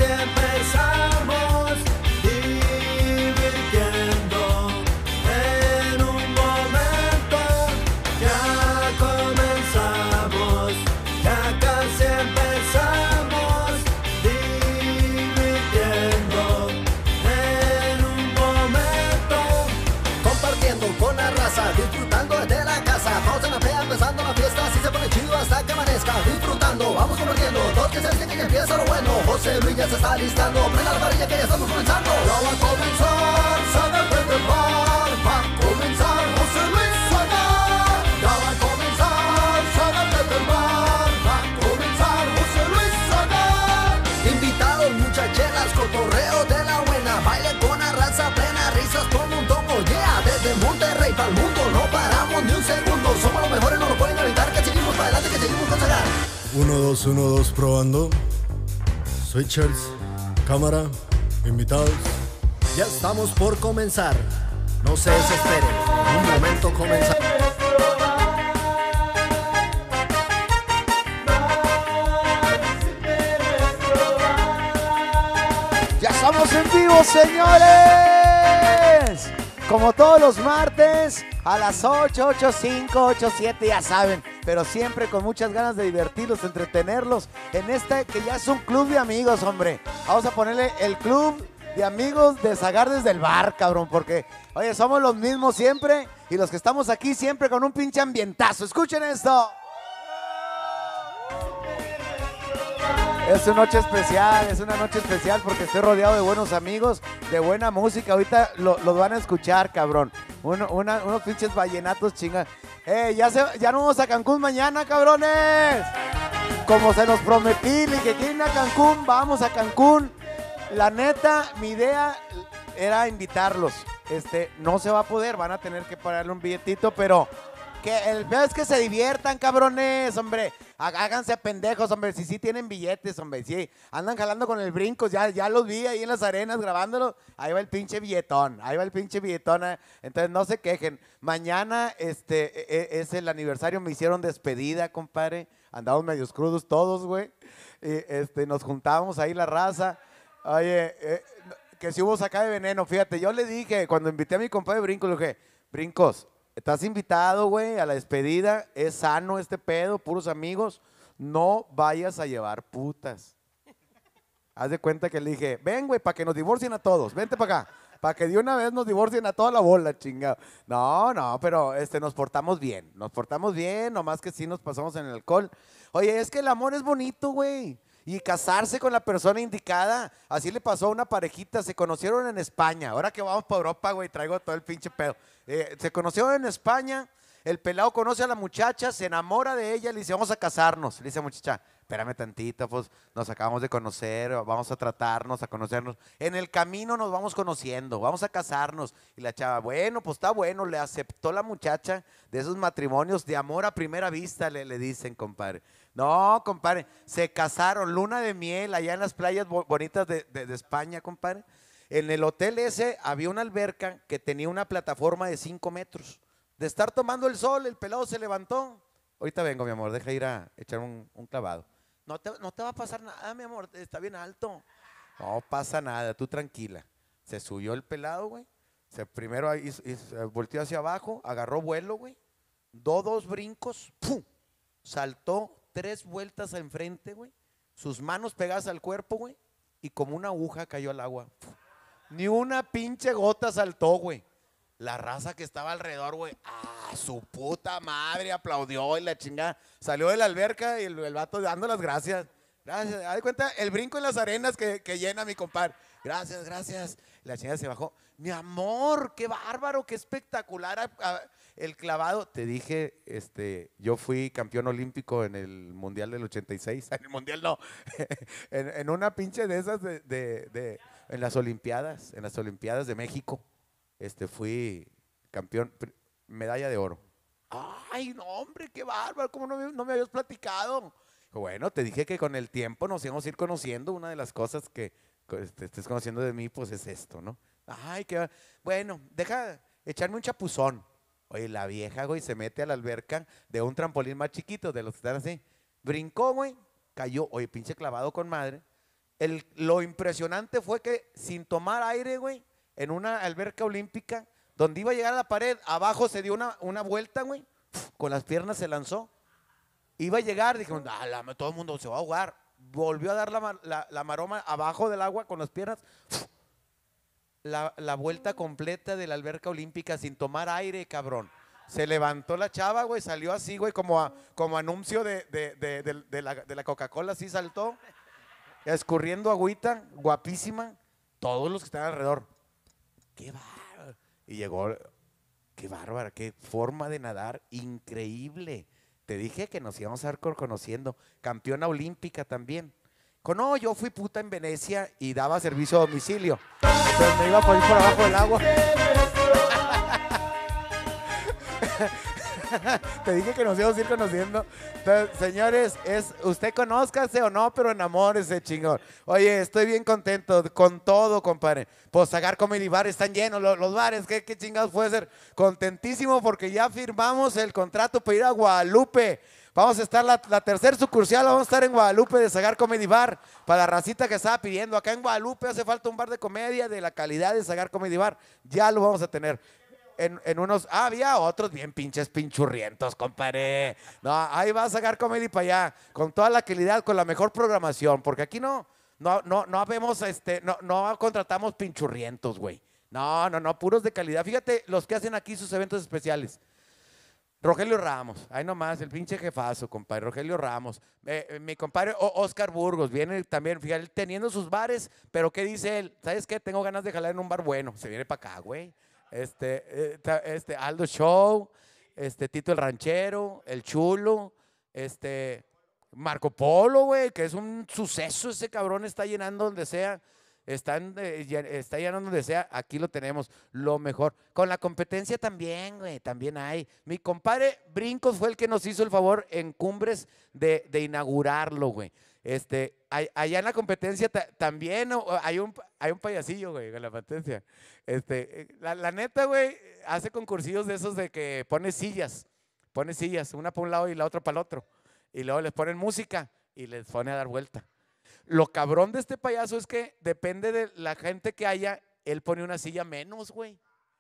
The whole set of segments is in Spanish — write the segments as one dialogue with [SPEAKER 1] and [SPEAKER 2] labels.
[SPEAKER 1] empezamos divirtiendo. En un momento ya comenzamos, ya casi empezamos divirtiendo. En un momento compartiendo con la raza, disfrutando desde la casa. Vamos en la playa empezando la fiesta, así se pone chido hasta que amanezca. Disfrutando, vamos compartiendo, todos que se sienten que empieza lo bueno. José Luis ya se está listando, prenda la varilla que ya estamos comenzando. Ya va a comenzar, sácate del bar, va a comenzar José Luis Saga. Ya va a comenzar, sácate del bar, va a comenzar José Luis Saga. Invitados, muchachelas, cotorreo de la buena, baile con la raza plena, risas como un tongo, yeah. Desde Monterrey para el mundo, no paramos ni un segundo. Somos los mejores, no lo pueden evitar, que seguimos para adelante, que seguimos con Saga.
[SPEAKER 2] 1, 2, probando. Switchers, cámara, invitados.
[SPEAKER 1] Ya estamos por comenzar, no se desesperen, en un momento comenzamos.
[SPEAKER 3] Ya estamos en vivo, señores. Como todos los martes, a las 8, 8, 5, 8, 7, ya saben. Pero siempre con muchas ganas de divertirlos, entretenerlos. En este que ya es un club de amigos, hombre. Vamos a ponerle el club de amigos de Zagar desde el bar, cabrón. Porque, oye, somos los mismos siempre. Y los que estamos aquí siempre con un pinche ambientazo. Escuchen esto. Es una noche especial porque estoy rodeado de buenos amigos, de buena música. Ahorita los van a escuchar, cabrón. Unos pinches vallenatos chingas. Ya no vamos a Cancún mañana, cabrones. Como se nos prometí, le dije, ¿quieren ir a Cancún? Vamos a Cancún. La neta, mi idea era invitarlos. No se va a poder, van a tener que pagarle un billetito, pero que el peor es que se diviertan, cabrones, hombre. Háganse pendejos, hombre, si sí tienen billetes, hombre, sí. Andan jalando con el Brincos, ya los vi ahí en las arenas grabándolo. Ahí va el pinche billetón, Entonces no se quejen. Mañana es el aniversario, me hicieron despedida, compadre. Andamos medios crudos todos, güey. Nos juntábamos ahí la raza. Oye, que si hubo saca de veneno, fíjate, yo le dije, cuando invité a mi compadre Brincos, le dije, Brincos, estás invitado, güey, a la despedida. Es sano este pedo, puros amigos. No vayas a llevar putas. Haz de cuenta que le dije, ven, güey, para que nos divorcien a todos. Vente para acá. Para que de una vez nos divorcien a toda la bola, chingado. No, pero nos portamos bien. Nomás que sí nos pasamos en el alcohol. Oye, es que el amor es bonito, güey. Y casarse con la persona indicada. Así le pasó a una parejita, se conocieron en España. Ahora que vamos para Europa, güey, traigo todo el pinche pedo. Se conocieron en España, el pelado conoce a la muchacha, se enamora de ella, le dice, vamos a casarnos. Le dice, muchacha, espérame tantito, pues nos acabamos de conocer, vamos a tratarnos, a conocernos. En el camino nos vamos conociendo, vamos a casarnos. Y la chava, bueno, pues está bueno, le aceptó la muchacha de esos matrimonios de amor a primera vista, le dicen, compadre. No, compadre, se casaron, luna de miel, allá en las playas bonitas de España, compadre. En el hotel ese había una alberca que tenía una plataforma de 5 metros. De estar tomando el sol, el pelado se levantó. Ahorita vengo, mi amor, deja ir a echar un clavado. No te va a pasar nada, mi amor, está bien alto. No pasa nada, tú tranquila. Se subió el pelado, güey. Primero volteó hacia abajo, agarró vuelo, güey. Dos brincos, ¡pum! Saltó 3 vueltas enfrente, güey. Sus manos pegadas al cuerpo, güey. Y como una aguja cayó al agua. ¡Pum! Ni una pinche gota saltó, güey. La raza que estaba alrededor, güey, su puta madre, aplaudió y la chingada. Salió de la alberca y el vato dando las gracias. Gracias, haz de cuenta, el brinco en las arenas que llena mi compadre. Gracias. La chingada se bajó. Mi amor, qué bárbaro, qué espectacular el clavado. Te dije, yo fui campeón olímpico en el Mundial del 86. En el Mundial no, en una pinche de esas en las Olimpiadas de México. Fui campeón, medalla de oro. Ay, no, hombre, qué bárbaro, ¿cómo no me habías platicado? Bueno, te dije que con el tiempo nos íbamos a ir conociendo. Una de las cosas que estés conociendo de mí, pues es esto, ¿no? Ay, bueno, deja echarme un chapuzón. Oye, la vieja, güey, se mete a la alberca de un trampolín más chiquito, de los que están así. Brincó, güey, cayó, oye, pinche clavado con madre. Lo impresionante fue que sin tomar aire, güey, en una alberca olímpica, donde iba a llegar a la pared, abajo se dio una vuelta, güey, con las piernas se lanzó. Iba a llegar, dijeron, todo el mundo se va a ahogar. Volvió a dar la maroma abajo del agua con las piernas. La vuelta completa de la alberca olímpica sin tomar aire, cabrón. Se levantó la chava, güey, salió así, güey, como anuncio de la Coca-Cola, así saltó, escurriendo agüita, guapísima. Todos los que están alrededor. ¡Qué bárbaro! Y llegó, ¡qué bárbara! ¡Qué forma de nadar increíble! Te dije que nos íbamos a ir conociendo. Campeona olímpica también. No, yo fui puta en Venecia y daba servicio a domicilio. Entonces me iba por ir por abajo del agua. Te dije que nos íbamos a ir conociendo. Entonces, señores, usted conózcase o no, pero enamórese, chingón. Oye, estoy bien contento con todo, compadre. Pues Zagar Comedy Bar están llenos los bares. ¿Qué chingados puede ser? Contentísimo porque ya firmamos el contrato para ir a Guadalupe. Vamos a estar la tercer sucursal, vamos a estar en Guadalupe de Zagar Comedy Bar. Para la racita que estaba pidiendo, acá en Guadalupe hace falta un bar de comedia de la calidad de Zagar Comedy Bar. Ya lo vamos a tener. Había otros bien pinches pinchurrientos, compadre. No, ahí va a Zagar Comedy para allá, con toda la calidad, con la mejor programación, porque aquí no vemos, no contratamos pinchurrientos, güey. No, puros de calidad. Fíjate los que hacen aquí sus eventos especiales. Rogelio Ramos, ahí nomás, el pinche jefazo, compadre, Rogelio Ramos. Mi compadre Oscar Burgos, viene también, fíjate, teniendo sus bares, pero ¿qué dice él? ¿Sabes qué? Tengo ganas de jalar en un bar bueno. Se viene para acá, güey. Aldo Show, Tito el Ranchero, El Chulo, Marco Polo, güey, que es un suceso, ese cabrón está llenando donde sea, está llenando donde sea, aquí lo tenemos, lo mejor. Con la competencia también, güey, también hay. Mi compadre Brincos fue el que nos hizo el favor en Cumbres de inaugurarlo, güey. Allá en la competencia también hay un payasillo, güey, en la competencia. La neta, güey, hace concursillos de esos de que pone sillas, una para un lado y la otra para el otro. Y luego les ponen música y les pone a dar vuelta. Lo cabrón de este payaso es que depende de la gente que haya, él pone una silla menos, güey.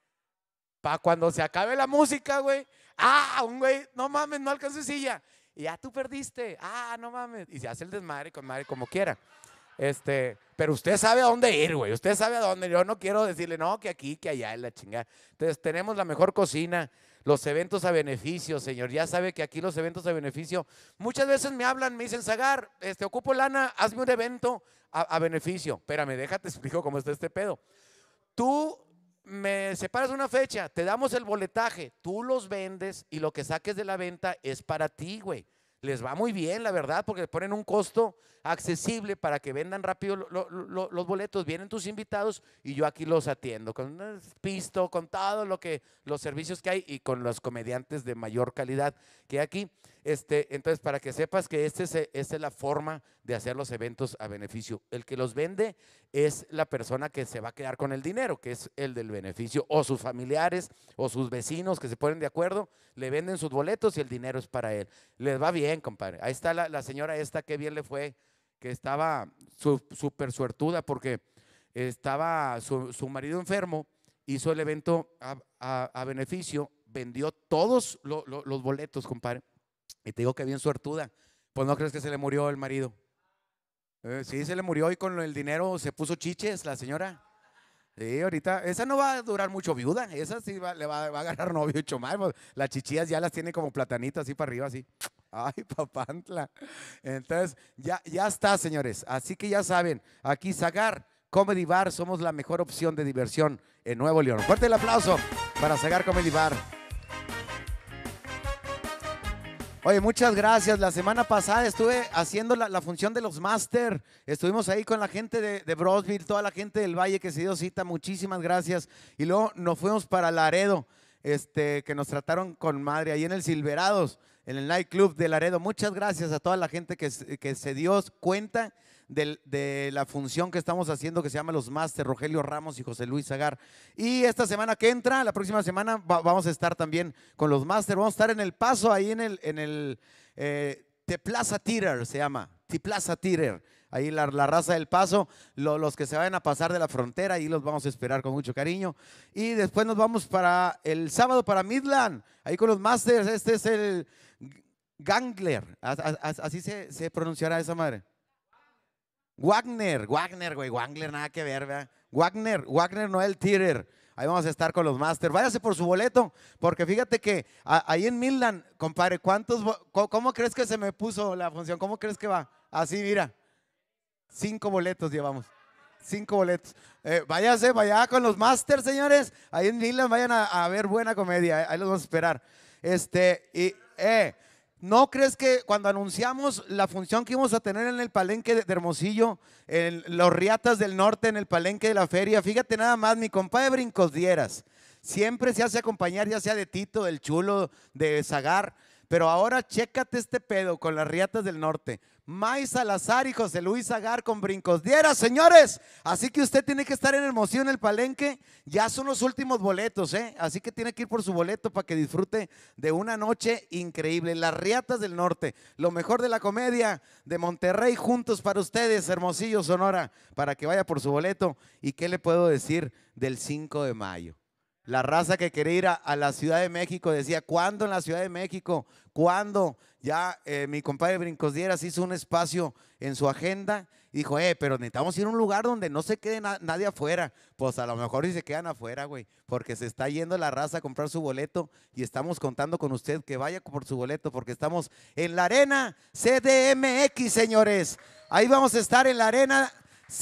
[SPEAKER 3] Para cuando se acabe la música, güey. Un güey, no mames, no alcanzó silla. Y ya tú perdiste. No mames. Y se hace el desmadre con madre como quiera. Pero usted sabe a dónde ir, güey. Usted sabe a dónde. Yo no quiero decirle, no, que aquí, que allá, es la chingada. Entonces, tenemos la mejor cocina, los eventos a beneficio, señor. Ya sabe que aquí los eventos a beneficio, muchas veces me hablan, me dicen, Zagar, ocupo lana, hazme un evento a beneficio. Espérame, déjate explico cómo está este pedo. Tú me separas una fecha, te damos el boletaje, tú los vendes y lo que saques de la venta es para ti, güey. Les va muy bien, la verdad, porque le ponen un costo accesible para que vendan rápido los boletos. Vienen tus invitados y yo aquí los atiendo con pisto, con todo los servicios que hay y con los comediantes de mayor calidad que hay aquí. Entonces, para que sepas que esta es la forma de hacer los eventos a beneficio. El que los vende es la persona que se va a quedar con el dinero, que es el del beneficio, o sus familiares o sus vecinos que se ponen de acuerdo, le venden sus boletos y el dinero es para él. Les va bien, compadre. Ahí está la señora esta, qué bien le fue, que estaba súper suertuda porque estaba su marido enfermo, hizo el evento a beneficio, vendió todos los boletos, compadre. Y te digo que bien suertuda. Pues no crees que se le murió el marido. Sí, se le murió y con el dinero se puso chiches la señora. Sí, ahorita, esa no va a durar mucho viuda, esa sí le va a agarrar novio y chomar. Pues, las chichillas ya las tiene como platanitas así para arriba, así. Ay, papantla. Entonces, ya está, señores. Así que ya saben, aquí Zagar Comedy Bar, somos la mejor opción de diversión en Nuevo León. Fuerte el aplauso para Zagar Comedy Bar. Oye, muchas gracias. La semana pasada estuve haciendo la función de los máster. Estuvimos ahí con la gente de Brosville, toda la gente del Valle que se dio cita. Muchísimas gracias. Y luego nos fuimos para Laredo, que nos trataron con madre ahí en el Silverados, en el nightclub de Laredo. Muchas gracias a toda la gente que se dio cuenta de la función que estamos haciendo, que se llama Los Máster, Rogelio Ramos y José Luis Zagar. Y esta semana que entra, la próxima semana, vamos a estar también con Los Máster. Vamos a estar en El Paso, ahí en el The Plaza Theater, se llama The Plaza Theater. ahí la raza del Paso, los que se vayan a pasar de la frontera, ahí los vamos a esperar con mucho cariño. Y después nos vamos para el sábado para Midland, ahí con los Masters. Este es el Gangler, así se pronunciará esa madre. Wagner, güey, Wagner, nada que ver, ¿verdad? Wagner Noel Theater. Ahí vamos a estar con los Masters. Váyase por su boleto, porque fíjate que ahí en Midland, compadre, ¿cómo crees que se me puso la función? ¿Cómo crees que va? Así, mira, 5 boletos llevamos. 5 boletos. Váyase, vaya con los Masters, señores. Ahí en Midland vayan a ver buena comedia. Ahí los vamos a esperar. ¿No crees que cuando anunciamos la función que íbamos a tener en el palenque de Hermosillo, en los Riatas del Norte, en el palenque de la feria, fíjate nada más, mi compadre Brincos Dieras, siempre se hace acompañar ya sea de Tito, del Chulo, de Zagar, pero ahora chécate este pedo con las Riatas del Norte. May Salazar y José Luis Zagar con Brincos Dieras, señores. Así que usted tiene que estar en Hermosillo, en el palenque. Ya son los últimos boletos, ¿eh? Así que tiene que ir por su boleto para que disfrute de una noche increíble. Las Riatas del Norte, lo mejor de la comedia de Monterrey, juntos para ustedes, Hermosillo, Sonora, para que vaya por su boleto. ¿Y qué le puedo decir del 5 de mayo? La raza que quería ir a la Ciudad de México decía, ¿cuándo en la Ciudad de México? ¿Cuándo? Ya mi compadre Brincos Dieras hizo un espacio en su agenda y dijo, pero necesitamos ir a un lugar donde no se quede nadie afuera. Pues a lo mejor si se quedan afuera, güey, porque se está yendo la raza a comprar su boleto y estamos contando con usted que vaya por su boleto porque estamos en la Arena CDMX, señores. Ahí vamos a estar en la Arena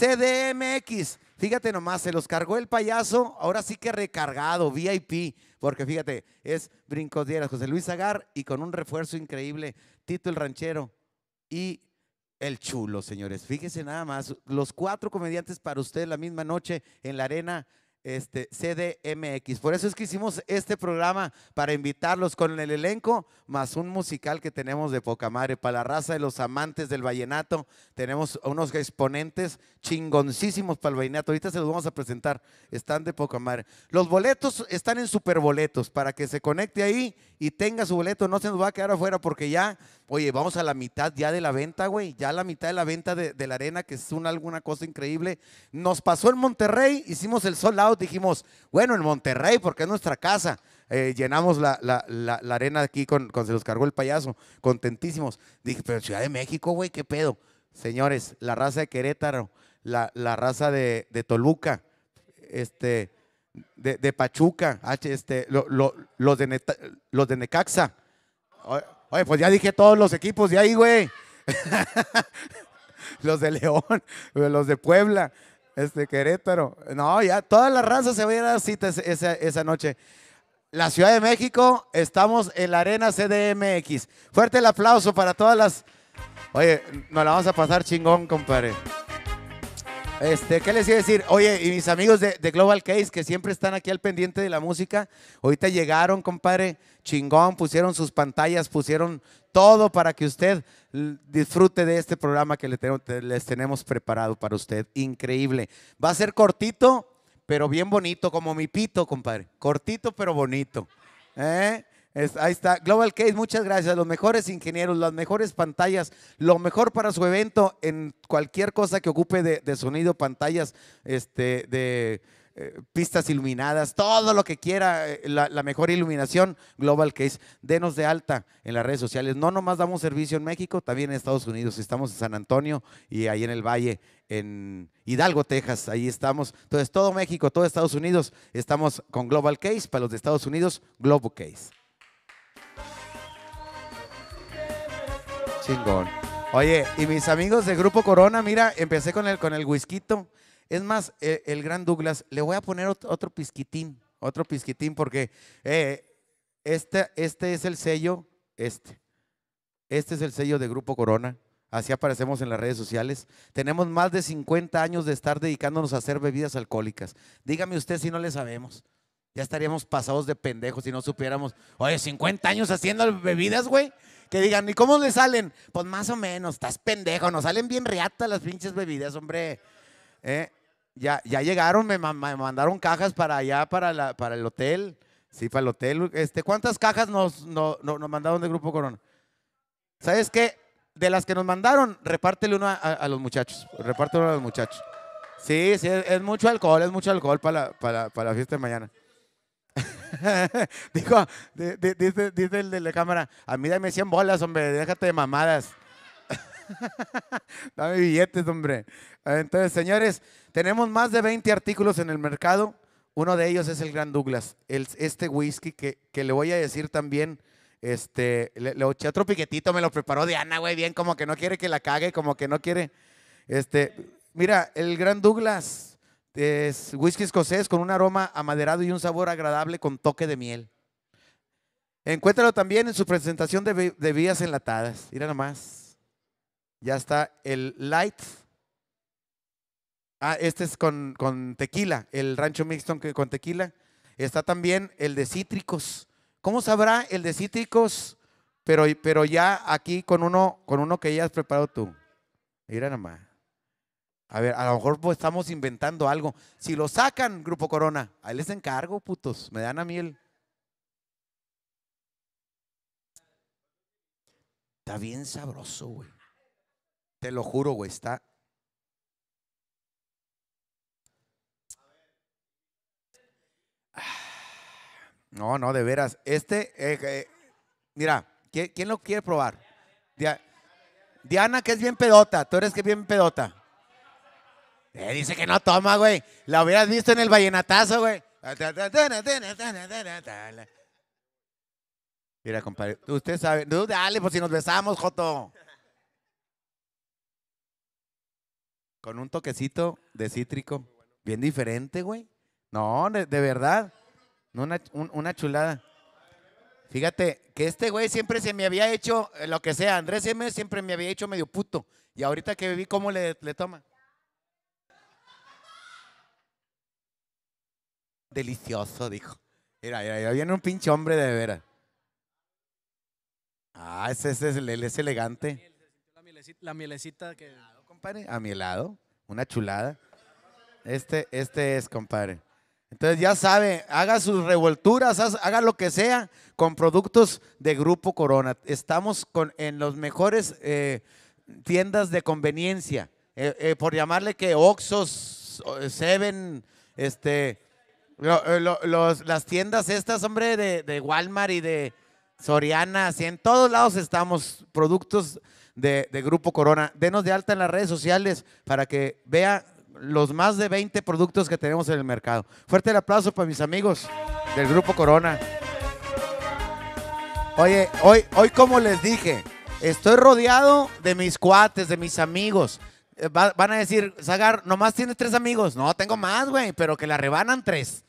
[SPEAKER 3] CDMX. Fíjate nomás, se los cargó el payaso, ahora sí que recargado, VIP, porque fíjate, es Brincos Dieras, José Luis Zagar y con un refuerzo increíble, Tito el Ranchero y el Chulo, señores. Fíjense nada más, los 4 comediantes para ustedes la misma noche en la Arena CDMX. Por eso es que hicimos este programa para invitarlos con el elenco más un musical que tenemos de poca madre para la raza de los amantes del vallenato. Tenemos unos exponentes chingoncísimos para el vallenato. Ahorita se los vamos a presentar. Están de poca madre. Los boletos están en Superboletos para que se conecte ahí y tenga su boleto. No se nos va a quedar afuera porque ya, oye, vamos a la mitad ya de la venta, güey. Ya a la mitad de la venta de la arena, que es alguna cosa increíble. Nos pasó en Monterrey, hicimos el sold out. Dijimos, bueno, en Monterrey, porque es nuestra casa. Llenamos la arena aquí se los cargó el payaso, contentísimos. Dije, pero Ciudad de México, güey, ¿qué pedo? Señores, la raza de Querétaro, la raza de Toluca, de Pachuca, los de Necaxa. Oye, pues ya dije todos los equipos de ahí, güey. Los de León, los de Puebla. Querétaro. No, ya toda la raza se va a ir a dar cita esa noche. La Ciudad de México, estamos en la Arena CDMX. Fuerte el aplauso para todas las. Oye, nos la vamos a pasar chingón, compadre. ¿Qué les iba a decir? Oye, y mis amigos de Global Case, que siempre están aquí al pendiente de la música, ahorita llegaron, compadre, chingón, pusieron sus pantallas, pusieron todo para que usted disfrute de este programa que les tenemos preparado para usted. Increíble. Va a ser cortito, pero bien bonito, como mi pito, compadre. Cortito, pero bonito. Ahí está, Global Case, muchas gracias. Los mejores ingenieros, las mejores pantallas, lo mejor para su evento en cualquier cosa que ocupe de sonido, pantallas, pistas iluminadas, todo lo que quiera, la mejor iluminación, Global Case. Denos de alta en las redes sociales. No nomás damos servicio en México, también en Estados Unidos. Estamos en San Antonio y ahí en el Valle, en Hidalgo, Texas. Ahí estamos. Entonces, todo México, todo Estados Unidos, estamos con Global Case. Para los de Estados Unidos, Global Case. Chingón. Oye, y mis amigos de Grupo Corona, mira, empecé con el whiskito. Es más, el gran Douglas, le voy a poner otro pizquitín, porque este es el sello, este es el sello de Grupo Corona. Así aparecemos en las redes sociales. Tenemos más de 50 años de estar dedicándonos a hacer bebidas alcohólicas. Dígame usted si no le sabemos. Ya estaríamos pasados de pendejos si no supiéramos. Oye, 50 años haciendo bebidas, güey. Que digan, ¿y cómo le salen? Pues más o menos, estás pendejo, nos salen bien riatas las pinches bebidas, hombre. Ya llegaron, me mandaron cajas para allá, para el hotel. Sí, para el hotel. ¿Cuántas cajas nos mandaron de Grupo Corona? ¿Sabes qué? de las que nos mandaron, repártele uno a los muchachos. Repártelo a los muchachos. Sí, sí, es mucho alcohol para la fiesta de mañana. Dijo, dice el de la cámara, a mí dame 100 bolas, hombre, déjate de mamadas. Dame billetes, hombre. Entonces, señores, tenemos más de 20 artículos en el mercado. Uno de ellos es el Gran Douglas, este whisky que le voy a decir también, le eché otro piquetito, me lo preparó Diana, güey, bien, como que no quiere que la cague, como que no quiere, mira, el Gran Douglas es whisky escocés con un aroma amaderado y un sabor agradable con toque de miel. Encuéntralo también en su presentación de bebidas enlatadas, mira nomás, ya está el Light. Este es con tequila, el Rancho Mixto con tequila. Está también el de cítricos. ¿Cómo sabrá el de cítricos? Pero ya aquí con uno que ya has preparado tú. Mira nomás. A ver, a lo mejor pues, estamos inventando algo. Si lo sacan, Grupo Corona, ahí les encargo, putos. Me dan a mí el... Está bien sabroso, güey. Te lo juro, güey, está... No, de veras. Mira, ¿quién lo quiere probar? Diana, que es bien pedota. Tú eres que es bien pedota. Dice que no toma, güey. La hubieras visto en el vallenatazo, güey. Mira, compadre, usted sabe. Dale, pues si nos besamos, Joto. Con un toquecito de cítrico. Bien diferente, güey. No, de verdad. Una chulada. Fíjate que este güey siempre se me había hecho lo que sea. Andrés M siempre me había hecho medio puto. Y ahorita que vi cómo le toma. Delicioso, dijo. Mira, viene un pinche hombre de veras. Ese es elegante.
[SPEAKER 4] La mielecita que...
[SPEAKER 3] Compadre, a mi lado. Una chulada. Este es, compadre. Entonces ya sabe, haga sus revolturas, haga lo que sea con productos de Grupo Corona. Estamos en los mejores tiendas de conveniencia, por llamarle que Oxxos, Seven, las tiendas estas, hombre, de Walmart y de Soriana, así en todos lados estamos, productos de Grupo Corona. Denos de alta en las redes sociales para que vea los más de 20 productos que tenemos en el mercado. Fuerte el aplauso para mis amigos del Grupo Corona. Oye, hoy como les dije, estoy rodeado de mis cuates, de mis amigos. Van a decir, Zagar, nomás tienes 3 amigos. No, tengo más, güey, pero que la rebanan 3.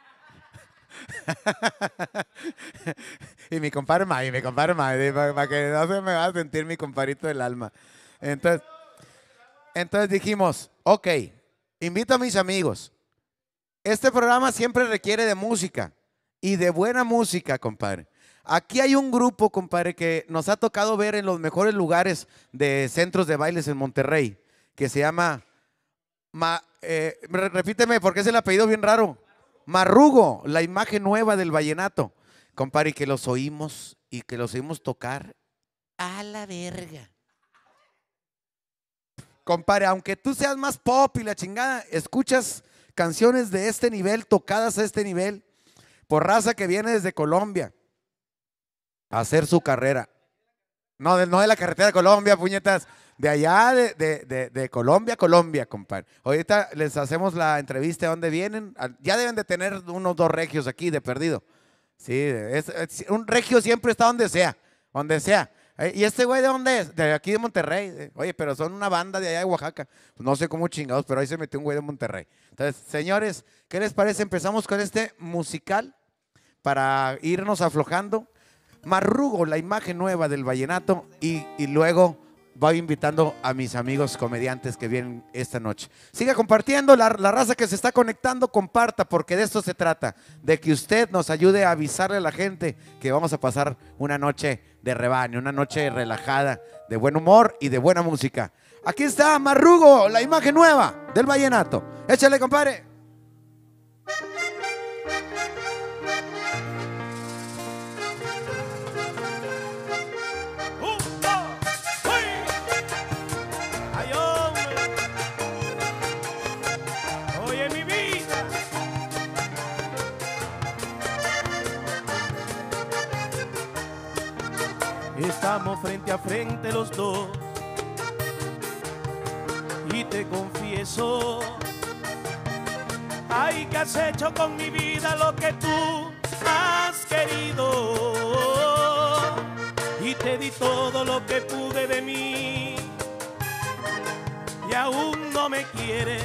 [SPEAKER 3] Y mi compadre May, para que no se me va a sentir mi compadrito del alma. Entonces dijimos, ok, invito a mis amigos. Este programa siempre requiere de música y de buena música, compadre. Aquí hay un grupo, compadre, que nos ha tocado ver en los mejores lugares de centros de bailes en Monterrey, que se llama, repíteme porque es el apellido bien raro, Marrugo, la imagen nueva del vallenato. Compadre, que los oímos y que los oímos tocar a la verga. Compadre, aunque tú seas más pop y la chingada, escuchas canciones de este nivel, tocadas a este nivel, por raza que viene desde Colombia a hacer su carrera. No de la carretera de Colombia, puñetas, de allá de Colombia, compadre. Ahorita les hacemos la entrevista de dónde vienen. Ya deben de tener unos 2 regios aquí de perdido. Sí, un regio siempre está donde sea, donde sea. ¿Y este güey de dónde es? De aquí de Monterrey. Oye, pero son una banda de allá de Oaxaca. Pues no sé cómo chingados, pero ahí se metió un güey de Monterrey. Entonces, señores, ¿qué les parece? Empezamos con este musical para irnos aflojando. Marrugo, la imagen nueva del vallenato, y luego voy invitando a mis amigos comediantes que vienen esta noche. Siga compartiendo, la raza que se está conectando, comparta, porque de esto se trata, de que usted nos ayude a avisarle a la gente que vamos a pasar una noche de rebaño, una noche relajada, de buen humor y de buena música. Aquí está Marrugo, la imagen nueva del vallenato. Échale, compadre.
[SPEAKER 5] estamos frente a frente los dos. Y te confieso, ay, que has hecho con mi vida lo que tú has querido. Y te di todo lo que pude de mí y aún no me quieres.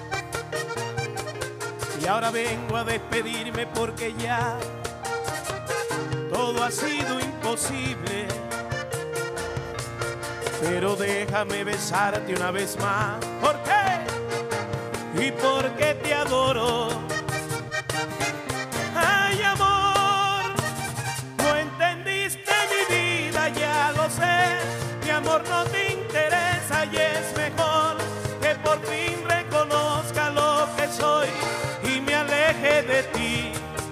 [SPEAKER 5] Y ahora vengo a despedirme porque ya todo ha sido imposible. Pero déjame besarte una vez más. ¿Por qué? Y porque te adoro. Ay, amor, no entendiste mi vida, ya lo sé. Mi amor no te interesa y es mejor que por fin reconozca lo que soy y me aleje de ti.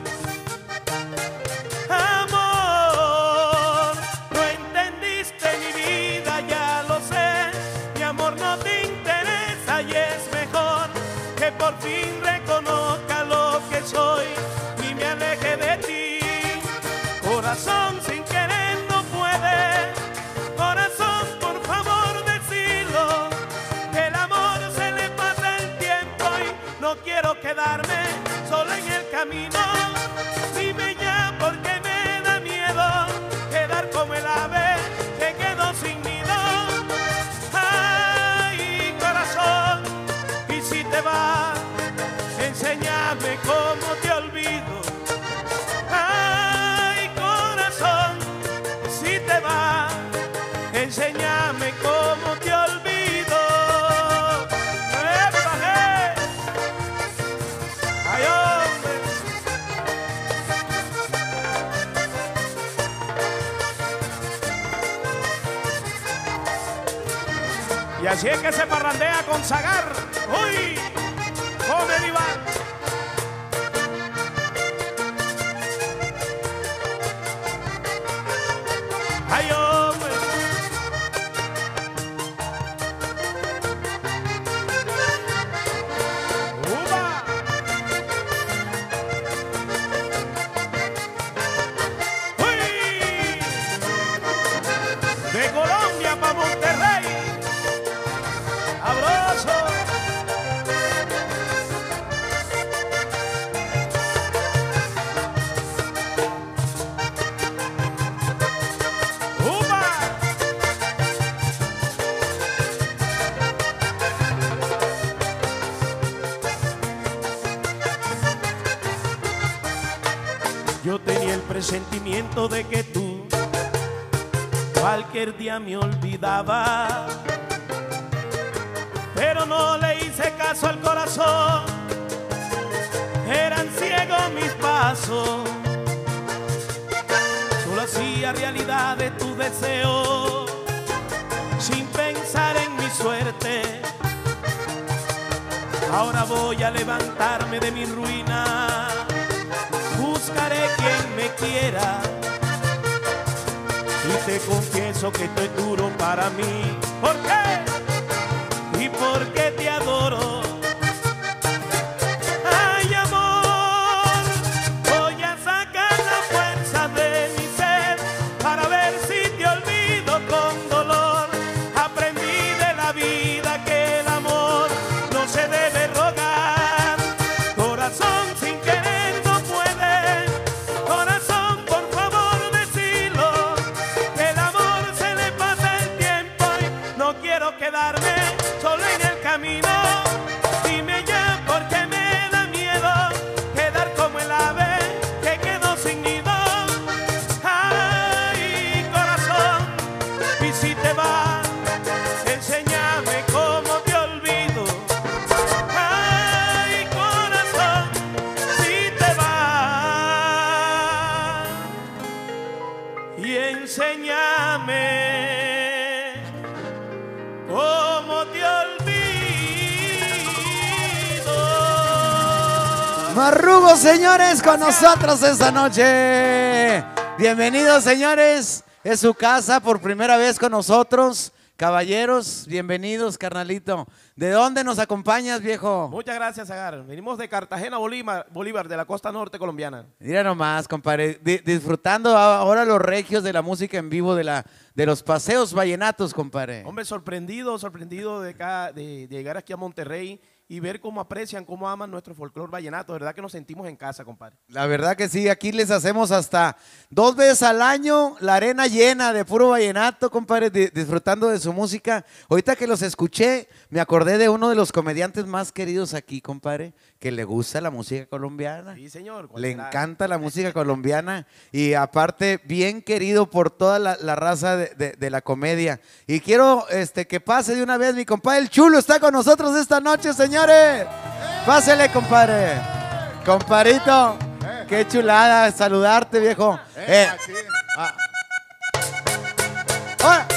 [SPEAKER 5] Amor, no entendiste mi vida, ya lo sé. Mi amor no te interesa y es mejor que por fin reconozca lo que soy y me aleje de ti. Corazón, sin querer no puede. Corazón, por favor decilo, que el amor se le pasa el tiempo y no quiero quedarme solo en el camino. Dime ya porque me da miedo quedar como el ave que quedó sin nido. Ay, corazón, y si te vas, enséñame cómo te olvido. Ay, corazón, si te vas, enséñame cómo te olvido. ¡Épale! ¡Ay, hombre! Y así es que se parrandea con Zagar. ¡Uy! ¡Come Iván! ¡Ay, hombre! ¡Uva! ¡Uy! De Colombia para Monterrey. ¡Abrazo! ¡Upa! Yo tenía el presentimiento de que tú cualquier día me olvidabas, pero no le hice caso al corazón, eran ciegos mis pasos. Solo hacía realidad de tu deseo, sin pensar en mi suerte. Ahora voy a levantarme de mi ruina, buscaré quien me quiera. Y te confieso que esto es duro para mí. ¿Por qué? Y porque te adoro. Ay, amor, voy a sacar la fuerza de mi ser para ver si te olvido con dolor. Aprendí de la vida que el amor no se debe rogar. Corazón, sin querer no puede. Corazón, por favor decilo, que el amor se le pasa el tiempo y no quiero quedarme solo en el camino. Dime ya porque me da miedo quedar como el ave que quedó sin nido. Ay, corazón, y si te vas, enséñame cómo te olvido. Ay, corazón, si te vas, y enséñame cómo te olvido.
[SPEAKER 3] Marrugo, señores, con nosotros esta noche. Bienvenidos, señores. Es su casa por primera vez con nosotros. Caballeros, bienvenidos, carnalito. ¿De dónde nos acompañas, viejo?
[SPEAKER 5] Muchas gracias, Agar. Venimos de Cartagena, Bolívar, de la costa norte colombiana.
[SPEAKER 3] Mira nomás, compadre, disfrutando ahora los regios de la música en vivo de los paseos vallenatos, compadre.
[SPEAKER 5] Hombre, sorprendido de llegar aquí a Monterrey y ver cómo aprecian, cómo aman nuestro folclor vallenato. De verdad que nos sentimos en casa, compadre.
[SPEAKER 3] La verdad que sí, aquí les hacemos hasta 2 veces al año la arena llena de puro vallenato, compadre, disfrutando de su música. Ahorita que los escuché, me acordé de uno de los comediantes más queridos aquí, compadre, que le gusta la música colombiana.
[SPEAKER 5] Sí, señor.
[SPEAKER 3] Le encanta la música colombiana y aparte bien querido por toda la raza de la comedia. Y quiero que pase de una vez mi compadre el Chulo, está con nosotros esta noche, señores. Pásele, compadre. Comparito, qué chulada saludarte, viejo. ¡Ah!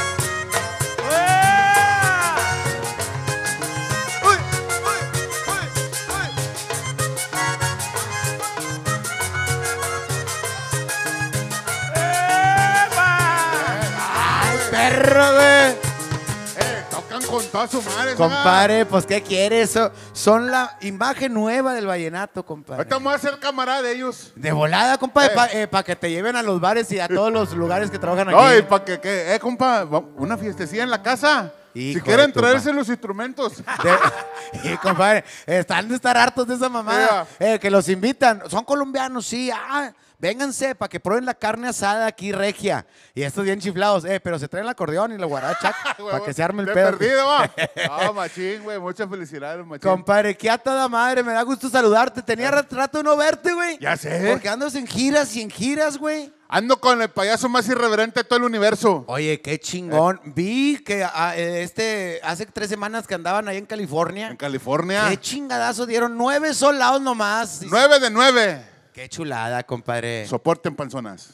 [SPEAKER 3] Perro, güey.
[SPEAKER 6] Tocan con toda su madre.
[SPEAKER 3] Compadre, pues ¿qué quieres? Son la imagen nueva del vallenato, compadre.
[SPEAKER 6] Ahorita vamos a ser camarada de ellos.
[SPEAKER 3] De volada, compadre, para que te lleven a los bares y a todos los lugares que trabajan aquí.
[SPEAKER 6] No, y para que, compa, una fiestecilla en la casa.
[SPEAKER 3] Hijo
[SPEAKER 6] si quieren
[SPEAKER 3] de tu
[SPEAKER 6] traerse los instrumentos.
[SPEAKER 3] Y compadre, están de estar hartos de esa mamada. Que los invitan. Son colombianos, sí. Vénganse para que prueben la carne asada aquí regia. Y estos bien chiflados, pero se traen el acordeón y la guaracha para que se arme el
[SPEAKER 6] De
[SPEAKER 3] pedo.
[SPEAKER 6] perdido, va. No, machín, güey. Muchas felicidades, machín.
[SPEAKER 3] Compadre, qué a toda madre, me da gusto saludarte. Tenía rato de no verte, güey.
[SPEAKER 6] Ya sé.
[SPEAKER 3] Porque andas en giras y en giras, güey.
[SPEAKER 6] Ando con el payaso más irreverente de todo el universo.
[SPEAKER 3] Oye, qué chingón. Vi que hace 3 semanas que andaban ahí en California.
[SPEAKER 6] En California.
[SPEAKER 3] Qué chingadazo dieron. 9 soldados nomás.
[SPEAKER 6] 9 de 9.
[SPEAKER 3] Qué chulada, compadre.
[SPEAKER 6] Soporten panzonas.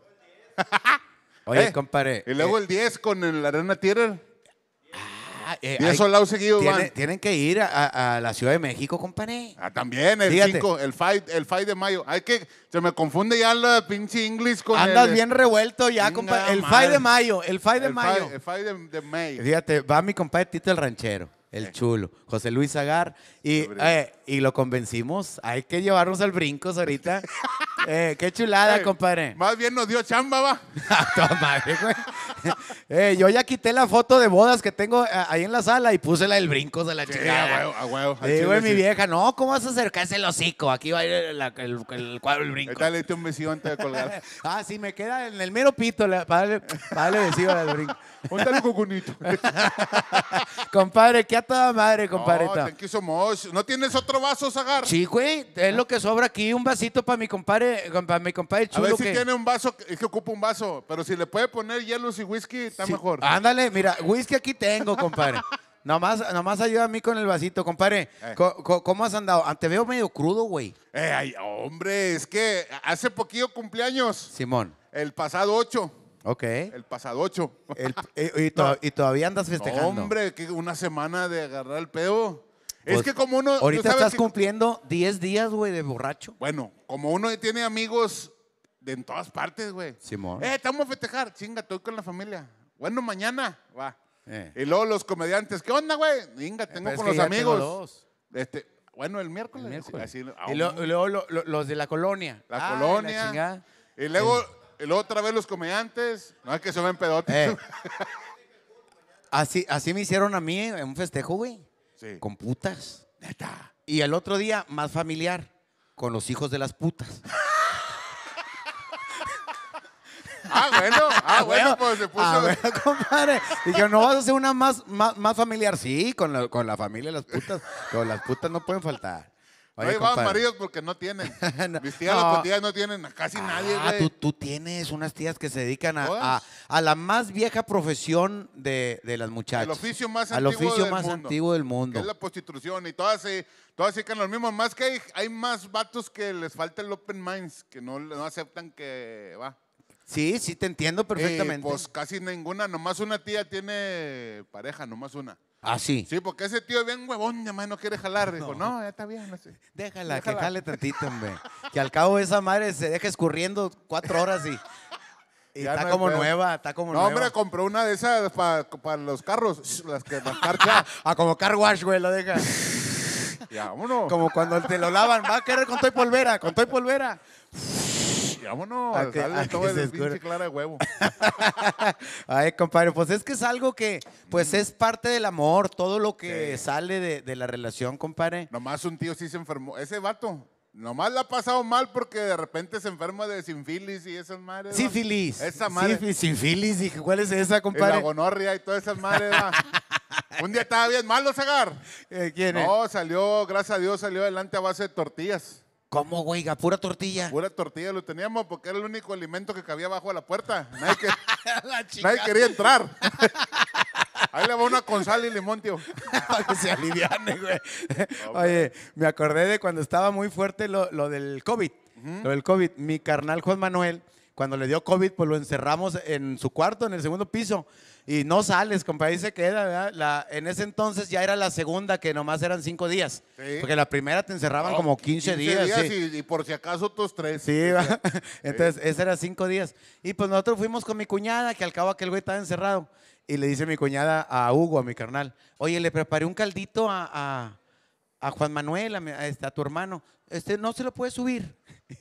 [SPEAKER 3] Oye, compadre.
[SPEAKER 6] Y luego el 10 con el Arena Theater. 10
[SPEAKER 3] hay-
[SPEAKER 6] soldados seguidos, van.
[SPEAKER 3] Tienen que ir a la Ciudad de México, compadre.
[SPEAKER 6] También, el
[SPEAKER 3] Fíjate.
[SPEAKER 6] 5, el 5 de mayo. Se me confunde ya la pinche English con
[SPEAKER 3] Andas bien revuelto ya,
[SPEAKER 6] Chinga
[SPEAKER 3] compadre. El 5
[SPEAKER 6] madre.
[SPEAKER 3] de mayo, el 5 de mayo.
[SPEAKER 6] El 5 de May.
[SPEAKER 3] Fíjate, va mi compadre Tito el Ranchero, el chulo, José Luis Agar, y lo convencimos. Hay que llevarnos al Brincos ahorita. Qué chulada, compadre.
[SPEAKER 6] Más bien nos dio chamba, va.
[SPEAKER 3] Toda madre, güey. Yo ya quité la foto de bodas que tengo ahí en la sala y puse la del Brincos de la chingada.
[SPEAKER 6] A huevo. al
[SPEAKER 3] Sí,
[SPEAKER 6] chile,
[SPEAKER 3] güey, mi
[SPEAKER 6] sí.
[SPEAKER 3] vieja, no, ¿cómo vas a acercarse el hocico? Aquí va a ir el cuadro del brinco.
[SPEAKER 6] Ahorita le diste un besito antes de colgar.
[SPEAKER 3] Sí, me queda en el mero pito para darle besito al brinco.
[SPEAKER 6] Ponte el cucunito.
[SPEAKER 3] Compadre, qué a toda madre, compadrito.
[SPEAKER 6] No, thank you so much. ¿No tienes otro vaso, Zagar?
[SPEAKER 3] Sí, güey, es lo que sobra aquí, un vasito para mi compadre
[SPEAKER 6] A
[SPEAKER 3] chulo.
[SPEAKER 6] ver si tiene un vaso, es que ocupa un vaso, pero si le puede poner hielos y whisky, está
[SPEAKER 3] Sí,
[SPEAKER 6] mejor.
[SPEAKER 3] Ándale, mira, whisky aquí tengo, compadre. Nomás ayuda a mí con el vasito, compadre. ¿Cómo has andado? Te veo medio crudo, güey.
[SPEAKER 6] Ay, hombre, es que hace poquillo cumpleaños,
[SPEAKER 3] Simón,
[SPEAKER 6] el pasado 8.
[SPEAKER 3] ok.
[SPEAKER 6] El pasado 8.
[SPEAKER 3] Y todavía andas festejando.
[SPEAKER 6] Hombre, que una semana de agarrar el pedo.
[SPEAKER 3] Pues,
[SPEAKER 6] es que como uno... tú
[SPEAKER 3] ahorita
[SPEAKER 6] sabes
[SPEAKER 3] estás
[SPEAKER 6] que-
[SPEAKER 3] cumpliendo 10 días, güey, de borracho.
[SPEAKER 6] Bueno, como uno tiene amigos de en todas partes, güey.
[SPEAKER 3] Simón.
[SPEAKER 6] Estamos a festejar. Chinga, estoy con la familia. Bueno, mañana, va.
[SPEAKER 3] Eh.
[SPEAKER 6] Y luego los comediantes, ¿qué onda, güey? Venga, tengo
[SPEAKER 3] Pero es
[SPEAKER 6] con
[SPEAKER 3] que
[SPEAKER 6] los
[SPEAKER 3] ya tengo
[SPEAKER 6] amigos.
[SPEAKER 3] dos.
[SPEAKER 6] Bueno, el miércoles.
[SPEAKER 3] El miércoles.
[SPEAKER 6] Así,
[SPEAKER 3] Y luego los de la colonia.
[SPEAKER 6] la
[SPEAKER 3] Ay,
[SPEAKER 6] colonia.
[SPEAKER 3] la chingada.
[SPEAKER 6] Y luego otra vez los comediantes. No es que se ven pedotes.
[SPEAKER 3] Así me hicieron a mí en un festejo, güey.
[SPEAKER 6] Sí.
[SPEAKER 3] Con putas.
[SPEAKER 6] Neta.
[SPEAKER 3] Y el otro día, más familiar, con los hijos de las putas.
[SPEAKER 6] Bueno, pues se puso.
[SPEAKER 3] Bueno, compadre. Dije, ¿no vas a hacer una más familiar? Sí, con la familia de las putas. Con las putas no pueden faltar.
[SPEAKER 6] No
[SPEAKER 3] Oye,
[SPEAKER 6] llevaban
[SPEAKER 3] compadre.
[SPEAKER 6] maridos porque no tienen.
[SPEAKER 3] No,
[SPEAKER 6] Mis tías,
[SPEAKER 3] no.
[SPEAKER 6] las tías no tienen a casi nadie, güey.
[SPEAKER 3] Tú tienes unas tías que se dedican
[SPEAKER 6] Todas.
[SPEAKER 3] a la más vieja profesión de las muchachas.
[SPEAKER 6] El oficio más
[SPEAKER 3] Al
[SPEAKER 6] antiguo
[SPEAKER 3] oficio
[SPEAKER 6] del
[SPEAKER 3] más
[SPEAKER 6] mundo.
[SPEAKER 3] antiguo del
[SPEAKER 6] Que
[SPEAKER 3] mundo.
[SPEAKER 6] es la prostitución y todas se quedan los mismos. Más que hay más vatos que les falta el open minds, que no aceptan que va.
[SPEAKER 3] Sí, te entiendo perfectamente.
[SPEAKER 6] Pues casi ninguna, nomás una tía tiene pareja, nomás una.
[SPEAKER 3] Sí.
[SPEAKER 6] Sí, porque ese tío es bien huevón, además no quiere jalar. Dijo, no, ya está bien. No sé.
[SPEAKER 3] Déjala,
[SPEAKER 6] Déjala.
[SPEAKER 3] que jale tantito, hombre. Que al cabo esa madre se deja escurriendo 4 horas y... Y
[SPEAKER 6] Ya
[SPEAKER 3] está
[SPEAKER 6] no hay
[SPEAKER 3] como
[SPEAKER 6] pedo.
[SPEAKER 3] nueva, está como
[SPEAKER 6] No,
[SPEAKER 3] nueva.
[SPEAKER 6] hombre, compré una de esas para los carros, las carchas.
[SPEAKER 3] Como car wash, güey, lo deja.
[SPEAKER 6] Ya, vámonos.
[SPEAKER 3] Como cuando te lo lavan, va a querer con toy polvera, con toy polvera.
[SPEAKER 6] Ya, vámonos.
[SPEAKER 3] A que-
[SPEAKER 6] Sale
[SPEAKER 3] a que
[SPEAKER 6] todo
[SPEAKER 3] se
[SPEAKER 6] el pinche
[SPEAKER 3] escurra.
[SPEAKER 6] clara de huevo.
[SPEAKER 3] Ay, compadre, pues es que es algo que, pues es parte del amor, todo lo que sale de la relación, compadre.
[SPEAKER 6] Nomás un tío sí se enfermó. Ese vato, nomás la ha pasado mal porque de repente se enferma de sinfilis y esas madres. ¿va?
[SPEAKER 3] Sífilis.
[SPEAKER 6] Esa madre.
[SPEAKER 3] Sífilis, dije, ¿cuál es esa,
[SPEAKER 6] Y la
[SPEAKER 3] compadre?
[SPEAKER 6] gonorria y todas esas madres. ¿va? Un día estaba bien malo, Zagar.
[SPEAKER 3] ¿Quién es?
[SPEAKER 6] No, salió, gracias a Dios, salió adelante a base de tortillas.
[SPEAKER 3] ¿Cómo, güey? ¿A pura tortilla?
[SPEAKER 6] Pura tortilla lo teníamos porque era el único alimento que cabía abajo de la puerta. Nadie,
[SPEAKER 3] La chingada.
[SPEAKER 6] nadie quería entrar. Ahí le va una con sal y limón, tío.
[SPEAKER 3] Para que se aliviane, güey. Oye, me acordé de cuando estaba muy fuerte lo del COVID. Lo del COVID. Mi carnal Juan Manuel, cuando le dio COVID, pues lo encerramos en su cuarto, en el segundo piso. Y no sales, compadre, ahí se queda, ¿verdad? En ese entonces ya era la segunda, que nomás eran 5 días.
[SPEAKER 6] Sí.
[SPEAKER 3] Porque la primera te encerraban
[SPEAKER 6] No,
[SPEAKER 3] como 15 días. sí.
[SPEAKER 6] y por si acaso otros 3.
[SPEAKER 3] Sí, va. Entonces, ese era 5 días. Y pues nosotros fuimos con mi cuñada, que al cabo aquel güey estaba encerrado. Y le dice mi cuñada a Hugo, a mi carnal, oye, le preparé un caldito a Juan Manuel, a tu hermano. No se lo puede subir.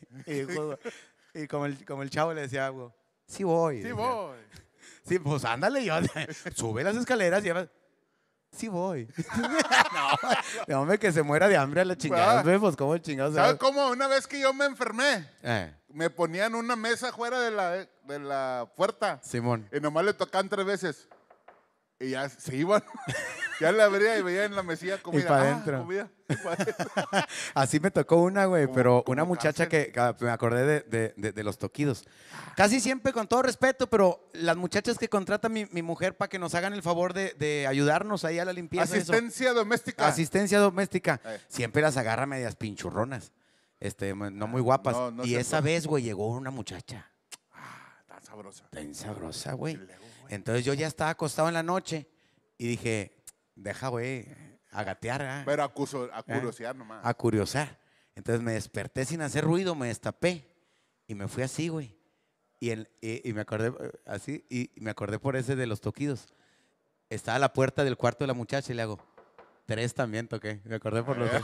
[SPEAKER 3] y como el chavo le decía a Hugo, sí voy.
[SPEAKER 6] Sí, voy.
[SPEAKER 3] Sí, pues ándale, yo sube las escaleras y ya vas, sí voy. no, hombre, que se muera de hambre a la chingada, güey, pues cómo chingados.
[SPEAKER 6] ¿Sabes cómo? Una vez que yo me enfermé,
[SPEAKER 3] Eh,
[SPEAKER 6] me ponían una mesa fuera de la puerta
[SPEAKER 3] Simón.
[SPEAKER 6] y nomás le tocaban 3 veces. Y ya se iban. Ya le abría y veía en la mesilla comida.
[SPEAKER 3] pa' adentro.
[SPEAKER 6] Comida. Y pa' adentro.
[SPEAKER 3] Así me tocó una, güey,
[SPEAKER 6] Como-
[SPEAKER 3] pero
[SPEAKER 6] como
[SPEAKER 3] una muchacha
[SPEAKER 6] cárcel.
[SPEAKER 3] que me acordé de los toquidos. Casi siempre, con todo respeto, pero las muchachas que contrata mi mujer para que nos hagan el favor de ayudarnos ahí a la limpieza. eso.
[SPEAKER 6] Asistencia doméstica.
[SPEAKER 3] Asistencia doméstica.
[SPEAKER 6] Eh.
[SPEAKER 3] Siempre las agarra medias pinchurronas. No muy guapas.
[SPEAKER 6] no
[SPEAKER 3] y
[SPEAKER 6] se
[SPEAKER 3] esa
[SPEAKER 6] puede.
[SPEAKER 3] vez, güey, llegó una muchacha.
[SPEAKER 6] Tan sabrosa.
[SPEAKER 3] Bien sabrosa, güey.
[SPEAKER 6] Y luego, güey.
[SPEAKER 3] Entonces yo ya estaba acostado en la noche y dije, deja, güey, a gatear, ¿ah?
[SPEAKER 6] Pero a curiosidad nomás.
[SPEAKER 3] A curiosar. Entonces me desperté sin hacer ruido, me destapé y me fui así, güey. Y me acordé así, y me acordé por ese de los toquidos. Estaba a la puerta del cuarto de la muchacha y le hago, 3 también toqué. Me acordé por los 3.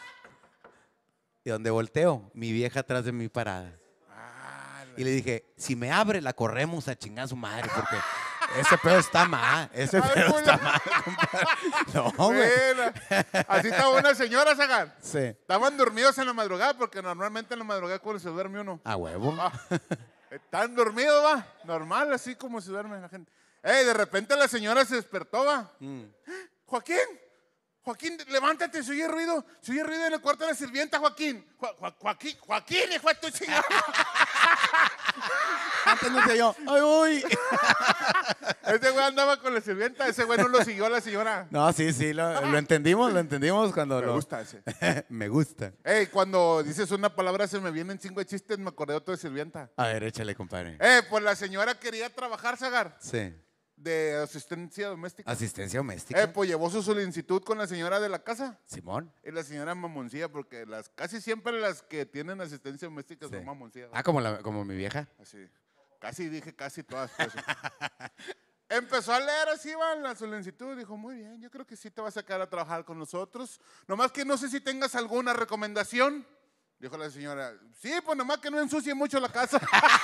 [SPEAKER 3] Y donde volteo, mi vieja atrás de mí parada. Y le dije, si me abre, la corremos a chingar a su madre, porque ese pedo está mal. Ese
[SPEAKER 6] Ay,
[SPEAKER 3] pedo
[SPEAKER 6] culo.
[SPEAKER 3] está mal, compadre. No, güey.
[SPEAKER 6] Buena. Así estaba una señora, Zagar.
[SPEAKER 3] Sí.
[SPEAKER 6] Estaban dormidos en la madrugada, porque normalmente en la madrugada cuando se duerme uno.
[SPEAKER 3] A huevo.
[SPEAKER 6] Ah, están dormidos, va. Normal, así como se duerme la gente. De repente la señora se despertó, va. Joaquín, levántate, se oye ruido en el cuarto de la sirvienta, Joaquín. Joaquín, hijo de tu chingada.
[SPEAKER 3] Antes no sé yo. ¡Ay, uy!
[SPEAKER 6] Ese güey andaba con la sirvienta, ese güey no lo siguió a la señora.
[SPEAKER 3] No, sí, lo entendimos cuando
[SPEAKER 6] Me
[SPEAKER 3] lo...
[SPEAKER 6] gusta ese.
[SPEAKER 3] Me gusta.
[SPEAKER 6] Cuando dices una palabra se me vienen 5 chistes, me acordé de otro de sirvienta.
[SPEAKER 3] A ver, échale, compadre.
[SPEAKER 6] Pues la señora quería trabajar, Zagar,
[SPEAKER 3] Sí.
[SPEAKER 6] de asistencia doméstica.
[SPEAKER 3] Asistencia doméstica.
[SPEAKER 6] Pues llevó su solicitud con la señora de la casa.
[SPEAKER 3] Simón.
[SPEAKER 6] Y la señora mamoncilla, porque casi siempre las que tienen asistencia doméstica
[SPEAKER 3] Sí.
[SPEAKER 6] son mamoncillas.
[SPEAKER 3] Ah, como mi vieja.
[SPEAKER 6] Así. Casi todas. Pues. Empezó a leer así, va, la solicitud. Dijo, muy bien, yo creo que sí te vas a quedar a trabajar con nosotros. Nomás que no sé si tengas alguna recomendación. Dijo la señora, sí, pues nomás que no ensucie mucho la casa.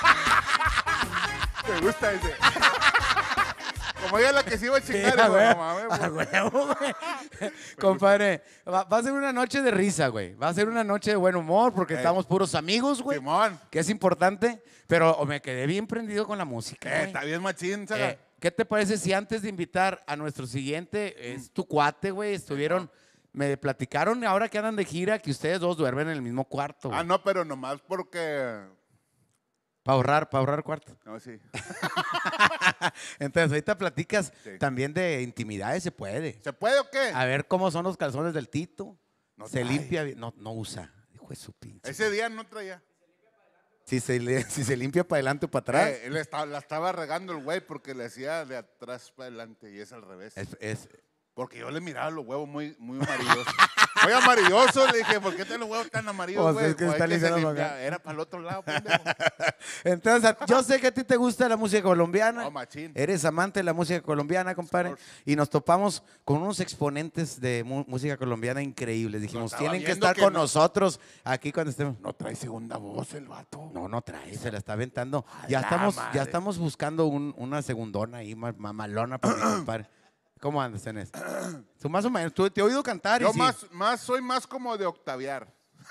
[SPEAKER 6] Me gusta ese. Como ella la que se iba a chingar.
[SPEAKER 3] a
[SPEAKER 6] dijo,
[SPEAKER 3] huevo,
[SPEAKER 6] "No mames,
[SPEAKER 3] a
[SPEAKER 6] pues".
[SPEAKER 3] huevo, güey. Compadre, va a ser una noche de risa, güey. Va a ser una noche de buen humor porque estamos puros amigos, güey.
[SPEAKER 6] Simón.
[SPEAKER 3] Que es importante. Pero me quedé bien prendido con la música, güey.
[SPEAKER 6] Está bien machín, Saga.
[SPEAKER 3] ¿Qué te parece si antes de invitar a nuestro siguiente, es tu cuate, güey, me platicaron ahora que andan de gira que ustedes dos duermen en el mismo cuarto, güey?
[SPEAKER 6] No, pero nomás porque...
[SPEAKER 3] Para ahorrar cuarto.
[SPEAKER 6] No, sí.
[SPEAKER 3] Entonces, ahorita platicas
[SPEAKER 6] Sí.
[SPEAKER 3] también de intimidades, se puede.
[SPEAKER 6] ¿Se puede o qué?
[SPEAKER 3] A ver cómo son los calzones del Tito.
[SPEAKER 6] No
[SPEAKER 3] se
[SPEAKER 6] trae.
[SPEAKER 3] limpia bien. No usa. Hijo de su pinche.
[SPEAKER 6] Ese día no traía.
[SPEAKER 3] Si se limpia para adelante o para atrás.
[SPEAKER 6] Él la estaba regando el güey porque le hacía de atrás para adelante y es al revés.
[SPEAKER 3] Es
[SPEAKER 6] Porque yo le miraba los huevos muy amarillos. Muy amarilloso, le dije, ¿por qué te los huevos tan amarillos,
[SPEAKER 3] Pues
[SPEAKER 6] güey?
[SPEAKER 3] es que
[SPEAKER 6] Pues
[SPEAKER 3] está
[SPEAKER 6] hay que se
[SPEAKER 3] ligero,
[SPEAKER 6] limpia.
[SPEAKER 3] acá.
[SPEAKER 6] Era para el otro lado, pendejo.
[SPEAKER 3] Entonces, yo sé que a ti te gusta la música colombiana.
[SPEAKER 6] Oh, machín.
[SPEAKER 3] Eres amante de la música colombiana, compadre. Y nos topamos con unos exponentes de música colombiana increíbles. Dijimos,
[SPEAKER 6] estaba
[SPEAKER 3] tienen que
[SPEAKER 6] viendo
[SPEAKER 3] estar
[SPEAKER 6] que
[SPEAKER 3] con
[SPEAKER 6] no-
[SPEAKER 3] nosotros aquí cuando estemos.
[SPEAKER 6] No trae segunda voz el vato.
[SPEAKER 3] No, no trae, se la está aventando.
[SPEAKER 6] A
[SPEAKER 3] Ya
[SPEAKER 6] la
[SPEAKER 3] ya
[SPEAKER 6] madre.
[SPEAKER 3] estamos buscando una segundona ahí, mamalona para mi compadre. ¿Cómo andas en eso? Tú más o menos, te he oído cantar y
[SPEAKER 6] Yo
[SPEAKER 3] sí.
[SPEAKER 6] soy más como de octaviar.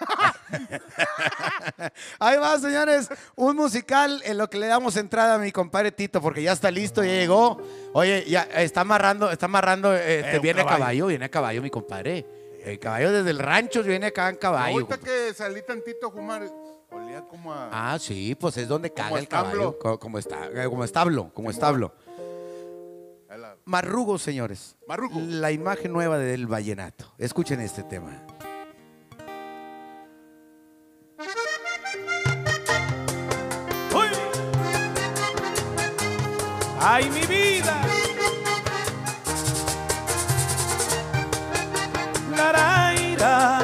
[SPEAKER 3] Ahí va, señores, un musical en lo que le damos entrada a mi compadre Tito, porque ya está listo, ya llegó. Oye, ya está amarrando, viene a caballo mi compadre. El caballo desde el rancho viene acá en caballo.
[SPEAKER 6] Ahorita que salí tantito a fumar, olía como a...
[SPEAKER 3] Ah, sí, pues es donde caga el
[SPEAKER 6] establo.
[SPEAKER 3] caballo, como establo.
[SPEAKER 6] a la-
[SPEAKER 3] Marrugo, señores.
[SPEAKER 6] Marrugo.
[SPEAKER 3] La imagen nueva del vallenato. Escuchen este tema.
[SPEAKER 5] ¡Uy! ¡Ay, mi vida! Laraira.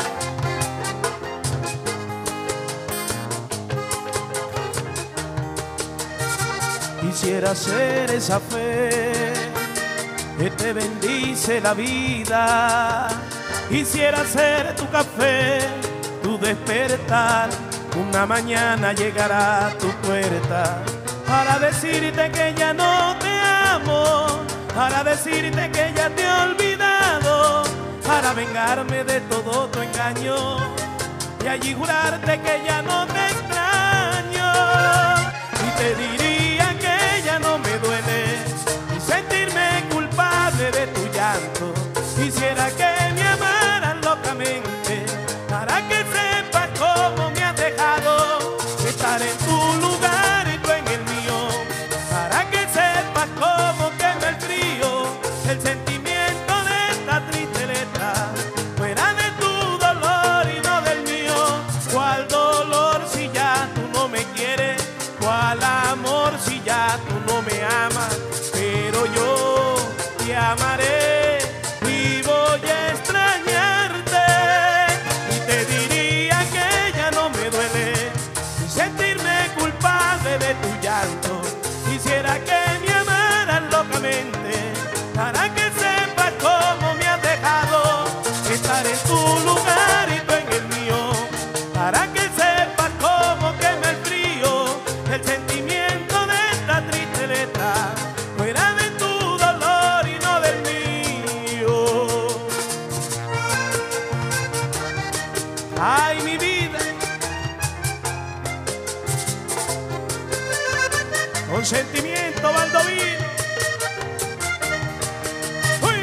[SPEAKER 5] Quisiera ser esa fe que te bendice la vida. Quisiera ser tu café, tu despertar. Una mañana llegará a tu puerta para decirte que ya no te amo, para decirte que ya te he olvidado, para vengarme de todo tu engaño y allí jurarte que ya no te extraño. Y te diría que ya no me duele y sentirme culpable de tu llanto. Quisiera que me amaran locamente para que sepas cómo me has dejado, estar en tu lugar y tú en el mío, para que sepas cómo quema el frío, el sentimiento de esta triste letra, fuera de tu dolor y no del mío. ¿Cuál dolor si ya tú no me quieres? ¿Cuál amor si ya tú no me amas? Pero yo te amaré y voy a extrañarte. Y te diría que ya no me duele y sentirme culpable de tu llanto. Quisiera que me amaran locamente para que sepas cómo me has dejado, estar en tu lugar y tú en el mío, para que sepas cómo quema el frío, el sentimiento de esta triste letra, fuera de tu dolor y no del mío. Ay, mi vida, con sentimiento, Valdovín. ¡Uy!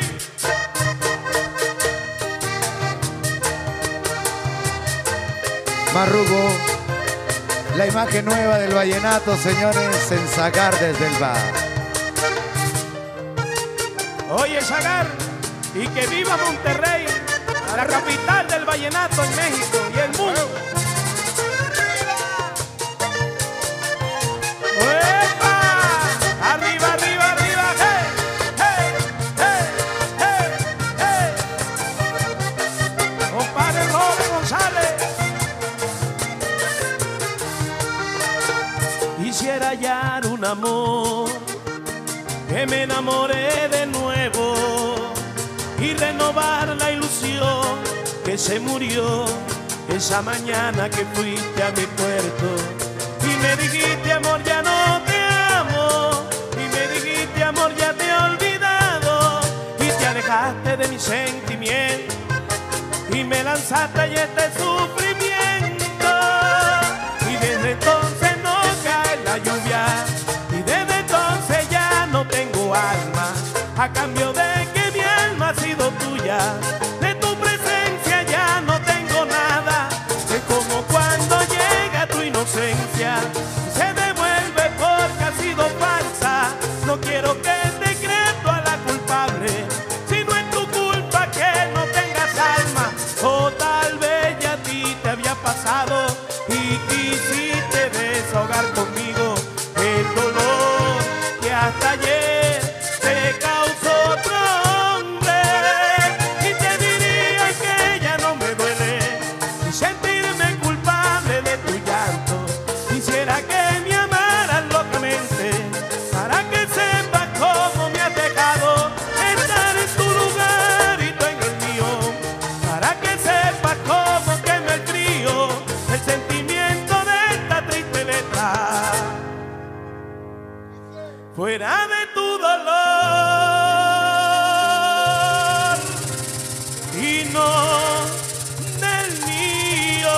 [SPEAKER 3] Marrugo, la imagen nueva del vallenato, señores, en Zagar desde el bar.
[SPEAKER 5] Oye, Zagar, y que viva Monterrey, la capital del vallenato en México y el mundo. ¡Uepa! Arriba, arriba, arriba, hey, hey, hey, hey, hey. Compadre Robert González. Quisiera hallar un amor que me enamore de nuevo y renovar la ilusión que se murió esa mañana que fuiste a mi puerto y me dijiste amor ya no te amo, y me dijiste amor ya te he olvidado, y te alejaste de mi sentimiento y me lanzaste a este sufrimiento, y desde entonces no cae la lluvia y desde entonces ya no tengo alma, a cambio de que mi alma ha sido tuya, de tu presencia ya no tengo nada, es como cuando llega tu inocencia, se devuelve porque ha sido falsa, no quiero que te creas tú a la culpable, si no es tu culpa que no tengas alma, o tal vez ya a ti te será de tu dolor y no del mío.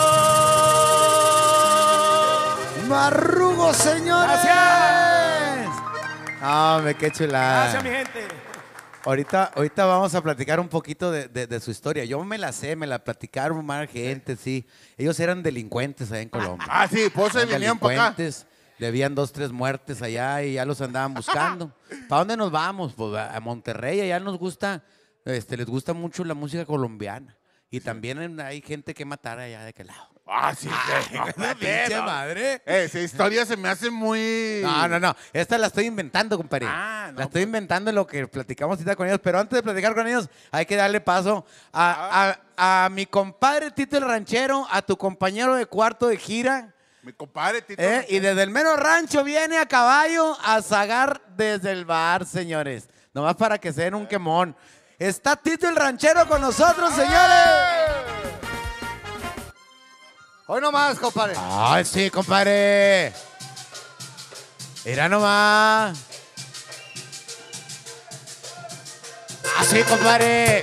[SPEAKER 3] Marrugo, señores.
[SPEAKER 5] Gracias.
[SPEAKER 3] Hombre, qué chulada.
[SPEAKER 5] Gracias, mi gente.
[SPEAKER 3] Ahorita vamos a platicar un poquito de su historia. Yo me la sé, me la platicaron más gente, sí. Ellos eran delincuentes allá en Colombia.
[SPEAKER 6] Ah, sí, pues se
[SPEAKER 3] Eran
[SPEAKER 6] venían para acá.
[SPEAKER 3] delincuentes, debían 2, 3 muertes allá y ya los andaban buscando. ¿Para dónde nos vamos? Pues a Monterrey, allá nos gusta, les gusta mucho la música colombiana. Y también hay gente que matar allá de aquel lado.
[SPEAKER 6] Ah, sí,
[SPEAKER 3] ¡Pinche madre!
[SPEAKER 6] Esa historia se me hace muy...
[SPEAKER 3] No. Esta la estoy inventando, compadre.
[SPEAKER 6] Ah, no,
[SPEAKER 3] la estoy inventando en lo que platicamos ahorita con ellos. Pero antes de platicar con ellos, hay que darle paso a mi compadre Tito el Ranchero, a tu compañero de cuarto de gira.
[SPEAKER 6] Mi compadre, Tito.
[SPEAKER 3] Y desde el mero rancho viene a caballo a zagar desde el bar, señores. Nomás para que se den un quemón. Está Tito el Ranchero con nosotros, señores.
[SPEAKER 7] Hoy nomás, compadre.
[SPEAKER 3] Ay, sí, compadre. Mira nomás. Así, compadre.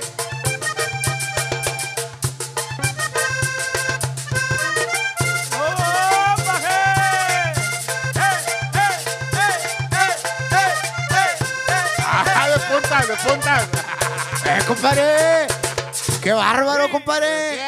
[SPEAKER 6] Ajá, de punta.
[SPEAKER 3] Compadre. Qué bárbaro, compadre.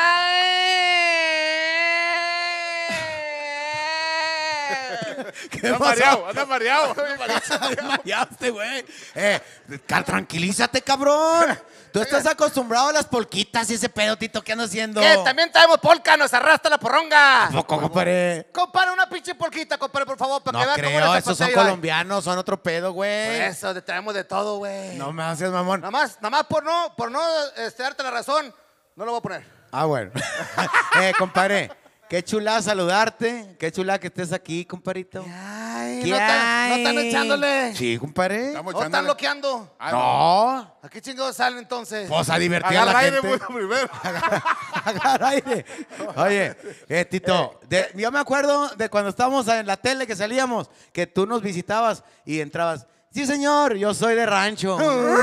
[SPEAKER 3] ¿Qué pasó?
[SPEAKER 6] Anda mareado.
[SPEAKER 3] Mareaste, güey. Tranquilízate, cabrón. Tú estás acostumbrado a las polquitas y ese pedo, Tito. ¿Qué andas haciendo?
[SPEAKER 7] ¿Qué? También traemos polca, nos arrastra la porronga.
[SPEAKER 3] ¿A poco, compadre?
[SPEAKER 7] Compadre, una pinche polquita, compadre, por favor, para
[SPEAKER 3] No
[SPEAKER 7] que vean cómo
[SPEAKER 3] creo,
[SPEAKER 7] les
[SPEAKER 3] esos son
[SPEAKER 7] zapateo ahí.
[SPEAKER 3] colombianos, son otro pedo, güey.
[SPEAKER 7] Por eso, te traemos de todo, güey.
[SPEAKER 3] No me haces, mamón.
[SPEAKER 7] Nada más por no darte la razón, no lo voy a poner.
[SPEAKER 3] Ah, bueno. Compadre, qué chula saludarte. Qué chula que estés aquí, compadrito.
[SPEAKER 7] Ay,
[SPEAKER 3] ¿Qué
[SPEAKER 7] no
[SPEAKER 3] hay?
[SPEAKER 7] están echándole.
[SPEAKER 3] Sí, compadre.
[SPEAKER 6] Estamos
[SPEAKER 7] No están
[SPEAKER 6] echándole.
[SPEAKER 7] bloqueando.
[SPEAKER 3] No.
[SPEAKER 7] ¿A qué chingados salen entonces?
[SPEAKER 3] Pues a divertir a
[SPEAKER 6] Agarra
[SPEAKER 3] la
[SPEAKER 6] aire,
[SPEAKER 3] gente.
[SPEAKER 6] güey, primero.
[SPEAKER 3] Agarra aire. Oye, Tito, yo me acuerdo de cuando estábamos en la tele que salíamos, que tú nos visitabas y entrabas. Sí, señor, yo soy de rancho.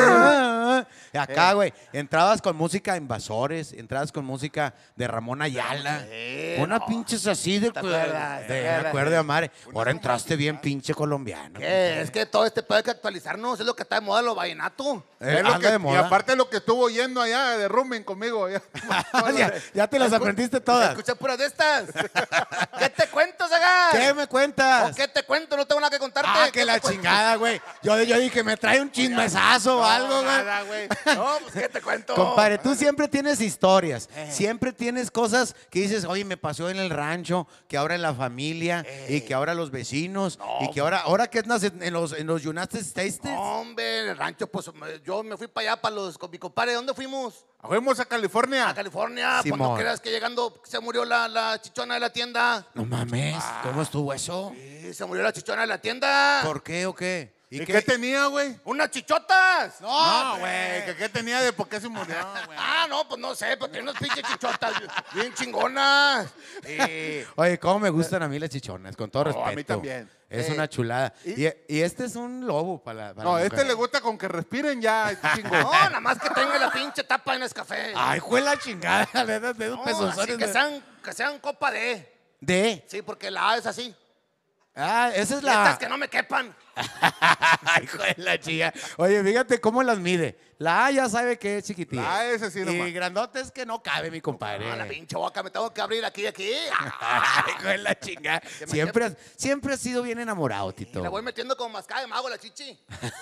[SPEAKER 3] Acá, güey, entrabas con música Invasores, entrabas con música de Ramón Ayala. Una pinches así de...
[SPEAKER 7] acuerdas?
[SPEAKER 3] Me acuerdo de madre. Ahora entraste bien pinche colombiano.
[SPEAKER 7] ¿Qué? Es que todo este pedo hay que actualizarnos, es lo que está de moda, lo vallenato.
[SPEAKER 6] Es lo
[SPEAKER 3] Anda
[SPEAKER 6] que-
[SPEAKER 3] de
[SPEAKER 6] y
[SPEAKER 3] moda.
[SPEAKER 6] aparte lo que estuvo oyendo allá de rooming conmigo. Ya.
[SPEAKER 3] ya te las aprendiste todas.
[SPEAKER 7] Escucha puras de estas. ¿Qué te cuento, Zagar?
[SPEAKER 3] ¿Qué me cuentas?
[SPEAKER 7] ¿O qué te cuento? No tengo nada que contarte.
[SPEAKER 3] Ah,
[SPEAKER 7] ¿Qué
[SPEAKER 3] que
[SPEAKER 7] te
[SPEAKER 3] la
[SPEAKER 7] cuento?
[SPEAKER 3] chingada, güey. Yo dije, me trae un chismesazo o algo, güey.
[SPEAKER 6] Nada, güey.
[SPEAKER 7] No, pues ¿qué te cuento?
[SPEAKER 3] Compadre, tú siempre tienes historias, siempre tienes cosas que dices, oye, me pasó en el rancho, que ahora en la familia, y que ahora los vecinos, y que ahora que andas en los United States.
[SPEAKER 7] No, hombre, en el rancho, pues yo me fui para allá con mi compadre. ¿Dónde fuimos?
[SPEAKER 6] Fuimos a California.
[SPEAKER 7] A California.
[SPEAKER 3] Simón.
[SPEAKER 7] Pues no creas que llegando se murió la chichona de la tienda.
[SPEAKER 3] No mames, ¿cómo estuvo eso?
[SPEAKER 7] Sí, se murió la chichona de la tienda.
[SPEAKER 3] ¿Por qué o qué?
[SPEAKER 6] ¿Y qué tenía, güey?
[SPEAKER 7] ¡Unas chichotas!
[SPEAKER 6] No, güey. ¿Qué tenía de por qué se murió, güey?
[SPEAKER 7] Ah, no, pues no sé, pero tiene unas pinches chichotas bien chingonas.
[SPEAKER 3] Oye, cómo me gustan a mí las chichonas, con todo
[SPEAKER 6] No,
[SPEAKER 3] respeto.
[SPEAKER 6] a mí también.
[SPEAKER 3] Es una chulada. Y este es un lobo para la
[SPEAKER 6] No,
[SPEAKER 3] mujer.
[SPEAKER 6] le gusta con que respiren ya, chingo.
[SPEAKER 7] No, nada más que tenga la pinche tapa en Nescafé.
[SPEAKER 3] Ay, fue la chingada, de esos
[SPEAKER 7] No,
[SPEAKER 3] pezozones
[SPEAKER 7] así que sean copa de.
[SPEAKER 3] de...
[SPEAKER 7] Sí, porque la A es así.
[SPEAKER 3] Ah, esa es
[SPEAKER 7] Y estas
[SPEAKER 3] la...
[SPEAKER 7] que no me quepan.
[SPEAKER 3] Hijo de la chica. Oye, fíjate cómo las mide. La A ya sabe que es chiquitita.
[SPEAKER 6] La A es así nomás.
[SPEAKER 3] Y grandote es que no cabe, mi compadre.
[SPEAKER 7] No, la pinche boca, me tengo que abrir aquí.
[SPEAKER 3] Hijo de la chinga. Siempre has sido bien enamorado, Tito.
[SPEAKER 7] La voy metiendo como mascada de mago la chichi.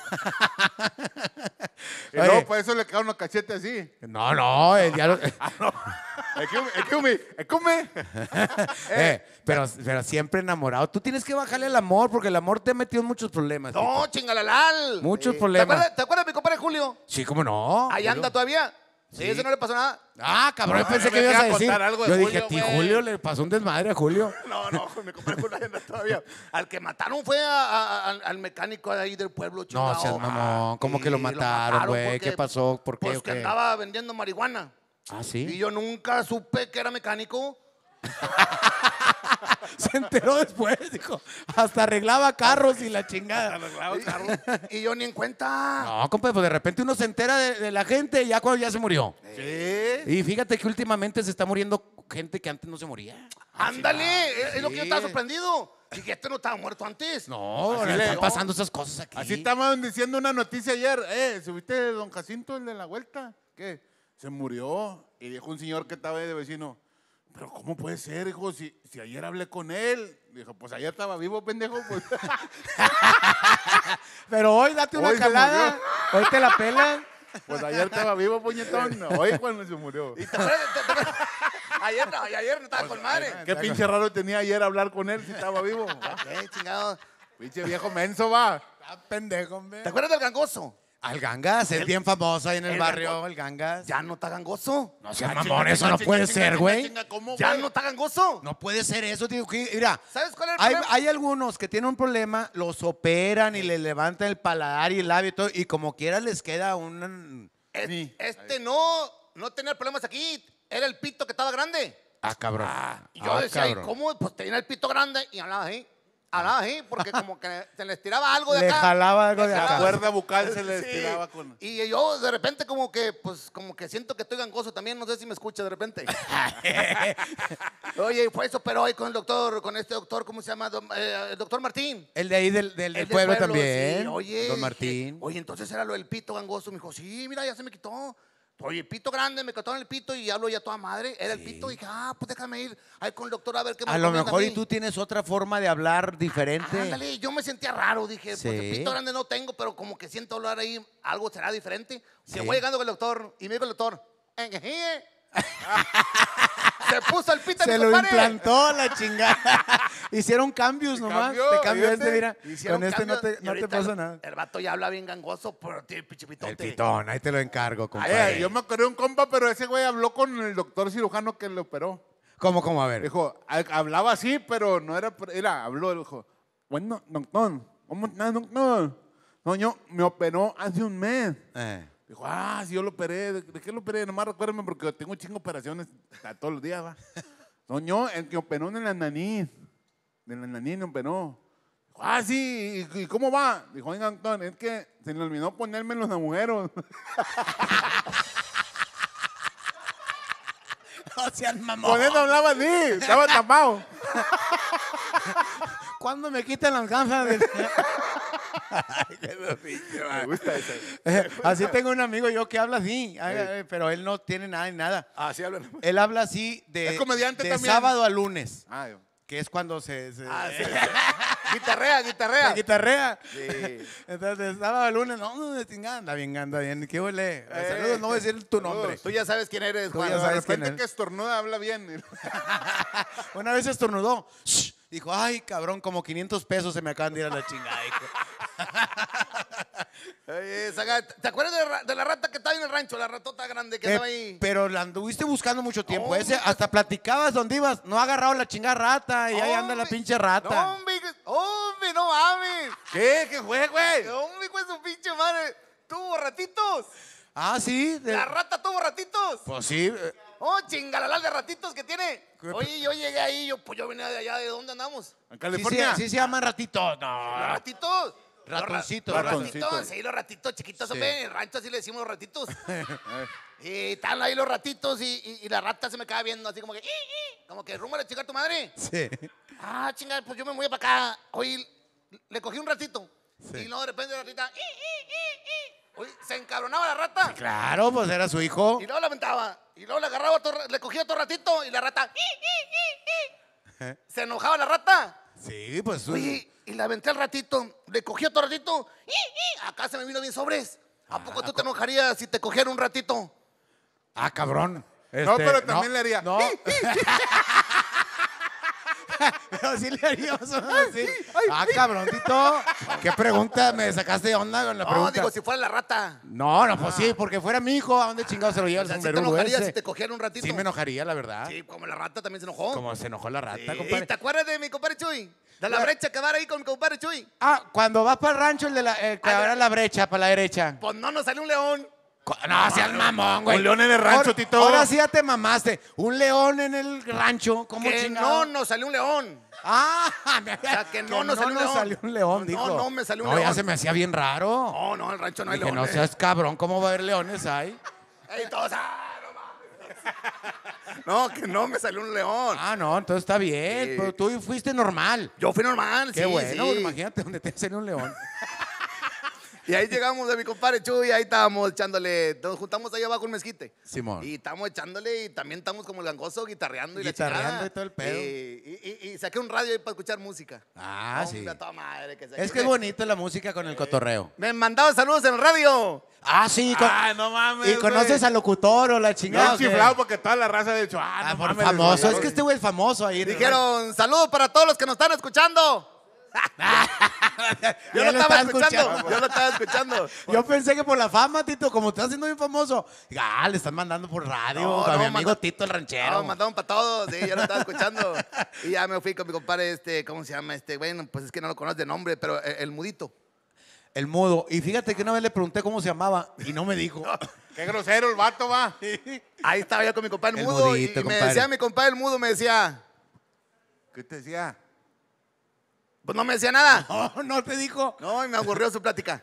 [SPEAKER 6] Y luego
[SPEAKER 3] Oye.
[SPEAKER 6] por eso le quedaron los cachetes así.
[SPEAKER 3] No, ya lo-
[SPEAKER 6] Escume.
[SPEAKER 3] pero siempre enamorado. Tú tienes que bajarle el amor porque el amor te ha metido en muchos problemas.
[SPEAKER 7] No,
[SPEAKER 3] Tito.
[SPEAKER 7] chingalalal.
[SPEAKER 3] Muchos problemas.
[SPEAKER 7] ¿Te acuerdas de mi compadre Julio?
[SPEAKER 3] Sí, ¿cómo no?
[SPEAKER 7] Ahí anda todavía. Sí, ese no le pasó nada.
[SPEAKER 3] Ah, cabrón,
[SPEAKER 6] No,
[SPEAKER 3] pensé
[SPEAKER 6] no
[SPEAKER 3] que
[SPEAKER 6] me
[SPEAKER 3] ibas a
[SPEAKER 6] quería
[SPEAKER 3] decir.
[SPEAKER 6] contar algo de
[SPEAKER 3] Yo dije,
[SPEAKER 6] Julio,
[SPEAKER 3] "Ti,
[SPEAKER 6] güey".
[SPEAKER 3] Julio le pasó un desmadre a Julio.
[SPEAKER 7] No, mi compadre Julio ahí anda todavía. Al que mataron fue al mecánico de ahí del pueblo,
[SPEAKER 3] No,
[SPEAKER 7] chingado.
[SPEAKER 3] seas mamón. ¿Cómo que lo
[SPEAKER 7] Sí,
[SPEAKER 3] mataron, güey?
[SPEAKER 7] porque,
[SPEAKER 3] ¿Qué pasó? ¿Por qué
[SPEAKER 7] Pues
[SPEAKER 3] o
[SPEAKER 7] que
[SPEAKER 3] qué?
[SPEAKER 7] andaba vendiendo marihuana.
[SPEAKER 3] Ah,
[SPEAKER 7] Y
[SPEAKER 3] ¿sí?
[SPEAKER 7] yo nunca supe que era mecánico.
[SPEAKER 3] Se enteró después, dijo. Hasta arreglaba carros y la chingada.
[SPEAKER 7] Y yo ni en cuenta.
[SPEAKER 3] No, compadre, pues de repente uno se entera de la gente ya cuando ya se murió.
[SPEAKER 7] Sí.
[SPEAKER 3] Y fíjate que últimamente se está muriendo gente que antes no se moría.
[SPEAKER 7] Ándale, es lo que yo estaba
[SPEAKER 3] Sí.
[SPEAKER 7] sorprendido. Dije, este no estaba muerto antes.
[SPEAKER 3] No,
[SPEAKER 6] Así
[SPEAKER 3] le
[SPEAKER 6] le-
[SPEAKER 3] están pasando esas cosas aquí.
[SPEAKER 6] Así estaban diciendo una noticia ayer. ¿Subiste don Jacinto, el de la vuelta? ¿Qué? Se murió. Y dijo un señor que estaba ahí de vecino. Pero ¿cómo puede ser, hijo? Si ayer hablé con él. Dijo, pues ayer estaba vivo, pendejo. Pues.
[SPEAKER 3] Pero hoy date una
[SPEAKER 6] Hoy se
[SPEAKER 3] calada. Hoy te la pelan.
[SPEAKER 6] Pues ayer estaba vivo, puñetón. Hoy cuando se murió.
[SPEAKER 7] ¿Y te acuerdas? Ayer estaba con madre.
[SPEAKER 6] Qué pinche raro tenía ayer hablar con él si estaba vivo.
[SPEAKER 7] ¿Qué chingado?
[SPEAKER 6] Pinche viejo menso, va.
[SPEAKER 3] Está pendejo, hombre.
[SPEAKER 7] ¿Te acuerdas del gangoso?
[SPEAKER 3] Al Gangas, es bien famoso ahí en el
[SPEAKER 7] el
[SPEAKER 3] barrio,
[SPEAKER 7] Gango-
[SPEAKER 3] el Gangas.
[SPEAKER 7] Ya no está gangoso.
[SPEAKER 3] No seas mamón, eso no puede ser, güey.
[SPEAKER 7] Ya no está gangoso.
[SPEAKER 3] No puede ser eso, tío. Mira,
[SPEAKER 7] ¿Sabes cuál es el
[SPEAKER 3] hay,
[SPEAKER 7] problema?
[SPEAKER 3] hay algunos que tienen un problema, los operan y le levantan el paladar y el labio y todo, y como quiera les queda un...
[SPEAKER 7] Este no tenía problemas aquí. Era el pito que estaba grande.
[SPEAKER 3] Ah, cabrón.
[SPEAKER 7] Y yo decía, ¿y cómo? Pues tenía el pito grande y hablaba así. Hablaba así, porque como que se le estiraba algo de
[SPEAKER 3] Le
[SPEAKER 7] acá.
[SPEAKER 3] jalaba algo de
[SPEAKER 7] Le
[SPEAKER 3] acá.
[SPEAKER 7] jalaba.
[SPEAKER 6] La cuerda bucal se le
[SPEAKER 7] Sí.
[SPEAKER 6] estiraba con...
[SPEAKER 7] Y yo de repente como que, pues, como que siento que estoy gangoso también. No sé si me escucha de repente. Oye, fue eso, pero hoy con el doctor, con este doctor, ¿cómo se llama? El doctor Martín.
[SPEAKER 3] El de ahí del
[SPEAKER 7] El del
[SPEAKER 3] pueblo también.
[SPEAKER 7] sí. Oye,
[SPEAKER 3] Don
[SPEAKER 7] dije,
[SPEAKER 3] Martín.
[SPEAKER 7] oye, entonces era lo del pito gangoso. Me dijo, sí, mira, ya se me quitó. Oye, pito grande, me quitaron el pito y hablo ya toda madre. Era el pito. Dije, pues déjame ir ahí con el doctor a ver qué me
[SPEAKER 3] A lo
[SPEAKER 7] recomienda
[SPEAKER 3] mejor
[SPEAKER 7] mí.
[SPEAKER 3] y tú tienes otra forma de hablar diferente.
[SPEAKER 7] Ándale, yo me sentía raro. Dije,
[SPEAKER 3] Sí.
[SPEAKER 7] pues el pito grande no tengo, pero como que siento hablar ahí, algo será diferente. Se
[SPEAKER 3] Sí.
[SPEAKER 7] fue llegando con el doctor y me dijo el doctor, se puso el pito
[SPEAKER 3] Se
[SPEAKER 7] mi
[SPEAKER 3] lo
[SPEAKER 7] compadre.
[SPEAKER 3] implantó la chingada. Hicieron cambios nomás.
[SPEAKER 6] cambió,
[SPEAKER 3] Te cambió
[SPEAKER 6] fíjate.
[SPEAKER 3] este, mira.
[SPEAKER 7] Hicieron
[SPEAKER 3] Con este no
[SPEAKER 7] cambios,
[SPEAKER 3] te,
[SPEAKER 7] y
[SPEAKER 3] no te
[SPEAKER 7] ahorita
[SPEAKER 3] pasa nada.
[SPEAKER 7] El vato ya habla bien gangoso, pero tiene pinche pitote.
[SPEAKER 3] El pitón, ahí te lo encargo, compadre.
[SPEAKER 6] Yo me acordé de un compa, pero ese güey habló con el doctor cirujano que le operó.
[SPEAKER 3] ¿Cómo? A ver.
[SPEAKER 6] Dijo, hablaba así, pero no habló, dijo, bueno, doctor, ¿cómo estás, doctor? No, yo me operó hace un mes. Dijo, sí, yo lo operé. ¿De qué lo operé? Nomás recuérdame porque tengo un chingo de operaciones todos los días, va. No, yo, el que operó de la nariz. De la nariz me operó. Dijo, sí, ¿y cómo va? Dijo, oiga, doctor, es que se me olvidó ponerme los agujeros.
[SPEAKER 3] No sean mamón.
[SPEAKER 6] Con eso hablaba así, estaba tapado.
[SPEAKER 3] ¿Cuándo me quitan las gafas?
[SPEAKER 6] Me gusta eso.
[SPEAKER 3] Así tengo un amigo yo que habla así, pero él no tiene nada en nada.
[SPEAKER 7] Sí hablan.
[SPEAKER 3] Él habla así de,
[SPEAKER 6] Es comediante
[SPEAKER 3] de
[SPEAKER 6] también.
[SPEAKER 3] sábado a lunes,
[SPEAKER 6] Yo.
[SPEAKER 3] que es cuando se
[SPEAKER 7] Guitarrea.
[SPEAKER 3] guitarrea.
[SPEAKER 7] Sí.
[SPEAKER 3] Entonces, de sábado a lunes, no, chingada, anda bien. ¿Qué huele? Saludos, no voy a decir tu nombre.
[SPEAKER 7] Tú ya sabes quién eres,
[SPEAKER 3] Tú
[SPEAKER 7] Juan.
[SPEAKER 3] ya
[SPEAKER 6] De
[SPEAKER 3] sabes quién
[SPEAKER 6] repente
[SPEAKER 3] es.
[SPEAKER 6] que estornuda habla bien.
[SPEAKER 3] Una vez estornudó. Shh, dijo, ay, cabrón, como 500 pesos se me acaban de ir a la chingada. hijo.
[SPEAKER 7] Oye, Saga, ¿te acuerdas de la rata que estaba en el rancho? La ratota grande que estaba ahí.
[SPEAKER 3] Pero la anduviste buscando mucho tiempo.
[SPEAKER 7] Hombre,
[SPEAKER 3] Ese, hasta platicabas dónde ibas. No ha agarrado la chingada rata y ahí anda la
[SPEAKER 7] Hombre,
[SPEAKER 3] pinche rata.
[SPEAKER 7] Hombre, no mames.
[SPEAKER 6] ¿Qué? ¿Qué fue, güey?
[SPEAKER 7] Hombre, con su pinche madre. ¿Tuvo ratitos?
[SPEAKER 3] Ah, sí.
[SPEAKER 7] ¿La rata tuvo ratitos?
[SPEAKER 3] Pues sí.
[SPEAKER 7] Oh, chingalalal de ratitos que tiene.
[SPEAKER 3] ¿Qué?
[SPEAKER 7] Oye, yo llegué ahí, yo venía de allá, ¿de dónde andamos?
[SPEAKER 6] En
[SPEAKER 3] Sí,
[SPEAKER 6] California.
[SPEAKER 3] sí se llaman ratitos.
[SPEAKER 7] Los
[SPEAKER 3] No.
[SPEAKER 7] ratitos.
[SPEAKER 3] Ratoncitos.
[SPEAKER 7] Los
[SPEAKER 6] Ratoncitos.
[SPEAKER 7] ratitos, sí, los ratitos chiquitos,
[SPEAKER 3] Sí.
[SPEAKER 7] hombre. En el rancho así le decimos los ratitos. Y están ahí los ratitos y la rata se me acaba viendo así como que, como que rumbo a chingar tu madre.
[SPEAKER 3] Sí.
[SPEAKER 7] Chingar, pues yo me voy para acá. Oye, le cogí un ratito.
[SPEAKER 3] Sí.
[SPEAKER 7] Y luego de repente la ratita, oye, se encabronaba la rata.
[SPEAKER 3] Claro, pues era su hijo.
[SPEAKER 7] Y luego la aventaba. Y luego le agarraba, le cogía otro ratito y la rata, se enojaba la rata.
[SPEAKER 3] Sí, pues.
[SPEAKER 7] Oye, y le aventé al ratito, le cogí otro ratito, acá se me vino bien sobres. ¿A poco tú te enojarías si te cogiera un ratito?
[SPEAKER 3] Ah, cabrón.
[SPEAKER 6] No, pero también le haría.
[SPEAKER 3] No. Pero sí le haríamos así. Ah, cabrón, Tito. ¿Qué pregunta? Me sacaste de onda con la
[SPEAKER 7] No,
[SPEAKER 3] pregunta.
[SPEAKER 7] digo, si fuera la rata.
[SPEAKER 3] No, pues sí, porque fuera mi hijo, ¿a dónde chingado se lo lleva el
[SPEAKER 7] O sea, ¿sí te
[SPEAKER 3] sombrero
[SPEAKER 7] enojarías
[SPEAKER 3] ese?
[SPEAKER 7] si te cogiera un ratito?
[SPEAKER 3] Sí me enojaría, la verdad.
[SPEAKER 7] Sí, como la rata también se enojó.
[SPEAKER 3] Como se enojó la rata,
[SPEAKER 7] Sí.
[SPEAKER 3] compadre.
[SPEAKER 7] ¿Y te acuerdas de mi compadre Chuy? De la brecha que va ahí con mi compadre Chuy.
[SPEAKER 3] Ah, cuando vas para el rancho, el de la, que
[SPEAKER 7] Ah,
[SPEAKER 3] abra la brecha para la derecha.
[SPEAKER 7] Pues no nos salió un león.
[SPEAKER 3] No seas mamón, güey.
[SPEAKER 6] Un león en el rancho,
[SPEAKER 3] Ahora-
[SPEAKER 6] Tito.
[SPEAKER 3] Ahora sí ya te mamaste. Un león en el rancho, ¿cómo
[SPEAKER 7] Que
[SPEAKER 3] chingado?
[SPEAKER 7] no nos salió un león.
[SPEAKER 3] Ah,
[SPEAKER 7] O sea, que no nos salió un león.
[SPEAKER 3] dijo.
[SPEAKER 7] No, me salió un
[SPEAKER 3] No,
[SPEAKER 7] león.
[SPEAKER 3] ya se me hacía bien raro.
[SPEAKER 7] No, no, en el rancho no hay
[SPEAKER 3] Dije,
[SPEAKER 7] leones.
[SPEAKER 3] no seas cabrón, ¿cómo va a haber leones ahí?
[SPEAKER 7] Ey, todos, no mames. No, que no me salió un león.
[SPEAKER 3] Ah, no, entonces está bien.
[SPEAKER 7] Sí.
[SPEAKER 3] Pero tú fuiste normal.
[SPEAKER 7] Yo fui normal,
[SPEAKER 3] Qué
[SPEAKER 7] sí,
[SPEAKER 3] bueno,
[SPEAKER 7] sí.
[SPEAKER 3] imagínate donde te salió un león.
[SPEAKER 7] Y ahí llegamos de mi compadre Chuy, ahí estábamos echándole, nos juntamos ahí abajo un mezquite.
[SPEAKER 3] Simón.
[SPEAKER 7] Y estamos echándole y también estamos como el gangoso guitarreando y
[SPEAKER 3] Guitarreando
[SPEAKER 7] la chingada.
[SPEAKER 3] y todo el pedo.
[SPEAKER 7] Y saqué un radio ahí para escuchar música.
[SPEAKER 3] Ah,
[SPEAKER 7] Hombre,
[SPEAKER 3] sí.
[SPEAKER 7] a toda madre que se-
[SPEAKER 3] Es que es bonito la música con el cotorreo.
[SPEAKER 7] Me mandaba saludos en el radio.
[SPEAKER 3] Ah, sí.
[SPEAKER 6] No mames,
[SPEAKER 3] ¿Y conoces al locutor o la
[SPEAKER 6] No,
[SPEAKER 3] chingada? o qué?
[SPEAKER 6] chiflado porque toda la raza ha dicho,
[SPEAKER 3] Ah,
[SPEAKER 6] no
[SPEAKER 3] por
[SPEAKER 6] mames,
[SPEAKER 3] famoso.
[SPEAKER 6] güey.
[SPEAKER 3] Es que este güey es famoso ahí.
[SPEAKER 7] Dijeron, saludos para todos los que nos están escuchando. Yo
[SPEAKER 3] Ya
[SPEAKER 7] lo
[SPEAKER 3] lo
[SPEAKER 7] estaba
[SPEAKER 3] estaba
[SPEAKER 7] escuchando. Yo lo estaba escuchando.
[SPEAKER 3] Yo pensé que por la fama, Tito, como te estás haciendo bien famoso. Ah, le están mandando por radio
[SPEAKER 7] No,
[SPEAKER 3] a mi
[SPEAKER 7] no,
[SPEAKER 3] amigo
[SPEAKER 7] manda-
[SPEAKER 3] Tito el ranchero.
[SPEAKER 7] No, mandaron para todos, sí, yo lo estaba escuchando. Y ya me fui con mi compadre, ¿cómo se llama? Bueno, pues es que no lo conoces de nombre, pero el mudito.
[SPEAKER 3] El mudo. Y fíjate que una vez le pregunté cómo se llamaba y no me dijo.
[SPEAKER 6] Qué grosero el vato, va.
[SPEAKER 7] Ahí estaba yo con mi compadre
[SPEAKER 3] El
[SPEAKER 7] mudo
[SPEAKER 3] mudito,
[SPEAKER 7] y me
[SPEAKER 3] compadre.
[SPEAKER 7] decía mi compadre el mudo, me decía,
[SPEAKER 6] ¿Qué te decía?
[SPEAKER 7] pues no me decía nada.
[SPEAKER 3] No, no te dijo.
[SPEAKER 7] No, y me aburrió su plática.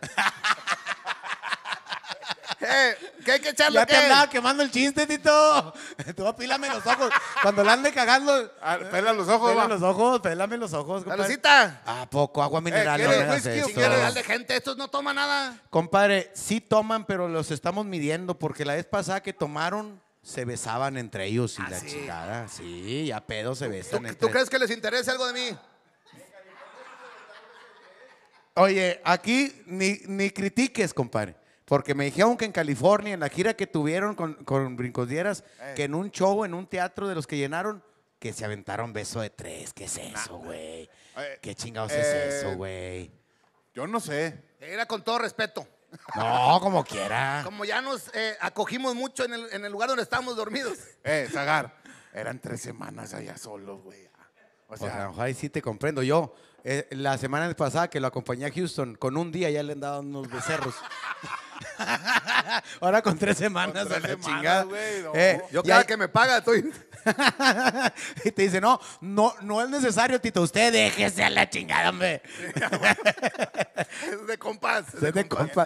[SPEAKER 7] ¿Qué hay que echarle
[SPEAKER 3] Ya
[SPEAKER 7] o
[SPEAKER 3] te
[SPEAKER 7] qué?
[SPEAKER 3] andaba quemando el chiste, Tito. Tú apílame los ojos. Cuando la ande cagando.
[SPEAKER 6] Ah, pela los ojos,
[SPEAKER 3] Pélame
[SPEAKER 6] va.
[SPEAKER 3] los ojos, pélame los ojos, compadre.
[SPEAKER 7] Salucita.
[SPEAKER 3] ¿A poco? Agua mineral, no
[SPEAKER 6] ¿quieres
[SPEAKER 3] me hagas
[SPEAKER 6] whisky o
[SPEAKER 3] eso.
[SPEAKER 6] quieres?
[SPEAKER 7] Real de gente, estos no toman nada.
[SPEAKER 3] Compadre, sí toman, pero los estamos midiendo porque la vez pasada que tomaron se besaban entre ellos y
[SPEAKER 7] Ah,
[SPEAKER 3] la
[SPEAKER 7] sí.
[SPEAKER 3] chingada. Sí, ya pedo se besan entre
[SPEAKER 7] ¿Tú crees que les interesa algo de mí?
[SPEAKER 3] Oye, aquí ni critiques, compadre. Porque me dijeron que en California, en la gira que tuvieron con Brincosdieras, que en un show, en un teatro de los que llenaron, que se aventaron beso de 3. ¿Qué es eso, güey? ¿Qué chingados es eso, güey?
[SPEAKER 6] Yo no sé.
[SPEAKER 7] Era con todo respeto.
[SPEAKER 3] No, como quiera.
[SPEAKER 7] Como ya nos acogimos mucho en el lugar donde estábamos dormidos.
[SPEAKER 6] Zagar, eran 3 semanas allá solos, güey. O
[SPEAKER 3] Pues a lo
[SPEAKER 6] sea,
[SPEAKER 3] mejor ahí sí te comprendo. Yo, la semana pasada que lo acompañé a Houston, con un día ya le han dado unos becerros. Ahora con 3 semanas
[SPEAKER 6] Con
[SPEAKER 3] a la
[SPEAKER 6] 3 semanas,
[SPEAKER 3] chingada.
[SPEAKER 6] güey, no.
[SPEAKER 7] Yo
[SPEAKER 3] y
[SPEAKER 7] cada
[SPEAKER 3] ahí-
[SPEAKER 7] que me paga estoy...
[SPEAKER 3] y te dice, no es necesario, Tito. Usted déjese a la chingada, hombre.
[SPEAKER 7] Es de compas. es
[SPEAKER 3] Usted de compa.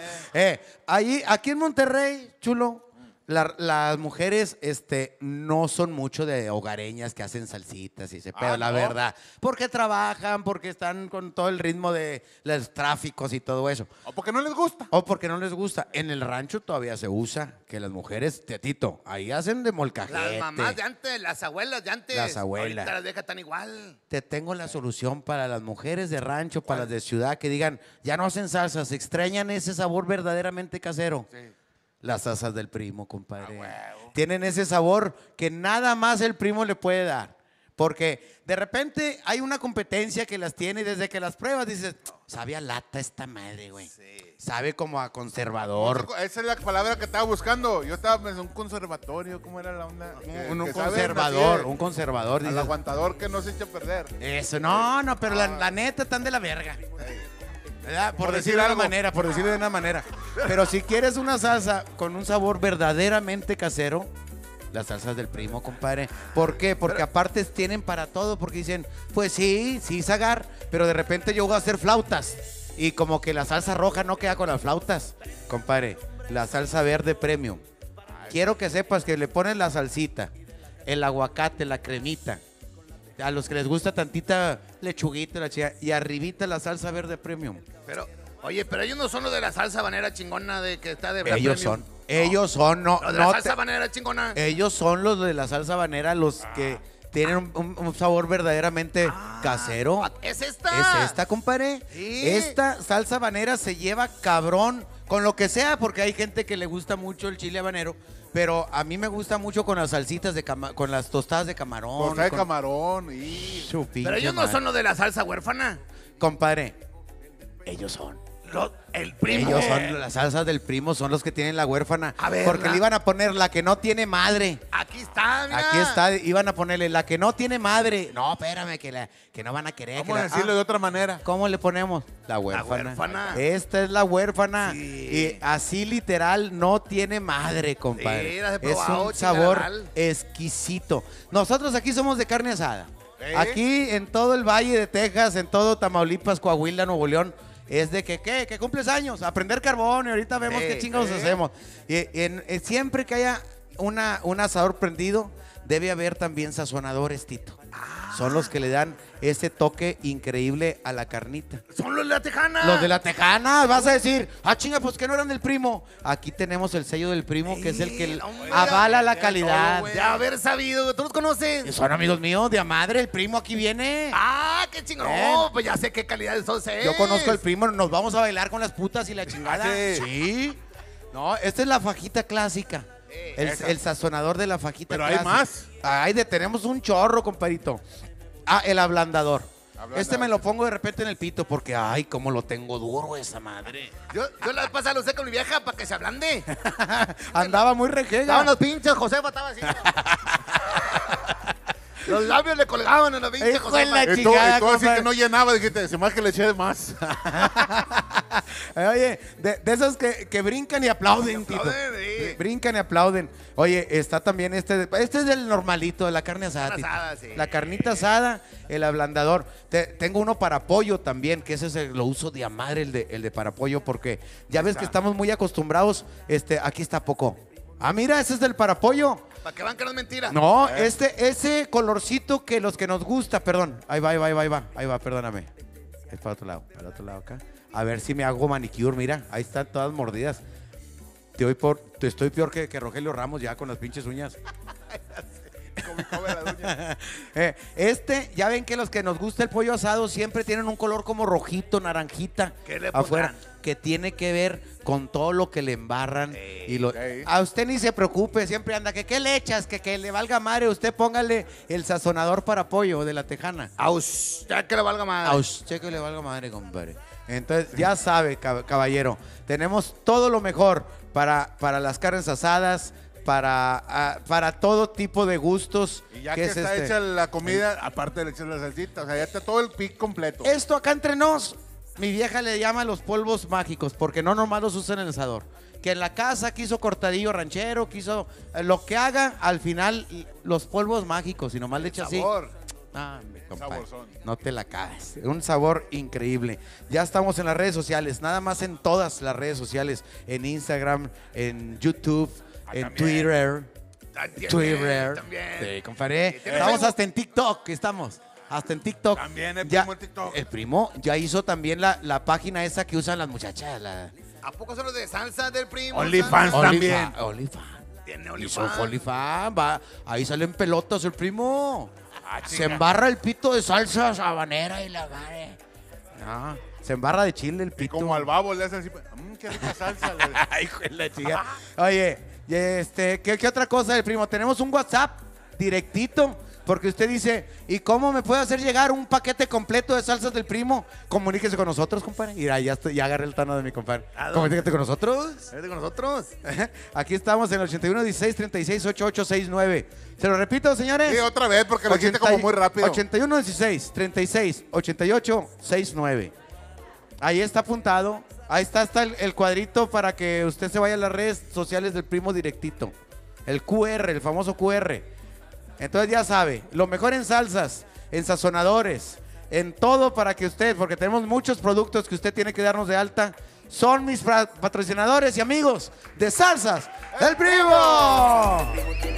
[SPEAKER 3] Aquí en Monterrey, chulo, las mujeres no son mucho de hogareñas que hacen salsitas y ese pedo, la
[SPEAKER 6] ¿no?
[SPEAKER 3] verdad. Porque trabajan, porque están con todo el ritmo de los tráficos y todo eso.
[SPEAKER 6] o porque no les gusta.
[SPEAKER 3] O porque no les gusta. En el rancho todavía se usa que las mujeres, Tito, ahí hacen de molcajete.
[SPEAKER 7] Las mamás de antes, las abuelas de antes.
[SPEAKER 3] Las abuelas.
[SPEAKER 7] Ahorita las deja tan igual.
[SPEAKER 3] Te tengo la solución para las mujeres de rancho, para las de ciudad, que digan, ya no hacen salsas, extrañan ese sabor verdaderamente casero. Las salsas del primo, compadre. Tienen ese sabor que nada más el primo le puede dar. Porque de repente hay una competencia que las tiene y desde que las pruebas dices, sabe a lata esta madre, güey. Sabe como a conservador.
[SPEAKER 6] Esa es la palabra que estaba buscando. Yo estaba pensando un conservatorio, ¿cómo era la onda?
[SPEAKER 3] Un
[SPEAKER 6] Que saben
[SPEAKER 3] conservador,
[SPEAKER 6] así,
[SPEAKER 3] un conservador.
[SPEAKER 6] al
[SPEAKER 3] dices,
[SPEAKER 6] aguantador que no se echa a perder.
[SPEAKER 3] eso, no, pero la neta están de la verga. ¿Verdad? Por
[SPEAKER 6] Por
[SPEAKER 3] decirlo
[SPEAKER 6] decir
[SPEAKER 3] de una
[SPEAKER 6] algo.
[SPEAKER 3] manera, por decirlo de una manera. Pero si quieres una salsa con un sabor verdaderamente casero, las salsas del primo, compadre. ¿Por qué? Porque aparte tienen para todo, porque dicen, pues sí, Zagar, pero de repente yo voy a hacer flautas. Y como que la salsa roja no queda con las flautas, compadre. La salsa verde premium. Quiero que sepas que le pones la salsita, el aguacate, la cremita. A los que les gusta tantita lechuguita, la chica, y arribita la salsa verde premium.
[SPEAKER 7] Pero, oye, pero ellos no son los de la salsa banera chingona de que está de
[SPEAKER 3] Ellos
[SPEAKER 7] premium.
[SPEAKER 3] no,
[SPEAKER 7] Los de
[SPEAKER 3] no
[SPEAKER 7] la salsa
[SPEAKER 3] te-
[SPEAKER 7] banera chingona.
[SPEAKER 3] ellos son los de la salsa habanera, los que tienen un sabor verdaderamente casero.
[SPEAKER 7] ¿Es esta?
[SPEAKER 3] Es esta, compadre.
[SPEAKER 7] Sí.
[SPEAKER 3] Esta salsa habanera se lleva cabrón con lo que sea, porque hay gente que le gusta mucho el chile habanero, pero a mí me gusta mucho con las salsitas con las tostadas de camarón.
[SPEAKER 6] Tostada de
[SPEAKER 3] con
[SPEAKER 6] camarón y...
[SPEAKER 3] su
[SPEAKER 7] Pero
[SPEAKER 3] pinche
[SPEAKER 7] ellos no
[SPEAKER 3] madre.
[SPEAKER 7] son los de la salsa huérfana.
[SPEAKER 3] Compadre, ellos son.
[SPEAKER 7] El primo.
[SPEAKER 3] Ellos son las salsas del primo, son los que tienen la huérfana.
[SPEAKER 7] A ver,
[SPEAKER 3] porque le iban a poner la que no tiene madre.
[SPEAKER 7] Aquí está, mira.
[SPEAKER 3] Aquí está, iban a ponerle la que no tiene madre. No, espérame, que no van a querer.
[SPEAKER 6] Vamos a decirlo de otra manera.
[SPEAKER 3] ¿Cómo le ponemos? La huérfana.
[SPEAKER 7] huérfana.
[SPEAKER 3] Esta es la huérfana.
[SPEAKER 7] Sí.
[SPEAKER 3] Y así literal no tiene madre, compadre.
[SPEAKER 7] Sí, las he
[SPEAKER 3] es
[SPEAKER 7] probado,
[SPEAKER 3] un sabor
[SPEAKER 7] chingaderal.
[SPEAKER 3] exquisito. Nosotros aquí somos de carne asada.
[SPEAKER 6] ¿Eh?
[SPEAKER 3] Aquí en todo el Valle de Texas, en todo Tamaulipas, Coahuila, Nuevo León, es de que, ¿qué? Que cumples años, a prender carbón y ahorita vemos qué chingados hacemos. Y siempre que haya un asador prendido, debe haber también sazonadores, Tito. Son los que le dan ese toque increíble a la carnita.
[SPEAKER 7] Son los de la Tejana.
[SPEAKER 3] Los de la Tejana, vas a decir, chinga, pues que no eran del primo. Aquí tenemos el sello del primo, que es el que
[SPEAKER 7] hombre,
[SPEAKER 3] avala la
[SPEAKER 7] ya
[SPEAKER 3] calidad.
[SPEAKER 7] De haber sabido, ¿tú los conoces?
[SPEAKER 3] Son amigos míos, de a madre, el primo aquí viene.
[SPEAKER 7] Ah, qué chingón.
[SPEAKER 3] ¿Eh?
[SPEAKER 7] No, pues ya sé qué calidad son.
[SPEAKER 3] Yo conozco al primo, nos vamos a bailar con las putas y la chingada.
[SPEAKER 6] sí?
[SPEAKER 3] Sí. No, esta es la fajita clásica. El sazonador de la fajita
[SPEAKER 6] Pero hay
[SPEAKER 3] clásica.
[SPEAKER 6] más.
[SPEAKER 3] Tenemos un chorro, compadrito. El ablandador.
[SPEAKER 6] Ablandador.
[SPEAKER 3] Este me lo pongo de repente en el pito porque, ay, cómo lo tengo duro esa madre.
[SPEAKER 7] Yo la vez pasada lo usé con mi vieja para que se ablande.
[SPEAKER 3] Andaba muy rejega.
[SPEAKER 7] Estaban los pinches, Josefa estaba así. Los labios le colgaban en la pinche
[SPEAKER 3] Hijo de
[SPEAKER 7] Josefa.
[SPEAKER 3] la
[SPEAKER 6] Y tú
[SPEAKER 3] chingada,
[SPEAKER 6] así
[SPEAKER 3] compadre.
[SPEAKER 6] que no llenaba, dijiste, se más que le eché de más.
[SPEAKER 3] Oye, de esos que brincan y aplauden, Tito.
[SPEAKER 7] sí.
[SPEAKER 3] Brincan y aplauden. Oye, está también este es del normalito, de la carne asada,
[SPEAKER 7] Carne
[SPEAKER 3] Tito.
[SPEAKER 7] asada, sí.
[SPEAKER 3] La carnita asada, el ablandador. Tengo uno para pollo también, que ese lo uso de a madre, el de para pollo, porque ya ves que estamos muy acostumbrados. Aquí está poco. Ah, mira, ese es del para pollo.
[SPEAKER 7] Para que vean que no es mentira.
[SPEAKER 3] No, ese colorcito que los que nos gusta, perdón. Ahí va, perdóname. Es para otro lado acá. A ver si me hago manicure, mira, ahí están todas mordidas. Estoy peor que Rogelio Ramos ya con las pinches uñas. Ya ven que los que nos gusta el pollo asado siempre tienen un color como rojito, naranjita
[SPEAKER 7] ¿Qué le
[SPEAKER 3] afuera,
[SPEAKER 7] pondrán?
[SPEAKER 3] que tiene que ver con todo lo que le embarran.
[SPEAKER 6] Ey.
[SPEAKER 3] A usted ni se preocupe, siempre anda, ¿qué le echas? Que le valga madre, usted póngale el sazonador para pollo de la Tejana.
[SPEAKER 7] Aus, ya que le valga más.
[SPEAKER 3] A usted que le valga madre, compadre. Entonces, ya sabe, caballero, tenemos todo lo mejor para las carnes asadas, para todo tipo de gustos.
[SPEAKER 6] Y ya que está hecha la comida, aparte de echar la salsita, o sea, ya está todo el pic completo.
[SPEAKER 3] Esto acá entre nos, mi vieja le llama los polvos mágicos, porque no nomás los usan en el asador. Que en la casa quiso cortadillo ranchero, quiso lo que haga, al final los polvos mágicos, y nomás le echa así.
[SPEAKER 6] Sabor.
[SPEAKER 3] Ah, mi compadre,
[SPEAKER 6] Saborzón.
[SPEAKER 3] no te la caes. Un sabor increíble. Ya estamos en las redes sociales, nada más en todas las redes sociales, en Instagram, en YouTube, en
[SPEAKER 6] también.
[SPEAKER 3] Twitter. Twitter.
[SPEAKER 7] También.
[SPEAKER 3] Sí, compadre.
[SPEAKER 7] Sí, tiene
[SPEAKER 3] Estamos
[SPEAKER 7] Facebook.
[SPEAKER 3] hasta en TikTok, estamos. Hasta en TikTok.
[SPEAKER 6] También el
[SPEAKER 3] Ya-
[SPEAKER 6] primo en TikTok.
[SPEAKER 3] El primo ya hizo también la página esa que usan las muchachas.
[SPEAKER 7] ¿A poco son los de salsa del primo?
[SPEAKER 6] OnlyFans
[SPEAKER 7] Salsa?
[SPEAKER 6] también.
[SPEAKER 3] OnlyFans.
[SPEAKER 7] Tiene
[SPEAKER 3] Hizo
[SPEAKER 7] OnlyFans.
[SPEAKER 3] OnlyFans, va. Ahí salen pelotas el primo. Se embarra el pito de salsa sabanera y la madre. No, se embarra de chile el
[SPEAKER 6] Y
[SPEAKER 3] pito.
[SPEAKER 6] como al babo le hacen así, qué rica salsa. le-
[SPEAKER 3] Ay, hijo de la chica. Oye, ¿qué otra cosa del primo? Tenemos un WhatsApp directito, porque usted dice, ¿y cómo me puede hacer llegar un paquete completo de salsas del primo? Comuníquese con nosotros, compadre. Mira, ya agarré el tono de mi compadre.
[SPEAKER 7] ¿A dónde?
[SPEAKER 3] Comuníquete con nosotros.
[SPEAKER 7] ¿Vete con nosotros?
[SPEAKER 3] Aquí estamos en el 81 16 36 8869. ¿Se lo repito, señores?
[SPEAKER 6] Sí, otra vez, porque lo siente como muy rápido.
[SPEAKER 3] 81 16 36 88 69. Ahí está apuntado. Ahí está el cuadrito para que usted se vaya a las redes sociales del primo directito. El QR, el famoso QR. Entonces ya sabe, lo mejor en salsas, en sazonadores, en todo para que usted, porque tenemos muchos productos que usted tiene que darnos de alta. Son mis patrocinadores y amigos de Salsas del Primo.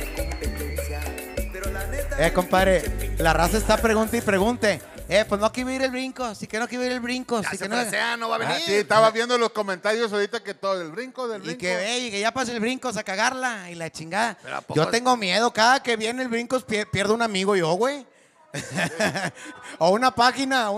[SPEAKER 3] Compadre, la raza está pregunte y pregunte. Pues no quiero ir el brinco, sí que no quiero ir el brinco.
[SPEAKER 7] Ya
[SPEAKER 3] Sí
[SPEAKER 7] se
[SPEAKER 3] que no.
[SPEAKER 7] presea, no va a venir.
[SPEAKER 6] Sí, estaba viendo los comentarios ahorita que todo, del brinco.
[SPEAKER 3] Y que ve, y que ya pase el brinco a cagarla y la chingada.
[SPEAKER 7] Pero ¿a poco?
[SPEAKER 3] Yo tengo miedo, cada que viene el brinco pierdo un amigo yo, güey. O una página.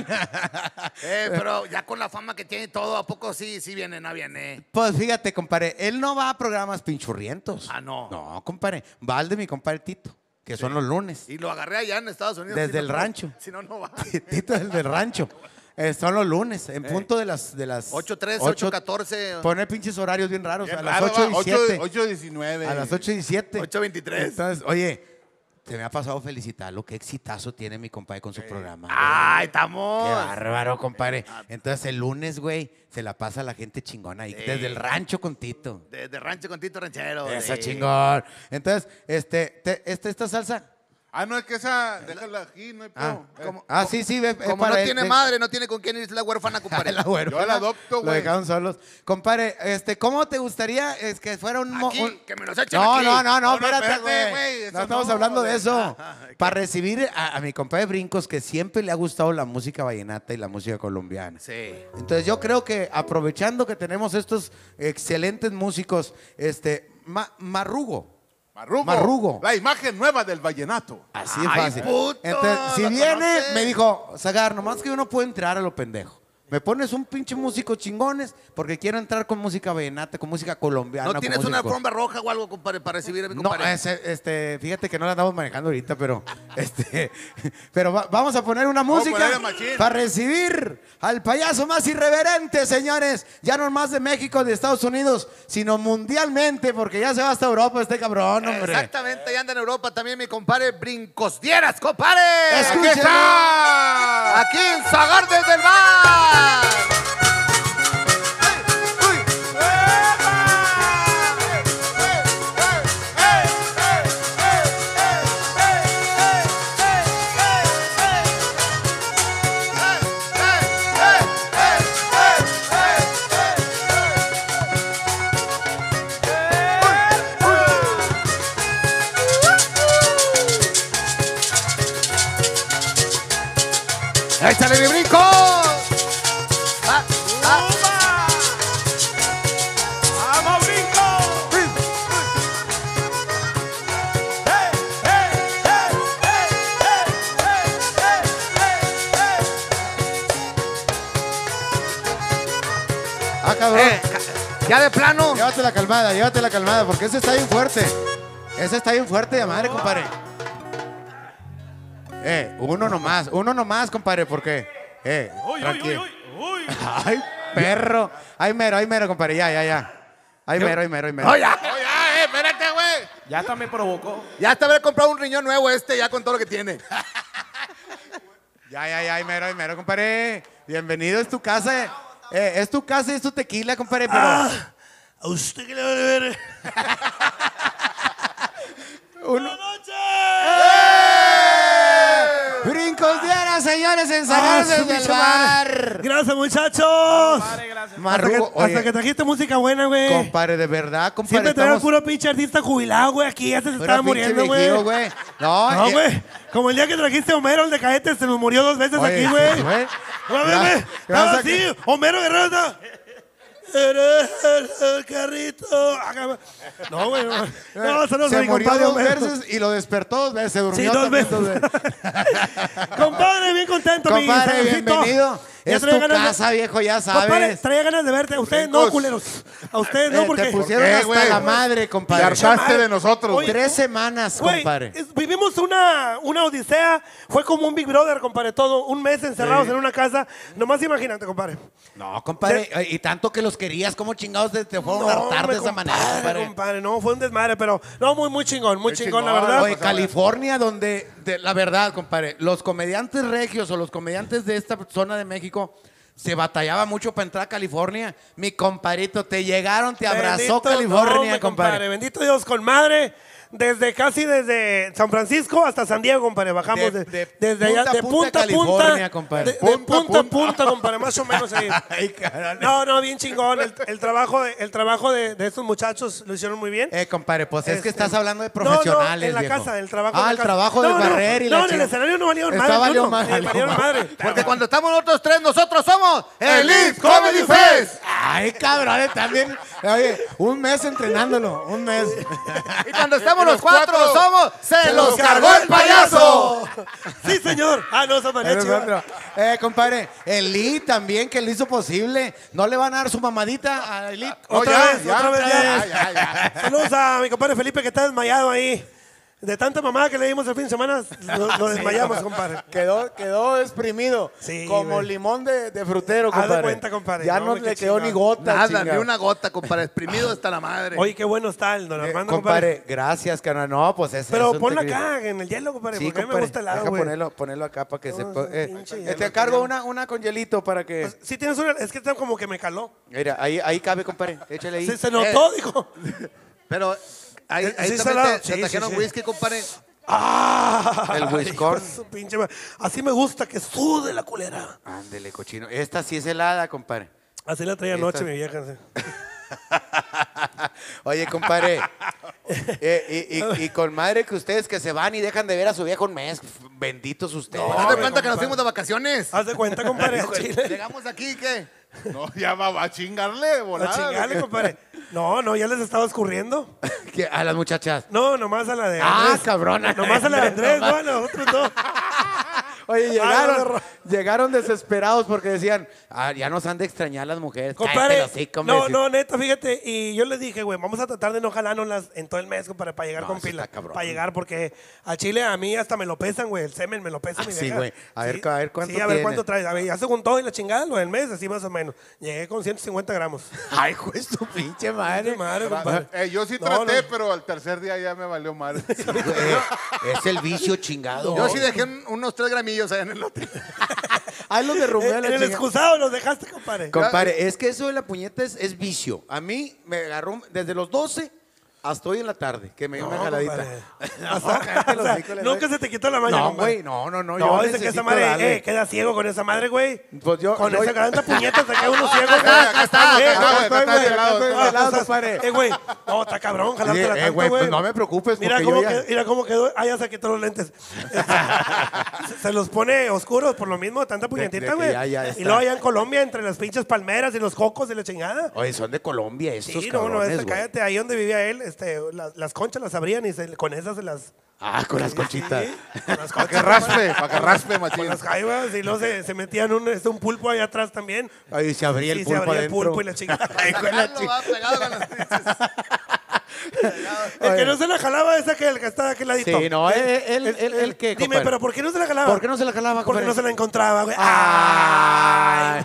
[SPEAKER 7] Pero ya con la fama que tiene todo, ¿a poco sí viene, no viene?
[SPEAKER 3] Pues fíjate, compadre, él no va a programas pinchurrientos.
[SPEAKER 7] Ah, no.
[SPEAKER 3] No, compadre, va al de mi compadre Tito, que son los lunes.
[SPEAKER 7] Y lo agarré allá en Estados Unidos.
[SPEAKER 3] Desde
[SPEAKER 7] Si no,
[SPEAKER 3] el
[SPEAKER 7] no.
[SPEAKER 3] rancho.
[SPEAKER 7] Si no, no va.
[SPEAKER 3] Tito es del rancho. Son los lunes, en punto de las
[SPEAKER 7] 8:13, 8:14.
[SPEAKER 3] Pone pinches horarios bien raros.
[SPEAKER 6] Bien
[SPEAKER 3] A las
[SPEAKER 6] raro,
[SPEAKER 3] 8:17.
[SPEAKER 6] 8:19.
[SPEAKER 3] A las 8:17.
[SPEAKER 7] 8:23.
[SPEAKER 3] Entonces, oye, se me ha pasado felicitarlo. Qué exitazo tiene mi compadre con su programa.
[SPEAKER 7] ¡Ay,
[SPEAKER 3] Qué
[SPEAKER 7] estamos!
[SPEAKER 3] bárbaro, compadre. Entonces, el lunes, güey, se la pasa la gente chingona ahí. Desde el rancho con Tito.
[SPEAKER 7] Desde Rancho con Tito Ranchero.
[SPEAKER 3] Eso,
[SPEAKER 7] sí.
[SPEAKER 3] chingón. Entonces, esta salsa.
[SPEAKER 6] Ah, no, es que esa, déjala aquí, no hay pedo.
[SPEAKER 3] Sí, ve.
[SPEAKER 7] Como no tiene madre, no tiene con quién irse la huérfana, compadre.
[SPEAKER 6] Yo la adopto,
[SPEAKER 3] Lo
[SPEAKER 6] güey.
[SPEAKER 3] dejaron solos. Compadre, ¿cómo te gustaría que fuera un...
[SPEAKER 7] Aquí, que me los echen
[SPEAKER 3] No,
[SPEAKER 7] aquí.
[SPEAKER 3] no,
[SPEAKER 6] espérate,
[SPEAKER 3] espérate,
[SPEAKER 6] güey,
[SPEAKER 3] güey.
[SPEAKER 6] eso
[SPEAKER 3] No estamos
[SPEAKER 6] no,
[SPEAKER 3] hablando de
[SPEAKER 6] güey.
[SPEAKER 3] eso. Para recibir a mi compadre Brincos, que siempre le ha gustado la música vallenata y la música colombiana.
[SPEAKER 7] Sí.
[SPEAKER 3] Entonces yo creo que aprovechando que tenemos estos excelentes músicos, Marrugo.
[SPEAKER 6] La imagen nueva del vallenato.
[SPEAKER 3] Así de
[SPEAKER 7] ¡Ay,
[SPEAKER 3] fácil.
[SPEAKER 7] puto!
[SPEAKER 3] Entonces, si
[SPEAKER 7] ¿Lo
[SPEAKER 3] viene,
[SPEAKER 7] conoces?
[SPEAKER 3] me dijo, Zagar, nomás que yo no puedo entrar a lo pendejo. Me pones un pinche músico chingones porque quiero entrar con música vallenata, con música colombiana.
[SPEAKER 7] ¿No
[SPEAKER 3] con
[SPEAKER 7] tienes
[SPEAKER 3] música
[SPEAKER 7] una alfombra roja o algo, compadre, para recibir a mi
[SPEAKER 3] No,
[SPEAKER 7] compadre?
[SPEAKER 3] fíjate que no la andamos manejando ahorita, pero pero vamos a poner una música
[SPEAKER 6] ponerle machín.
[SPEAKER 3] para recibir al payaso más irreverente, señores. Ya no más de México, de Estados Unidos, sino mundialmente, porque ya se va hasta Europa este cabrón, hombre.
[SPEAKER 7] Exactamente, ya anda en Europa también mi compadre Brincos Dieras, compadre.
[SPEAKER 3] Escúchelo.
[SPEAKER 7] Aquí está. Aquí en Zagar desde el bar. ¡Échale mi brinco!
[SPEAKER 5] ¡Vamos, brinco!
[SPEAKER 3] Cabrón.
[SPEAKER 7] Ya de plano.
[SPEAKER 3] Llévate la calmada, porque ese está bien fuerte. Ese está bien fuerte de madre, compadre. Uno nomás, compadre, porque.
[SPEAKER 5] ¡Uy, uy,
[SPEAKER 3] tranquilo.
[SPEAKER 5] uy, uy!
[SPEAKER 3] Ay, perro. Ay, mero, compadre, ya. Ay, mero.
[SPEAKER 7] Oye,
[SPEAKER 6] Oye, espérate, güey.
[SPEAKER 4] Ya hasta me provocó.
[SPEAKER 7] ya te habré comprado un riñón nuevo ya con todo lo que tiene.
[SPEAKER 3] Ya, ay, mero, compadre. Bienvenido, es tu casa. Es tu casa y es tu tequila, compadre, pero.
[SPEAKER 5] ¿A usted qué le va a ver?
[SPEAKER 3] Uno.
[SPEAKER 5] noche!
[SPEAKER 3] Brincos Dieras, señores, en Zagar desde el bar.
[SPEAKER 5] Gracias, muchachos.
[SPEAKER 3] Marrugo,
[SPEAKER 5] Hasta que trajiste música buena, güey.
[SPEAKER 3] compadre, de verdad, compadre.
[SPEAKER 5] Siempre traía
[SPEAKER 3] estamos-
[SPEAKER 5] puro pinche artista jubilado, güey. Aquí ya se
[SPEAKER 3] Puro
[SPEAKER 5] estaba
[SPEAKER 3] pinche
[SPEAKER 5] muriendo,
[SPEAKER 3] viejillo,
[SPEAKER 5] güey.
[SPEAKER 3] güey. No,
[SPEAKER 5] No, güey. Como el día que trajiste a Homero, el de Caete, se nos murió 2 veces
[SPEAKER 3] Oye,
[SPEAKER 5] aquí, güey.
[SPEAKER 3] güey.
[SPEAKER 5] No, güey.
[SPEAKER 3] Gracias
[SPEAKER 5] Estaba
[SPEAKER 3] a
[SPEAKER 5] así.
[SPEAKER 3] que-
[SPEAKER 5] Homero Guerrero está. Eres el carrito. No, güey. No, saludos a
[SPEAKER 3] se
[SPEAKER 5] mi
[SPEAKER 3] murió
[SPEAKER 5] compadre
[SPEAKER 3] 2
[SPEAKER 5] Homero.
[SPEAKER 3] veces y lo despertó 2 veces. Se
[SPEAKER 5] Sí,
[SPEAKER 3] durmió
[SPEAKER 5] 2
[SPEAKER 3] también
[SPEAKER 5] veces.
[SPEAKER 3] 2 veces.
[SPEAKER 5] Compadre, bien contento, mi
[SPEAKER 3] Compadre,
[SPEAKER 5] Sagarcito.
[SPEAKER 3] bienvenido.
[SPEAKER 5] Ya
[SPEAKER 3] Es tu
[SPEAKER 5] traía ganas de-
[SPEAKER 3] casa, viejo, ya
[SPEAKER 5] Compadre,
[SPEAKER 3] sabes.
[SPEAKER 5] traía ganas de verte. A ustedes no,
[SPEAKER 6] Brincos.
[SPEAKER 5] culeros. A ustedes no, porque...
[SPEAKER 3] Te pusieron
[SPEAKER 6] qué,
[SPEAKER 3] hasta
[SPEAKER 6] güey?
[SPEAKER 3] la madre,
[SPEAKER 6] Te
[SPEAKER 3] compadre.
[SPEAKER 6] hartaste de nosotros, güey.
[SPEAKER 5] Oye,
[SPEAKER 3] 3 semanas,
[SPEAKER 5] Güey,
[SPEAKER 3] compadre.
[SPEAKER 5] vivimos una odisea. Fue como un Big Brother, compadre. Todo un mes encerrados en una casa. Nomás imagínate, compadre.
[SPEAKER 3] No, compadre. Y tanto que los querías, ¿cómo chingados te fueron a hartar
[SPEAKER 5] hombre,
[SPEAKER 3] de esa manera, compadre?
[SPEAKER 5] compadre, no, fue un desmadre, pero no, muy chingón, muy
[SPEAKER 6] Muy
[SPEAKER 5] chingón, la
[SPEAKER 6] chingón,
[SPEAKER 5] verdad.
[SPEAKER 3] Oye, California, donde, la verdad, compadre, los comediantes regios o los comediantes de esta zona de México se batallaba mucho para entrar a California. Mi compadrito, te llegaron, te abrazó
[SPEAKER 5] Bendito,
[SPEAKER 3] California,
[SPEAKER 5] no, hombre,
[SPEAKER 3] compadre.
[SPEAKER 5] Bendito Dios, con madre. Desde San Francisco hasta San Diego, compadre. Bajamos desde allá, de punta a
[SPEAKER 3] California, compadre.
[SPEAKER 5] De punta a punta, compadre, más o menos ahí.
[SPEAKER 3] Ay, carnal.
[SPEAKER 5] No, bien chingón. El trabajo de estos muchachos lo hicieron muy bien.
[SPEAKER 3] Compadre, pues es que
[SPEAKER 5] Este,
[SPEAKER 3] estás hablando de
[SPEAKER 5] no,
[SPEAKER 3] profesionales,
[SPEAKER 5] en la
[SPEAKER 3] viejo.
[SPEAKER 5] casa, el trabajo en la
[SPEAKER 3] el
[SPEAKER 5] casa.
[SPEAKER 3] trabajo de
[SPEAKER 5] No,
[SPEAKER 3] barrer y la
[SPEAKER 5] no, en el
[SPEAKER 3] chingada.
[SPEAKER 5] escenario no valieron
[SPEAKER 3] Está
[SPEAKER 5] madre.
[SPEAKER 3] valió
[SPEAKER 5] Bruno,
[SPEAKER 3] madre,
[SPEAKER 5] valieron madre.
[SPEAKER 7] Porque cuando estamos nosotros tres, nosotros somos Elite Comedy Fest.
[SPEAKER 3] Ay, cabrones, también. Oye, un mes entrenándolo, un mes.
[SPEAKER 7] Y cuando estamos
[SPEAKER 6] Y
[SPEAKER 7] los
[SPEAKER 6] los
[SPEAKER 7] cuatro,
[SPEAKER 6] cuatro,
[SPEAKER 7] somos Se los cargó el payaso.
[SPEAKER 5] Sí, señor. No, son mariachi.
[SPEAKER 3] Compadre, el Lee también, que lo hizo posible. ¿No le van a dar su mamadita a Elite?
[SPEAKER 5] Otra vez, ya.
[SPEAKER 6] Ya.
[SPEAKER 5] Saludos a mi compadre Felipe que está desmayado ahí.
[SPEAKER 8] De tanta mamada que le dimos el fin de semana, lo desmayamos, compadre.
[SPEAKER 3] Quedó exprimido.
[SPEAKER 8] Sí,
[SPEAKER 3] como
[SPEAKER 8] güey.
[SPEAKER 3] limón de frutero,
[SPEAKER 8] Haz de
[SPEAKER 3] compadre.
[SPEAKER 8] cuenta, compadre.
[SPEAKER 3] Ya
[SPEAKER 8] No,
[SPEAKER 3] no
[SPEAKER 8] hombre,
[SPEAKER 3] le
[SPEAKER 8] qué
[SPEAKER 3] quedó
[SPEAKER 8] chingón.
[SPEAKER 3] ni gota.
[SPEAKER 7] Nada,
[SPEAKER 3] chinga.
[SPEAKER 7] ni una gota, compadre. Exprimido está la madre.
[SPEAKER 8] Oye, qué bueno está el don Armando, compadre.
[SPEAKER 3] Compadre, gracias, carnal. No, pues es
[SPEAKER 8] Pero
[SPEAKER 3] es
[SPEAKER 8] ponlo
[SPEAKER 3] un tequila.
[SPEAKER 8] acá, en el hielo, compadre,
[SPEAKER 3] Sí,
[SPEAKER 8] porque a mí me
[SPEAKER 3] compadre.
[SPEAKER 8] gusta el helado,
[SPEAKER 3] Deja
[SPEAKER 8] güey.
[SPEAKER 3] ponerlo acá para que
[SPEAKER 8] No,
[SPEAKER 3] se...
[SPEAKER 8] ese pinche hielo
[SPEAKER 3] te
[SPEAKER 8] que
[SPEAKER 3] encargo
[SPEAKER 8] no.
[SPEAKER 3] una con hielito para que...
[SPEAKER 8] Sí tienes una, es que está como que me caló.
[SPEAKER 3] Mira, ahí cabe, compadre. Échale ahí.
[SPEAKER 8] Sí, se notó, dijo.
[SPEAKER 7] Pero ahí
[SPEAKER 8] Sí,
[SPEAKER 7] también
[SPEAKER 8] salado.
[SPEAKER 7] te
[SPEAKER 8] Sí,
[SPEAKER 7] trajeron
[SPEAKER 8] sí, sí.
[SPEAKER 7] whisky, compadre.
[SPEAKER 8] ¡Ah!
[SPEAKER 3] El
[SPEAKER 8] hijo
[SPEAKER 3] Wisconsin.
[SPEAKER 8] de su pinche madre. Así me gusta que sude la culera.
[SPEAKER 3] Ándele, cochino. Esta sí es helada, compadre.
[SPEAKER 8] Así la traía anoche mi vieja. Sí.
[SPEAKER 3] Oye, compadre. Y con madre que ustedes que se van y dejan de ver a su viejo un mes. Benditos ustedes.
[SPEAKER 7] Haz de
[SPEAKER 8] hombre,
[SPEAKER 7] cuenta que nos
[SPEAKER 8] compadre.
[SPEAKER 7] fuimos de vacaciones.
[SPEAKER 8] Haz de cuenta, compadre. a Chile.
[SPEAKER 7] Llegamos aquí, ¿qué?
[SPEAKER 6] No, ya va a chingarle,
[SPEAKER 8] A
[SPEAKER 6] volada.
[SPEAKER 8] chingarle, compadre. No, ya les estaba escurriendo.
[SPEAKER 3] A las muchachas.
[SPEAKER 8] No, nomás a la de
[SPEAKER 3] Ah,
[SPEAKER 8] Andrés.
[SPEAKER 3] cabrona.
[SPEAKER 8] Nomás a la de Andrés,
[SPEAKER 3] Nomás.
[SPEAKER 8] no, a nosotros no.
[SPEAKER 3] Oye,
[SPEAKER 8] no,
[SPEAKER 3] llegaron desesperados porque decían, ya nos han de extrañar las mujeres.
[SPEAKER 8] Compadre,
[SPEAKER 3] Cállate, los hocico, hombre.
[SPEAKER 8] no, neta, fíjate, y yo les dije, güey, vamos a tratar de no jalárnoslas en todo el mes, compadre, para llegar
[SPEAKER 3] No,
[SPEAKER 8] con
[SPEAKER 3] eso
[SPEAKER 8] pila.
[SPEAKER 3] está cabrón.
[SPEAKER 8] Para llegar, porque a Chile a mí hasta me lo pesan, güey, el semen me lo pesa mi
[SPEAKER 3] sí,
[SPEAKER 8] vieja.
[SPEAKER 3] güey. A ver cuánto
[SPEAKER 8] Sí, a ver
[SPEAKER 3] tiene.
[SPEAKER 8] cuánto traes. A ver, ya según todo y la chingada, lo del mes, así más o menos. Llegué con 150 gramos.
[SPEAKER 3] Ay, juez, tu pinche madre.
[SPEAKER 8] Madre, compadre.
[SPEAKER 6] Yo sí
[SPEAKER 8] No,
[SPEAKER 6] traté,
[SPEAKER 8] no.
[SPEAKER 6] pero al tercer día ya me valió mal.
[SPEAKER 3] Sí, güey, es el vicio chingado.
[SPEAKER 7] Yo sí dejé unos 3 gramillos allá en el lote.
[SPEAKER 3] Ahí lo derrumbé a
[SPEAKER 8] En
[SPEAKER 3] la
[SPEAKER 8] el
[SPEAKER 3] chingada.
[SPEAKER 8] excusado los dejaste, compadre.
[SPEAKER 3] Compadre, es que eso de la puñeta es vicio. A mí me agarró desde los 12 hasta hoy en la tarde, que me dio una jaladita.
[SPEAKER 8] compadre.
[SPEAKER 3] No,
[SPEAKER 8] O
[SPEAKER 3] cállate los
[SPEAKER 8] sea,
[SPEAKER 3] hocico, le
[SPEAKER 8] nunca
[SPEAKER 3] doy.
[SPEAKER 8] se te quitó la maña,
[SPEAKER 3] No,
[SPEAKER 8] compadre.
[SPEAKER 3] güey, no.
[SPEAKER 8] No,
[SPEAKER 3] yo
[SPEAKER 8] dice que esa
[SPEAKER 3] necesito
[SPEAKER 8] madre,
[SPEAKER 3] darle.
[SPEAKER 8] queda ciego con esa madre, güey.
[SPEAKER 3] Pues yo...
[SPEAKER 8] Con
[SPEAKER 3] yo-
[SPEAKER 8] esa gran puñeta se queda uno ciego.
[SPEAKER 6] Acá está,
[SPEAKER 8] güey.
[SPEAKER 6] acá está,
[SPEAKER 3] estoy,
[SPEAKER 6] acá
[SPEAKER 3] güey,
[SPEAKER 6] de lado.
[SPEAKER 3] acá estoy.
[SPEAKER 8] Ah,
[SPEAKER 3] lado,
[SPEAKER 8] o sea,
[SPEAKER 3] compadre.
[SPEAKER 8] güey, no, está cabrón, jalártela
[SPEAKER 3] Sí,
[SPEAKER 8] tanto,
[SPEAKER 3] güey,
[SPEAKER 8] güey.
[SPEAKER 3] pues no me preocupes,
[SPEAKER 8] Mira
[SPEAKER 3] porque
[SPEAKER 8] cómo,
[SPEAKER 3] yo ya-
[SPEAKER 8] mira cómo quedó. Ah, ya se quitó los lentes. Se los pone oscuros por lo mismo, tanta puñetita,
[SPEAKER 3] que
[SPEAKER 8] güey.
[SPEAKER 3] ya está.
[SPEAKER 8] Y luego allá en Colombia, entre las pinches palmeras y los cocos y la chingada.
[SPEAKER 3] Oye, son de Colombia estos
[SPEAKER 8] Sí,
[SPEAKER 3] cabrones, güey.
[SPEAKER 8] cállate, ahí donde vivía él, las conchas las abrían y con esas se las...
[SPEAKER 3] Ah, con las conchitas.
[SPEAKER 8] Sí, con las
[SPEAKER 6] Para que
[SPEAKER 8] conchas,
[SPEAKER 6] raspe,
[SPEAKER 8] con
[SPEAKER 6] machín.
[SPEAKER 8] las jaivas y luego se metían un pulpo allá atrás también.
[SPEAKER 3] Ahí se abría el
[SPEAKER 8] Sí,
[SPEAKER 3] pulpo
[SPEAKER 8] se abría el
[SPEAKER 3] adentro.
[SPEAKER 8] pulpo y la chingada.
[SPEAKER 3] Ay, con la
[SPEAKER 7] Lo va pegado con las pinches.
[SPEAKER 8] El que no se la jalaba es aquel que está de aquel ladito.
[SPEAKER 3] Sí, no, él qué,
[SPEAKER 8] Dime,
[SPEAKER 3] compadre?
[SPEAKER 8] pero ¿por qué no se la jalaba?
[SPEAKER 3] ¿Por qué no se la jalaba,
[SPEAKER 8] Porque
[SPEAKER 3] compadre?
[SPEAKER 8] no se la encontraba, güey.
[SPEAKER 3] Ay.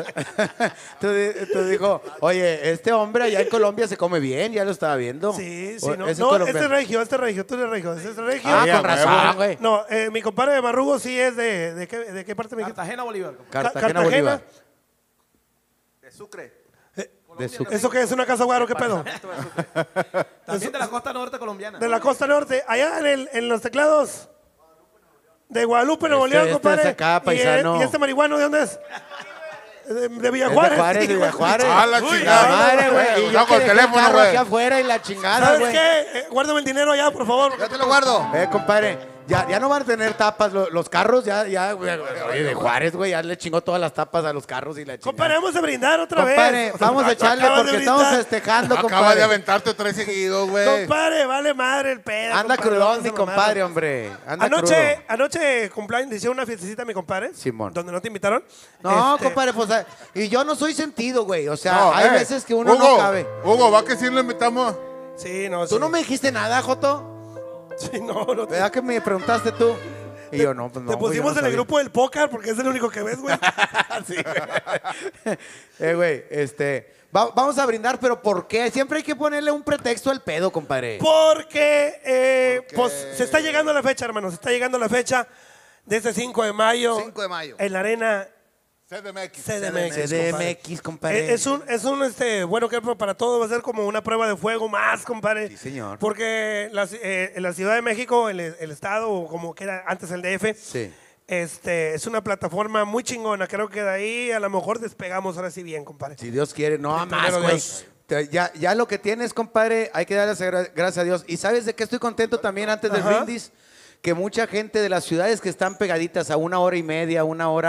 [SPEAKER 3] Tú dijo, oye, este hombre allá en Colombia se come bien, ya lo estaba viendo.
[SPEAKER 8] Sí, sí,
[SPEAKER 3] O-
[SPEAKER 8] no.
[SPEAKER 3] ese
[SPEAKER 8] No,
[SPEAKER 3] colombiano.
[SPEAKER 8] este es regio, tú eres regio. Ese es regio.
[SPEAKER 3] Ah,
[SPEAKER 6] Ya,
[SPEAKER 3] con razón, güey.
[SPEAKER 8] No, mi compadre de Marrugo sí es ¿de qué parte me dijiste?
[SPEAKER 4] Cartagena, Bolívar.
[SPEAKER 3] Cartagena, Bolívar.
[SPEAKER 4] De Sucre.
[SPEAKER 3] De su-
[SPEAKER 8] ¿Eso qué es? ¿Una casa guaro? ¿Qué pedo?
[SPEAKER 4] También de la costa norte colombiana.
[SPEAKER 8] De la costa norte, allá en los teclados. De Guadalupe, Nuevo
[SPEAKER 3] Este-
[SPEAKER 8] León,
[SPEAKER 3] este
[SPEAKER 8] compadre.
[SPEAKER 3] es acá, paisano.
[SPEAKER 8] ¿Y este marihuano de dónde es? De Villa
[SPEAKER 3] Es de
[SPEAKER 8] Juárez.
[SPEAKER 3] Juárez, de Villa Juárez.
[SPEAKER 6] Ah, la
[SPEAKER 3] Uy,
[SPEAKER 6] chingada.
[SPEAKER 3] la madre, güey. Y
[SPEAKER 6] No,
[SPEAKER 3] yo
[SPEAKER 6] con
[SPEAKER 3] que
[SPEAKER 6] el
[SPEAKER 3] dejé el
[SPEAKER 6] teléfono,
[SPEAKER 3] carro
[SPEAKER 6] güey.
[SPEAKER 3] aquí afuera y la chingada,
[SPEAKER 8] ¿Sabes
[SPEAKER 3] güey.
[SPEAKER 8] qué? Guárdame el dinero allá, por favor.
[SPEAKER 7] Ya te lo guardo.
[SPEAKER 3] Compadre, ya no van a tener tapas los carros, güey, oye, de Juárez, güey, ya le chingó todas las tapas a los carros y la chingada.
[SPEAKER 8] Compadre, vamos a brindar otra
[SPEAKER 3] Compadre,
[SPEAKER 8] vez. O sea,
[SPEAKER 3] vamos a echarle
[SPEAKER 8] acabas de
[SPEAKER 3] porque estamos
[SPEAKER 8] brindar.
[SPEAKER 3] festejando,
[SPEAKER 6] Acaba
[SPEAKER 3] compadre.
[SPEAKER 6] de aventarte 3 seguidos, güey.
[SPEAKER 8] Compadre, vale madre el pedo.
[SPEAKER 3] Anda
[SPEAKER 8] compadre,
[SPEAKER 3] crudón
[SPEAKER 8] vamos
[SPEAKER 3] mi
[SPEAKER 8] a mamar.
[SPEAKER 3] compadre, hombre. Anda
[SPEAKER 8] Anoche cumpleaños, le hicieron una fiestecita a mi compadre.
[SPEAKER 3] Simón.
[SPEAKER 8] Donde no te invitaron.
[SPEAKER 3] No,
[SPEAKER 8] Este,
[SPEAKER 3] compadre, pues, y yo no soy sentido, güey. O sea,
[SPEAKER 6] No,
[SPEAKER 3] hay veces que uno
[SPEAKER 6] Hugo,
[SPEAKER 3] no cabe.
[SPEAKER 6] Hugo, va que sí lo invitamos.
[SPEAKER 8] Sí, no,
[SPEAKER 3] ¿Tú
[SPEAKER 8] sí.
[SPEAKER 3] no me dijiste nada, Joto?
[SPEAKER 8] Sí, no, no.
[SPEAKER 3] ¿Verdad que me preguntaste tú? Y yo, no, pues no.
[SPEAKER 8] Te
[SPEAKER 3] güey, yo
[SPEAKER 8] pusimos
[SPEAKER 3] no
[SPEAKER 8] en el
[SPEAKER 3] sabía.
[SPEAKER 8] grupo del póker porque es el único que ves, güey.
[SPEAKER 3] Sí, güey. Güey, vamos a brindar, pero ¿por qué? Siempre hay que ponerle un pretexto al pedo, compadre.
[SPEAKER 8] Porque, pues, se está llegando la fecha, hermano. Se está llegando la fecha de este 5 de mayo.
[SPEAKER 7] 5 de mayo.
[SPEAKER 8] En la arena
[SPEAKER 6] CDMX.
[SPEAKER 8] CDMX.
[SPEAKER 3] CDMX, compadre.
[SPEAKER 8] Es un bueno que para todo va a ser como una prueba de fuego más, compadre.
[SPEAKER 3] Sí, señor.
[SPEAKER 8] Porque en la Ciudad de México, el estado, o como que era antes el DF,
[SPEAKER 3] Sí.
[SPEAKER 8] es una plataforma muy chingona. Creo que de ahí a lo mejor despegamos ahora sí bien, compadre.
[SPEAKER 3] Si Dios quiere, no
[SPEAKER 8] Sí,
[SPEAKER 3] más,
[SPEAKER 8] primero
[SPEAKER 3] güey.
[SPEAKER 8] Dios.
[SPEAKER 3] Ya lo que tienes, compadre, hay que darle gracias a Dios. ¿Y sabes de qué estoy contento también antes del
[SPEAKER 8] Ajá.
[SPEAKER 3] brindis? Que mucha gente de las ciudades que están pegaditas a 1 hora y media, 1 hora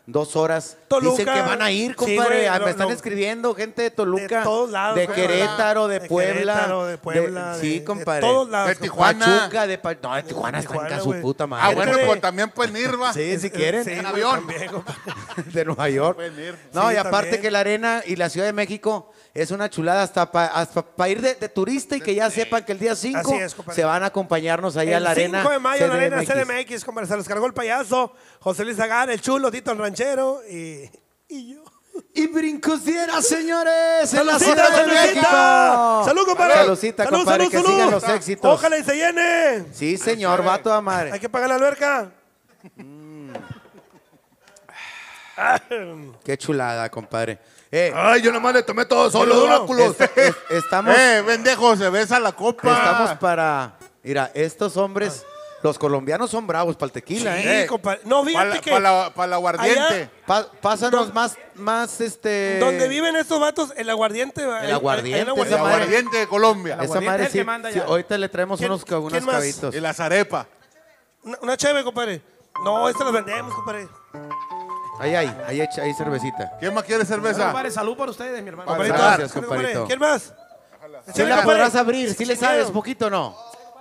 [SPEAKER 3] 2 horas.
[SPEAKER 8] Toluca.
[SPEAKER 3] Dicen que van a ir,
[SPEAKER 8] Sí,
[SPEAKER 3] compadre.
[SPEAKER 8] güey,
[SPEAKER 3] Me están escribiendo gente de Toluca.
[SPEAKER 8] De todos lados,
[SPEAKER 3] de
[SPEAKER 8] compadre.
[SPEAKER 3] Querétaro, de
[SPEAKER 8] De
[SPEAKER 3] Puebla.
[SPEAKER 8] Querétaro, de Puebla,
[SPEAKER 3] sí,
[SPEAKER 8] de
[SPEAKER 3] compadre.
[SPEAKER 8] todos lados,
[SPEAKER 6] De Tijuana.
[SPEAKER 3] Pachuca, no, de Tijuana está
[SPEAKER 8] Tijuana,
[SPEAKER 3] en su
[SPEAKER 8] güey.
[SPEAKER 3] puta
[SPEAKER 6] Ah,
[SPEAKER 3] madre.
[SPEAKER 6] bueno,
[SPEAKER 8] Fíjate.
[SPEAKER 6] pues también pueden ir, va.
[SPEAKER 3] Sí, si quieren.
[SPEAKER 8] Sí,
[SPEAKER 7] En
[SPEAKER 8] güey,
[SPEAKER 7] avión.
[SPEAKER 8] también, compadre.
[SPEAKER 3] De Nueva York.
[SPEAKER 6] Pueden ir.
[SPEAKER 3] No,
[SPEAKER 8] Sí,
[SPEAKER 3] y aparte
[SPEAKER 8] también.
[SPEAKER 3] que la arena y la Ciudad de México es una chulada hasta para ir de turista y que ya sepan que el día 5
[SPEAKER 8] Así es, compadre.
[SPEAKER 3] se van a acompañarnos ahí a la arena.
[SPEAKER 8] El 5 de mayo en la arena
[SPEAKER 3] CDMX.
[SPEAKER 8] CDMX, compadre. Se los cargó el payaso, José Luis Agar, el chulo, Tito el ranchero y yo.
[SPEAKER 3] Y brincosiera, señores, en la
[SPEAKER 8] ¡Salucita,
[SPEAKER 3] Ciudad de
[SPEAKER 8] salucita!
[SPEAKER 3] México.
[SPEAKER 8] ¡Salud, compadre!
[SPEAKER 3] Saludcita,
[SPEAKER 8] ¡Salud,
[SPEAKER 3] compadre,
[SPEAKER 8] salud,
[SPEAKER 3] que
[SPEAKER 8] salud!
[SPEAKER 3] sigan los éxitos.
[SPEAKER 8] ¡Ojalá y se llene!
[SPEAKER 3] Sí, señor, va a toda
[SPEAKER 8] Hay
[SPEAKER 3] madre.
[SPEAKER 8] que pagar la alberca.
[SPEAKER 3] Qué chulada, compadre.
[SPEAKER 7] Ay, yo nomás le tomé todo solo,
[SPEAKER 8] Duro.
[SPEAKER 7] Oráculos.
[SPEAKER 3] Estamos,
[SPEAKER 6] Pendejo, se besa la copa.
[SPEAKER 3] estamos para... Mira, estos hombres, los colombianos son bravos para el tequila, ¿eh?
[SPEAKER 8] Sí, compadre. No, fíjate que
[SPEAKER 6] Para el aguardiente.
[SPEAKER 3] Pásanos más
[SPEAKER 8] donde viven estos vatos, el aguardiente.
[SPEAKER 3] El aguardiente,
[SPEAKER 8] hay un
[SPEAKER 6] El
[SPEAKER 3] esa madre.
[SPEAKER 6] aguardiente de Colombia.
[SPEAKER 3] Esa
[SPEAKER 4] aguardiente
[SPEAKER 3] madre
[SPEAKER 4] es el
[SPEAKER 3] sí,
[SPEAKER 4] que manda
[SPEAKER 3] sí,
[SPEAKER 4] ya.
[SPEAKER 3] ahorita le traemos
[SPEAKER 8] ¿Quién-
[SPEAKER 3] unos
[SPEAKER 8] quién más?
[SPEAKER 3] cabitos.
[SPEAKER 6] Y las arepas.
[SPEAKER 8] Una cheve, compadre. No, estas las vendemos, compadre.
[SPEAKER 3] Ahí cervecita.
[SPEAKER 6] ¿Quién más quiere cerveza?
[SPEAKER 4] Compadre, salud por ustedes, mi hermano.
[SPEAKER 3] Compadrito.
[SPEAKER 8] Compadrito,
[SPEAKER 3] Gracias,
[SPEAKER 8] salud,
[SPEAKER 3] compadrito.
[SPEAKER 8] ¿Quién más?
[SPEAKER 3] ¿Sí
[SPEAKER 8] Échale,
[SPEAKER 3] la
[SPEAKER 8] compadre.
[SPEAKER 3] podrás abrir? ¿Sí le sabes poquito o no?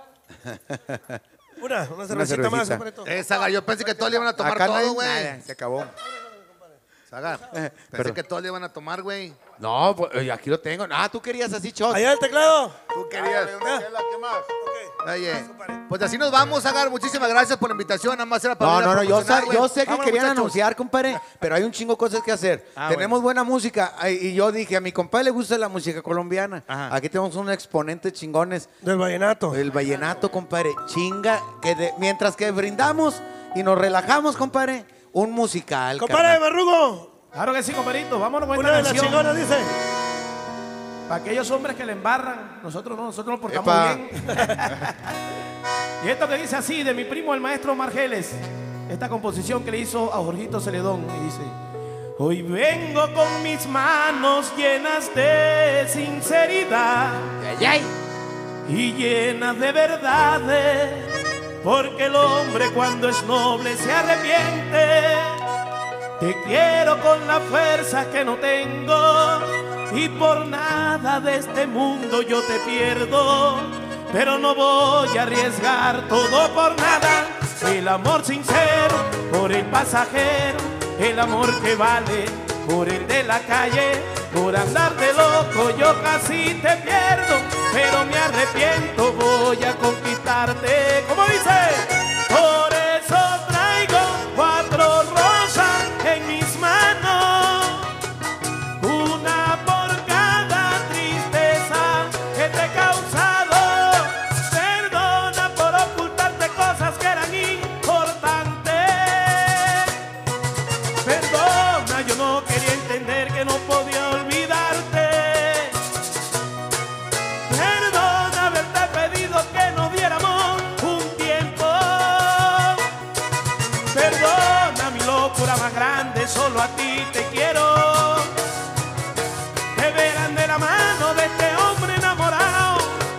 [SPEAKER 8] Una cervecita más,
[SPEAKER 3] cervecita.
[SPEAKER 8] compadrito.
[SPEAKER 7] Sagar, yo pensé que todos le iban a tomar
[SPEAKER 3] Acá
[SPEAKER 7] todo,
[SPEAKER 3] nadie-
[SPEAKER 7] güey.
[SPEAKER 3] nada, se acabó.
[SPEAKER 7] Sagar, pensé
[SPEAKER 3] perdón.
[SPEAKER 7] que todos le iban a tomar, güey.
[SPEAKER 3] No, pues, aquí lo tengo. Ah, tú querías así, shot.
[SPEAKER 8] Allá el teclado.
[SPEAKER 7] Tú querías.
[SPEAKER 6] ¿Qué más?
[SPEAKER 7] Oye, pues así nos vamos, Sagar. Muchísimas gracias por la invitación. Nada más era para
[SPEAKER 3] No,
[SPEAKER 7] venir a
[SPEAKER 3] no, yo,
[SPEAKER 7] promocionar, güey.
[SPEAKER 3] yo sé que
[SPEAKER 7] Vámonos,
[SPEAKER 3] querían
[SPEAKER 7] muchachos.
[SPEAKER 3] anunciar, compadre, pero hay un chingo de cosas que hacer. Tenemos buena música y yo dije, a mi compadre le gusta la música colombiana. Aquí tenemos unos exponentes chingones.
[SPEAKER 8] Del vallenato.
[SPEAKER 3] El vallenato, compadre, chinga, mientras que brindamos y nos relajamos, compadre, un musical.
[SPEAKER 8] Compadre,
[SPEAKER 3] carnal.
[SPEAKER 8] Barrugo.
[SPEAKER 4] Claro que sí, compadrito. Vámonos con
[SPEAKER 8] Una
[SPEAKER 4] esta
[SPEAKER 8] de las
[SPEAKER 4] canción.
[SPEAKER 8] chingonas dice.
[SPEAKER 4] Para aquellos hombres que le embarran, nosotros no, nosotros nos portamos
[SPEAKER 3] Epa.
[SPEAKER 4] bien. Y esto que dice así, de mi primo el maestro Margeles, esta composición que le hizo a Jorgito Celedón, y dice: hoy vengo con mis manos llenas de sinceridad y llenas de verdades, porque el hombre cuando es noble se arrepiente. Te quiero con la fuerza que no tengo y por nada de este mundo yo te pierdo, pero no voy a arriesgar todo por nada. El amor sincero por el pasajero, el amor que vale por el de la calle. Por andar de loco yo casi te pierdo, pero me arrepiento, voy a conquistarte. ¿Cómo dice? Por eso traigo 4 rosas en mis manos, una por cada tristeza que te he causado. Perdona por ocultarte cosas que eran importantes. Perdona, yo no quería entender que no podía olvidarte. Perdona haberte pedido que nos diéramos un tiempo. Perdona mi locura más grande, solo a ti te quiero. Te verán de la mano de este hombre enamorado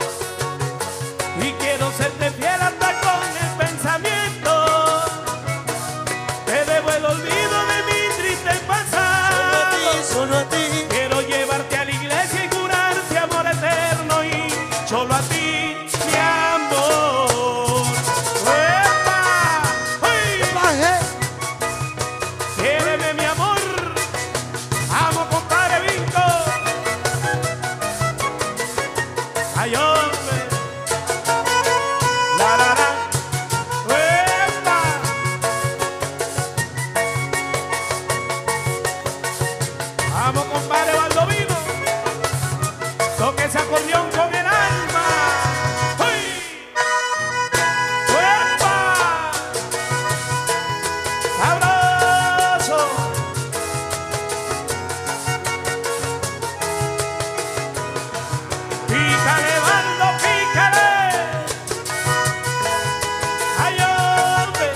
[SPEAKER 4] y quiero serte fiel hasta con el pensamiento. Te debo el olvido de mi triste pasado.
[SPEAKER 8] Solo a ti.
[SPEAKER 4] Quiero llevarte a la iglesia y jurarte amor eterno y solo a ti, mi amor. ¡Epa! ¡Ay! Quiéreme, mi amor. Amo, compadre Vinco. Ay, hombre. La, la, la. ¡Epa! Vamos, compadre Baldovino. Toque ese acordeón con el alma. ¡Uy! ¡Uepa! ¡Sabroso! ¡Pícale, Baldo, pícale! ¡Ay, hombre!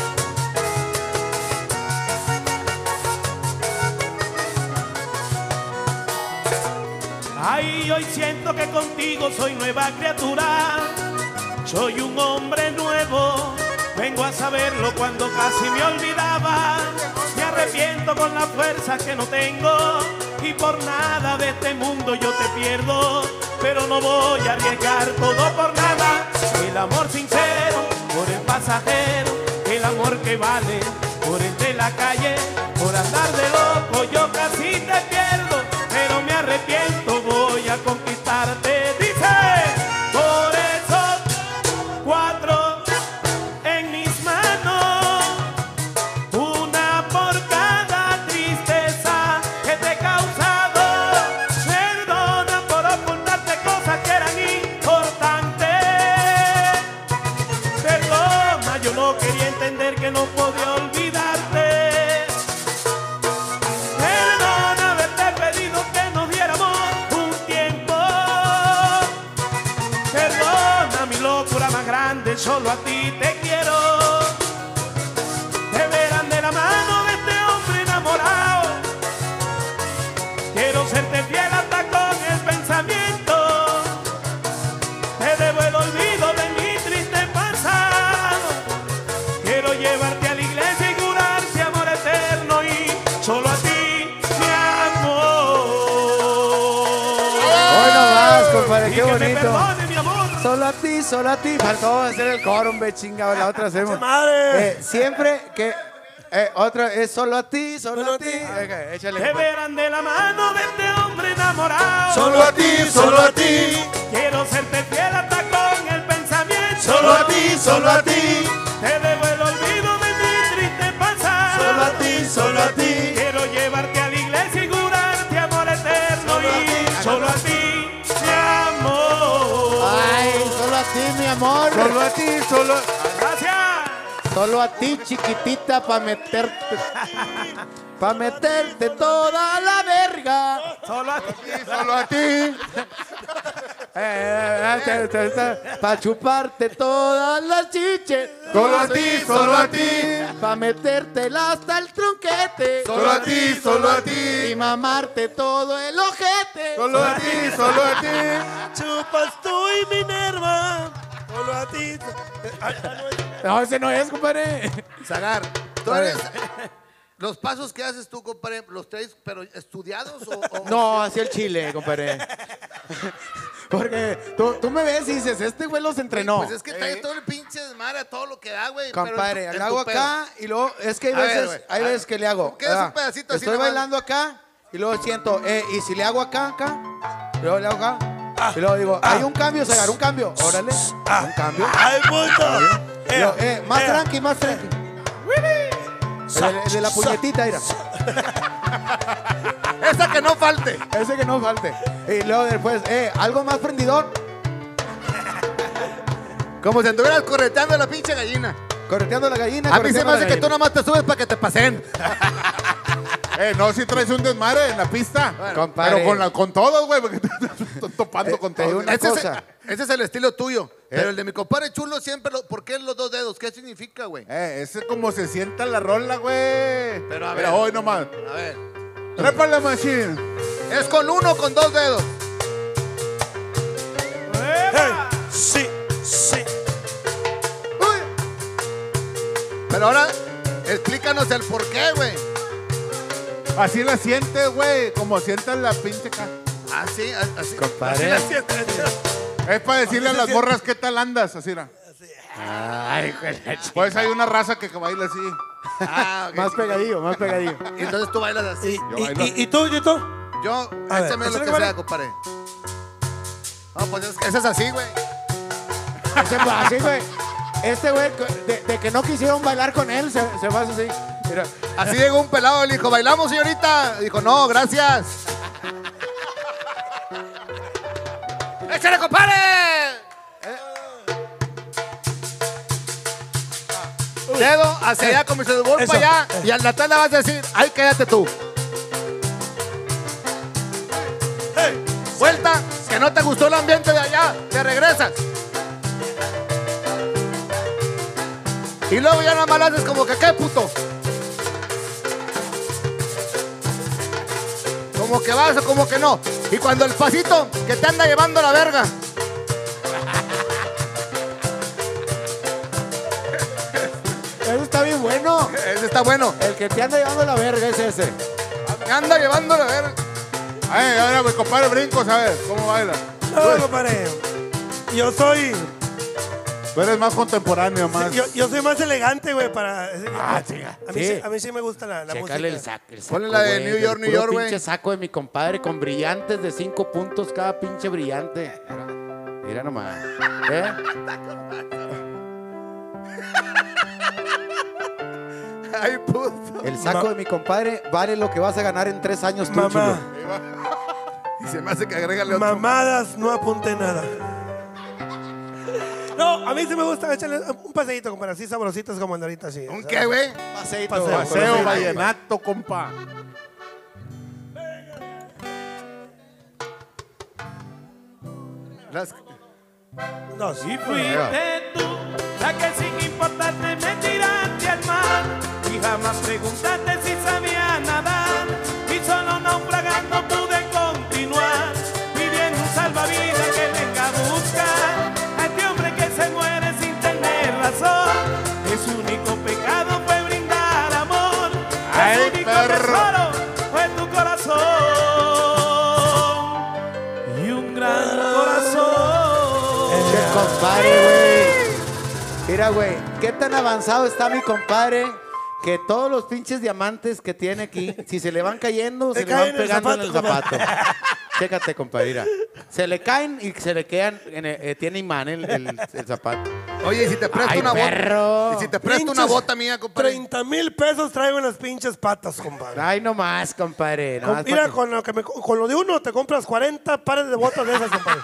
[SPEAKER 4] Ay, hoy siento que contigo soy nueva criatura. Soy un hombre nuevo
[SPEAKER 5] Vengo a saberlo cuando casi me olvidaba. Me arrepiento con la fuerza que no tengo y por nada de este mundo yo te pierdo. Pero no voy a arriesgar todo por nada. El amor sincero por el pasajero, el amor que vale por el de la calle. Por andar de loco yo casi te pierdo, pero me arrepiento, voy a conquistarte. Dice, por eso 4 en mis manos, una por cada tristeza que te he causado. Perdona por ocultarte cosas que eran importantes. Perdona, yo no quería entender que no podía olvidarte. Perdona haberte pedido que nos diéramos un tiempo. Perdona mi locura más grande, solo a ti te quiero. Te verán de la mano de este hombre enamorado. Quiero serte fiel hasta con el pensamiento. Te debo el olvido de mi triste pasado. Quiero llevarte a la iglesia y jurarte amor eterno y solo a ti mi amor.
[SPEAKER 3] Hoy nomás, compadre,
[SPEAKER 5] Y
[SPEAKER 3] qué
[SPEAKER 5] que me
[SPEAKER 3] bonito.
[SPEAKER 5] perdone, mi amor.
[SPEAKER 3] Solo a ti, solo a ti. Faltó hacer el coro, hombre, chingado. La otra hacemos.
[SPEAKER 8] ¡Madre!
[SPEAKER 3] Siempre que. Otra es solo a ti, solo
[SPEAKER 8] Solo
[SPEAKER 3] a
[SPEAKER 8] a
[SPEAKER 3] ti.
[SPEAKER 8] ti.
[SPEAKER 3] Ok, échale.
[SPEAKER 5] Te verán de la mano de este hombre enamorado.
[SPEAKER 8] Solo a ti, solo a ti.
[SPEAKER 5] Quiero serte fiel hasta con el pensamiento.
[SPEAKER 8] Solo a ti, solo a ti.
[SPEAKER 5] Te debo el olvido de mi triste pasado.
[SPEAKER 8] Solo a ti, solo a ti.
[SPEAKER 5] Quiero llevarte a la iglesia y jurarte amor eterno. Y solo a ti, mi amor.
[SPEAKER 3] Ay, solo a ti, mi amor.
[SPEAKER 6] Solo a ti, solo.
[SPEAKER 5] Gracias.
[SPEAKER 3] Solo a ti, chiquitita, pa' meterte. Pa' meterte toda la verga.
[SPEAKER 5] Solo a ti.
[SPEAKER 6] Solo a ti.
[SPEAKER 3] Pa' chuparte todas las chiches.
[SPEAKER 6] Solo a ti, solo a ti.
[SPEAKER 3] Pa' metértela hasta el tronquete.
[SPEAKER 6] Solo a ti, solo a ti.
[SPEAKER 3] Y mamarte todo el ojete.
[SPEAKER 6] Solo a ti, solo a ti.
[SPEAKER 8] Chupas tú y Minerva. Solo a ti.
[SPEAKER 3] No, ese no es, compadre.
[SPEAKER 7] Zagar, tú eres... Los pasos que haces tú, compadre, ¿los traes pero estudiados o
[SPEAKER 3] No, hacia el chile, compadre. Porque tú me ves y dices, este güey los entrenó.
[SPEAKER 7] Pues es que trae todo el pinche desmadre a todo lo que da, güey. pero
[SPEAKER 3] Compadre,
[SPEAKER 7] en
[SPEAKER 3] le
[SPEAKER 7] tu
[SPEAKER 3] hago
[SPEAKER 7] pedo.
[SPEAKER 3] acá y luego, es que hay
[SPEAKER 7] A ver,
[SPEAKER 3] veces,
[SPEAKER 7] güey,
[SPEAKER 3] hay
[SPEAKER 7] a
[SPEAKER 3] veces
[SPEAKER 7] ver.
[SPEAKER 3] que le hago.
[SPEAKER 7] ¿Qué es un
[SPEAKER 3] ah,
[SPEAKER 7] pedacito así
[SPEAKER 3] Estoy
[SPEAKER 7] nomás?
[SPEAKER 3] bailando acá y luego siento, y si le hago acá, y luego le hago acá, y luego digo, hay un cambio, Zagar, un cambio. Órale, un cambio.
[SPEAKER 8] ¡Ay, puto!
[SPEAKER 3] Y luego, más tranqui, más tranqui. El de la puñetita, mira.
[SPEAKER 7] Esa que no falte.
[SPEAKER 3] Ese que no falte. Y luego después, algo más prendidor.
[SPEAKER 7] Como si anduvieras correteando a la pinche gallina.
[SPEAKER 3] Correteando la gallina.
[SPEAKER 7] A mí se
[SPEAKER 3] correteando
[SPEAKER 7] me
[SPEAKER 3] la
[SPEAKER 7] hace que tú
[SPEAKER 3] gallina.
[SPEAKER 7] nomás te subes para que te pasen.
[SPEAKER 6] No, si traes un desmadre en la pista.
[SPEAKER 3] Compadre.
[SPEAKER 6] Pero con todos, güey, porque te estás topando con
[SPEAKER 3] te digo
[SPEAKER 6] todos.
[SPEAKER 3] una
[SPEAKER 7] Ese
[SPEAKER 3] cosa.
[SPEAKER 7] ese es el estilo tuyo. Pero el de mi compadre chulo siempre, ¿por qué los 2 dedos? ¿Qué significa, güey?
[SPEAKER 6] Ese es como se sienta la rola, güey.
[SPEAKER 7] Pero a ver.
[SPEAKER 6] Mira, hoy nomás.
[SPEAKER 7] A ver.
[SPEAKER 6] Trepa la machine.
[SPEAKER 7] ¿Es con 1 o con 2 dedos?
[SPEAKER 8] Hey, sí, sí.
[SPEAKER 7] Pero ahora, explícanos el por qué, güey.
[SPEAKER 6] Así la sientes, güey. Como sientas la pinche ca.
[SPEAKER 7] Así, así.
[SPEAKER 3] Compadre.
[SPEAKER 6] Es para decirle a las morras qué tal andas, así era.
[SPEAKER 3] Ay, güey.
[SPEAKER 6] Pues hay una raza que baila así.
[SPEAKER 7] Ah, ok.
[SPEAKER 3] Más pegadillo, más pegadillo.
[SPEAKER 7] Y entonces tú bailas así.
[SPEAKER 8] ¿Y tú, Yito?
[SPEAKER 7] Yo,
[SPEAKER 8] A ver,
[SPEAKER 7] échame lo
[SPEAKER 8] échale,
[SPEAKER 7] que
[SPEAKER 8] compadre.
[SPEAKER 7] sea, compadre. No, pues ese es así, güey.
[SPEAKER 3] Ese fue así, güey. Este güey, de que no quisieron bailar con él, se va así. Mira.
[SPEAKER 7] Así llegó un pelado, le dijo, ¿bailamos, señorita? Dijo, no, gracias. ¡Échale, compadre! Dedo hacia allá, como se voy
[SPEAKER 8] Eso,
[SPEAKER 7] para allá. Y al la tela vas a decir, ¡ay, cállate tú!
[SPEAKER 8] Hey,
[SPEAKER 7] Vuelta, que no te gustó el ambiente de allá, te regresas. Y luego ya nada más haces como que, ¿qué, puto? Como que vas o como que no. Y cuando el pasito que te anda llevando la verga.
[SPEAKER 3] está bien bueno.
[SPEAKER 7] Ese está bueno.
[SPEAKER 3] El que te anda llevando la verga es ese.
[SPEAKER 7] Me anda llevando a ver.
[SPEAKER 6] Ay, ahora, pues, compadre Brincos, a ver, ¿cómo baila?
[SPEAKER 8] No, compadre. Yo soy.
[SPEAKER 6] Tú eres más contemporáneo, más.
[SPEAKER 8] Yo soy más elegante, güey, para.
[SPEAKER 3] Chinga.
[SPEAKER 8] A mí sí me gusta la
[SPEAKER 3] Chécale
[SPEAKER 8] música.
[SPEAKER 3] el saco,
[SPEAKER 7] Ponle la de
[SPEAKER 3] güey,
[SPEAKER 7] New York,
[SPEAKER 3] del
[SPEAKER 7] New
[SPEAKER 3] puro
[SPEAKER 7] York, güey.
[SPEAKER 3] pinche saco de mi compadre con brillantes de 5 puntos cada pinche brillante. Mira nomás. ¿Eh?
[SPEAKER 7] Ay, puto.
[SPEAKER 3] El saco de mi compadre vale lo que vas a ganar en 3 años tú,
[SPEAKER 8] Mamá,
[SPEAKER 7] Y se me hace que agrégale otro.
[SPEAKER 8] mamadas, no apunté nada. No, a mí sí me gusta echarle un paseíto, compadre, así sabrositos como el de ahorita, sí.
[SPEAKER 7] ¿Un qué, güey?
[SPEAKER 3] Paseíto.
[SPEAKER 6] Paseo vallenato, compa.
[SPEAKER 8] No, sí,
[SPEAKER 5] Y fuiste tú la que sin importarte me tiraste al mar y jamás preguntaste si sabía nadar y solo naufragando pude continuar pidiendo un salvavidas que venga a buscar a este hombre que se muere sin tener razón. Su único pecado fue brindar amor.
[SPEAKER 6] Ay,
[SPEAKER 5] Su único
[SPEAKER 6] perro.
[SPEAKER 5] tesoro fue tu corazón y un gran corazón.
[SPEAKER 3] Che, compadre, güey. Mira, güey, qué tan avanzado está mi compadre que todos los pinches diamantes que tiene aquí, si se le van cayendo, se le van
[SPEAKER 8] caen en el
[SPEAKER 3] pegando en el
[SPEAKER 8] zapato,
[SPEAKER 3] zapato. Chécate, compadre, mira. Se le caen y se le quedan, tiene imán el zapato.
[SPEAKER 7] Oye, y si te presto
[SPEAKER 3] Ay,
[SPEAKER 7] una
[SPEAKER 3] perro.
[SPEAKER 7] bota. Y si te presto una bota mía, compadre.
[SPEAKER 8] 30,000 pesos traigo en las pinches patas, compadre.
[SPEAKER 3] Ay, no más, compadre. No más
[SPEAKER 8] Mira,
[SPEAKER 3] pa' que-
[SPEAKER 8] con lo de uno te compras 40 pares de botas de esas, compadre.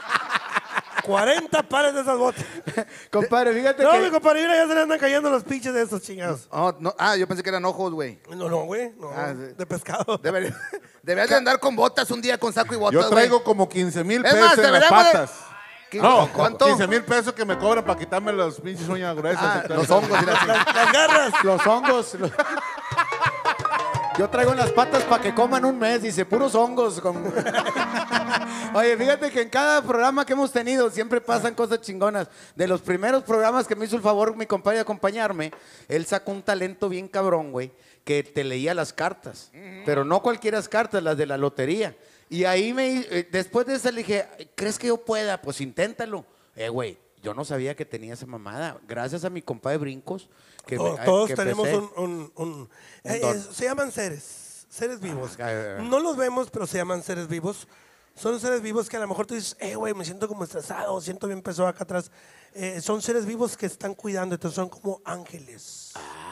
[SPEAKER 8] 40 pares de esas botas.
[SPEAKER 3] Compadre, fíjate
[SPEAKER 8] No,
[SPEAKER 3] que...
[SPEAKER 8] mi compadre, mira, ya se le andan cayendo los pinches de esos chingados.
[SPEAKER 7] Oh, no, yo pensé que eran ojos, güey.
[SPEAKER 8] No, güey, no,
[SPEAKER 7] Ah, sí.
[SPEAKER 8] de pescado.
[SPEAKER 7] Deberías de andar con botas un día con saco y botas,
[SPEAKER 6] Yo
[SPEAKER 7] güey.
[SPEAKER 6] traigo como 15,000
[SPEAKER 7] Es
[SPEAKER 6] pesos
[SPEAKER 7] más,
[SPEAKER 6] en las
[SPEAKER 7] deberíamos de-
[SPEAKER 6] patas.
[SPEAKER 7] No, ¿cuánto?
[SPEAKER 6] 15,000 pesos que me cobran para quitarme los pinches uñas gruesas.
[SPEAKER 7] Ah,
[SPEAKER 6] entonces.
[SPEAKER 7] los hongos y las...
[SPEAKER 8] Las garras.
[SPEAKER 3] Los hongos. Yo traigo en las patas para que coman un mes, dice, puros hongos. Oye, fíjate que en cada programa que hemos tenido siempre pasan cosas chingonas. De los primeros programas que me hizo el favor mi compadre de acompañarme, él sacó un talento bien cabrón, güey, que te leía las cartas. Pero no cualquiera cartas, las de la lotería. Y ahí después de eso le dije, ¿crees que yo pueda? Pues inténtalo. Güey, yo no sabía que tenía esa mamada. Gracias a mi compadre Brincos. Que
[SPEAKER 8] Todos
[SPEAKER 3] que
[SPEAKER 8] tenemos
[SPEAKER 3] empecé.
[SPEAKER 8] un
[SPEAKER 3] don.
[SPEAKER 8] se llaman seres vivos.
[SPEAKER 3] Ah.
[SPEAKER 8] No los vemos, pero se llaman seres vivos. Son seres vivos que a lo mejor tú dices, güey, me siento como estresado, siento bien pesado acá atrás. Son seres vivos que están cuidando, entonces son como ángeles.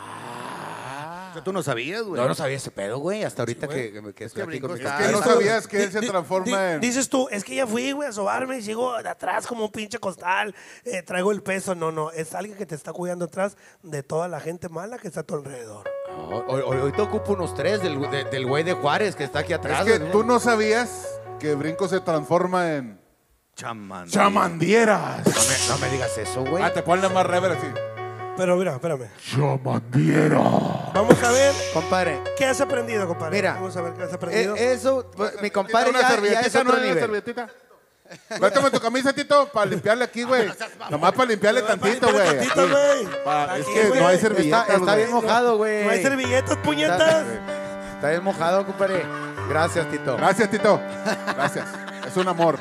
[SPEAKER 7] Tú no sabías, güey.
[SPEAKER 3] No, no sabía ese pedo, güey, hasta ahorita que estoy aquí con mi
[SPEAKER 7] Brincos
[SPEAKER 6] Que no
[SPEAKER 3] compadre.
[SPEAKER 6] sabías que él se transforma en...
[SPEAKER 8] Dices tú, es que ya fui, güey, a sobarme y sigo de atrás como un pinche costal, traigo el peso. No, es alguien que te está cuidando atrás de toda la gente mala que está a tu alrededor.
[SPEAKER 3] Hoy te ocupo unos 3 del güey de Juárez que está aquí atrás.
[SPEAKER 6] Es que
[SPEAKER 3] güey.
[SPEAKER 6] tú no sabías que Brinco se transforma en...
[SPEAKER 7] Chamán.
[SPEAKER 6] ¡Chamandieras!
[SPEAKER 3] No me digas eso, güey.
[SPEAKER 6] Ah, te ponle más rever así.
[SPEAKER 8] Pero mira, espérame.
[SPEAKER 6] ¡Chamandiera!
[SPEAKER 8] Vamos a ver
[SPEAKER 3] Compadre,
[SPEAKER 8] qué has aprendido, compadre.
[SPEAKER 3] Mira,
[SPEAKER 8] Vamos a ver qué has aprendido.
[SPEAKER 3] eso, pues, mi compadre
[SPEAKER 6] Una
[SPEAKER 3] ya es
[SPEAKER 6] servilletita,
[SPEAKER 3] otro
[SPEAKER 6] ¿no? Una
[SPEAKER 3] nivel.
[SPEAKER 6] servilletita. Méteme tu camisa, Tito, para limpiarle aquí, güey. Nomás para limpiarle tantito, güey.
[SPEAKER 8] Tantito,
[SPEAKER 6] aquí.
[SPEAKER 8] güey.
[SPEAKER 6] Es
[SPEAKER 8] Aquí,
[SPEAKER 6] que
[SPEAKER 8] güey.
[SPEAKER 6] no hay servilletas,
[SPEAKER 3] Está bien
[SPEAKER 6] güey.
[SPEAKER 3] mojado, güey.
[SPEAKER 8] No hay servilletas, puñetas.
[SPEAKER 3] Está bien mojado, compadre. Gracias, Tito.
[SPEAKER 6] Gracias, Tito. Gracias. Es un amor.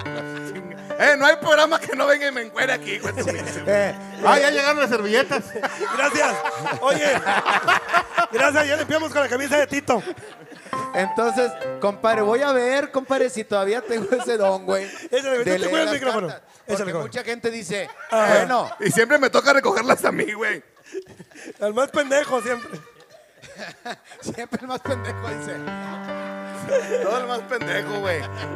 [SPEAKER 7] No hay programa que no venga y me encuere aquí, güey.
[SPEAKER 6] Ya llegaron las servilletas.
[SPEAKER 8] Gracias. Oye, gracias. Ya limpiamos con la camisa de Tito.
[SPEAKER 3] Entonces, compadre, voy a ver, compadre, si todavía tengo ese don, güey.
[SPEAKER 8] Échale, güey,
[SPEAKER 3] de
[SPEAKER 8] tú te
[SPEAKER 3] leer
[SPEAKER 8] cuidas el
[SPEAKER 3] las
[SPEAKER 8] micrófono.
[SPEAKER 3] cartas.
[SPEAKER 8] Échale,
[SPEAKER 3] Porque
[SPEAKER 8] güey.
[SPEAKER 3] mucha gente dice, bueno,
[SPEAKER 7] Y siempre me toca recogerlas a mí, güey.
[SPEAKER 8] Al más pendejo siempre.
[SPEAKER 3] siempre el más pendejo dice.
[SPEAKER 7] Todo el más pendejo, güey.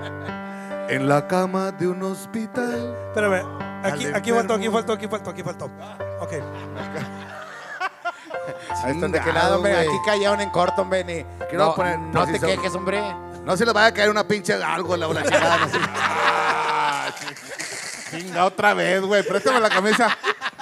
[SPEAKER 7] En la cama de un hospital.
[SPEAKER 8] Espérame. Aquí faltó. Ok.
[SPEAKER 3] Ahí están de qué lado, hombre.
[SPEAKER 7] güey.
[SPEAKER 3] Aquí callaron en corto, hombre. Ni-
[SPEAKER 7] Quiero
[SPEAKER 3] No,
[SPEAKER 7] poner-
[SPEAKER 3] no te
[SPEAKER 7] preciso.
[SPEAKER 3] quejes, hombre.
[SPEAKER 7] No se le vaya a caer una pinche algo en la chingada. No sé.
[SPEAKER 6] Chinga, otra vez, güey. Préstame la camisa.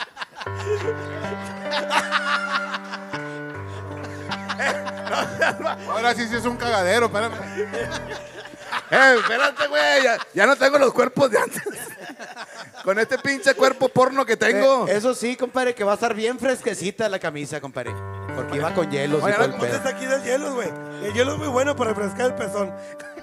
[SPEAKER 6] Ahora sí es un cagadero, espérame.
[SPEAKER 7] Espérate, güey. Ya no tengo los cuerpos de antes. Con este pinche cuerpo porno que tengo.
[SPEAKER 3] Eso sí, compadre, que va a estar bien fresquecita la camisa, compadre. Porque iba con hielos y
[SPEAKER 7] Oye,
[SPEAKER 3] todo el
[SPEAKER 8] Ponte
[SPEAKER 3] pedo.
[SPEAKER 8] esta aquí del hielo, güey. El hielo es muy bueno para refrescar el pezón.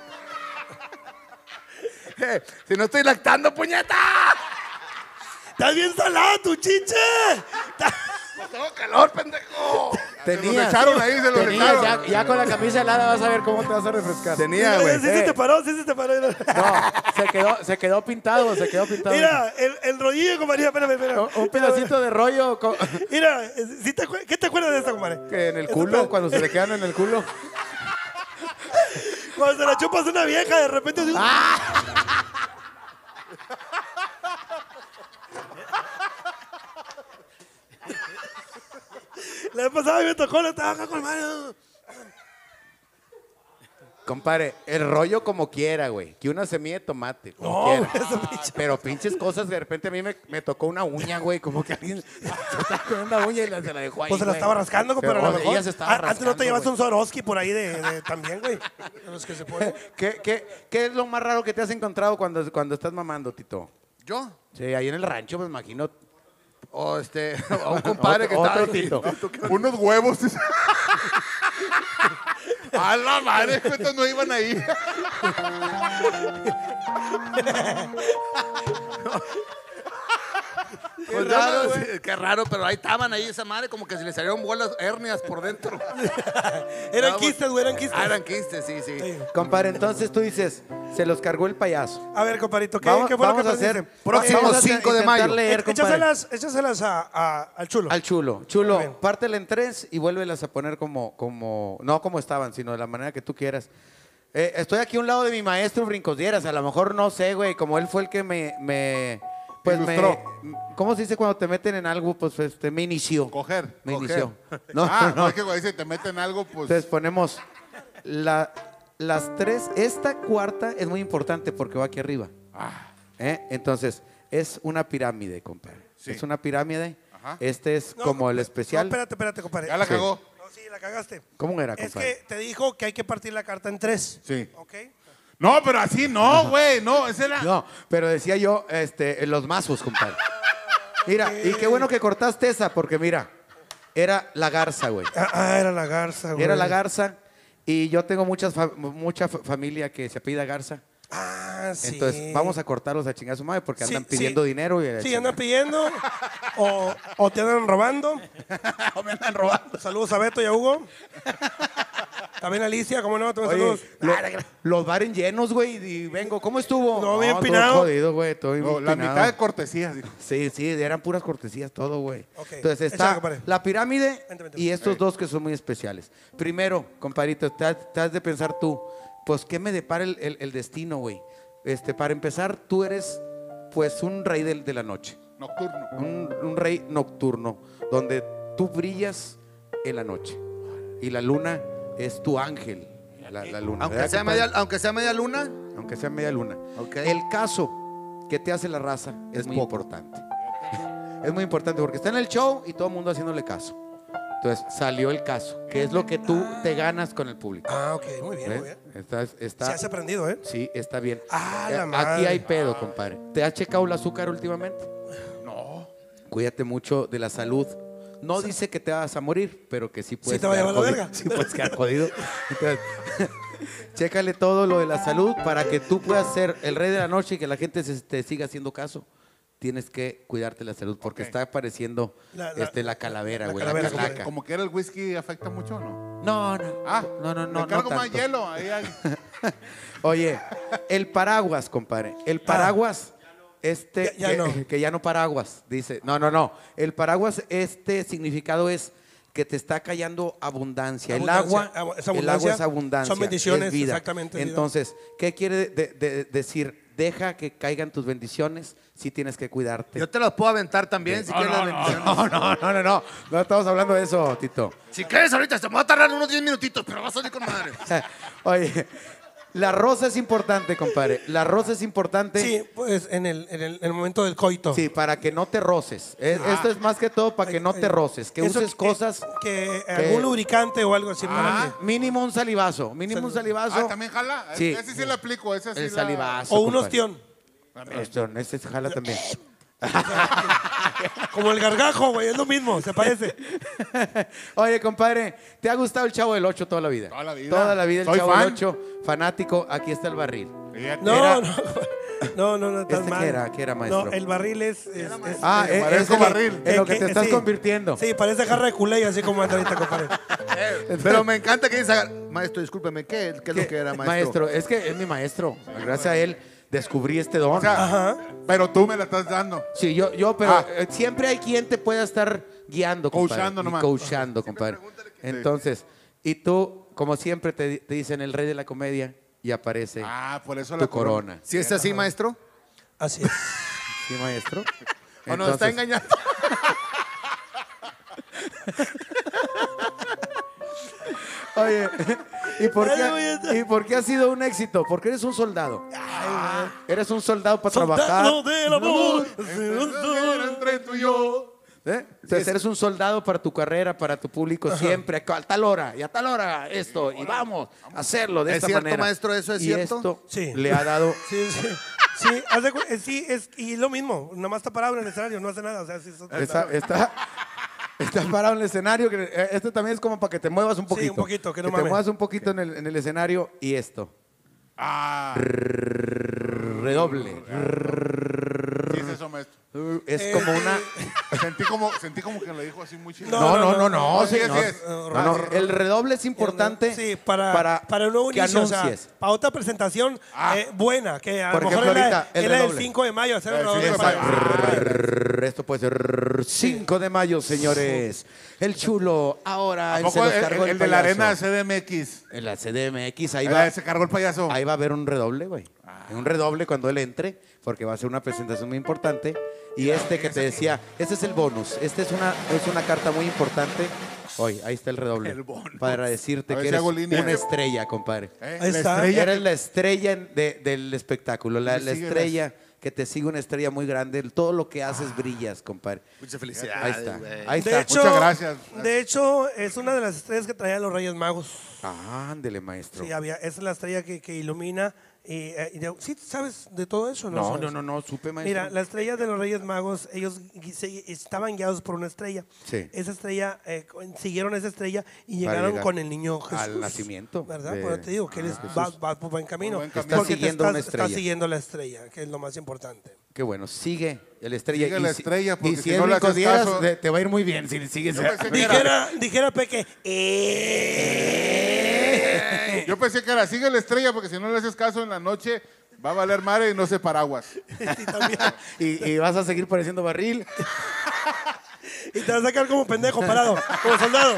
[SPEAKER 7] Si no estoy lactando, puñeta.
[SPEAKER 8] ¡Estás bien salada tu chiche!
[SPEAKER 7] Pues tengo calor, pendejo.
[SPEAKER 6] Se los echaron ahí, se los
[SPEAKER 3] tenías,
[SPEAKER 6] echaron.
[SPEAKER 3] ya con la camisa helada vas a ver cómo te vas a refrescar.
[SPEAKER 7] Tenía, güey.
[SPEAKER 8] Sí se te paró, sí se te paró.
[SPEAKER 3] No, se quedó pintado,
[SPEAKER 8] Mira, el rollillo, compadre. Espérame.
[SPEAKER 3] Un pedacito de rollo
[SPEAKER 8] Mira, ¿qué te acuerdas de esta, compadre?
[SPEAKER 3] que en el culo, cuando se le quedan en el culo.
[SPEAKER 8] Cuando se la chupas una vieja, de repente... así- La vez pasada me tocó, estaba acá con el Mario.
[SPEAKER 3] Compadre, el rollo como quiera, güey. Que una semilla de tomate, como
[SPEAKER 8] No,
[SPEAKER 3] quiera.
[SPEAKER 8] güey, eso pinche-
[SPEAKER 3] Pero pinches cosas, de repente a mí me tocó una uña, güey. Como que alguien se estaba con una uña y se la dejó ahí,
[SPEAKER 8] Pues se la
[SPEAKER 3] güey.
[SPEAKER 8] estaba rascando, pero a lo mejor.
[SPEAKER 3] Ella se estaba
[SPEAKER 8] Antes no te
[SPEAKER 3] rascando,
[SPEAKER 8] llevaste
[SPEAKER 3] güey.
[SPEAKER 8] un Swarovski por ahí también, güey. De los que se ponen.
[SPEAKER 3] ¿Qué es lo más raro que te has encontrado cuando estás mamando, Tito?
[SPEAKER 7] ¿Yo?
[SPEAKER 3] Sí, ahí en el rancho, me imagino.
[SPEAKER 7] O o un compadre que
[SPEAKER 3] Otro
[SPEAKER 7] estaba...
[SPEAKER 3] Tito.
[SPEAKER 6] Unos huevos. A la madre, estos no iban ahí.
[SPEAKER 7] Qué raro, pero ahí estaban ahí esa madre como que se le salieron bolas hernias por dentro.
[SPEAKER 8] Eran quistes, güey, eran quistes.
[SPEAKER 7] Ah, eran quistes, sí.
[SPEAKER 3] Compadre, entonces tú dices, se los cargó el payaso.
[SPEAKER 8] A ver, compadrito, ¿qué
[SPEAKER 3] Vamos,
[SPEAKER 8] fue lo
[SPEAKER 3] vamos
[SPEAKER 8] que
[SPEAKER 3] a hacer
[SPEAKER 8] aprendiste?
[SPEAKER 7] Próximo
[SPEAKER 3] vamos a
[SPEAKER 7] 5 de
[SPEAKER 3] intentar
[SPEAKER 7] mayo.
[SPEAKER 3] leer, compadre.
[SPEAKER 8] Échaselas al chulo.
[SPEAKER 3] Al chulo.
[SPEAKER 8] Muy
[SPEAKER 3] Chulo,
[SPEAKER 8] bien.
[SPEAKER 3] pártela en 3 y vuélvelas a poner no como estaban, sino de la manera que tú quieras. Estoy aquí a un lado de mi maestro Brincosieras. A lo mejor no sé, güey, como él fue el que pues
[SPEAKER 6] Ilustró.
[SPEAKER 3] ¿cómo se dice cuando te meten en algo? Pues me inició.
[SPEAKER 6] Coger.
[SPEAKER 3] Me
[SPEAKER 6] coger.
[SPEAKER 3] inició. No,
[SPEAKER 6] No, es que güey, si te meten algo, pues.
[SPEAKER 3] Entonces ponemos las 3. Esta cuarta es muy importante porque va aquí arriba. Entonces, es una pirámide, compadre.
[SPEAKER 6] Sí.
[SPEAKER 3] Es una pirámide.
[SPEAKER 6] Ajá.
[SPEAKER 3] Este es
[SPEAKER 8] No,
[SPEAKER 3] como el
[SPEAKER 8] no,
[SPEAKER 3] especial.
[SPEAKER 8] espérate, compadre.
[SPEAKER 6] Ya la
[SPEAKER 3] Sí.
[SPEAKER 6] cagó.
[SPEAKER 8] No, sí, la cagaste.
[SPEAKER 3] ¿Cómo era,
[SPEAKER 8] Es
[SPEAKER 3] compadre?
[SPEAKER 8] que te dijo que hay que partir la carta en 3.
[SPEAKER 6] Sí.
[SPEAKER 8] ¿Ok?
[SPEAKER 6] No, pero así no, güey. No, ese era.
[SPEAKER 3] No, pero decía yo, los mazos, compadre. Mira, y qué bueno que cortaste esa, porque mira, era la garza, güey.
[SPEAKER 8] Era la garza, güey.
[SPEAKER 3] Era la garza, y yo tengo mucha familia que se apellida Garza.
[SPEAKER 8] Ah, sí.
[SPEAKER 3] Entonces, vamos a cortarlos a chingar a su madre porque
[SPEAKER 8] Sí,
[SPEAKER 3] andan pidiendo
[SPEAKER 8] sí.
[SPEAKER 3] dinero. Y
[SPEAKER 8] Sí, andan pidiendo o te andan robando.
[SPEAKER 3] o me andan robando.
[SPEAKER 8] Saludos a Beto y a Hugo. También a Alicia, ¿cómo no? También
[SPEAKER 3] Oye,
[SPEAKER 8] saludos.
[SPEAKER 3] los bares llenos, güey, y vengo. ¿Cómo estuvo?
[SPEAKER 8] No, bien
[SPEAKER 3] todo
[SPEAKER 8] empinado.
[SPEAKER 3] jodido, güey, todo
[SPEAKER 6] No, la
[SPEAKER 3] empinado.
[SPEAKER 6] mitad de cortesías, dijo.
[SPEAKER 3] Sí, eran puras cortesías todo, güey.
[SPEAKER 8] Ok,
[SPEAKER 3] Entonces
[SPEAKER 8] échale,
[SPEAKER 3] está
[SPEAKER 8] compadre.
[SPEAKER 3] la pirámide
[SPEAKER 8] Vente.
[SPEAKER 3] y estos dos que son muy especiales. Primero, compadrito, te has de pensar tú, pues, ¿qué me depara el destino, güey? Para empezar, tú eres, pues, un rey de la noche.
[SPEAKER 6] Nocturno.
[SPEAKER 3] Un rey nocturno, donde tú brillas en la noche. Y la luna es tu ángel, la luna.
[SPEAKER 7] Aunque
[SPEAKER 3] ¿verdad,
[SPEAKER 7] sea,
[SPEAKER 3] compadre?
[SPEAKER 7] aunque sea media luna.
[SPEAKER 3] Aunque sea media luna.
[SPEAKER 7] Ok.
[SPEAKER 3] El caso que te hace la raza es muy importante. Es muy importante porque está en el show y todo el mundo haciéndole caso. Entonces salió el caso, que es lo que tú te ganas con el público.
[SPEAKER 8] Ah, ok, muy bien, muy
[SPEAKER 3] ¿Ves?
[SPEAKER 8] bien.
[SPEAKER 3] Está,
[SPEAKER 8] Se has aprendido, ¿eh?
[SPEAKER 3] sí, está bien.
[SPEAKER 8] Ah, la
[SPEAKER 3] Aquí
[SPEAKER 8] madre.
[SPEAKER 3] hay pedo, compadre. ¿Te has checado el azúcar últimamente? No. Cuídate mucho de la salud. No dice que te vas a morir, pero que sí puedes
[SPEAKER 8] te va a
[SPEAKER 3] quedar
[SPEAKER 8] llevar la
[SPEAKER 3] jodido.
[SPEAKER 8] verga.
[SPEAKER 3] Sí puedes quedar jodido. Entonces, chécale todo lo de la salud para que tú puedas ser el rey de la noche y que la gente te siga haciendo caso. Tienes que cuidarte la salud porque está apareciendo la calavera, güey, la
[SPEAKER 8] calavera,
[SPEAKER 3] calaca.
[SPEAKER 6] Como que era el whisky afecta mucho, ¿no?
[SPEAKER 3] No.
[SPEAKER 6] Me
[SPEAKER 3] No
[SPEAKER 6] cargo más
[SPEAKER 3] tanto.
[SPEAKER 6] hielo. Ahí hay.
[SPEAKER 3] Oye, el paraguas, compadre. El paraguas,
[SPEAKER 8] Ya no.
[SPEAKER 3] que ya no paraguas, dice. No. El paraguas, significado es que te está cayendo abundancia. El agua
[SPEAKER 8] Es abundancia.
[SPEAKER 3] es abundancia.
[SPEAKER 8] Son bendiciones,
[SPEAKER 3] es vida.
[SPEAKER 8] exactamente, vida.
[SPEAKER 3] Entonces, ¿qué quiere decir? Deja que caigan tus bendiciones, si tienes que cuidarte.
[SPEAKER 7] Yo te los puedo aventar también si quieres las bendiciones.
[SPEAKER 3] No. No estamos hablando de eso, Tito.
[SPEAKER 7] Si quieres ahorita, se me va a tardar unos 10 minutitos, pero va a salir con madre.
[SPEAKER 3] Oye, la rosa es importante, compadre. La rosa es importante.
[SPEAKER 8] Sí, pues en el momento del coito.
[SPEAKER 3] Sí, para que no te roces. Esto es más que todo para que no te roces, que
[SPEAKER 8] Eso
[SPEAKER 3] uses cosas.
[SPEAKER 8] Que algún lubricante o algo así para que-
[SPEAKER 3] Mínimo un salivazo. Mínimo un salivazo.
[SPEAKER 6] ¿También jala?
[SPEAKER 3] Sí.
[SPEAKER 6] Ese sí le aplico. Ese sí
[SPEAKER 3] El salivazo.
[SPEAKER 8] O un
[SPEAKER 3] compadre.
[SPEAKER 8] ostión.
[SPEAKER 3] Ese jala también.
[SPEAKER 8] Como el gargajo, güey, es lo mismo, se parece.
[SPEAKER 3] Oye, compadre, ¿te ha gustado el Chavo del 8 toda la vida?
[SPEAKER 6] Toda la vida.
[SPEAKER 3] Toda la vida el
[SPEAKER 6] Soy
[SPEAKER 3] Chavo
[SPEAKER 6] fan.
[SPEAKER 3] del 8, fanático. Aquí está el barril.
[SPEAKER 6] Fíjate.
[SPEAKER 8] No, no, tan
[SPEAKER 3] ¿Este
[SPEAKER 8] mal.
[SPEAKER 3] qué era, maestro?
[SPEAKER 8] No, el barril es
[SPEAKER 3] Ah,
[SPEAKER 6] parezco barril.
[SPEAKER 3] En lo que te estás
[SPEAKER 8] sí.
[SPEAKER 3] convirtiendo.
[SPEAKER 8] Sí, parece jarra de culé, así como anda ahorita, compadre.
[SPEAKER 7] Pero me encanta que dice, maestro, discúlpeme, ¿qué es lo que era, maestro?
[SPEAKER 3] Es que es mi maestro. Gracias a él descubrí este don.
[SPEAKER 6] O sea,
[SPEAKER 8] Ajá.
[SPEAKER 6] pero tú me la estás dando.
[SPEAKER 3] Sí, pero siempre hay quien te pueda estar guiando, compadre.
[SPEAKER 6] Coachando nomás.
[SPEAKER 3] Coachando, compadre. Entonces, y tú, como siempre te dicen el rey de la comedia y aparece
[SPEAKER 6] Por eso
[SPEAKER 3] tu
[SPEAKER 6] la
[SPEAKER 3] corona.
[SPEAKER 7] ¿Si es así, maestro?
[SPEAKER 8] Así es.
[SPEAKER 3] ¿Sí, maestro?
[SPEAKER 7] ¿O nos está
[SPEAKER 3] Entonces,
[SPEAKER 7] engañando?
[SPEAKER 3] Oye, ¿y por qué ha sido un éxito? Porque eres un soldado. Eres un soldado para trabajar.
[SPEAKER 8] Soldado del amor.
[SPEAKER 6] Entre tú y yo.
[SPEAKER 3] Entonces, eres un soldado para tu carrera, para tu público, siempre, a tal hora, y a tal hora esto, y vamos a hacerlo de
[SPEAKER 7] ¿Es
[SPEAKER 3] esta
[SPEAKER 7] cierto,
[SPEAKER 3] manera.
[SPEAKER 7] maestro, eso es
[SPEAKER 3] y
[SPEAKER 7] cierto?
[SPEAKER 3] Esto
[SPEAKER 8] Sí.
[SPEAKER 3] le ha dado...
[SPEAKER 8] Sí. Sí, sí, y lo mismo, nomás está parado en el escenario, no hace nada. O sea, sí,
[SPEAKER 3] Está parado en el escenario. Esto también es como para que te muevas un poquito.
[SPEAKER 8] un poquito, que no
[SPEAKER 3] te
[SPEAKER 8] mames.
[SPEAKER 3] muevas un poquito en el escenario y esto. Redoble.
[SPEAKER 6] ¿Qué es eso, maestro?
[SPEAKER 3] Es como una...
[SPEAKER 6] Sentí como que lo dijo así muy chido.
[SPEAKER 3] No,
[SPEAKER 6] sí,
[SPEAKER 3] señor.
[SPEAKER 6] así es.
[SPEAKER 3] No, el redoble es importante
[SPEAKER 8] Sí, para un nuevo
[SPEAKER 3] que
[SPEAKER 8] inicio, o sea,
[SPEAKER 3] anuncies.
[SPEAKER 8] para otra presentación buena, que a
[SPEAKER 3] Por
[SPEAKER 8] lo mejor
[SPEAKER 3] ejemplo,
[SPEAKER 8] era
[SPEAKER 3] ahorita, el
[SPEAKER 8] el
[SPEAKER 3] redoble.
[SPEAKER 8] 5 de mayo, hacer un
[SPEAKER 6] Sí,
[SPEAKER 8] redoble
[SPEAKER 6] exacto.
[SPEAKER 3] Esto puede ser 5 de mayo, señores. El chulo, ahora
[SPEAKER 6] ¿A
[SPEAKER 3] él
[SPEAKER 6] poco
[SPEAKER 3] se los cargó
[SPEAKER 6] el de la
[SPEAKER 3] payaso.
[SPEAKER 6] arena CDMX?
[SPEAKER 3] En la CDMX, ahí
[SPEAKER 6] Se cargó el payaso.
[SPEAKER 3] Ahí va a haber un redoble, güey. Un redoble cuando él entre, porque va a ser una presentación muy importante. Y este que te decía, este es el bonus. Este es una carta muy importante. Oye, ahí está el redoble.
[SPEAKER 6] El bonus.
[SPEAKER 3] Para decirte
[SPEAKER 6] A ver
[SPEAKER 3] que
[SPEAKER 6] si
[SPEAKER 3] eres
[SPEAKER 6] hago línea.
[SPEAKER 3] una estrella, compadre.
[SPEAKER 8] Ahí
[SPEAKER 6] La
[SPEAKER 8] está.
[SPEAKER 6] estrella.
[SPEAKER 3] Eres la estrella del espectáculo, la
[SPEAKER 6] Me sigue
[SPEAKER 3] estrella que te sigue una estrella muy grande. Todo lo que haces brillas, compadre.
[SPEAKER 7] Muchas felicidades.
[SPEAKER 3] Ahí está.
[SPEAKER 7] güey.
[SPEAKER 3] Ahí
[SPEAKER 8] De
[SPEAKER 3] está.
[SPEAKER 8] hecho,
[SPEAKER 6] Muchas gracias.
[SPEAKER 8] De hecho, es una de las estrellas que traían los Reyes Magos.
[SPEAKER 3] Ándele, maestro.
[SPEAKER 8] Sí, es la estrella que ilumina. ¿Sí sabes de todo eso?
[SPEAKER 3] No,
[SPEAKER 8] sabes?
[SPEAKER 3] no, supe, maestro.
[SPEAKER 8] Mira, la estrella de los Reyes Magos, ellos estaban guiados por una estrella.
[SPEAKER 3] Sí.
[SPEAKER 8] Esa estrella, siguieron esa estrella y
[SPEAKER 3] Para
[SPEAKER 8] llegaron
[SPEAKER 3] llegar
[SPEAKER 8] con el niño Jesús.
[SPEAKER 3] al nacimiento
[SPEAKER 8] ¿Verdad?
[SPEAKER 3] de-
[SPEAKER 8] Por eso te digo que eres, vas por buen camino.
[SPEAKER 6] Por buen camino.
[SPEAKER 3] Estás
[SPEAKER 8] Porque
[SPEAKER 3] siguiendo una
[SPEAKER 8] estás
[SPEAKER 3] estrella.
[SPEAKER 8] siguiendo la estrella, que es lo más importante.
[SPEAKER 3] Qué bueno, sigue el estrella.
[SPEAKER 6] Sigue la estrella, porque
[SPEAKER 3] y
[SPEAKER 6] si
[SPEAKER 3] si es
[SPEAKER 6] no le
[SPEAKER 3] Brincos
[SPEAKER 6] haces
[SPEAKER 3] Díaz,
[SPEAKER 6] caso-
[SPEAKER 3] te va a ir muy bien si sigues.
[SPEAKER 6] Yo pensé que era-
[SPEAKER 8] Dijera Peque,
[SPEAKER 6] Yo pensé que era, sigue la estrella, porque si no le haces caso en la noche, va a valer madre y no sé paraguas.
[SPEAKER 8] sí, también.
[SPEAKER 3] y vas a seguir pareciendo barril.
[SPEAKER 8] Y te vas a sacar como pendejo parado, como soldado.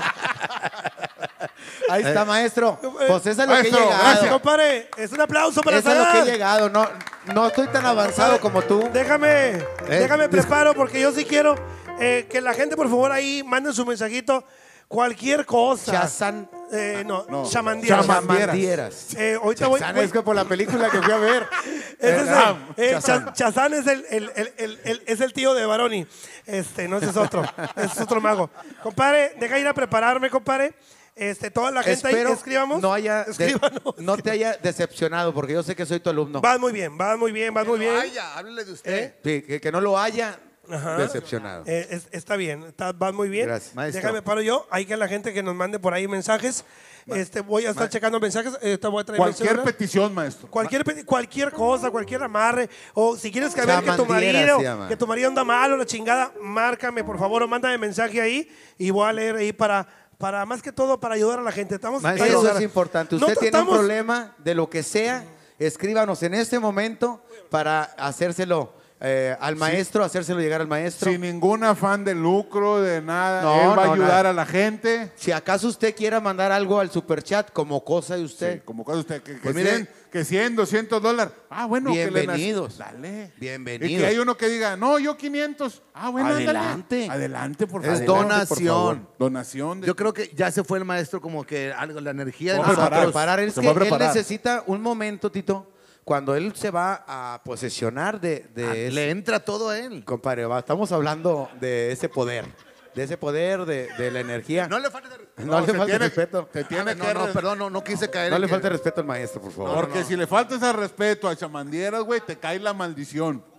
[SPEAKER 3] Ahí está, maestro. Pues eso es lo que he
[SPEAKER 6] Maestro,
[SPEAKER 3] llegado.
[SPEAKER 6] gracias.
[SPEAKER 8] Compadre, es un aplauso para
[SPEAKER 3] Eso es lo que he
[SPEAKER 8] Sagar.
[SPEAKER 3] llegado. No estoy tan avanzado como tú.
[SPEAKER 8] Déjame preparo porque yo sí quiero que la gente por favor ahí mande su mensajito. Cualquier cosa.
[SPEAKER 3] Chazán.
[SPEAKER 6] No.
[SPEAKER 8] Chamandieras.
[SPEAKER 3] Chamandieras.
[SPEAKER 8] Ahorita voy.
[SPEAKER 3] Chazán es que por la película que fui a ver.
[SPEAKER 8] Chazán. Chazán es es el tío de Baroni. No, ese es otro. Ese es otro mago. Compadre, deja ir a prepararme, compadre. Toda la gente
[SPEAKER 3] Espero
[SPEAKER 8] ahí, escribamos. Escríbanos.
[SPEAKER 3] no te haya decepcionado, porque yo sé que soy tu alumno.
[SPEAKER 8] Vas muy bien, vas muy bien.
[SPEAKER 7] Vaya, háblele de usted.
[SPEAKER 3] Sí, que no lo haya
[SPEAKER 8] Ajá.
[SPEAKER 3] decepcionado.
[SPEAKER 8] Está bien, vas muy bien.
[SPEAKER 3] Gracias.
[SPEAKER 7] Maestro.
[SPEAKER 8] Déjame paro yo. Hay que la gente que nos mande por ahí mensajes. Voy a estar checando mensajes. Te voy a traer mi
[SPEAKER 6] Cualquier
[SPEAKER 8] celular.
[SPEAKER 6] petición, maestro.
[SPEAKER 8] Cualquier cosa, cualquier amarre, o si quieres que ver
[SPEAKER 3] Chamandieras se llama.
[SPEAKER 8] que tu marido anda mal o la chingada, márcame por favor o mándame mensaje ahí y voy a leer ahí para más que todo para ayudar a la gente. Estamos para
[SPEAKER 3] Eso
[SPEAKER 8] ayudar.
[SPEAKER 3] es importante.
[SPEAKER 8] No
[SPEAKER 3] Usted tiene un
[SPEAKER 8] tratamos-
[SPEAKER 3] problema de lo que sea, escríbanos en este momento para hacérselo al maestro, hacérselo llegar al maestro.
[SPEAKER 6] Sin ningún afán de lucro, de nada.
[SPEAKER 3] No,
[SPEAKER 6] Él va a
[SPEAKER 3] no,
[SPEAKER 6] ayudar
[SPEAKER 3] nada.
[SPEAKER 6] a la gente.
[SPEAKER 3] Si acaso usted quiera mandar algo al superchat como cosa de usted,
[SPEAKER 6] Sí, como cosa usted,
[SPEAKER 3] Pues mire,
[SPEAKER 6] que 100, 200 dólares. Ah, bueno. que le
[SPEAKER 3] bienvenidos.
[SPEAKER 6] Dale.
[SPEAKER 3] Bienvenidos.
[SPEAKER 6] Y que hay uno que diga, no, yo 500. Ah, bueno, ándale.
[SPEAKER 3] Adelante.
[SPEAKER 6] Adelante, por
[SPEAKER 7] Es
[SPEAKER 6] favor.
[SPEAKER 7] donación.
[SPEAKER 6] Por favor. Donación.
[SPEAKER 7] Yo creo que ya se fue el maestro como que algo, la energía de
[SPEAKER 6] Vamos a
[SPEAKER 7] nosotros.
[SPEAKER 3] preparar. Es
[SPEAKER 6] Se
[SPEAKER 3] que
[SPEAKER 6] va a
[SPEAKER 3] él
[SPEAKER 6] preparar.
[SPEAKER 3] necesita un momento, Tito, cuando él se va a posesionar de ese-
[SPEAKER 7] Le entra todo a él.
[SPEAKER 3] Compadre, estamos hablando de ese poder, de la energía.
[SPEAKER 7] No le falte de
[SPEAKER 3] No le
[SPEAKER 6] se
[SPEAKER 3] falte
[SPEAKER 6] tiene-
[SPEAKER 3] respeto.
[SPEAKER 6] Se tiene que
[SPEAKER 7] perdón, no quise caer.
[SPEAKER 3] No
[SPEAKER 7] en
[SPEAKER 3] le
[SPEAKER 7] que-
[SPEAKER 3] falte respeto al maestro, por favor.
[SPEAKER 6] Porque si le faltas al respeto a Chamandieras, güey, te cae la maldición.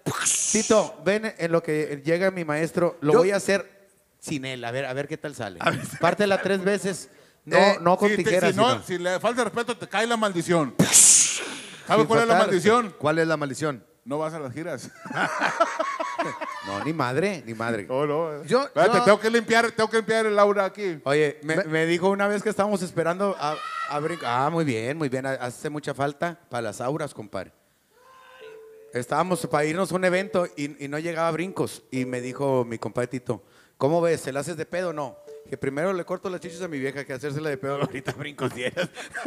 [SPEAKER 3] Tito, ven en lo que llega mi maestro. Lo voy a hacer sin él. A ver qué tal sale. Pártela 3 veces. No con tijeras.
[SPEAKER 6] Si le falta respeto, te cae la maldición. ¿Sabes cuál es la maldición?
[SPEAKER 7] ¿Cuál es la maldición?
[SPEAKER 6] No vas a las giras.
[SPEAKER 3] No, ni madre.
[SPEAKER 6] No.
[SPEAKER 7] Yo-
[SPEAKER 6] Espérate, tengo que limpiar el aura aquí.
[SPEAKER 3] Oye, me dijo una vez que estábamos esperando a brincar. Muy bien. Hace mucha falta para las auras, compadre. Estábamos para irnos a un evento y no llegaba brincos. Y me dijo mi compadre Tito, ¿cómo ves? ¿Se la haces de pedo o no? Que primero le corto las chichis a mi vieja que hacérsela de pedo ahorita brincos dieras.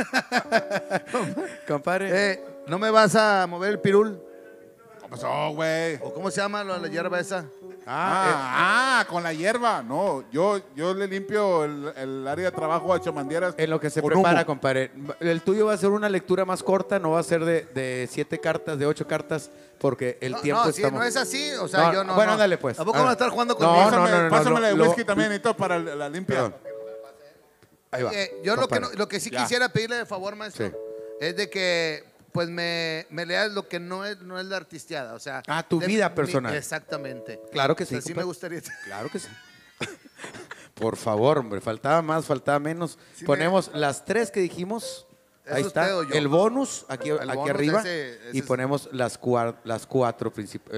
[SPEAKER 3] Compadre.
[SPEAKER 7] ¿No me vas a mover el pirul?
[SPEAKER 6] ¿Qué pasó, güey?
[SPEAKER 7] ¿O cómo se llama la hierba esa?
[SPEAKER 6] Con la hierba. No, yo le limpio el área de trabajo a Chamandieras.
[SPEAKER 3] En lo que se
[SPEAKER 6] con
[SPEAKER 3] prepara,
[SPEAKER 6] humo.
[SPEAKER 3] compadre. El tuyo va a ser una lectura más corta, no va a ser de 7 cartas, de 8 cartas, porque el tiempo
[SPEAKER 7] No,
[SPEAKER 3] estamos...
[SPEAKER 7] no es así. O sea,
[SPEAKER 3] No,
[SPEAKER 7] yo no.
[SPEAKER 3] bueno,
[SPEAKER 7] no.
[SPEAKER 3] ándale, pues.
[SPEAKER 7] Tampoco van a estar jugando
[SPEAKER 3] No,
[SPEAKER 7] conmigo.
[SPEAKER 6] Pásamela de
[SPEAKER 3] lo-
[SPEAKER 6] whisky también y todo para la limpia.
[SPEAKER 3] Perdón. Ahí va.
[SPEAKER 7] Yo
[SPEAKER 3] compadre.
[SPEAKER 7] lo que sí
[SPEAKER 6] Ya.
[SPEAKER 7] quisiera pedirle de favor, maestro,
[SPEAKER 3] Sí.
[SPEAKER 7] es de que pues me leas lo que no es la artisteada. O sea,
[SPEAKER 3] Tu
[SPEAKER 7] de
[SPEAKER 3] vida personal.
[SPEAKER 7] Exactamente.
[SPEAKER 3] Claro que sí,
[SPEAKER 7] O sea, sí
[SPEAKER 3] compadre.
[SPEAKER 7] me gustaría.
[SPEAKER 3] Claro que sí. Por favor, hombre, faltaba más, faltaba menos.
[SPEAKER 7] Sí,
[SPEAKER 3] Ponemos las 3 que dijimos.
[SPEAKER 7] ¿Eso
[SPEAKER 3] Ahí
[SPEAKER 7] es
[SPEAKER 3] está.
[SPEAKER 7] usted o yo?
[SPEAKER 3] El bonus aquí
[SPEAKER 7] bonus,
[SPEAKER 3] arriba.
[SPEAKER 7] ese
[SPEAKER 3] Y
[SPEAKER 7] es-
[SPEAKER 3] ponemos las 4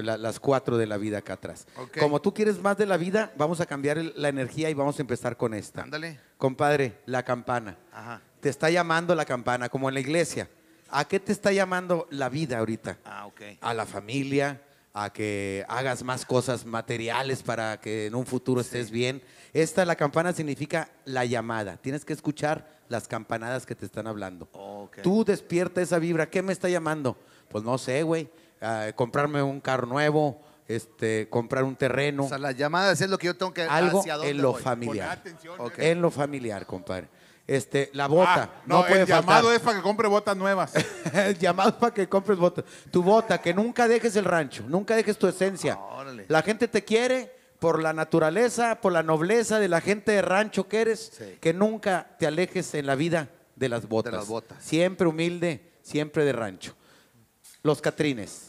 [SPEAKER 3] de la vida acá atrás.
[SPEAKER 7] Ok.
[SPEAKER 3] Como tú quieres más de la vida, vamos a cambiar la energía y vamos a empezar con esta.
[SPEAKER 7] Ándale.
[SPEAKER 3] Compadre, la campana.
[SPEAKER 7] Ajá.
[SPEAKER 3] Te está llamando la campana, como en la iglesia. ¿A qué te está llamando la vida ahorita?
[SPEAKER 7] Ok.
[SPEAKER 3] A la familia, a que hagas más cosas materiales para que en un futuro estés bien. La campana significa la llamada. Tienes que escuchar las campanadas que te están hablando.
[SPEAKER 7] Ok.
[SPEAKER 3] Tú despierta esa vibra. ¿Qué me está llamando? Pues no sé, güey. Comprarme un carro nuevo, comprar un terreno.
[SPEAKER 7] O sea, las llamadas es lo que yo tengo que
[SPEAKER 3] Algo
[SPEAKER 7] hacia dónde
[SPEAKER 3] en lo
[SPEAKER 7] voy.
[SPEAKER 3] familiar.
[SPEAKER 6] Poner atención,
[SPEAKER 7] Ok.
[SPEAKER 3] En lo familiar, compadre. La bota.
[SPEAKER 6] No,
[SPEAKER 3] puede
[SPEAKER 6] el llamado
[SPEAKER 3] faltar.
[SPEAKER 6] es para que compre botas nuevas.
[SPEAKER 3] El llamado es para que compres bota. Tu bota, que nunca dejes el rancho, nunca dejes tu esencia.
[SPEAKER 7] Órale.
[SPEAKER 3] La gente te quiere por la naturaleza, por la nobleza de la gente de rancho que eres,
[SPEAKER 7] Sí.
[SPEAKER 3] que nunca te alejes en la vida de las botas.
[SPEAKER 7] las botas.
[SPEAKER 3] Siempre humilde, siempre de rancho. Los catrines.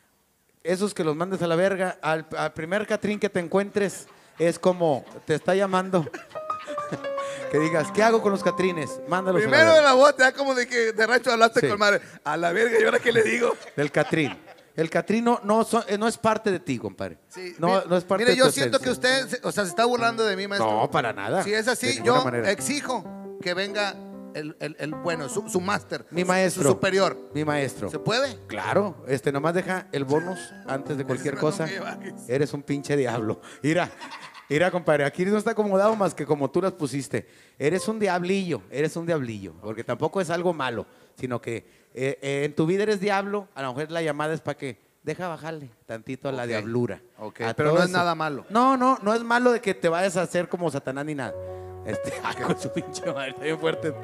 [SPEAKER 3] Esos que los mandes a la verga, al primer catrín que te encuentres, es como te está llamando. Que digas, ¿qué hago con los catrines? Mándalos a la
[SPEAKER 7] Primero
[SPEAKER 3] verga.
[SPEAKER 7] de la bota, ya como de que de rancho hablaste
[SPEAKER 3] Sí.
[SPEAKER 7] con madre. A la verga, ¿y ahora qué le digo?
[SPEAKER 3] Del Catrín. El Catrín no es parte de ti, compadre.
[SPEAKER 7] Sí,
[SPEAKER 3] No es parte
[SPEAKER 7] mire,
[SPEAKER 3] de
[SPEAKER 7] yo
[SPEAKER 3] tu
[SPEAKER 7] siento que
[SPEAKER 3] esencia.
[SPEAKER 7] usted, se está burlando de mí, maestro.
[SPEAKER 3] No, para nada.
[SPEAKER 7] Si es
[SPEAKER 3] De
[SPEAKER 7] así,
[SPEAKER 3] ninguna
[SPEAKER 7] yo
[SPEAKER 3] manera.
[SPEAKER 7] exijo que venga el bueno, su máster.
[SPEAKER 3] Mi maestro.
[SPEAKER 7] Su superior.
[SPEAKER 3] Mi maestro.
[SPEAKER 7] ¿Se puede?
[SPEAKER 3] Claro, nomás deja el bonus antes de cualquier
[SPEAKER 7] No
[SPEAKER 3] cosa.
[SPEAKER 7] me bajes.
[SPEAKER 3] Eres un pinche diablo. Mira, compadre, aquí no está acomodado más que como tú las pusiste. Eres un diablillo, porque tampoco es algo malo, sino que en tu vida eres diablo, a lo mejor la llamada es para que deja bajarle tantito a la
[SPEAKER 7] Ok,
[SPEAKER 3] diablura.
[SPEAKER 7] ok,
[SPEAKER 3] A
[SPEAKER 7] pero
[SPEAKER 3] todo
[SPEAKER 7] no es
[SPEAKER 3] eso.
[SPEAKER 7] nada malo.
[SPEAKER 3] No es malo de que te vayas a hacer como Satanás ni nada. Con su pinche madre, está bien fuerte.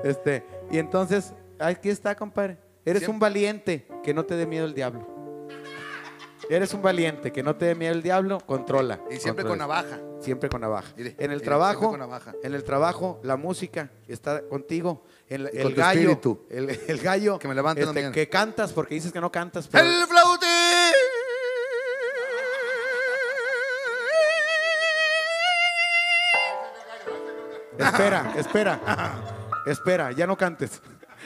[SPEAKER 3] Y entonces, aquí está, compadre. Eres
[SPEAKER 7] Siempre-
[SPEAKER 3] un valiente, que no te dé miedo el diablo. Eres un valiente, que no te dé miedo el diablo, controla.
[SPEAKER 7] Y siempre con
[SPEAKER 3] controla.
[SPEAKER 7] navaja.
[SPEAKER 3] Siempre con navaja.
[SPEAKER 7] Mire,
[SPEAKER 3] En el
[SPEAKER 7] mire,
[SPEAKER 3] trabajo,
[SPEAKER 7] siempre con navaja.
[SPEAKER 3] la música está contigo. El
[SPEAKER 7] con tu
[SPEAKER 3] gallo,
[SPEAKER 7] espíritu.
[SPEAKER 3] el gallo,
[SPEAKER 7] Que me levante también.
[SPEAKER 3] que cantas porque dices que no cantas. Pero
[SPEAKER 7] ¡El flautín!
[SPEAKER 3] espera, ya no cantes.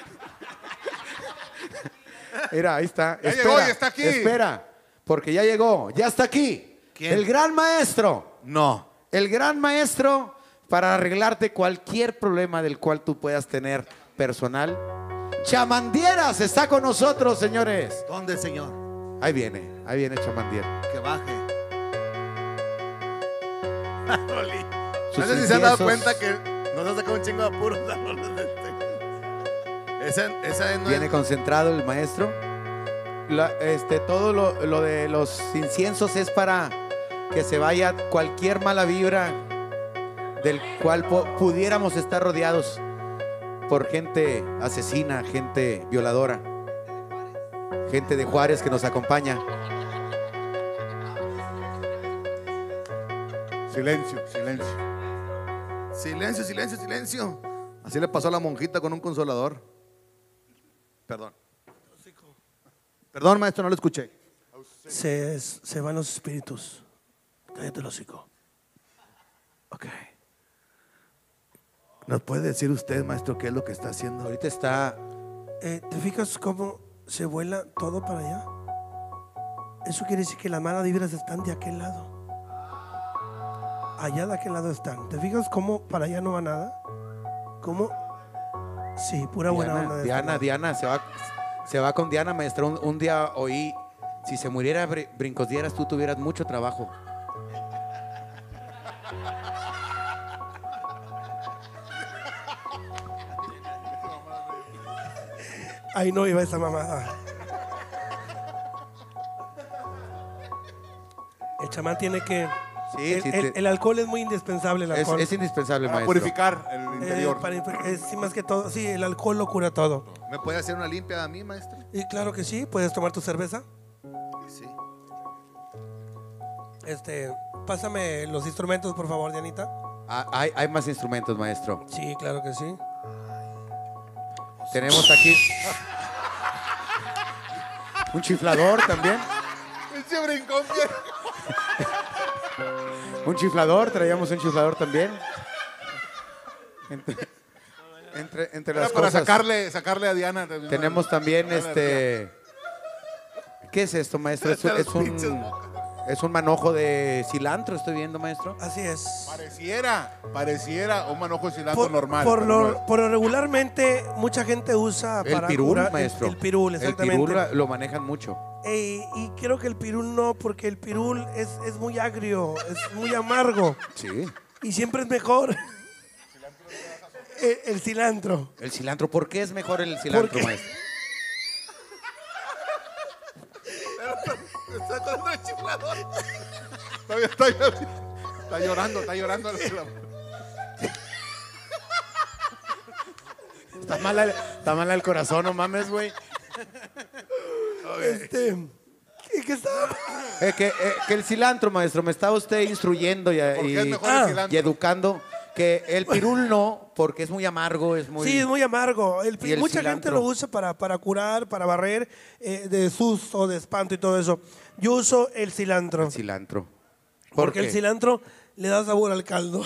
[SPEAKER 3] Mira, ahí está.
[SPEAKER 6] Ya
[SPEAKER 3] espera,
[SPEAKER 6] llegó y está aquí.
[SPEAKER 3] Espera, porque ya llegó, ya está aquí.
[SPEAKER 7] ¿Quién?
[SPEAKER 3] El gran maestro.
[SPEAKER 7] No.
[SPEAKER 3] El gran maestro para arreglarte cualquier problema del cual tú puedas tener personal. Chamandieras está con nosotros, señores.
[SPEAKER 7] ¿Dónde, señor?
[SPEAKER 3] Ahí viene Chamandiera.
[SPEAKER 7] Que baje.
[SPEAKER 3] Sus
[SPEAKER 7] No sé si se han dado
[SPEAKER 3] inciensos.
[SPEAKER 7] cuenta que nos ha sacado un chingo de apuros. Esa no
[SPEAKER 3] Viene
[SPEAKER 7] es...
[SPEAKER 3] concentrado el maestro. Todo lo de los inciensos es para que se vaya cualquier mala vibra del cual pudiéramos estar rodeados por gente asesina, gente violadora, gente de Juárez que nos acompaña.
[SPEAKER 6] Silencio, silencio.
[SPEAKER 7] Silencio, silencio, silencio. Así le pasó a la monjita con un consolador. Perdón. Perdón, maestro, no lo escuché.
[SPEAKER 8] se van los espíritus. Cállate el hocico. Ok.
[SPEAKER 7] ¿Nos puede decir usted, maestro, qué es lo que está haciendo?
[SPEAKER 3] Ahorita está...
[SPEAKER 8] ¿Te fijas cómo se vuela todo para allá? Eso quiere decir que las malas vibras están de aquel lado. Allá de aquel lado están. ¿Te fijas cómo para allá no va nada? ¿Cómo? Sí, pura buena onda. De este lado.
[SPEAKER 3] Diana, se va con Diana, maestro. Un día oí, si se muriera Brincos Dieras, tú tuvieras mucho trabajo.
[SPEAKER 8] Ahí no iba esa mamada. El chamán tiene que...
[SPEAKER 3] Sí,
[SPEAKER 8] el alcohol es muy indispensable. El alcohol.
[SPEAKER 3] es indispensable,
[SPEAKER 6] Para
[SPEAKER 3] maestro.
[SPEAKER 6] purificar el interior.
[SPEAKER 8] Sí, más que todo. Sí, el alcohol lo cura todo.
[SPEAKER 7] ¿Me puede hacer una limpia a mí, maestro?
[SPEAKER 8] Y claro que sí, puedes tomar tu cerveza.
[SPEAKER 7] Sí.
[SPEAKER 8] Pásame los instrumentos, por favor, Dianita.
[SPEAKER 3] Hay más instrumentos, maestro.
[SPEAKER 8] Sí, claro que sí.
[SPEAKER 3] Tenemos aquí un chiflador también.
[SPEAKER 6] Ese brincón bien.
[SPEAKER 3] Un chiflador, traíamos un chiflador también. Entre
[SPEAKER 6] Era
[SPEAKER 3] las
[SPEAKER 6] para
[SPEAKER 3] cosas.
[SPEAKER 6] sacarle a Diana.
[SPEAKER 3] Tenemos también ¿qué es esto, maestro? Es un manojo de cilantro, estoy viendo, maestro.
[SPEAKER 8] Así es.
[SPEAKER 6] Pareciera un manojo de cilantro normal.
[SPEAKER 8] Por lo regularmente, mucha gente usa
[SPEAKER 3] El
[SPEAKER 8] para
[SPEAKER 3] pirul,
[SPEAKER 8] curar
[SPEAKER 3] maestro.
[SPEAKER 8] el pirul, exactamente.
[SPEAKER 3] El pirul lo manejan mucho.
[SPEAKER 8] Y creo que el pirul no, porque el pirul es muy agrio, es muy amargo.
[SPEAKER 3] Sí.
[SPEAKER 8] Y siempre es mejor el cilantro.
[SPEAKER 3] El cilantro, ¿por qué es mejor el cilantro,
[SPEAKER 8] Porque-
[SPEAKER 3] maestro?
[SPEAKER 6] Está con el chiflador. Está llorando.
[SPEAKER 3] Está mala el corazón, no mames, güey.
[SPEAKER 8] ¿Qué está?
[SPEAKER 3] Que el cilantro, maestro, me está usted instruyendo
[SPEAKER 6] ¿Por qué es mejor el cilantro?
[SPEAKER 3] y educando. Que el pirul no, porque es muy amargo,
[SPEAKER 8] Sí, es muy amargo.
[SPEAKER 3] Y el
[SPEAKER 8] Mucha gente
[SPEAKER 3] cilantro.
[SPEAKER 8] lo usa para curar, para barrer de susto, de espanto y todo eso. Yo uso el cilantro.
[SPEAKER 3] El cilantro.
[SPEAKER 8] Porque el cilantro le da sabor al caldo.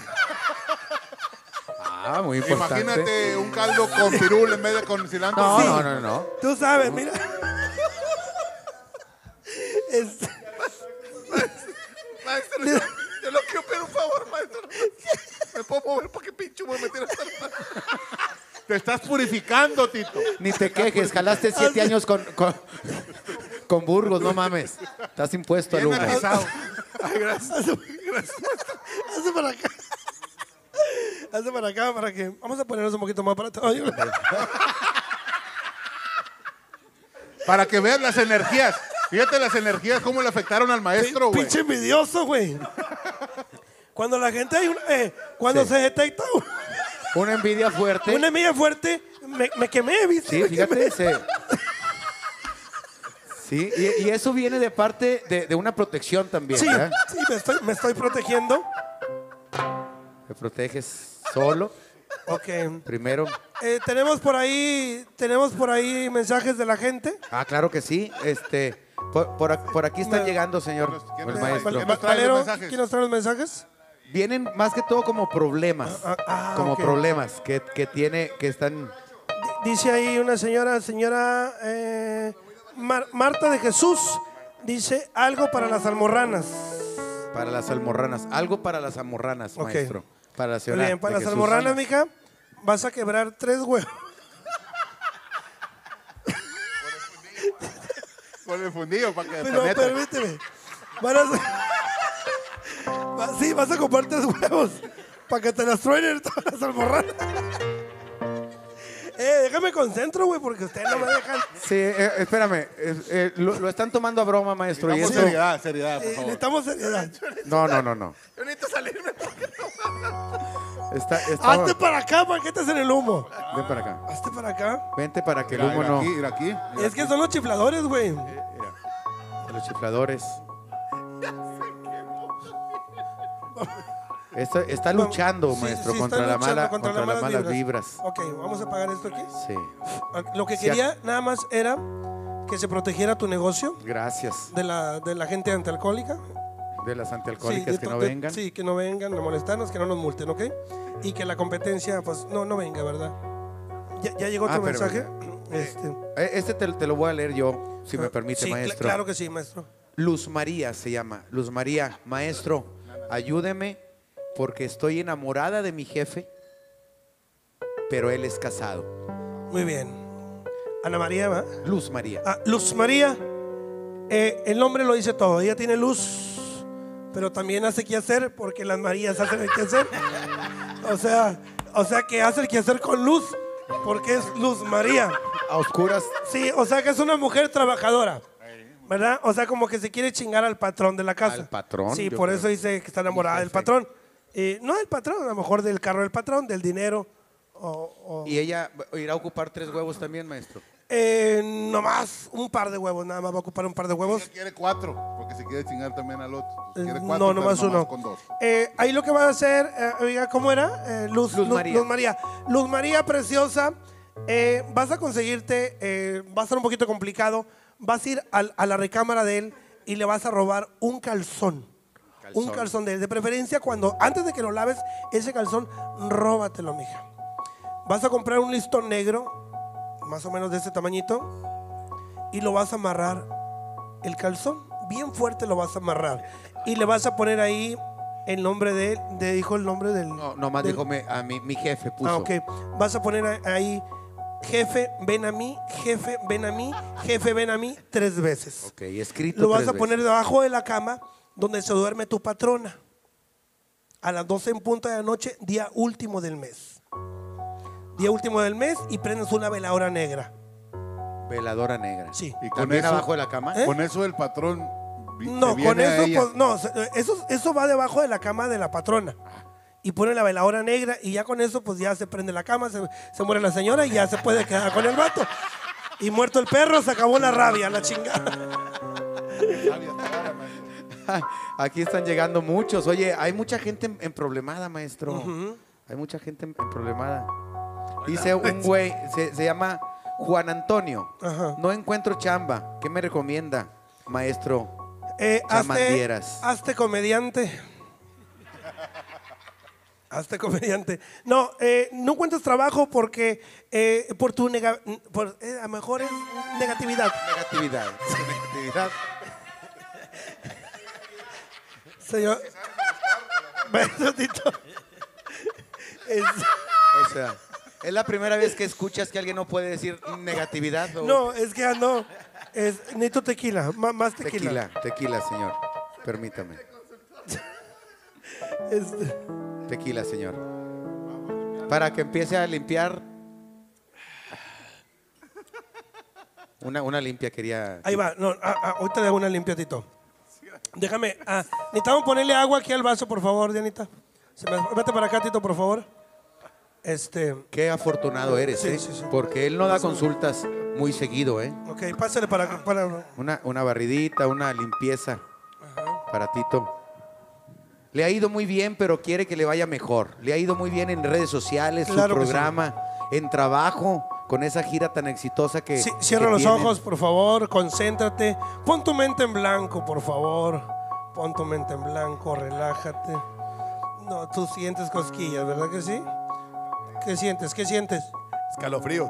[SPEAKER 3] Ah, muy importante.
[SPEAKER 6] Imagínate un caldo con pirul en vez de con cilantro.
[SPEAKER 3] No.
[SPEAKER 8] Tú sabes, mira.
[SPEAKER 6] Maestro, yo lo quiero pedir un favor, maestro. ¿Me puedo mover porque pincho voy a meter hasta la mano? Te estás purificando, Tito.
[SPEAKER 3] Ni te quejes, jalaste 7 años con Burgos, no mames. Estás impuesto al
[SPEAKER 6] Bien
[SPEAKER 3] humo.
[SPEAKER 6] atizado.
[SPEAKER 8] Ay, gracias. Hazte para acá. Hazte para acá para que... Vamos a ponernos un poquito más para atrás.
[SPEAKER 6] Para que veas las energías. Fíjate las energías, cómo le afectaron al maestro, güey.
[SPEAKER 8] Pinche envidioso, güey. Cuando la gente hay cuando
[SPEAKER 3] Sí.
[SPEAKER 8] se detecta
[SPEAKER 3] Una envidia fuerte.
[SPEAKER 8] una envidia fuerte, me quemé, ¿viste?
[SPEAKER 3] Sí,
[SPEAKER 8] Me
[SPEAKER 3] fíjate.
[SPEAKER 8] quemé.
[SPEAKER 3] Sí, y eso viene de parte de una protección también,
[SPEAKER 8] Sí,
[SPEAKER 3] ¿verdad?
[SPEAKER 8] sí, me estoy protegiendo.
[SPEAKER 3] Te proteges solo,
[SPEAKER 8] Ok.
[SPEAKER 3] primero.
[SPEAKER 8] Tenemos por ahí mensajes de la gente.
[SPEAKER 3] Ah, claro que sí. Por aquí están llegando, señor
[SPEAKER 6] ¿Quién
[SPEAKER 3] el
[SPEAKER 6] nos-
[SPEAKER 3] maestro.
[SPEAKER 6] quién nos trae los
[SPEAKER 8] Valero,
[SPEAKER 6] mensajes?
[SPEAKER 8] ¿quién nos trae los mensajes?
[SPEAKER 3] Vienen más que todo como problemas. Como
[SPEAKER 8] ok.
[SPEAKER 3] problemas que están...
[SPEAKER 8] Dice ahí una señora Marta de Jesús, dice algo para las almorranas.
[SPEAKER 3] Para las almorranas. Algo para las almorranas,
[SPEAKER 8] Ok.
[SPEAKER 3] maestro. Para la
[SPEAKER 8] Muy
[SPEAKER 3] señora
[SPEAKER 8] bien, para
[SPEAKER 3] de
[SPEAKER 8] las
[SPEAKER 3] Jesús.
[SPEAKER 8] almorranas, mija, vas a quebrar 3 huevos.
[SPEAKER 6] Con el fundillo para que
[SPEAKER 8] Pero
[SPEAKER 6] penetre.
[SPEAKER 8] permíteme. Vas a comprar 3 huevos para que te las truenen todas las almorranas. Déjame concentro, güey, porque ustedes no me dejan.
[SPEAKER 3] Sí, espérame. Lo están tomando a broma, maestro. Y
[SPEAKER 6] Necesitamos
[SPEAKER 3] esto...
[SPEAKER 6] seriedad, por favor.
[SPEAKER 8] Necesitamos seriedad.
[SPEAKER 3] No.
[SPEAKER 7] Yo necesito salirme.
[SPEAKER 8] Hazte para acá, ¿para qué estás en el humo?
[SPEAKER 3] Ven para acá.
[SPEAKER 8] Hazte para acá.
[SPEAKER 3] Vente para que el
[SPEAKER 6] Mira,
[SPEAKER 3] humo
[SPEAKER 6] mira
[SPEAKER 3] no...
[SPEAKER 6] aquí, mira aquí. Mira
[SPEAKER 8] Es que son los chifladores, güey.
[SPEAKER 3] Los chifladores. Está luchando,
[SPEAKER 8] Sí,
[SPEAKER 3] maestro,
[SPEAKER 8] sí,
[SPEAKER 3] contra
[SPEAKER 8] está
[SPEAKER 3] la
[SPEAKER 8] luchando
[SPEAKER 3] mala,
[SPEAKER 8] contra
[SPEAKER 3] contra
[SPEAKER 8] las
[SPEAKER 3] las malas vibras.
[SPEAKER 8] Ok, vamos a apagar esto aquí.
[SPEAKER 3] Sí.
[SPEAKER 8] Lo que
[SPEAKER 3] Sí,
[SPEAKER 8] quería nada más era que se protegiera tu negocio
[SPEAKER 9] Gracias.
[SPEAKER 8] de la gente antialcohólica.
[SPEAKER 9] De las antialcohólicas que no
[SPEAKER 8] de-
[SPEAKER 9] vengan.
[SPEAKER 8] Sí, que no vengan a molestarnos, que no nos multen, ¿ok? Y que la competencia, pues, no venga, ¿verdad? Ya llegó otro
[SPEAKER 9] pero
[SPEAKER 8] mensaje.
[SPEAKER 9] Este te lo voy a leer yo, si me permite,
[SPEAKER 8] Sí,
[SPEAKER 9] maestro.
[SPEAKER 8] claro que sí, maestro.
[SPEAKER 9] Luz María se llama. Luz María, maestro, ayúdeme porque estoy enamorada de mi jefe, pero él es casado.
[SPEAKER 8] Muy bien. Ana María, ¿va?
[SPEAKER 9] Luz María.
[SPEAKER 8] Luz María, el nombre lo dice todo. Ella tiene luz, pero también hace que hacer porque las Marías hacen el que hacer. O sea que hace el que hacer con luz porque es Luz María.
[SPEAKER 9] A oscuras.
[SPEAKER 8] Sí, o sea que es una mujer trabajadora, ¿verdad? O sea, como que se quiere chingar al patrón de la casa.
[SPEAKER 9] Al patrón,
[SPEAKER 8] Sí,
[SPEAKER 9] yo
[SPEAKER 8] por
[SPEAKER 9] creo.
[SPEAKER 8] eso dice que está enamorada del patrón. No del patrón, a lo mejor del carro del patrón, del dinero.
[SPEAKER 9] Y ella irá a ocupar 3 huevos también, maestro.
[SPEAKER 8] Nomás un par de huevos, nada más va a ocupar un par de huevos.
[SPEAKER 6] Ella quiere 4, porque se quiere chingar también al otro. Entonces, quiere 4,
[SPEAKER 8] No,
[SPEAKER 6] pero
[SPEAKER 8] nomás uno.
[SPEAKER 6] con 2.
[SPEAKER 8] Ahí lo que va a hacer, oiga, ¿cómo era? Luz
[SPEAKER 9] María.
[SPEAKER 8] Luz María. Luz María preciosa, vas a conseguirte, va a ser un poquito complicado, vas a ir a la recámara de él y le vas a robar un calzón. Un calzón de él. De preferencia, antes de que lo laves, ese calzón, róbatelo, mija. Vas a comprar un listón negro, más o menos de ese tamañito, y lo vas a amarrar el calzón. Bien fuerte lo vas a amarrar. Y le vas a poner ahí el nombre de él. Dijo el nombre del.
[SPEAKER 9] No, nomás
[SPEAKER 8] del-
[SPEAKER 9] dijo a mi jefe, puso.
[SPEAKER 8] Ok. Vas a poner ahí, jefe, ven a mí, jefe, ven a mí, jefe, ven a mí, 3 veces.
[SPEAKER 9] Ok, escrito.
[SPEAKER 8] Lo vas
[SPEAKER 9] 3
[SPEAKER 8] a poner
[SPEAKER 9] veces.
[SPEAKER 8] debajo de la cama donde se duerme tu patrona. A las 12 en punto de la noche, día último del mes. Día último del mes y prendes una veladora negra.
[SPEAKER 9] Veladora negra.
[SPEAKER 8] Sí.
[SPEAKER 6] Y con
[SPEAKER 9] ¿También
[SPEAKER 6] eso,
[SPEAKER 9] abajo de la cama?
[SPEAKER 8] ¿Eh?
[SPEAKER 6] con eso el patrón
[SPEAKER 8] No,
[SPEAKER 6] se viene
[SPEAKER 8] con
[SPEAKER 6] a
[SPEAKER 8] eso,
[SPEAKER 6] ella.
[SPEAKER 8] pues, no, eso va debajo de la cama de la patrona. Y pone la veladora negra y ya con eso, pues ya se prende la cama, se muere la señora y ya se puede quedar con el vato. Y muerto el perro, se acabó la rabia, la chingada.
[SPEAKER 9] Aquí están llegando muchos. Oye, hay mucha gente en problemada, maestro. Hay mucha gente en problemada. Dice un güey, se llama Juan Antonio.
[SPEAKER 8] Ajá.
[SPEAKER 9] No encuentro chamba. ¿Qué me recomienda, maestro? Chamandieras.
[SPEAKER 8] Hazte comediante. Hazte comediante. No, no encuentras trabajo porque por tu a lo mejor es negatividad.
[SPEAKER 9] Negatividad. Negatividad.
[SPEAKER 8] Señor. Beso, Tito.
[SPEAKER 9] O sea, ¿es la primera vez que escuchas que alguien no puede decir negatividad? O
[SPEAKER 8] No, es que no. Necesito tequila, más tequila.
[SPEAKER 9] Tequila, señor. Permítame. Tequila, señor. Para que empiece a limpiar. Una limpia quería.
[SPEAKER 8] Ahí va, no, ahorita le hago una limpia, Tito. Déjame, necesitamos ponerle agua aquí al vaso, por favor, Dianita. Vete para acá, Tito, por favor.
[SPEAKER 9] Qué afortunado eres,
[SPEAKER 8] Sí,
[SPEAKER 9] ¿eh?
[SPEAKER 8] sí, sí.
[SPEAKER 9] Porque él no da consultas muy seguido, ¿eh?
[SPEAKER 8] Ok, pásale para
[SPEAKER 9] Una barridita, una limpieza para Tito. Le ha ido muy bien, pero quiere que le vaya mejor. Le ha ido muy bien en redes sociales,
[SPEAKER 8] Claro
[SPEAKER 9] su
[SPEAKER 8] que sí.
[SPEAKER 9] programa, en trabajo, con esa gira tan exitosa que.
[SPEAKER 8] Sí, cierra
[SPEAKER 9] que
[SPEAKER 8] los
[SPEAKER 9] tienen.
[SPEAKER 8] ojos, por favor, concéntrate. Pon tu mente en blanco, por favor. Pon tu mente en blanco, relájate. No, tú sientes cosquillas, ¿verdad que sí? ¿Qué sientes? ¿Qué sientes?
[SPEAKER 6] Escalofríos.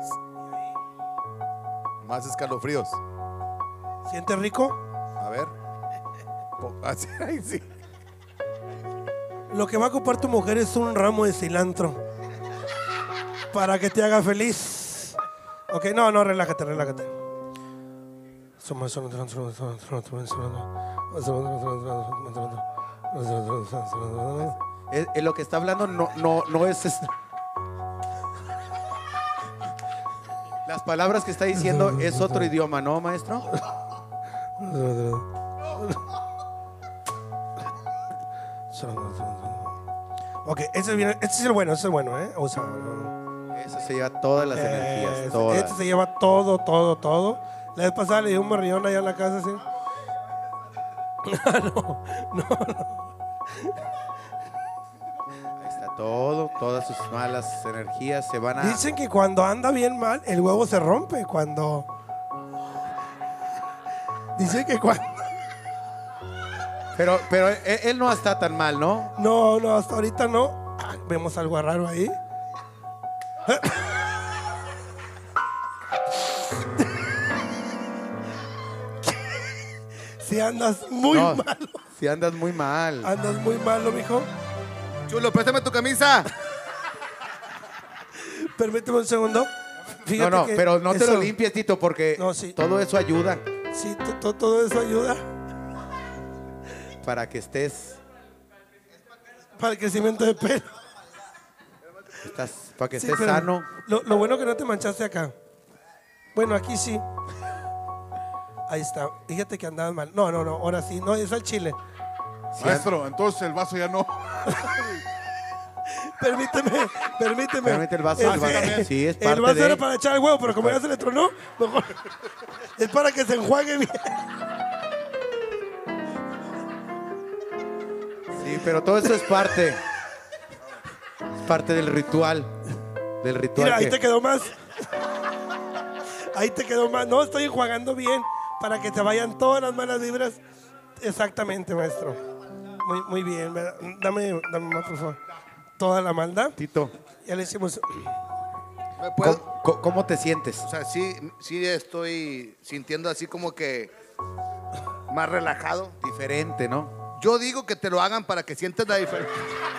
[SPEAKER 6] Más escalofríos.
[SPEAKER 8] ¿Sientes rico?
[SPEAKER 6] A ver. Así, ahí sí.
[SPEAKER 8] Lo que va a ocupar tu mujer es un ramo de cilantro para que te haga feliz. Ok, no, relájate.
[SPEAKER 9] Lo que está hablando no es. Las palabras que está diciendo es otro idioma, ¿no, maestro?
[SPEAKER 8] Ok, este es el bueno, ¿eh? Usa.
[SPEAKER 9] Eso se lleva todas las energías, todas.
[SPEAKER 8] Este se lleva todo. La vez pasada le di un morrión allá en la casa, así.
[SPEAKER 9] Ahí está todo, todas sus malas energías se van a.
[SPEAKER 8] Dicen que cuando anda bien mal, el huevo se rompe. Cuando Dice que cuando...
[SPEAKER 9] Pero él no está tan mal, ¿no?
[SPEAKER 8] No, no, hasta ahorita no. Ah, vemos algo raro ahí. Si andas muy
[SPEAKER 9] No,
[SPEAKER 8] malo.
[SPEAKER 9] si andas muy mal.
[SPEAKER 8] Andas muy malo, mijo.
[SPEAKER 7] Chulo, préstame tu camisa.
[SPEAKER 8] Permíteme un segundo.
[SPEAKER 9] No, no,
[SPEAKER 8] que
[SPEAKER 9] pero no te
[SPEAKER 8] eso-
[SPEAKER 9] lo limpies, Tito, porque
[SPEAKER 8] No, sí.
[SPEAKER 9] todo eso ayuda
[SPEAKER 8] Sí, todo eso ayuda
[SPEAKER 9] para que estés,
[SPEAKER 8] para el crecimiento de pelo.
[SPEAKER 9] para que
[SPEAKER 8] Sí,
[SPEAKER 9] estés
[SPEAKER 8] pero
[SPEAKER 9] sano.
[SPEAKER 8] Lo bueno que no te manchaste acá. Bueno, aquí sí. Ahí está. Fíjate que andabas mal. No, ahora sí. No, es al chile.
[SPEAKER 6] Maestro, entonces el vaso ya no.
[SPEAKER 8] Permíteme.
[SPEAKER 9] Permite el vaso. Sí, es
[SPEAKER 8] El
[SPEAKER 9] parte
[SPEAKER 8] vaso
[SPEAKER 9] de...
[SPEAKER 8] era para echar el huevo, pero como ya se le tronó, mejor. Es para que se enjuague bien.
[SPEAKER 9] Sí, pero todo eso es parte. Es parte del ritual. Del ritual.
[SPEAKER 8] Mira, ahí
[SPEAKER 9] que-
[SPEAKER 8] te quedó más. Ahí te quedó más. No, estoy enjuagando bien para que te vayan todas las malas vibras. Exactamente, maestro. Muy bien. Dame más, por favor. Toda la maldad.
[SPEAKER 9] Tito,
[SPEAKER 8] Ya le hicimos.
[SPEAKER 9] ¿cómo te sientes?
[SPEAKER 7] O sea, sí estoy sintiendo así como que más relajado.
[SPEAKER 9] Diferente, ¿no?
[SPEAKER 7] Yo digo que te lo hagan para que sientas la diferencia.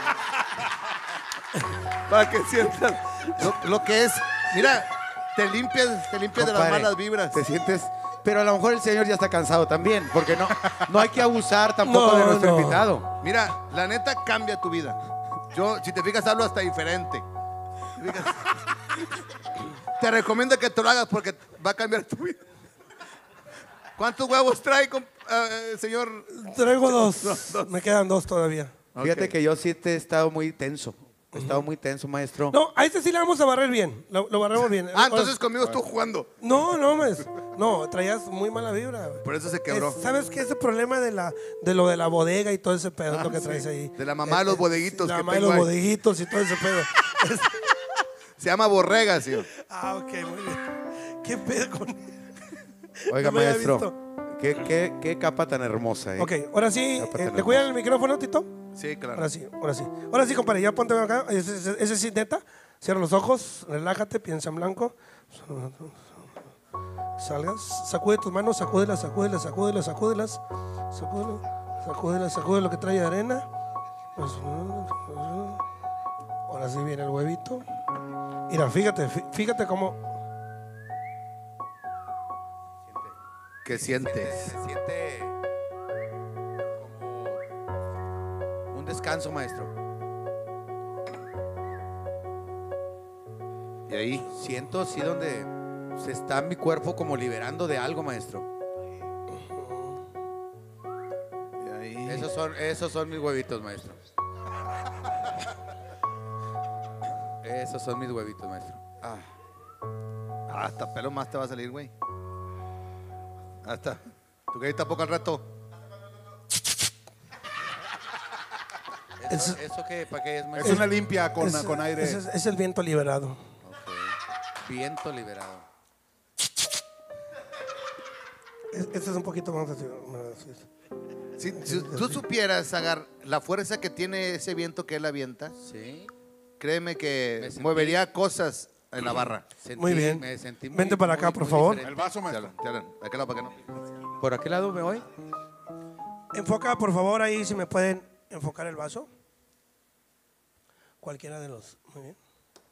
[SPEAKER 7] Para que sientas lo que es. Mira, te limpias de las
[SPEAKER 9] Compadre,
[SPEAKER 7] malas vibras.
[SPEAKER 9] Te sientes... Pero a lo mejor el señor ya está cansado también, porque no hay que abusar tampoco de nuestro invitado.
[SPEAKER 7] Mira, la neta cambia tu vida. Yo, si te fijas, hablo hasta diferente. ¿Te fijas? Te recomiendo que te lo hagas porque va a cambiar tu vida. ¿Cuántos huevos trae, señor?
[SPEAKER 8] Traigo dos. Me quedan dos todavía.
[SPEAKER 9] Fíjate que yo sí te he estado muy tenso. He estado muy tenso, maestro.
[SPEAKER 8] No, a este sí le vamos a barrer bien. Lo barremos bien.
[SPEAKER 7] Entonces conmigo estuvo jugando.
[SPEAKER 8] No, maestro. No, traías muy mala vibra.
[SPEAKER 7] Por eso se quebró.
[SPEAKER 8] ¿Sabes qué? Ese problema de lo de la bodega y todo ese pedo lo que traes ahí.
[SPEAKER 7] De la mamá de los bodeguitos
[SPEAKER 8] La
[SPEAKER 7] que
[SPEAKER 8] mamá de
[SPEAKER 7] tengo
[SPEAKER 8] los
[SPEAKER 7] ahí.
[SPEAKER 8] bodeguitos y todo ese pedo.
[SPEAKER 7] Se llama borrega, señor.
[SPEAKER 8] Ok, muy bien. ¿Qué pedo con...?
[SPEAKER 9] Oiga,
[SPEAKER 8] No me había
[SPEAKER 9] maestro,
[SPEAKER 8] visto.
[SPEAKER 9] qué capa tan hermosa, ¿eh?
[SPEAKER 8] Ok, ahora sí.
[SPEAKER 9] Capa tan
[SPEAKER 8] ¿Le
[SPEAKER 9] hermosa.
[SPEAKER 8] cuidan el micrófono, Tito?
[SPEAKER 7] Sí, claro.
[SPEAKER 8] Ahora sí. Ahora sí, compadre, ya ponte acá. Ese sí, neta. Cierra los ojos, relájate, piensa en blanco. Salgas, sacude tus manos, sacúdelas. Sacude lo que trae de arena. Ahora sí viene el huevito. Mira, fíjate cómo.
[SPEAKER 7] ¿Qué sientes?
[SPEAKER 9] Se siente como un descanso, maestro.
[SPEAKER 7] Y ahí.
[SPEAKER 9] Siento así donde se está mi cuerpo como liberando de algo, maestro.
[SPEAKER 7] Y ahí.
[SPEAKER 9] Esos son mis huevitos, maestro. Esos son mis huevitos, maestro.
[SPEAKER 7] Hasta pelo más te va a salir, güey. Hasta. ¿Tu que tampoco al rato?
[SPEAKER 9] ¿Eso qué? ¿Para qué es,
[SPEAKER 6] Es
[SPEAKER 9] maestro?
[SPEAKER 6] una limpia con aire.
[SPEAKER 8] Es el viento liberado.
[SPEAKER 9] Ok. Viento liberado.
[SPEAKER 8] Este es un poquito más así.
[SPEAKER 7] Si tú supieras, Agar, la fuerza que tiene ese viento que él avienta,
[SPEAKER 9] Sí.
[SPEAKER 7] créeme
[SPEAKER 9] Me
[SPEAKER 7] que
[SPEAKER 9] sentí-
[SPEAKER 7] movería cosas en la barra.
[SPEAKER 8] Muy bien.
[SPEAKER 9] Me sentí muy-
[SPEAKER 8] Vente para acá,
[SPEAKER 9] muy-
[SPEAKER 8] por
[SPEAKER 9] muy
[SPEAKER 8] favor.
[SPEAKER 9] diferente.
[SPEAKER 6] El vaso,
[SPEAKER 7] Te
[SPEAKER 6] maestro.
[SPEAKER 7] hablan. ¿De aquel lado para qué no?
[SPEAKER 9] ¿Por aquel lado me voy?
[SPEAKER 8] Enfoca, por favor, ahí si me pueden enfocar el vaso. Cualquiera de los. Muy bien.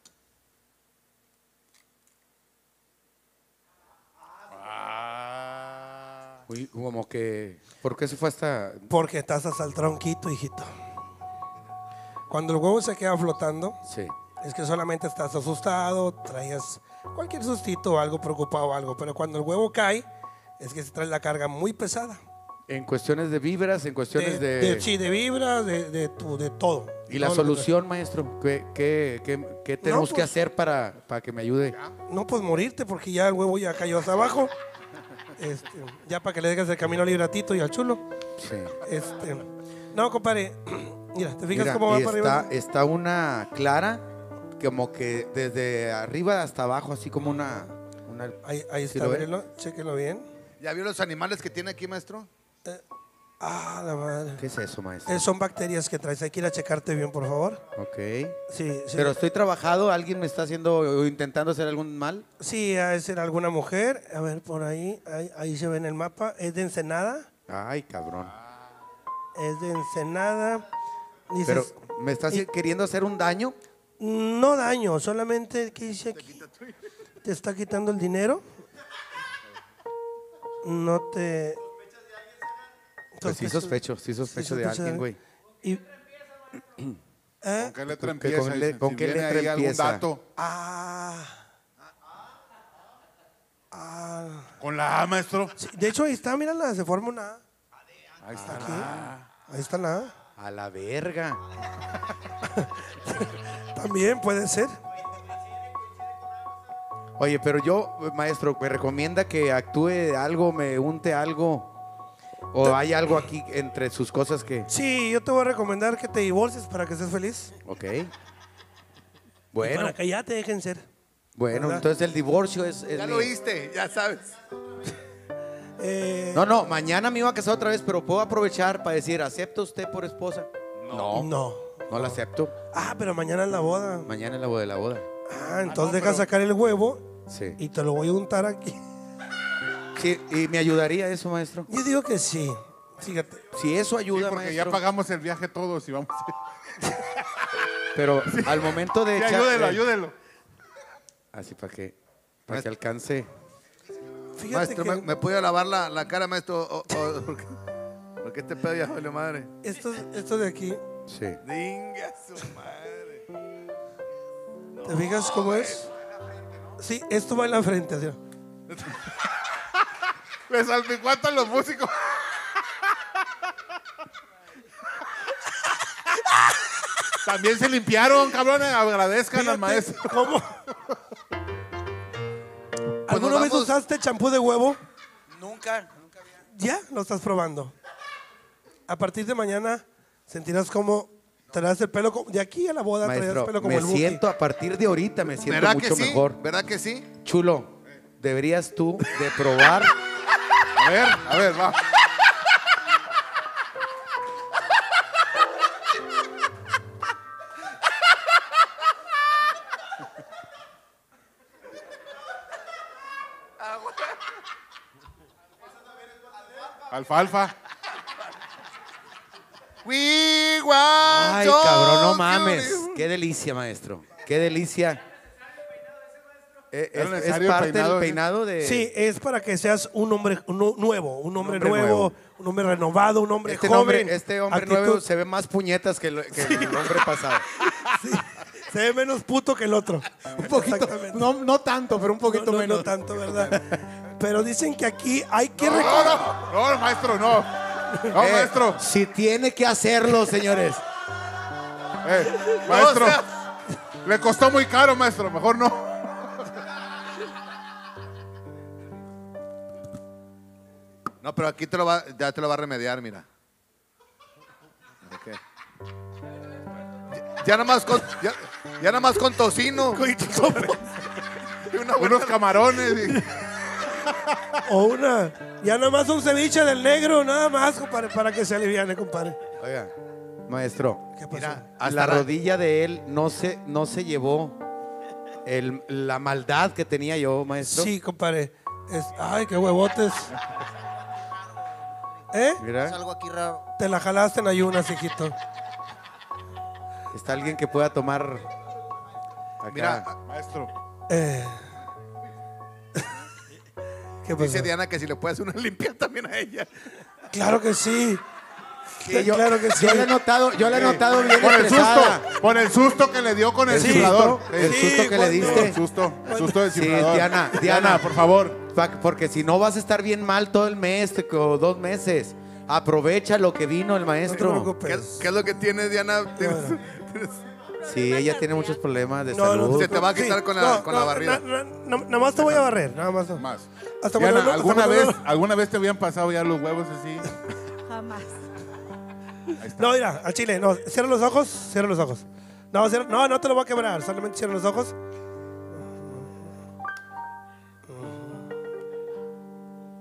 [SPEAKER 9] Uy, como que... ¿Por qué se fue hasta...?
[SPEAKER 8] Porque estás hasta el tronquito, hijito. Cuando el huevo se queda flotando,
[SPEAKER 9] Sí.
[SPEAKER 8] es que solamente estás asustado, traías cualquier sustito o algo, preocupado o algo. Pero cuando el huevo cae, es que se trae la carga muy pesada.
[SPEAKER 9] En cuestiones de vibras, en cuestiones de...
[SPEAKER 8] Sí, de vibras, de todo.
[SPEAKER 9] ¿Y la
[SPEAKER 8] Todo lo que-
[SPEAKER 9] solución, maestro? ¿Qué tenemos
[SPEAKER 8] No,
[SPEAKER 9] que
[SPEAKER 8] pues-
[SPEAKER 9] hacer para que me ayude?
[SPEAKER 8] No, pues morirte, porque ya el huevo ya cayó hasta abajo. Ya para que le dejes el camino libre a Tito y al chulo.
[SPEAKER 9] Sí.
[SPEAKER 8] No, compadre. Mira, ¿te fijas
[SPEAKER 9] Mira,
[SPEAKER 8] cómo va
[SPEAKER 9] y
[SPEAKER 8] para arriba?
[SPEAKER 9] está una clara, como que desde arriba hasta abajo, así como una
[SPEAKER 8] Ahí
[SPEAKER 9] ¿Sí
[SPEAKER 8] está,
[SPEAKER 9] lo ve?
[SPEAKER 8] mírenlo, chéquenlo bien.
[SPEAKER 7] ¿Ya vio los animales que tiene aquí, maestro?
[SPEAKER 8] Ah, la madre.
[SPEAKER 9] ¿Qué es eso, maestro?
[SPEAKER 8] Son bacterias que traes. Hay que ir a checarte bien, por favor.
[SPEAKER 9] Ok.
[SPEAKER 8] Sí, sí.
[SPEAKER 9] Pero estoy trabajado, ¿alguien me está haciendo o intentando hacer algún mal?
[SPEAKER 8] Sí, ha de ser alguna mujer. A ver, por ahí. Ahí se ve en el mapa. Es de Ensenada.
[SPEAKER 9] Ay, cabrón.
[SPEAKER 8] Es de Ensenada. Dices,
[SPEAKER 9] Pero, ¿me estás queriendo hacer un daño?
[SPEAKER 8] no daño, solamente, ¿qué dice aquí? ¿Te está quitando el dinero? No te...
[SPEAKER 9] Pues sí sospecho de alguien, güey.
[SPEAKER 8] Y- ¿Eh?
[SPEAKER 6] ¿Con qué letra
[SPEAKER 9] ¿Con qué-
[SPEAKER 6] empieza?
[SPEAKER 9] con le-
[SPEAKER 6] Dicen,
[SPEAKER 9] con
[SPEAKER 6] si
[SPEAKER 9] qué
[SPEAKER 6] viene
[SPEAKER 9] letra
[SPEAKER 6] ahí algún
[SPEAKER 9] empieza?
[SPEAKER 6] dato. ¿Con la A, maestro?
[SPEAKER 8] Sí, de hecho, ahí está, mírala, se forma una A.
[SPEAKER 6] Ahí está.
[SPEAKER 8] Ahí está la A.
[SPEAKER 9] A la verga.
[SPEAKER 8] También puede ser.
[SPEAKER 9] Oye, pero yo, maestro, me recomienda que actúe algo, me unte algo. ¿O hay algo aquí entre sus cosas que...?
[SPEAKER 8] Sí, yo te voy a recomendar que te divorcies para que seas feliz.
[SPEAKER 9] Ok.
[SPEAKER 8] Y
[SPEAKER 9] Bueno,
[SPEAKER 8] para que ya te dejen ser.
[SPEAKER 9] bueno,
[SPEAKER 8] ¿verdad?
[SPEAKER 9] entonces el divorcio es
[SPEAKER 7] Ya
[SPEAKER 9] mi-
[SPEAKER 7] lo oíste, ya sabes.
[SPEAKER 9] No, mañana me iba a casar otra vez, pero puedo aprovechar para decir, ¿acepta usted por esposa? No,
[SPEAKER 8] No.
[SPEAKER 9] no la acepto.
[SPEAKER 8] Ah, pero mañana es la boda.
[SPEAKER 9] Mañana es la boda de la boda.
[SPEAKER 8] Ah, entonces deja sacar el huevo
[SPEAKER 9] Sí.
[SPEAKER 8] y te lo voy a untar aquí.
[SPEAKER 9] Sí, y me ayudaría eso, maestro.
[SPEAKER 8] Yo digo que sí. Fíjate.
[SPEAKER 9] Si eso
[SPEAKER 6] Sí,
[SPEAKER 9] ayuda,
[SPEAKER 6] porque
[SPEAKER 9] maestro.
[SPEAKER 6] ya pagamos el viaje todos y vamos.
[SPEAKER 9] Pero al momento de
[SPEAKER 6] Sí,
[SPEAKER 9] echar...
[SPEAKER 6] ayúdelo, ayúdelo.
[SPEAKER 9] Así para que alcance.
[SPEAKER 8] Fíjate
[SPEAKER 7] Maestro,
[SPEAKER 8] que
[SPEAKER 7] ¿me puede lavar la cara, maestro? Porque este pedo ya vale madre.
[SPEAKER 8] esto de aquí,
[SPEAKER 9] Sí.
[SPEAKER 7] Dinga su madre.
[SPEAKER 8] ¿te fijas cómo es? Sí, esto va en la frente. Así.
[SPEAKER 6] Me salpicó hasta los músicos. También se limpiaron, cabrones. Agradezcan al
[SPEAKER 8] Fíjate
[SPEAKER 6] maestro.
[SPEAKER 8] ¿Cómo? ¿Alguna vez
[SPEAKER 7] vamos-
[SPEAKER 8] usaste champú de huevo?
[SPEAKER 9] Nunca.
[SPEAKER 8] Ya lo estás probando. A partir de mañana sentirás como traerás el pelo de aquí a la boda, traerás
[SPEAKER 9] Maestro,
[SPEAKER 8] el pelo como
[SPEAKER 9] me
[SPEAKER 8] el Buki.
[SPEAKER 9] siento, a partir de ahorita me siento
[SPEAKER 7] ¿Verdad
[SPEAKER 9] mucho
[SPEAKER 7] que sí?
[SPEAKER 9] mejor.
[SPEAKER 7] ¿Verdad que sí?
[SPEAKER 9] Chulo, deberías tú de probar.
[SPEAKER 6] A ver, va. Alfalfa.
[SPEAKER 9] Ay, cabrón, no mames. Qué delicia, maestro. Qué delicia.
[SPEAKER 6] ¿Era
[SPEAKER 9] Es
[SPEAKER 6] necesario
[SPEAKER 9] parte
[SPEAKER 6] peinado,
[SPEAKER 9] del
[SPEAKER 6] ese?
[SPEAKER 9] peinado de...
[SPEAKER 8] Sí, es para que seas un hombre nuevo, un hombre
[SPEAKER 9] hombre
[SPEAKER 8] nuevo,
[SPEAKER 9] nuevo.
[SPEAKER 8] un hombre renovado, un hombre
[SPEAKER 9] Este
[SPEAKER 8] joven.
[SPEAKER 9] hombre
[SPEAKER 8] actitud.
[SPEAKER 9] nuevo se ve más puñetas que el hombre pasado.
[SPEAKER 8] Se ve menos puto que el otro.
[SPEAKER 9] Un poquito,
[SPEAKER 8] Exactamente.
[SPEAKER 9] no tanto, pero un poquito
[SPEAKER 8] No
[SPEAKER 9] menos.
[SPEAKER 8] tanto, ¿verdad? Pero dicen que aquí hay que recordar.
[SPEAKER 6] No, maestro, no. No, maestro.
[SPEAKER 9] Si tiene que hacerlo, señores.
[SPEAKER 6] Maestro. Le costó muy caro, maestro. Mejor no.
[SPEAKER 7] No, pero aquí ya te lo va a remediar, mira. Ok. Ya nada más con tocino.
[SPEAKER 6] Unos camarones.
[SPEAKER 8] O ya nada más un ceviche del negro, nada más, compadre, para que se aliviane, compadre.
[SPEAKER 9] Oiga, maestro,
[SPEAKER 8] ¿Qué pasó?
[SPEAKER 7] Mira,
[SPEAKER 9] la rodilla de él no se llevó la maldad que tenía yo, maestro.
[SPEAKER 8] Sí, compadre. Ay, qué huevotes. ¿Eh?
[SPEAKER 9] Mira,
[SPEAKER 1] Algo aquí raro.
[SPEAKER 8] Te la jalaste en ayunas, hijito.
[SPEAKER 9] está alguien que pueda tomar acá.
[SPEAKER 7] Mira,
[SPEAKER 6] Maestro.
[SPEAKER 8] ¿Qué pasó?
[SPEAKER 7] dice Diana que si le puede hacer una limpia también a ella.
[SPEAKER 8] Claro que sí.
[SPEAKER 9] Sí,
[SPEAKER 8] Claro que sí.
[SPEAKER 9] Yo le he notado bien
[SPEAKER 6] Por el
[SPEAKER 9] estresada.
[SPEAKER 6] susto. Por el susto que le dio con el
[SPEAKER 9] Sí,
[SPEAKER 6] cifrador.
[SPEAKER 9] el susto que le diste.
[SPEAKER 6] El susto del
[SPEAKER 9] Sí,
[SPEAKER 6] cifrador.
[SPEAKER 9] Diana,
[SPEAKER 6] por favor.
[SPEAKER 9] Porque si no vas a estar bien mal todo el mes o 2 meses. Aprovecha lo que vino el
[SPEAKER 8] No te
[SPEAKER 9] maestro.
[SPEAKER 8] preocupes.
[SPEAKER 7] ¿Qué es lo que tiene Diana?
[SPEAKER 9] Sí, ella tiene muchos problemas de
[SPEAKER 8] No, no
[SPEAKER 9] salud.
[SPEAKER 7] Se te va a quitar con la barrida.
[SPEAKER 8] Nada más te voy a barrer, nada más.
[SPEAKER 6] Más.
[SPEAKER 8] Hasta
[SPEAKER 6] Diana,
[SPEAKER 8] cuando
[SPEAKER 6] ¿alguna vez te habían pasado ya los huevos así?
[SPEAKER 10] Jamás.
[SPEAKER 8] No, mira, al chile, no. Cierra los ojos, cierra los ojos. No, no te lo voy a quebrar, solamente cierra los ojos.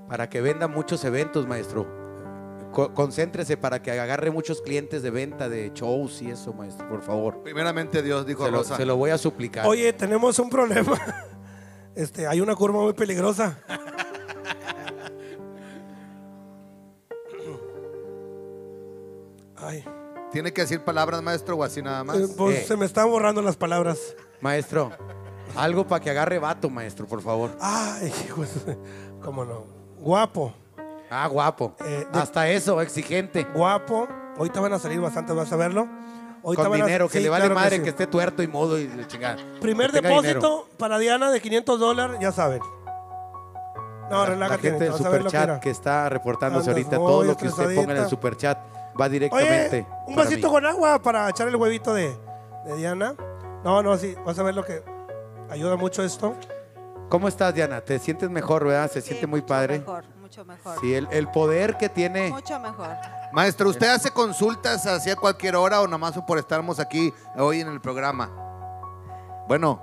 [SPEAKER 9] para que venda muchos eventos, maestro. Concéntrese para que agarre muchos clientes de venta, de shows y eso, maestro, por favor.
[SPEAKER 7] Primeramente Dios, dijo Rosa.
[SPEAKER 9] Se lo voy a suplicar.
[SPEAKER 8] Oye, tenemos un problema. Hay una curva muy peligrosa. Ay.
[SPEAKER 7] ¿Tiene que decir palabras, maestro, o así nada más?
[SPEAKER 8] Pues se me están borrando las palabras.
[SPEAKER 9] Maestro, algo para que agarre vato, maestro, por favor.
[SPEAKER 8] Ay, hijos, cómo no. Guapo.
[SPEAKER 9] Ah, guapo. Hasta eso, exigente.
[SPEAKER 8] Guapo. Ahorita van a salir bastantes, vas a verlo. Ahorita
[SPEAKER 9] Con dinero, que
[SPEAKER 8] sí,
[SPEAKER 9] le vale
[SPEAKER 8] claro
[SPEAKER 9] madre
[SPEAKER 8] sí.
[SPEAKER 9] que esté tuerto y mudo y de chingada.
[SPEAKER 8] Primer
[SPEAKER 9] Que tenga
[SPEAKER 8] depósito
[SPEAKER 9] dinero.
[SPEAKER 8] para Diana de $500, ya saben. No,
[SPEAKER 9] La
[SPEAKER 8] relájate,
[SPEAKER 9] gente del
[SPEAKER 8] vas a ver lo que
[SPEAKER 9] superchat
[SPEAKER 8] era.
[SPEAKER 9] que está reportándose
[SPEAKER 8] Andas
[SPEAKER 9] ahorita,
[SPEAKER 8] muy
[SPEAKER 9] todo lo que usted
[SPEAKER 8] estresadita.
[SPEAKER 9] ponga en el superchat va directamente.
[SPEAKER 8] Oye, un
[SPEAKER 9] para
[SPEAKER 8] vasito
[SPEAKER 9] mí.
[SPEAKER 8] con agua para echar el huevito de Diana. No, sí, vas a ver lo que ayuda mucho esto.
[SPEAKER 9] ¿Cómo estás, Diana? ¿Te sientes mejor, verdad? ¿Se siente muy padre?
[SPEAKER 10] Mucho mejor.
[SPEAKER 9] Sí, el poder que tiene.
[SPEAKER 10] Mucho mejor.
[SPEAKER 7] Maestro, ¿usted hace consultas así a cualquier hora o nada más por estarmos aquí hoy en el programa? Bueno,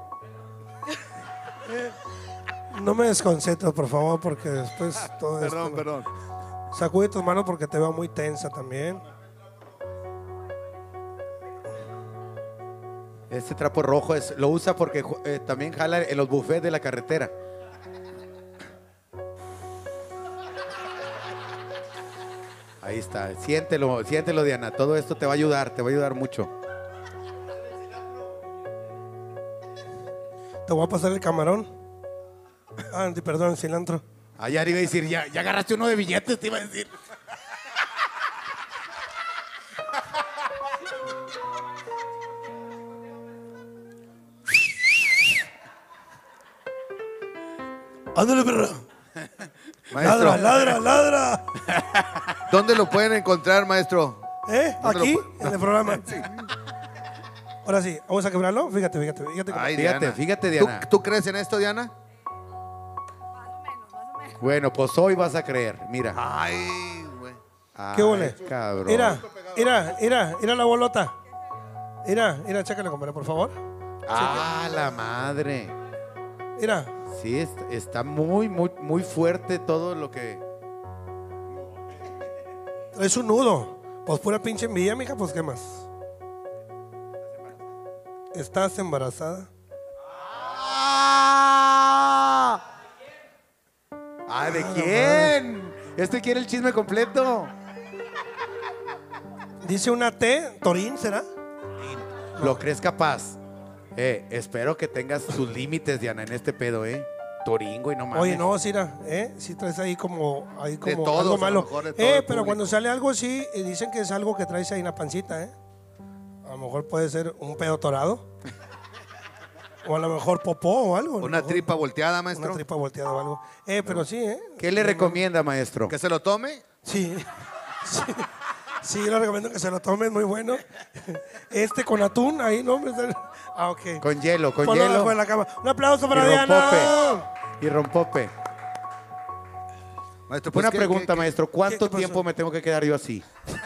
[SPEAKER 8] No me desconcentro, por favor, porque después todo esto...
[SPEAKER 7] perdón.
[SPEAKER 8] Sacude tus manos porque te veo muy tensa también.
[SPEAKER 9] Este trapo rojo lo usa porque también jala en los buffets de la carretera. Ahí está, siéntelo, Diana. Todo esto te va a ayudar mucho.
[SPEAKER 8] Te voy a pasar el camarón. Ah, perdón, el cilantro.
[SPEAKER 9] Allá iba a decir, ya agarraste uno de billetes, te iba a decir.
[SPEAKER 8] Ándale, perra.
[SPEAKER 7] Maestro,
[SPEAKER 8] Ladra.
[SPEAKER 7] ¿dónde lo pueden encontrar, maestro? ¿Dónde
[SPEAKER 8] Aquí,
[SPEAKER 7] lo
[SPEAKER 8] en el programa. Ahora sí, vamos a quebrarlo. Fíjate.
[SPEAKER 7] Ay,
[SPEAKER 9] Fíjate,
[SPEAKER 7] ¿Tú,
[SPEAKER 9] Diana.
[SPEAKER 7] ¿Tú crees en esto, Diana?
[SPEAKER 9] Bueno, pues hoy vas a creer, mira.
[SPEAKER 7] Ay, güey.
[SPEAKER 8] ¿Qué huele?
[SPEAKER 9] Cabrón.
[SPEAKER 8] Mira la bolota. Mira, chécale, compadre, por favor.
[SPEAKER 9] Ah, la madre.
[SPEAKER 8] Mira.
[SPEAKER 9] Sí, está muy fuerte todo lo que...
[SPEAKER 8] Es un nudo. Pues pura pinche envidia, mija, pues ¿qué más? ¿Estás embarazada?
[SPEAKER 9] Ah, ¿de quién? Este quiere el chisme completo.
[SPEAKER 8] Dice una T, Torín, ¿será?
[SPEAKER 9] ¿Lo crees capaz? Espero que tengas tus límites, Diana, en este pedo, Toringo y no mames.
[SPEAKER 8] Oye, no, Sira, si traes ahí como
[SPEAKER 7] todos,
[SPEAKER 8] algo
[SPEAKER 7] a lo
[SPEAKER 8] malo.
[SPEAKER 7] mejor de todo el
[SPEAKER 8] Pero
[SPEAKER 7] público.
[SPEAKER 8] cuando sale algo así, dicen que es algo que traes ahí en la pancita, A lo mejor puede ser un pedo torado. O a lo mejor popó o algo.
[SPEAKER 7] Una tripa volteada, maestro.
[SPEAKER 8] Una tripa volteada o algo. Pero sí,
[SPEAKER 9] ¿Qué le recomienda, maestro?
[SPEAKER 7] ¿Que se lo tome?
[SPEAKER 8] Sí. Sí, yo le recomiendo que se lo tomen, muy bueno. Con atún, ahí, ¿no? Ah, ok.
[SPEAKER 9] Con hielo, con
[SPEAKER 8] Ponlo
[SPEAKER 9] hielo.
[SPEAKER 8] debajo de la cama. Un aplauso para
[SPEAKER 9] Y
[SPEAKER 8] Diana.
[SPEAKER 9] rompope. Y rompope.
[SPEAKER 7] Maestro, pues,
[SPEAKER 9] Una
[SPEAKER 7] ¿qué-
[SPEAKER 9] pregunta,
[SPEAKER 7] qué-
[SPEAKER 9] maestro. ¿Cuánto
[SPEAKER 8] qué pasó?
[SPEAKER 9] tiempo me tengo que quedar yo así?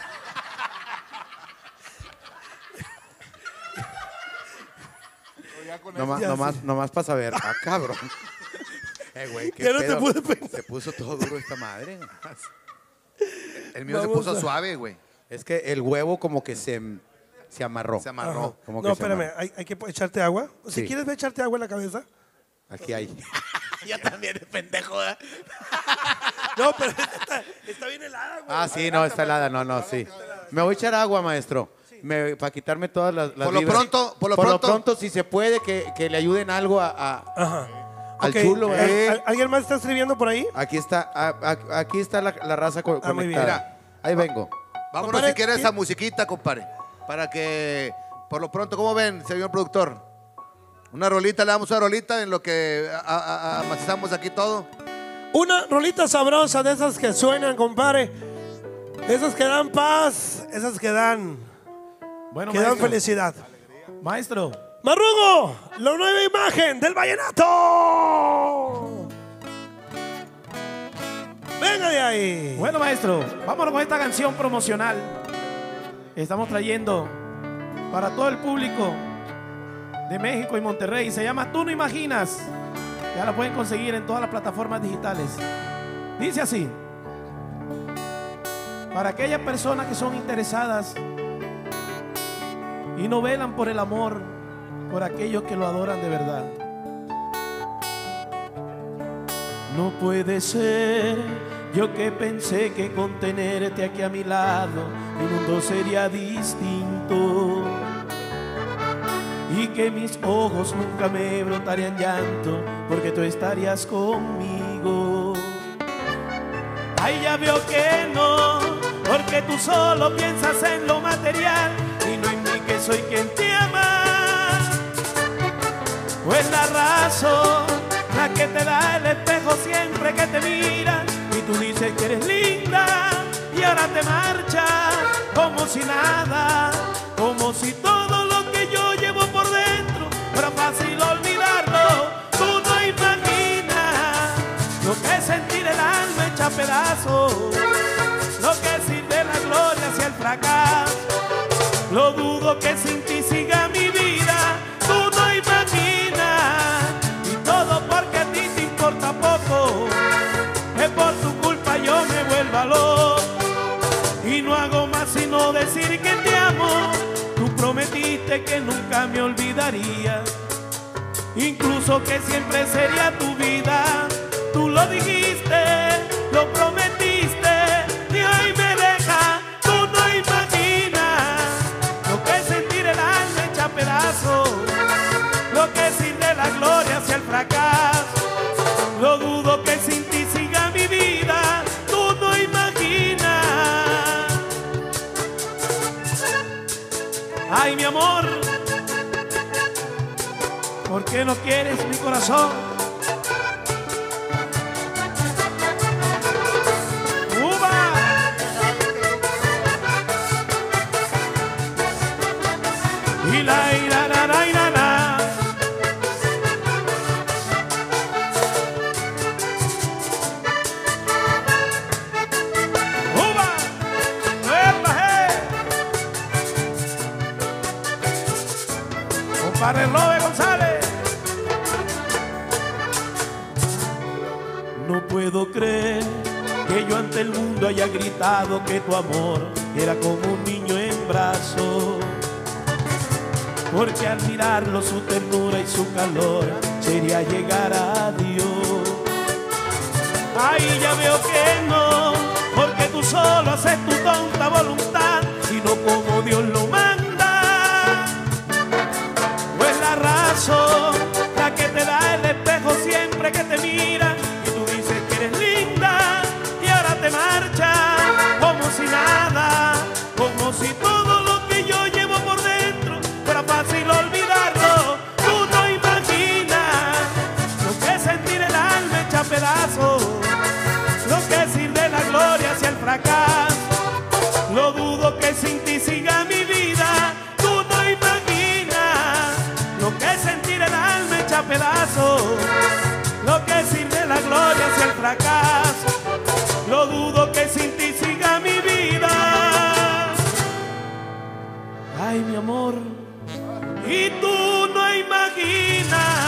[SPEAKER 9] Nomás para saber. Ah, cabrón. Güey, qué
[SPEAKER 8] Ya no te
[SPEAKER 9] pedo.
[SPEAKER 8] pude pensar.
[SPEAKER 9] Se puso todo duro esta madre.
[SPEAKER 7] El mío se
[SPEAKER 8] Vamos
[SPEAKER 7] puso
[SPEAKER 8] a-
[SPEAKER 7] suave, güey.
[SPEAKER 9] Es que el huevo como que se amarró.
[SPEAKER 7] Se amarró.
[SPEAKER 9] Como que
[SPEAKER 8] No,
[SPEAKER 9] se
[SPEAKER 8] espérame,
[SPEAKER 9] amarró.
[SPEAKER 8] hay que echarte agua. Si
[SPEAKER 9] Sí.
[SPEAKER 8] quieres, ve a echarte agua en la cabeza.
[SPEAKER 9] Aquí hay.
[SPEAKER 5] Ya también es pendejo, ¿eh?
[SPEAKER 8] No, pero está bien helada, güey.
[SPEAKER 9] Ah, sí, no, está helada. No, sí. Me voy a echar agua, maestro. Para quitarme todas las
[SPEAKER 7] Por lo
[SPEAKER 9] vibras.
[SPEAKER 7] pronto- por lo
[SPEAKER 9] Por lo
[SPEAKER 7] pronto-
[SPEAKER 9] pronto, si se puede, que le ayuden algo
[SPEAKER 8] Ajá.
[SPEAKER 9] al
[SPEAKER 8] Ok,
[SPEAKER 9] chulo.
[SPEAKER 8] ¿Alguien más está escribiendo por ahí?
[SPEAKER 9] Aquí está la raza
[SPEAKER 8] Ah, muy bien.
[SPEAKER 9] conectada. Ahí vengo.
[SPEAKER 7] Vámonos
[SPEAKER 8] Compadre,
[SPEAKER 7] si quieres
[SPEAKER 8] ¿sí?
[SPEAKER 7] esa musiquita, compadre. Para que, por lo pronto, ¿cómo ven, señor productor? Una rolita, le damos una rolita en lo que amacizamos aquí todo.
[SPEAKER 8] Una rolita sabrosa de esas que suenan, compadre. Esas que dan paz, esas que dan
[SPEAKER 4] Bueno,
[SPEAKER 8] dan
[SPEAKER 4] maestro.
[SPEAKER 8] felicidad.
[SPEAKER 4] Maestro,
[SPEAKER 8] Marrugo, la nueva imagen del vallenato. Venga de ahí.
[SPEAKER 4] bueno, maestro, vámonos con esta canción promocional. Estamos trayendo para todo el público de México y Monterrey. Se llama Tú no imaginas. Ya la pueden conseguir en todas las plataformas digitales. Dice así: para aquellas personas que son interesadas y no velan por el amor, por aquellos que lo adoran de verdad. No puede ser, yo que pensé que con tenerte aquí a mi lado mi mundo sería distinto y que mis ojos nunca me brotarían llanto porque tú estarías conmigo. Ay, ya veo que no, porque tú solo piensas en lo material y no en mí que soy quien te ama. Pues la razón, la que te da el espejo siempre que te mira y tú dices que eres linda y ahora te marchas como si nada, como si todo lo que yo llevo por dentro fuera fácil olvidarlo. Tú no imaginas lo que es sentir el alma hecha pedazos, lo que es ir de la gloria hacia el fracaso. Lo dudo que sin ti siga mi vida, tú no imaginas, y todo porque a ti te importa poco, que por tu culpa yo me vuelva loco y no hago más sino decir que te amo. Tú prometiste que nunca me olvidarías, incluso que siempre sería tu vida. Tú lo dijiste, lo prometiste y hoy me deja. Tú no imaginas lo que es sentir el alma hecha pedazos, lo que es ir de la gloria hacia el fracaso. Lo dudo que sin ti siga mi vida, tú no imaginas. Ay, mi amor, ¿por qué no quieres mi corazón? Y la ira, la, la. ¡Uva! ¡Epa, compadre Robe González. No puedo creer que yo ante el mundo haya gritado que tu amor era como un niño en brazos, porque al mirarlo su ternura y su calor sería llegar a Dios. Ay, ya veo que no, porque tú solo haces tu tonta voluntad y no como Dios lo manda. Pues la razón, la que te da el espejo siempre que te mira y tú dices que eres linda y ahora te marchas como si nada, como si todo lo que yo llevo por dentro fuera fácil olvidarlo. Tú no imaginas lo que es sentir el alma hecha pedazos, lo que es ir de la gloria hacia el fracaso. Lo dudo que sin ti siga mi vida, tú no imaginas lo que es sentir el alma hecha pedazos, lo que es ir de la gloria hacia el fracaso. Lo dudo que sin ti siga mi vida. Ay, mi amor, y tú no imaginas.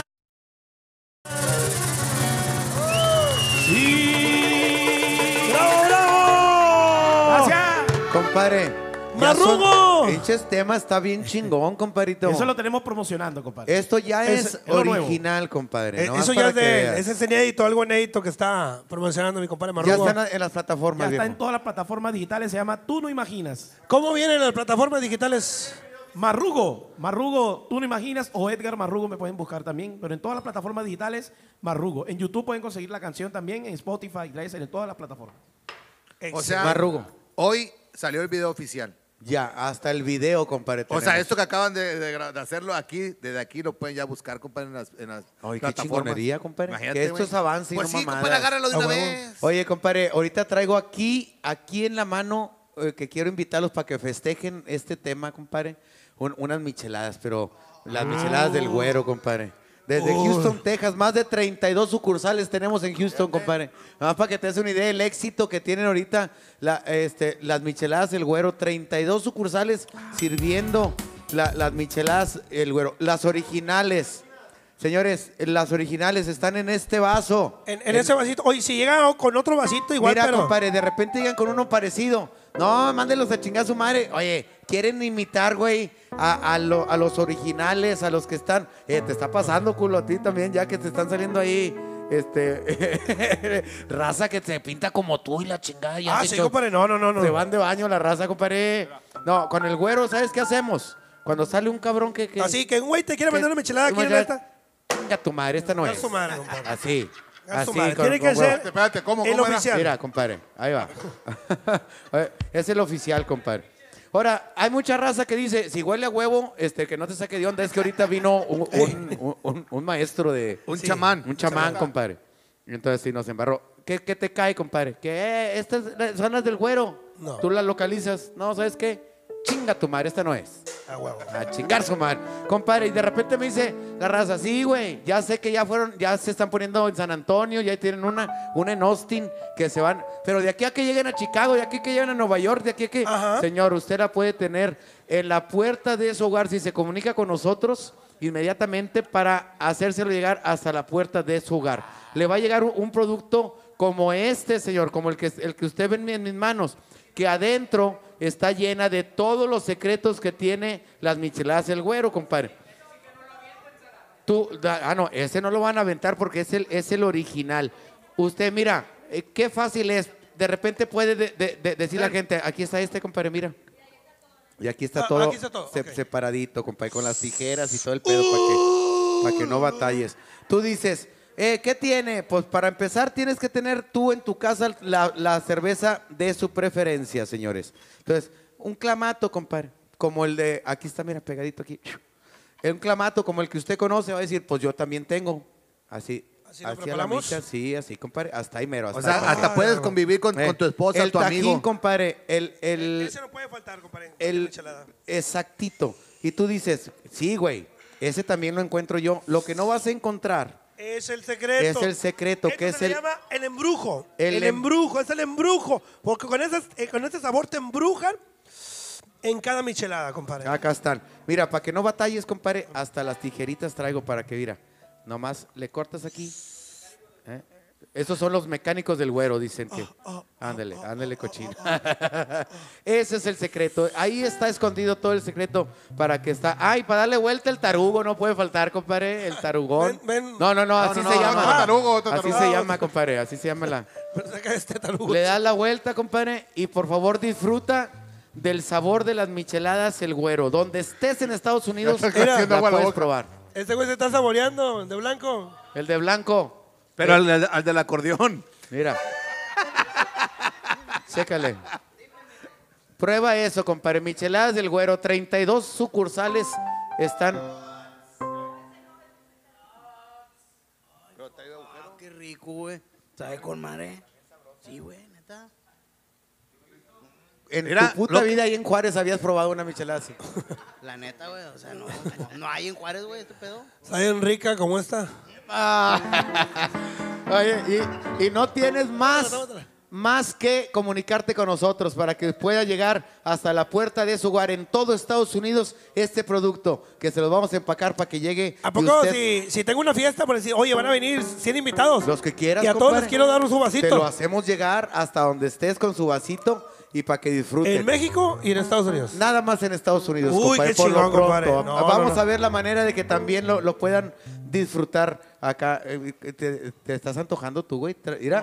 [SPEAKER 4] Sí.
[SPEAKER 8] ¡Bravo, bravo!
[SPEAKER 4] Gracias.
[SPEAKER 9] Compadre.
[SPEAKER 8] ¡Marrugo!
[SPEAKER 9] Pinches temas, está bien chingón, compadrito.
[SPEAKER 4] Eso lo tenemos promocionando, compadre.
[SPEAKER 9] Esto ya es
[SPEAKER 4] lo nuevo.
[SPEAKER 9] original, compadre.
[SPEAKER 8] Eso ya es ese es inédito, algo inédito que está promocionando mi compadre
[SPEAKER 9] Ya
[SPEAKER 8] Marrugo.
[SPEAKER 9] están en las plataformas,
[SPEAKER 4] Ya está
[SPEAKER 9] viejo.
[SPEAKER 4] en todas las plataformas digitales, se llama Tú No Imaginas.
[SPEAKER 8] ¿Cómo vienen las plataformas digitales?
[SPEAKER 4] Marrugo, Tú No Imaginas, o Edgar Marrugo me pueden buscar también, pero en todas las plataformas digitales, Marrugo. En YouTube pueden conseguir la canción también, en Spotify, en todas las plataformas.
[SPEAKER 7] O sea,
[SPEAKER 9] Marrugo.
[SPEAKER 7] hoy salió el video oficial.
[SPEAKER 9] Ya, hasta el video, compadre.
[SPEAKER 7] O sea,
[SPEAKER 9] tenemos.
[SPEAKER 7] esto que acaban de hacerlo aquí, desde aquí lo pueden ya buscar, compadre, en las
[SPEAKER 9] Ay, qué
[SPEAKER 7] plataformas.
[SPEAKER 9] chingonería, compadre.
[SPEAKER 7] Imagínate,
[SPEAKER 9] Que esto
[SPEAKER 7] güey.
[SPEAKER 9] es avance y
[SPEAKER 7] Pues
[SPEAKER 9] no
[SPEAKER 7] sí,
[SPEAKER 9] mamadas.
[SPEAKER 7] compadre, agárralo de
[SPEAKER 8] A
[SPEAKER 7] una
[SPEAKER 8] huevo.
[SPEAKER 7] vez.
[SPEAKER 9] Oye, compadre, ahorita traigo aquí en la mano, que quiero invitarlos para que festejen este tema, compadre. Unas micheladas, pero las micheladas del güero, compadre. Desde Houston, Texas, más de 32 sucursales tenemos en Houston, compadre. Nada más para que te des una idea del éxito que tienen ahorita las micheladas del güero. 32 sucursales sirviendo las micheladas el güero. Las originales, Señores, las originales están en este vaso.
[SPEAKER 8] En ese vasito. Oye, si llegan con otro vasito igual,
[SPEAKER 9] Mira,
[SPEAKER 8] pero...
[SPEAKER 9] compadre, de repente llegan con uno parecido. No, mándenlos a chingar a su madre. Oye, quieren imitar, güey, a los originales, a los que están... te está pasando, culo, a ti también, ya que te están saliendo ahí... raza que se pinta como tú y la chingada. Ya
[SPEAKER 8] sí, compadre, no.
[SPEAKER 9] Se van de baño la raza, compadre. No, con el güero, ¿sabes qué hacemos? Cuando sale un cabrón que
[SPEAKER 8] Así que un güey te quiere vender una michelada,
[SPEAKER 9] una
[SPEAKER 8] ¿quiere esta?
[SPEAKER 9] Chinga tu madre, esta no es.
[SPEAKER 8] Su madre, compadre.
[SPEAKER 9] Así.
[SPEAKER 8] A su
[SPEAKER 9] Así.
[SPEAKER 8] madre.
[SPEAKER 9] con-
[SPEAKER 8] Tiene
[SPEAKER 9] con
[SPEAKER 8] que
[SPEAKER 9] huevo.
[SPEAKER 8] ser
[SPEAKER 6] Espérate, ¿cómo
[SPEAKER 8] el
[SPEAKER 6] era?
[SPEAKER 8] oficial.
[SPEAKER 9] Mira, compadre, ahí va. Es el oficial, compadre. Ahora, hay mucha raza que dice, si huele a huevo, que no te saque de onda, es que ahorita vino un maestro de...
[SPEAKER 7] Un chamán.
[SPEAKER 9] Un chamán, compadre. Y entonces sí nos embarró. ¿Qué te cae, compadre? Que estas son las del güero.
[SPEAKER 8] No.
[SPEAKER 9] Tú las localizas. No, ¿sabes qué? Chinga tu madre, esta no es.
[SPEAKER 8] A huevo.
[SPEAKER 9] A chingar su madre. Compadre, y de repente me dice la raza, sí, güey, ya sé que ya se están poniendo en San Antonio, ya tienen una en Austin, que se van, pero de aquí a que lleguen a Chicago, de aquí a que lleguen a Nueva York, de aquí a que...
[SPEAKER 8] Ajá.
[SPEAKER 9] Señor, usted la puede tener en la puerta de su hogar si se comunica con nosotros inmediatamente para hacérselo llegar hasta la puerta de su hogar. Le va a llegar un producto como este, señor, como el que usted ve en mis manos, que adentro está llena de todos los secretos que tiene las micheladas del güero, compadre. No, ese no lo van a aventar porque es el original. Usted, mira, qué fácil es. De repente puede decir la gente, aquí está compadre, mira. Y aquí está todo,
[SPEAKER 8] aquí está todo, ok.
[SPEAKER 9] separadito, compadre, con las tijeras y todo el pedo para que no batalles. Tú dices, ¿qué tiene? Pues para empezar tienes que tener tú en tu casa la cerveza de su preferencia, señores. Entonces, un clamato, compadre, como el de, aquí está, mira, pegadito aquí. Un clamato como el que usted conoce, va a decir, pues yo también tengo. Así
[SPEAKER 8] lo
[SPEAKER 9] a la
[SPEAKER 8] preparamos.
[SPEAKER 9] micha, sí, así, compadre, hasta ahí mero.
[SPEAKER 7] O sea, hasta puedes convivir con tu esposa,
[SPEAKER 9] el
[SPEAKER 7] tu
[SPEAKER 9] tajín,
[SPEAKER 7] amigo.
[SPEAKER 9] compadre,
[SPEAKER 8] Ese no puede faltar, compadre. en la michelada.
[SPEAKER 9] exactito. Y tú dices, sí, güey, ese también lo encuentro yo. Lo que no vas a encontrar
[SPEAKER 8] Es el secreto.
[SPEAKER 9] es el secreto, que es
[SPEAKER 8] se
[SPEAKER 9] el...
[SPEAKER 8] llama el embrujo.
[SPEAKER 9] el
[SPEAKER 8] El
[SPEAKER 9] em-
[SPEAKER 8] embrujo, es el embrujo. Porque con ese sabor te embrujan en cada michelada, compadre.
[SPEAKER 9] Acá están. Mira, para que no batalles, compadre, hasta las tijeritas traigo para que, mira, nomás le cortas aquí. Esos son los mecánicos del güero, dicen que. Ándale, cochino. Ese es el secreto. Ahí está escondido todo el secreto para que está. Ay, para darle vuelta el tarugo, no puede faltar, compadre, el tarugón.
[SPEAKER 8] Ven.
[SPEAKER 9] No, así se llama.
[SPEAKER 6] Otro
[SPEAKER 9] Así
[SPEAKER 6] tarugo.
[SPEAKER 9] se llama, compadre, así se llama la.
[SPEAKER 8] Pero saca este tarugo.
[SPEAKER 9] Le das la vuelta, compadre, y por favor disfruta del sabor de las micheladas El Güero. Donde estés en Estados Unidos,
[SPEAKER 6] Ya está haciendo
[SPEAKER 9] la
[SPEAKER 6] agua a la
[SPEAKER 9] puedes
[SPEAKER 6] boca.
[SPEAKER 9] probar.
[SPEAKER 8] Este güey se está saboreando, de blanco.
[SPEAKER 9] El de blanco,
[SPEAKER 7] Pero al del acordeón.
[SPEAKER 9] mira. Chécale. Prueba eso, compadre. Micheladas del Güero, 32 sucursales están.
[SPEAKER 10] Qué rico, güey. ¿Sabe con madre? Sí, güey, neta.
[SPEAKER 9] En
[SPEAKER 7] Mira,
[SPEAKER 9] tu puta
[SPEAKER 7] lo que-
[SPEAKER 9] vida ahí en Juárez habías probado una michelada así.
[SPEAKER 10] La neta, güey. O sea, no hay en Juárez, güey, este pedo.
[SPEAKER 8] Está bien rica como esta.
[SPEAKER 9] Oye, y no tienes más que comunicarte con nosotros para que pueda llegar hasta la puerta de su hogar en todo Estados Unidos este producto que se los vamos a empacar para que llegue.
[SPEAKER 8] ¿A
[SPEAKER 9] y
[SPEAKER 8] poco
[SPEAKER 9] usted-
[SPEAKER 8] si tengo una fiesta por decir, oye, van a venir 100 invitados?
[SPEAKER 9] Los que quieras,
[SPEAKER 8] Y a todos
[SPEAKER 9] compadre,
[SPEAKER 8] les quiero dar un su
[SPEAKER 9] te lo
[SPEAKER 8] vasito.
[SPEAKER 9] hacemos llegar hasta donde estés con su vasito y para que disfruten.
[SPEAKER 8] En México y en Estados Unidos.
[SPEAKER 9] Nada más en Estados Unidos,
[SPEAKER 8] Uy,
[SPEAKER 9] compadre,
[SPEAKER 8] qué
[SPEAKER 9] por lo
[SPEAKER 8] chingón,
[SPEAKER 9] pronto.
[SPEAKER 8] compadre. No,
[SPEAKER 9] Vamos
[SPEAKER 8] no, no.
[SPEAKER 9] a ver la manera de que también lo puedan disfrutar acá. ¿Te estás antojando tú, güey? Mira.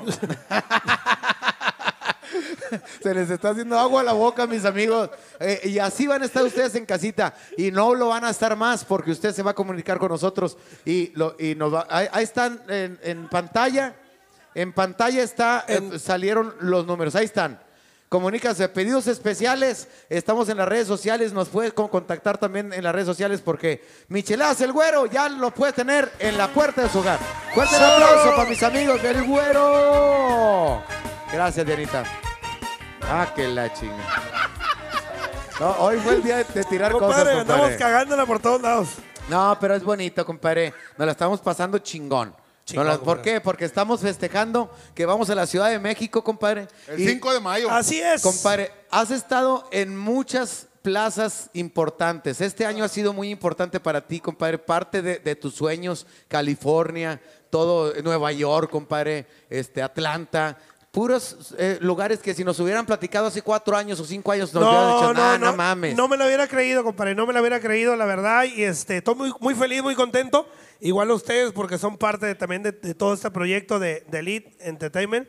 [SPEAKER 9] Se les está haciendo agua a la boca, mis amigos. Y así van a estar ustedes en casita. Y no lo van a estar más porque usted se va a comunicar con nosotros. Ahí están en pantalla. En pantalla salieron los números. Ahí están. Comunícase, pedidos especiales. Estamos en las redes sociales. Nos puede contactar también en las redes sociales porque Micheladas El Güero ya lo puede tener en la puerta de su hogar. Fuerte el aplauso para mis amigos del Güero. Gracias, Dianita. Que la chinga. No, hoy fue el día de tirar
[SPEAKER 8] Compadre,
[SPEAKER 9] cosas,
[SPEAKER 8] andamos
[SPEAKER 9] compadre.
[SPEAKER 8] cagándola por todos lados.
[SPEAKER 9] No, pero es bonito, compadre. Nos la estamos pasando chingón. ¿Por
[SPEAKER 8] compadre.
[SPEAKER 9] qué? Porque estamos festejando que vamos a la Ciudad de México, compadre.
[SPEAKER 6] El
[SPEAKER 9] Y,
[SPEAKER 6] 5 de mayo.
[SPEAKER 8] Así es.
[SPEAKER 9] compadre, has estado en muchas plazas importantes. Este año ha sido muy importante para ti, compadre. Parte de tus sueños, California, todo Nueva York, compadre, Atlanta. Puros lugares que si nos hubieran platicado hace 4 años o 5 años nos hubieran dicho, no mames.
[SPEAKER 8] No me lo hubiera creído, compadre, no me lo hubiera creído, la verdad. Y estoy muy feliz, muy contento. Igual a ustedes, porque son parte también de todo este proyecto de Elite Entertainment.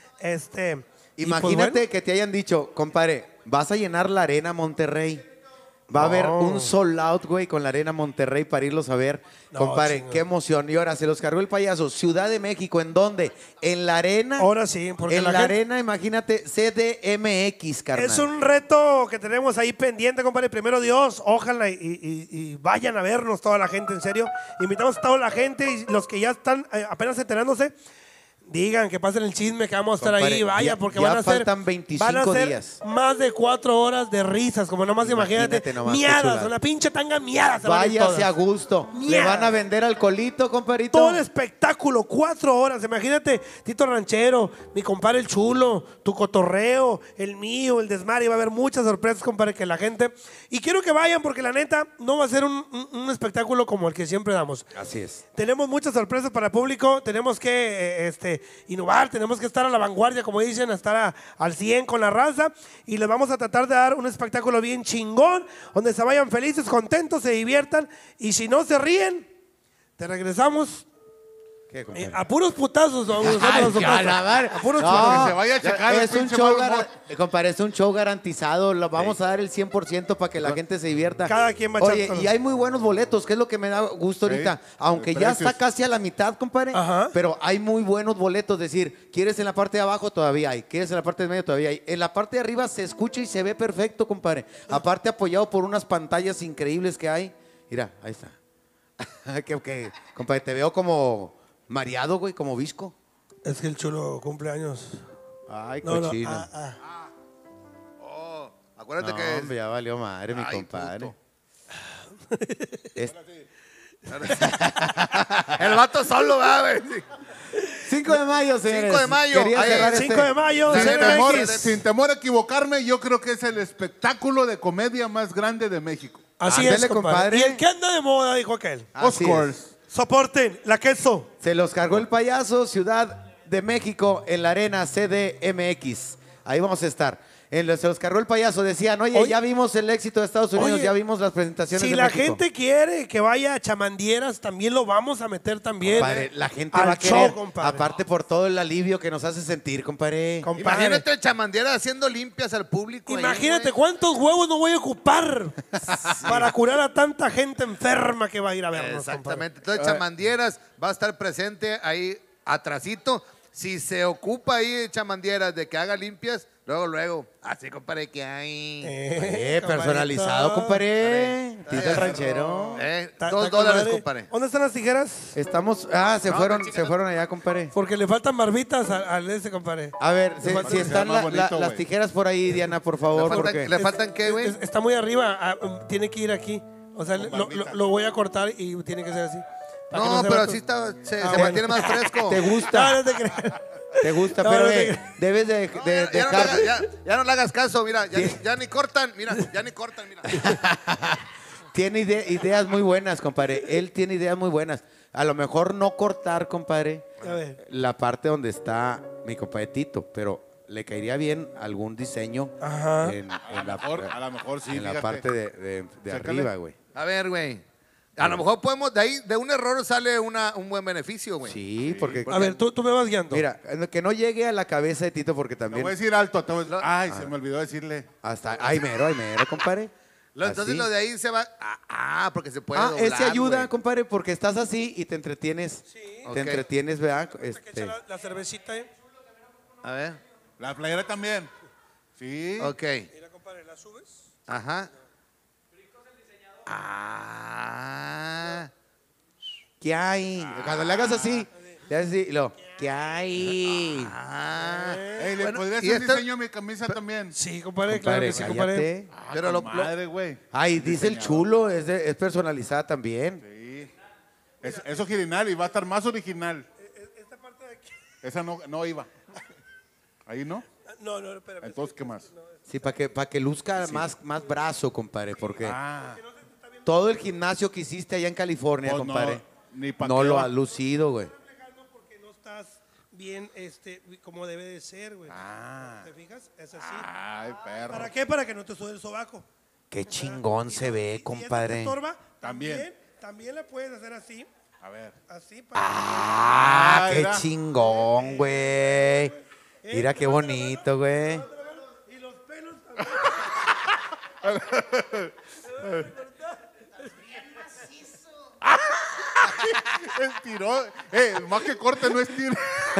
[SPEAKER 9] Imagínate
[SPEAKER 8] pues bueno.
[SPEAKER 9] que te hayan dicho, compadre, vas a llenar la Arena Monterrey. Va a haber un sold out, güey, con la Arena Monterrey para irlos a ver. Compadre,
[SPEAKER 8] chinga.
[SPEAKER 9] qué emoción. Y ahora se los cargó el payaso. Ciudad de México, ¿en dónde? En la Arena.
[SPEAKER 8] Ahora sí, porque
[SPEAKER 9] en la Arena, imagínate, CDMX, carnal.
[SPEAKER 8] Es un reto que tenemos ahí pendiente, compadre. Primero Dios, ojalá y vayan a vernos toda la gente, en serio. Invitamos a toda la gente y los que ya están apenas enterándose, digan que pasen el chisme, que vamos a estar
[SPEAKER 9] Compadre,
[SPEAKER 8] ahí, vaya, porque
[SPEAKER 9] ya
[SPEAKER 8] van a ser,
[SPEAKER 9] faltan 25
[SPEAKER 8] van a ser
[SPEAKER 9] días.
[SPEAKER 8] más de 4 horas de risas, como nomás imagínate,
[SPEAKER 9] nomás, qué
[SPEAKER 8] miadas,
[SPEAKER 9] chulada.
[SPEAKER 8] una pinche tanga miada. se van a ir
[SPEAKER 9] Váyase
[SPEAKER 8] todas.
[SPEAKER 9] a gusto. Le
[SPEAKER 8] Miadas.
[SPEAKER 9] van a vender alcoholito, compadrito.
[SPEAKER 8] Todo el espectáculo, 4 horas. Imagínate, Tito Ranchero, mi compadre el Chulo, tu cotorreo, el mío, el desmadre. Va a haber muchas sorpresas, compadre, que la gente. Y quiero que vayan porque la neta no va a ser un espectáculo como el que siempre damos.
[SPEAKER 9] Así es.
[SPEAKER 8] Tenemos muchas sorpresas para el público. Tenemos que innovar, tenemos que estar a la vanguardia, como dicen, estar al 100 con la raza. Y les vamos a tratar de dar un espectáculo bien chingón, donde se vayan felices, contentos, se diviertan. Y si no se ríen, te regresamos
[SPEAKER 9] ¿Qué, compadre?
[SPEAKER 8] a puros putazos.
[SPEAKER 9] Ay, a la madre.
[SPEAKER 8] A puros
[SPEAKER 9] No,
[SPEAKER 8] putazos.
[SPEAKER 6] Que se vaya a checar el
[SPEAKER 9] es un
[SPEAKER 6] pinche
[SPEAKER 9] show
[SPEAKER 6] mal humor.
[SPEAKER 9] compadre, es un show garantizado. Lo vamos a dar el 100% para que la gente se divierta.
[SPEAKER 8] Cada quien va a echar
[SPEAKER 9] Oye,
[SPEAKER 8] todo.
[SPEAKER 9] y hay muy buenos boletos, que es lo que me da gusto
[SPEAKER 6] Sí,
[SPEAKER 9] ahorita. Aunque
[SPEAKER 6] de
[SPEAKER 9] ya
[SPEAKER 6] precios.
[SPEAKER 9] está casi a la mitad, compadre.
[SPEAKER 8] Ajá.
[SPEAKER 9] Pero hay muy buenos boletos. Es decir, ¿quieres en la parte de abajo? Todavía hay. ¿Quieres en la parte de medio? Todavía hay. En la parte de arriba se escucha y se ve perfecto, compadre. Aparte apoyado por unas pantallas increíbles que hay. Mira, ahí está. Compadre, te veo como mareado, güey, como visco.
[SPEAKER 8] Es que el Chulo cumple años.
[SPEAKER 9] Ay,
[SPEAKER 8] No, no,
[SPEAKER 9] cochino.
[SPEAKER 7] Oh, acuérdate
[SPEAKER 9] No,
[SPEAKER 7] que
[SPEAKER 9] hombre, ya valió madre, mi
[SPEAKER 7] Ay,
[SPEAKER 9] compadre.
[SPEAKER 7] puto.
[SPEAKER 9] Es-
[SPEAKER 7] el vato solo va, güey.
[SPEAKER 9] 5 de mayo, señores.
[SPEAKER 7] 5 de mayo.
[SPEAKER 9] Quería
[SPEAKER 7] Ahí,
[SPEAKER 9] cerrar
[SPEAKER 8] 5 de mayo,
[SPEAKER 6] Sin temor,
[SPEAKER 8] CDMX.
[SPEAKER 6] sin temor a equivocarme, yo creo que es el espectáculo de comedia más grande de México.
[SPEAKER 8] Así
[SPEAKER 9] Ándale,
[SPEAKER 8] es, compadre.
[SPEAKER 9] compadre.
[SPEAKER 8] Y el que anda de moda, dijo aquel.
[SPEAKER 9] Así
[SPEAKER 6] Of course.
[SPEAKER 8] Soporten, la queso.
[SPEAKER 9] Se los cargó el payaso, Ciudad de México, en la arena CDMX. Ahí vamos a estar. Se los cargó el payaso. Decían, oye, ya vimos el éxito de Estados Unidos,
[SPEAKER 8] Oye,
[SPEAKER 9] ya vimos las presentaciones
[SPEAKER 8] Si
[SPEAKER 9] de
[SPEAKER 8] la
[SPEAKER 9] México.
[SPEAKER 8] gente quiere que vaya a Chamandieras, también lo vamos a meter también.
[SPEAKER 9] Compadre, la gente
[SPEAKER 8] al
[SPEAKER 9] va a
[SPEAKER 8] show,
[SPEAKER 9] querer,
[SPEAKER 8] compadre.
[SPEAKER 9] aparte por todo el alivio que nos hace sentir, compadre.
[SPEAKER 8] Compadre.
[SPEAKER 7] Imagínate Chamandiera haciendo limpias al público. ahí,
[SPEAKER 8] Imagínate
[SPEAKER 7] güey.
[SPEAKER 8] cuántos huevos no voy a ocupar para curar a tanta gente enferma que va a ir a vernos.
[SPEAKER 7] Exactamente. Entonces Chamandieras va a estar presente ahí atrasito. Si se ocupa ahí Chamandieras de que haga limpias, luego, así compadre que hay.
[SPEAKER 9] Personalizado, compadre. Tito el ranchero.
[SPEAKER 7] $2, compadre.
[SPEAKER 8] ¿Dónde están las tijeras?
[SPEAKER 9] Estamos, se fueron allá, compadre.
[SPEAKER 8] Porque le faltan barbitas al ese, compadre.
[SPEAKER 9] A ver, si
[SPEAKER 6] falta que
[SPEAKER 9] están
[SPEAKER 6] sea más bonito,
[SPEAKER 9] las
[SPEAKER 6] güey.
[SPEAKER 9] tijeras por ahí, Diana, por favor, porque
[SPEAKER 7] ¿Le faltan qué, güey?
[SPEAKER 8] Está muy arriba, tiene que ir aquí. O sea, lo voy a cortar y tiene que ser así. Para que
[SPEAKER 7] No,
[SPEAKER 8] se
[SPEAKER 7] pero
[SPEAKER 8] vea
[SPEAKER 7] así
[SPEAKER 8] todo.
[SPEAKER 7] está, se
[SPEAKER 8] bueno.
[SPEAKER 7] mantiene más fresco.
[SPEAKER 9] te
[SPEAKER 8] No,
[SPEAKER 9] gusta,
[SPEAKER 8] no te creas.
[SPEAKER 9] te gusta,
[SPEAKER 8] No,
[SPEAKER 9] pero
[SPEAKER 8] no te creas.
[SPEAKER 9] debes de
[SPEAKER 7] No, ya no le
[SPEAKER 9] dejar.
[SPEAKER 7] hagas- ya no le hagas caso, mira, ya ni cortan, mira.
[SPEAKER 9] Tiene ideas muy buenas, compadre. Él tiene ideas muy buenas. A lo mejor no cortar, compadre,
[SPEAKER 8] A ver.
[SPEAKER 9] la parte donde está mi compadre Tito, pero le caería bien algún diseño
[SPEAKER 8] Ajá.
[SPEAKER 9] en
[SPEAKER 6] A lo mejor sí,
[SPEAKER 9] en la
[SPEAKER 6] fíjate.
[SPEAKER 9] parte de
[SPEAKER 6] Chécale.
[SPEAKER 9] arriba, güey.
[SPEAKER 7] A ver, güey. A lo mejor podemos, de ahí, de un error sale un buen beneficio, güey.
[SPEAKER 9] Sí, porque
[SPEAKER 8] A ver, tú me vas guiando.
[SPEAKER 9] mira, que no llegue a la cabeza de Tito porque
[SPEAKER 6] Te
[SPEAKER 9] también
[SPEAKER 6] voy a decir alto. Ay, se me olvidó decirle.
[SPEAKER 9] hasta ay mero, compadre.
[SPEAKER 7] Entonces
[SPEAKER 9] Así.
[SPEAKER 7] lo de ahí se va. Porque se puede.
[SPEAKER 9] Ese
[SPEAKER 7] doblar,
[SPEAKER 9] ayuda,
[SPEAKER 7] güey.
[SPEAKER 9] compadre, porque estás así y te entretienes. Te
[SPEAKER 7] Ok.
[SPEAKER 9] entretienes, ¿verdad?
[SPEAKER 8] Que eche la cervecita,
[SPEAKER 7] A ver.
[SPEAKER 6] La playera también. Sí.
[SPEAKER 7] Ok.
[SPEAKER 8] Mira, compadre, ¿la subes?
[SPEAKER 7] Ajá. Ah.
[SPEAKER 9] ¿Qué hay? Cuando le hagas así, le haces así y luego, ¿qué hay?
[SPEAKER 7] Ah.
[SPEAKER 6] Ey, ¿le
[SPEAKER 7] Bueno,
[SPEAKER 6] podría
[SPEAKER 7] y
[SPEAKER 6] hacer
[SPEAKER 7] esto-
[SPEAKER 6] diseño a mi camisa también?
[SPEAKER 8] Sí, compadre, claro
[SPEAKER 9] Compadre,
[SPEAKER 8] que sí, compadre.
[SPEAKER 9] cállate.
[SPEAKER 7] Pero lo-
[SPEAKER 6] Madre, güey.
[SPEAKER 9] Ay, dice el chulo, es personalizada también.
[SPEAKER 6] Sí. Es original y va a estar más original. Esa no iba. Ahí no.
[SPEAKER 8] No, espérame.
[SPEAKER 6] Entonces, ¿qué más?
[SPEAKER 9] Sí, para que luzca más brazo, compadre, porque
[SPEAKER 6] Ah,
[SPEAKER 9] todo el gimnasio que hiciste allá en California,
[SPEAKER 6] Pues
[SPEAKER 9] compadre,
[SPEAKER 6] ni pa'
[SPEAKER 9] no
[SPEAKER 6] qué
[SPEAKER 9] lo
[SPEAKER 6] va.
[SPEAKER 9] has lucido, güey.
[SPEAKER 8] Porque no estás bien como debe de ser, güey.
[SPEAKER 6] Ah.
[SPEAKER 8] ¿Te fijas? Es así.
[SPEAKER 6] Ay, perro.
[SPEAKER 8] ¿Para qué? Para que no te sude el sobaco.
[SPEAKER 9] Qué chingón se ve,
[SPEAKER 8] Si
[SPEAKER 9] compadre.
[SPEAKER 8] te estorba,
[SPEAKER 6] También.
[SPEAKER 8] también la puedes hacer así.
[SPEAKER 6] A ver.
[SPEAKER 8] Así para
[SPEAKER 9] Ah, qué
[SPEAKER 6] mira.
[SPEAKER 9] chingón, güey. Mira qué bonito, güey.
[SPEAKER 8] y los pelos también.
[SPEAKER 6] Estiró. Más que corte, no estira.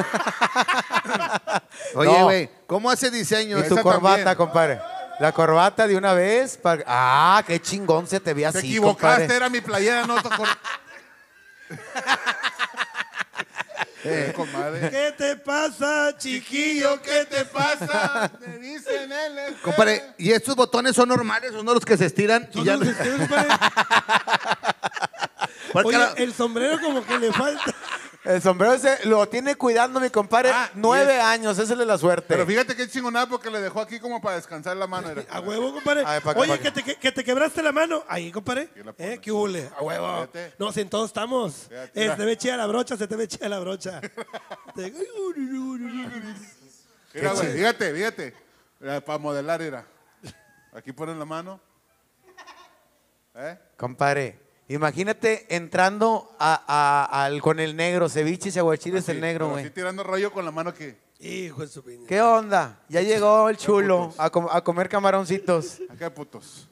[SPEAKER 7] Oye,
[SPEAKER 9] No.
[SPEAKER 7] güey, ¿cómo hace diseño?
[SPEAKER 9] Y tu
[SPEAKER 6] Esa
[SPEAKER 9] corbata,
[SPEAKER 6] también.
[SPEAKER 9] compadre. La corbata de una vez. Ah, qué chingón se te ve
[SPEAKER 6] Te
[SPEAKER 9] así,
[SPEAKER 6] equivocaste,
[SPEAKER 9] compadre.
[SPEAKER 6] era mi playera, no te comadre.
[SPEAKER 8] ¿Qué te pasa, chiquillo?
[SPEAKER 6] ¿Qué te pasa? Me dicen el espejo.
[SPEAKER 7] Compadre, ¿y estos botones son normales o no los que se estiran? Y ya... Porque
[SPEAKER 8] Oye,
[SPEAKER 7] ahora-
[SPEAKER 8] el sombrero como que le falta.
[SPEAKER 9] El sombrero ese lo tiene cuidando mi compadre
[SPEAKER 6] Ah, y
[SPEAKER 9] 9
[SPEAKER 6] es-
[SPEAKER 9] años. Esa es de la suerte.
[SPEAKER 6] Pero fíjate qué chingonada porque le dejó aquí como para descansar la mano. Era.
[SPEAKER 8] A huevo, compadre.
[SPEAKER 9] A ver, pa' acá,
[SPEAKER 8] Oye,
[SPEAKER 9] pa' acá.
[SPEAKER 8] que te quebraste la mano. Ahí, compadre.
[SPEAKER 6] la pones.
[SPEAKER 8] ¿Qué hule? A huevo.
[SPEAKER 6] Fíjate.
[SPEAKER 8] No, si en todos estamos.
[SPEAKER 6] Fíjate, mira.
[SPEAKER 8] Se ve chida la brocha, se te ve chida la brocha.
[SPEAKER 6] Mira, güey, fíjate. Para modelar era. Aquí ponen la mano.
[SPEAKER 9] Compadre, imagínate entrando con el negro, ceviche y aguachiles el negro,
[SPEAKER 6] Pero
[SPEAKER 9] güey.
[SPEAKER 6] así tirando rollo con la mano aquí.
[SPEAKER 8] Hijo de su piña.
[SPEAKER 9] ¿Qué onda? Ya llegó el chulo a comer camaroncitos.
[SPEAKER 6] Acá hay putos.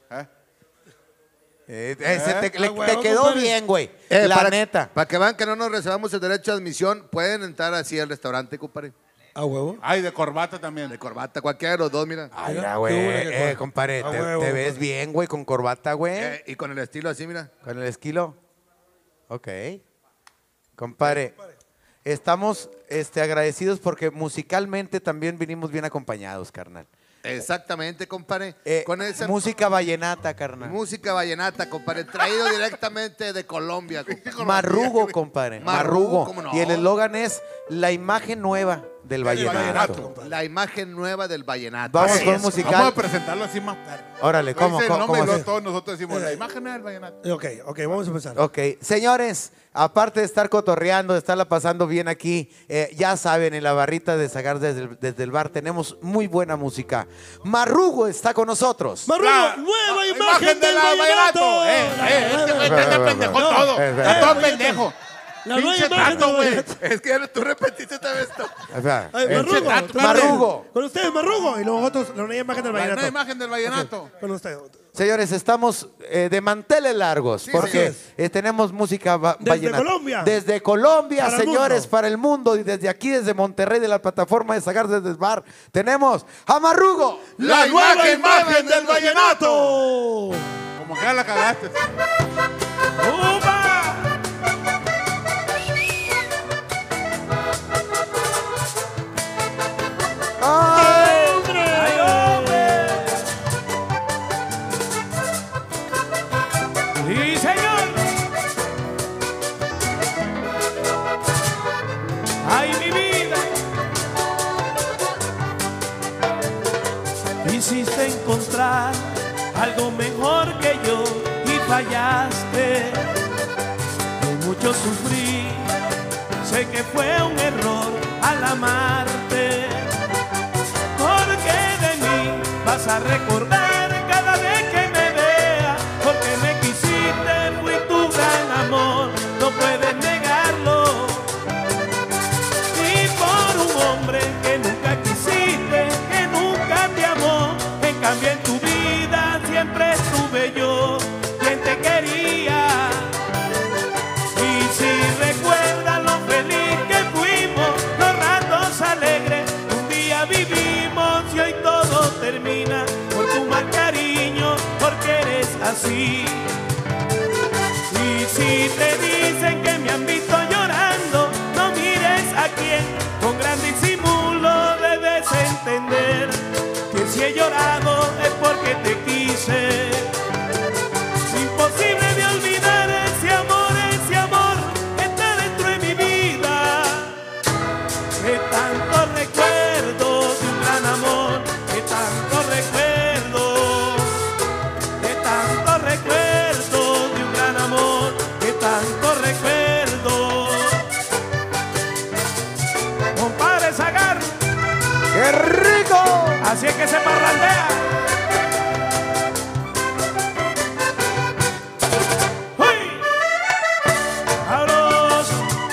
[SPEAKER 9] Te
[SPEAKER 8] huevo,
[SPEAKER 9] quedó
[SPEAKER 8] compadre.
[SPEAKER 9] bien, güey. La neta.
[SPEAKER 7] Para que vean que no nos reservamos el derecho de admisión, pueden entrar así al restaurante, compadre.
[SPEAKER 8] A huevo.
[SPEAKER 6] Ay, de corbata también.
[SPEAKER 7] De corbata, cualquiera de los dos, mira.
[SPEAKER 9] Ay,
[SPEAKER 8] Mira,
[SPEAKER 9] mira,
[SPEAKER 8] qué
[SPEAKER 9] güey.
[SPEAKER 8] buena que
[SPEAKER 9] Compadre,
[SPEAKER 8] a
[SPEAKER 9] te
[SPEAKER 8] huevo,
[SPEAKER 9] ves
[SPEAKER 8] compadre.
[SPEAKER 9] bien, güey, con corbata, güey.
[SPEAKER 7] Y con el estilo así, mira.
[SPEAKER 9] Con el esquilo. Ok. Compadre, estamos agradecidos porque musicalmente también vinimos bien acompañados, carnal.
[SPEAKER 7] Exactamente, compadre. Con esa
[SPEAKER 9] Música vallenata, carnal.
[SPEAKER 7] música vallenata, compadre, traído directamente de Colombia, compadre.
[SPEAKER 9] Marrugo, compadre.
[SPEAKER 7] Marrugo,
[SPEAKER 9] Marrugo.
[SPEAKER 7] ¿cómo no?
[SPEAKER 9] Y el eslogan es la imagen nueva del vallenato.
[SPEAKER 7] La imagen nueva del vallenato.
[SPEAKER 9] Vamos
[SPEAKER 7] Así
[SPEAKER 9] con
[SPEAKER 7] es.
[SPEAKER 9] musical.
[SPEAKER 6] Vamos a presentarlo así más perro.
[SPEAKER 9] Órale, ¿cómo?
[SPEAKER 6] Dice el
[SPEAKER 9] ¿Cómo,
[SPEAKER 6] nombre
[SPEAKER 9] cómo
[SPEAKER 6] y luego
[SPEAKER 9] así?
[SPEAKER 6] todos nosotros decimos la imagen del vallenato.
[SPEAKER 8] Ok, vamos a empezar.
[SPEAKER 9] Ok, señores, aparte de estar cotorreando, de estarla pasando bien aquí, ya saben, en la barrita de Zagar desde el bar tenemos muy buena música. Marrugo está con nosotros.
[SPEAKER 8] Marrugo,
[SPEAKER 6] La
[SPEAKER 8] nueva imagen del
[SPEAKER 6] vallenato.
[SPEAKER 8] vallenato.
[SPEAKER 6] Este güey está pendejo todo. Está todo pendejo.
[SPEAKER 8] La nueva
[SPEAKER 6] Pinche
[SPEAKER 8] imagen
[SPEAKER 6] tato,
[SPEAKER 8] del
[SPEAKER 6] güey.
[SPEAKER 8] vallenato.
[SPEAKER 7] Es que tú repetiste esta vez esto.
[SPEAKER 9] O sea,
[SPEAKER 8] Ay, Marrugo.
[SPEAKER 6] tato,
[SPEAKER 9] Marrugo.
[SPEAKER 8] Con ustedes, Marrugo. Y luego nosotros, la nueva imagen del
[SPEAKER 6] La nueva
[SPEAKER 8] vallenato.
[SPEAKER 6] imagen del vallenato.
[SPEAKER 8] Con ustedes.
[SPEAKER 9] señores, estamos de manteles largos porque tenemos música
[SPEAKER 8] Desde
[SPEAKER 9] vallenata.
[SPEAKER 8] Colombia.
[SPEAKER 9] Desde Colombia,
[SPEAKER 8] Para el
[SPEAKER 9] señores,
[SPEAKER 8] mundo.
[SPEAKER 9] para el mundo. Y desde aquí, desde Monterrey, de la plataforma de Zagar desde el bar, tenemos a Marrugo.
[SPEAKER 6] La nueva imagen del vallenato.
[SPEAKER 8] ¡Oh!
[SPEAKER 6] Como que ya la cagaste.
[SPEAKER 5] ¡Upa!
[SPEAKER 9] ¡Ay!
[SPEAKER 5] ¡Ay, hombre! ¡Sí, señor! ¡Ay, mi vida! Quisiste encontrar algo mejor que yo y fallaste. Yo mucho sufrí, sé que fue un error al amarte. Porque de mí vas a recordar cada vez que me vea. Porque me quisiste, fui tu gran amor, no puedes negarlo. Y por un hombre que nunca quisiste, que nunca te amó, en cambio en tu vida siempre estuve yo, quien te quería. Y si recuerdas lo feliz que fuimos, los ratos alegres, un día vivimos y hoy todo termina por tu mal cariño, porque eres así. Y si te dicen que me han visto llorando, no mires a quien con gran disimulo debes entender que si he llorado es porque te quise. Imposible de olvidar ese amor está dentro de mi vida. Que tanto recuerdo de un gran amor.
[SPEAKER 3] ¡Qué rico!
[SPEAKER 4] Así es que se parrandea. ¡Uy! ¡Sabroso!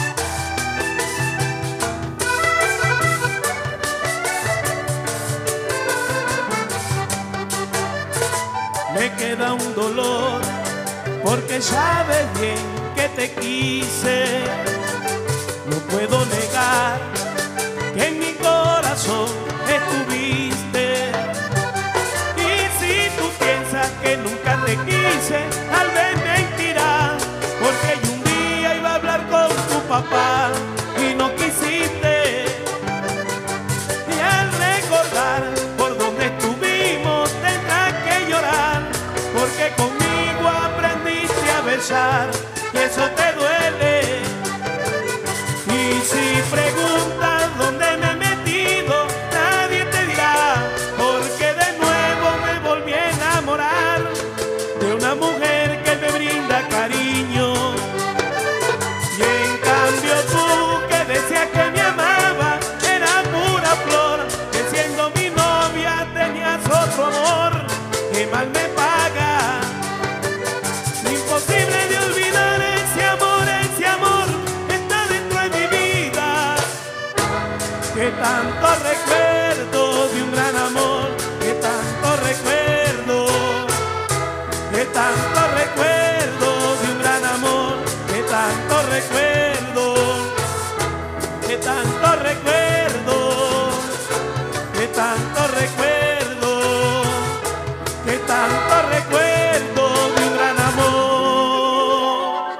[SPEAKER 4] Me queda un dolor porque sabes bien que te quise. No puedo negar que en mi corazón estuviste. Y si tú piensas que nunca te quise, tal vez mentirás, porque yo un día iba a hablar con tu papá y no quisiste. Y al recordar por donde estuvimos tendrás que llorar, porque conmigo aprendiste a besar y eso te duele. Y si preguntas dónde me he metido, nadie te dirá, porque de nuevo me volví a enamorar de una mujer que me brinda cariño. Y en cambio tú, que decías que me amaba, era pura flor, que siendo mi novia tenías otro amor, que mal me paga. Imposible de olvidar ese amor está dentro de mi vida. Que tanto recuerdo de un gran amor, que tanto recuerdo, que tanto recuerdo de un gran amor, que tanto recuerdo, que tanto recuerdo, que tanto recuerdo, que tanto recuerdo de un gran amor,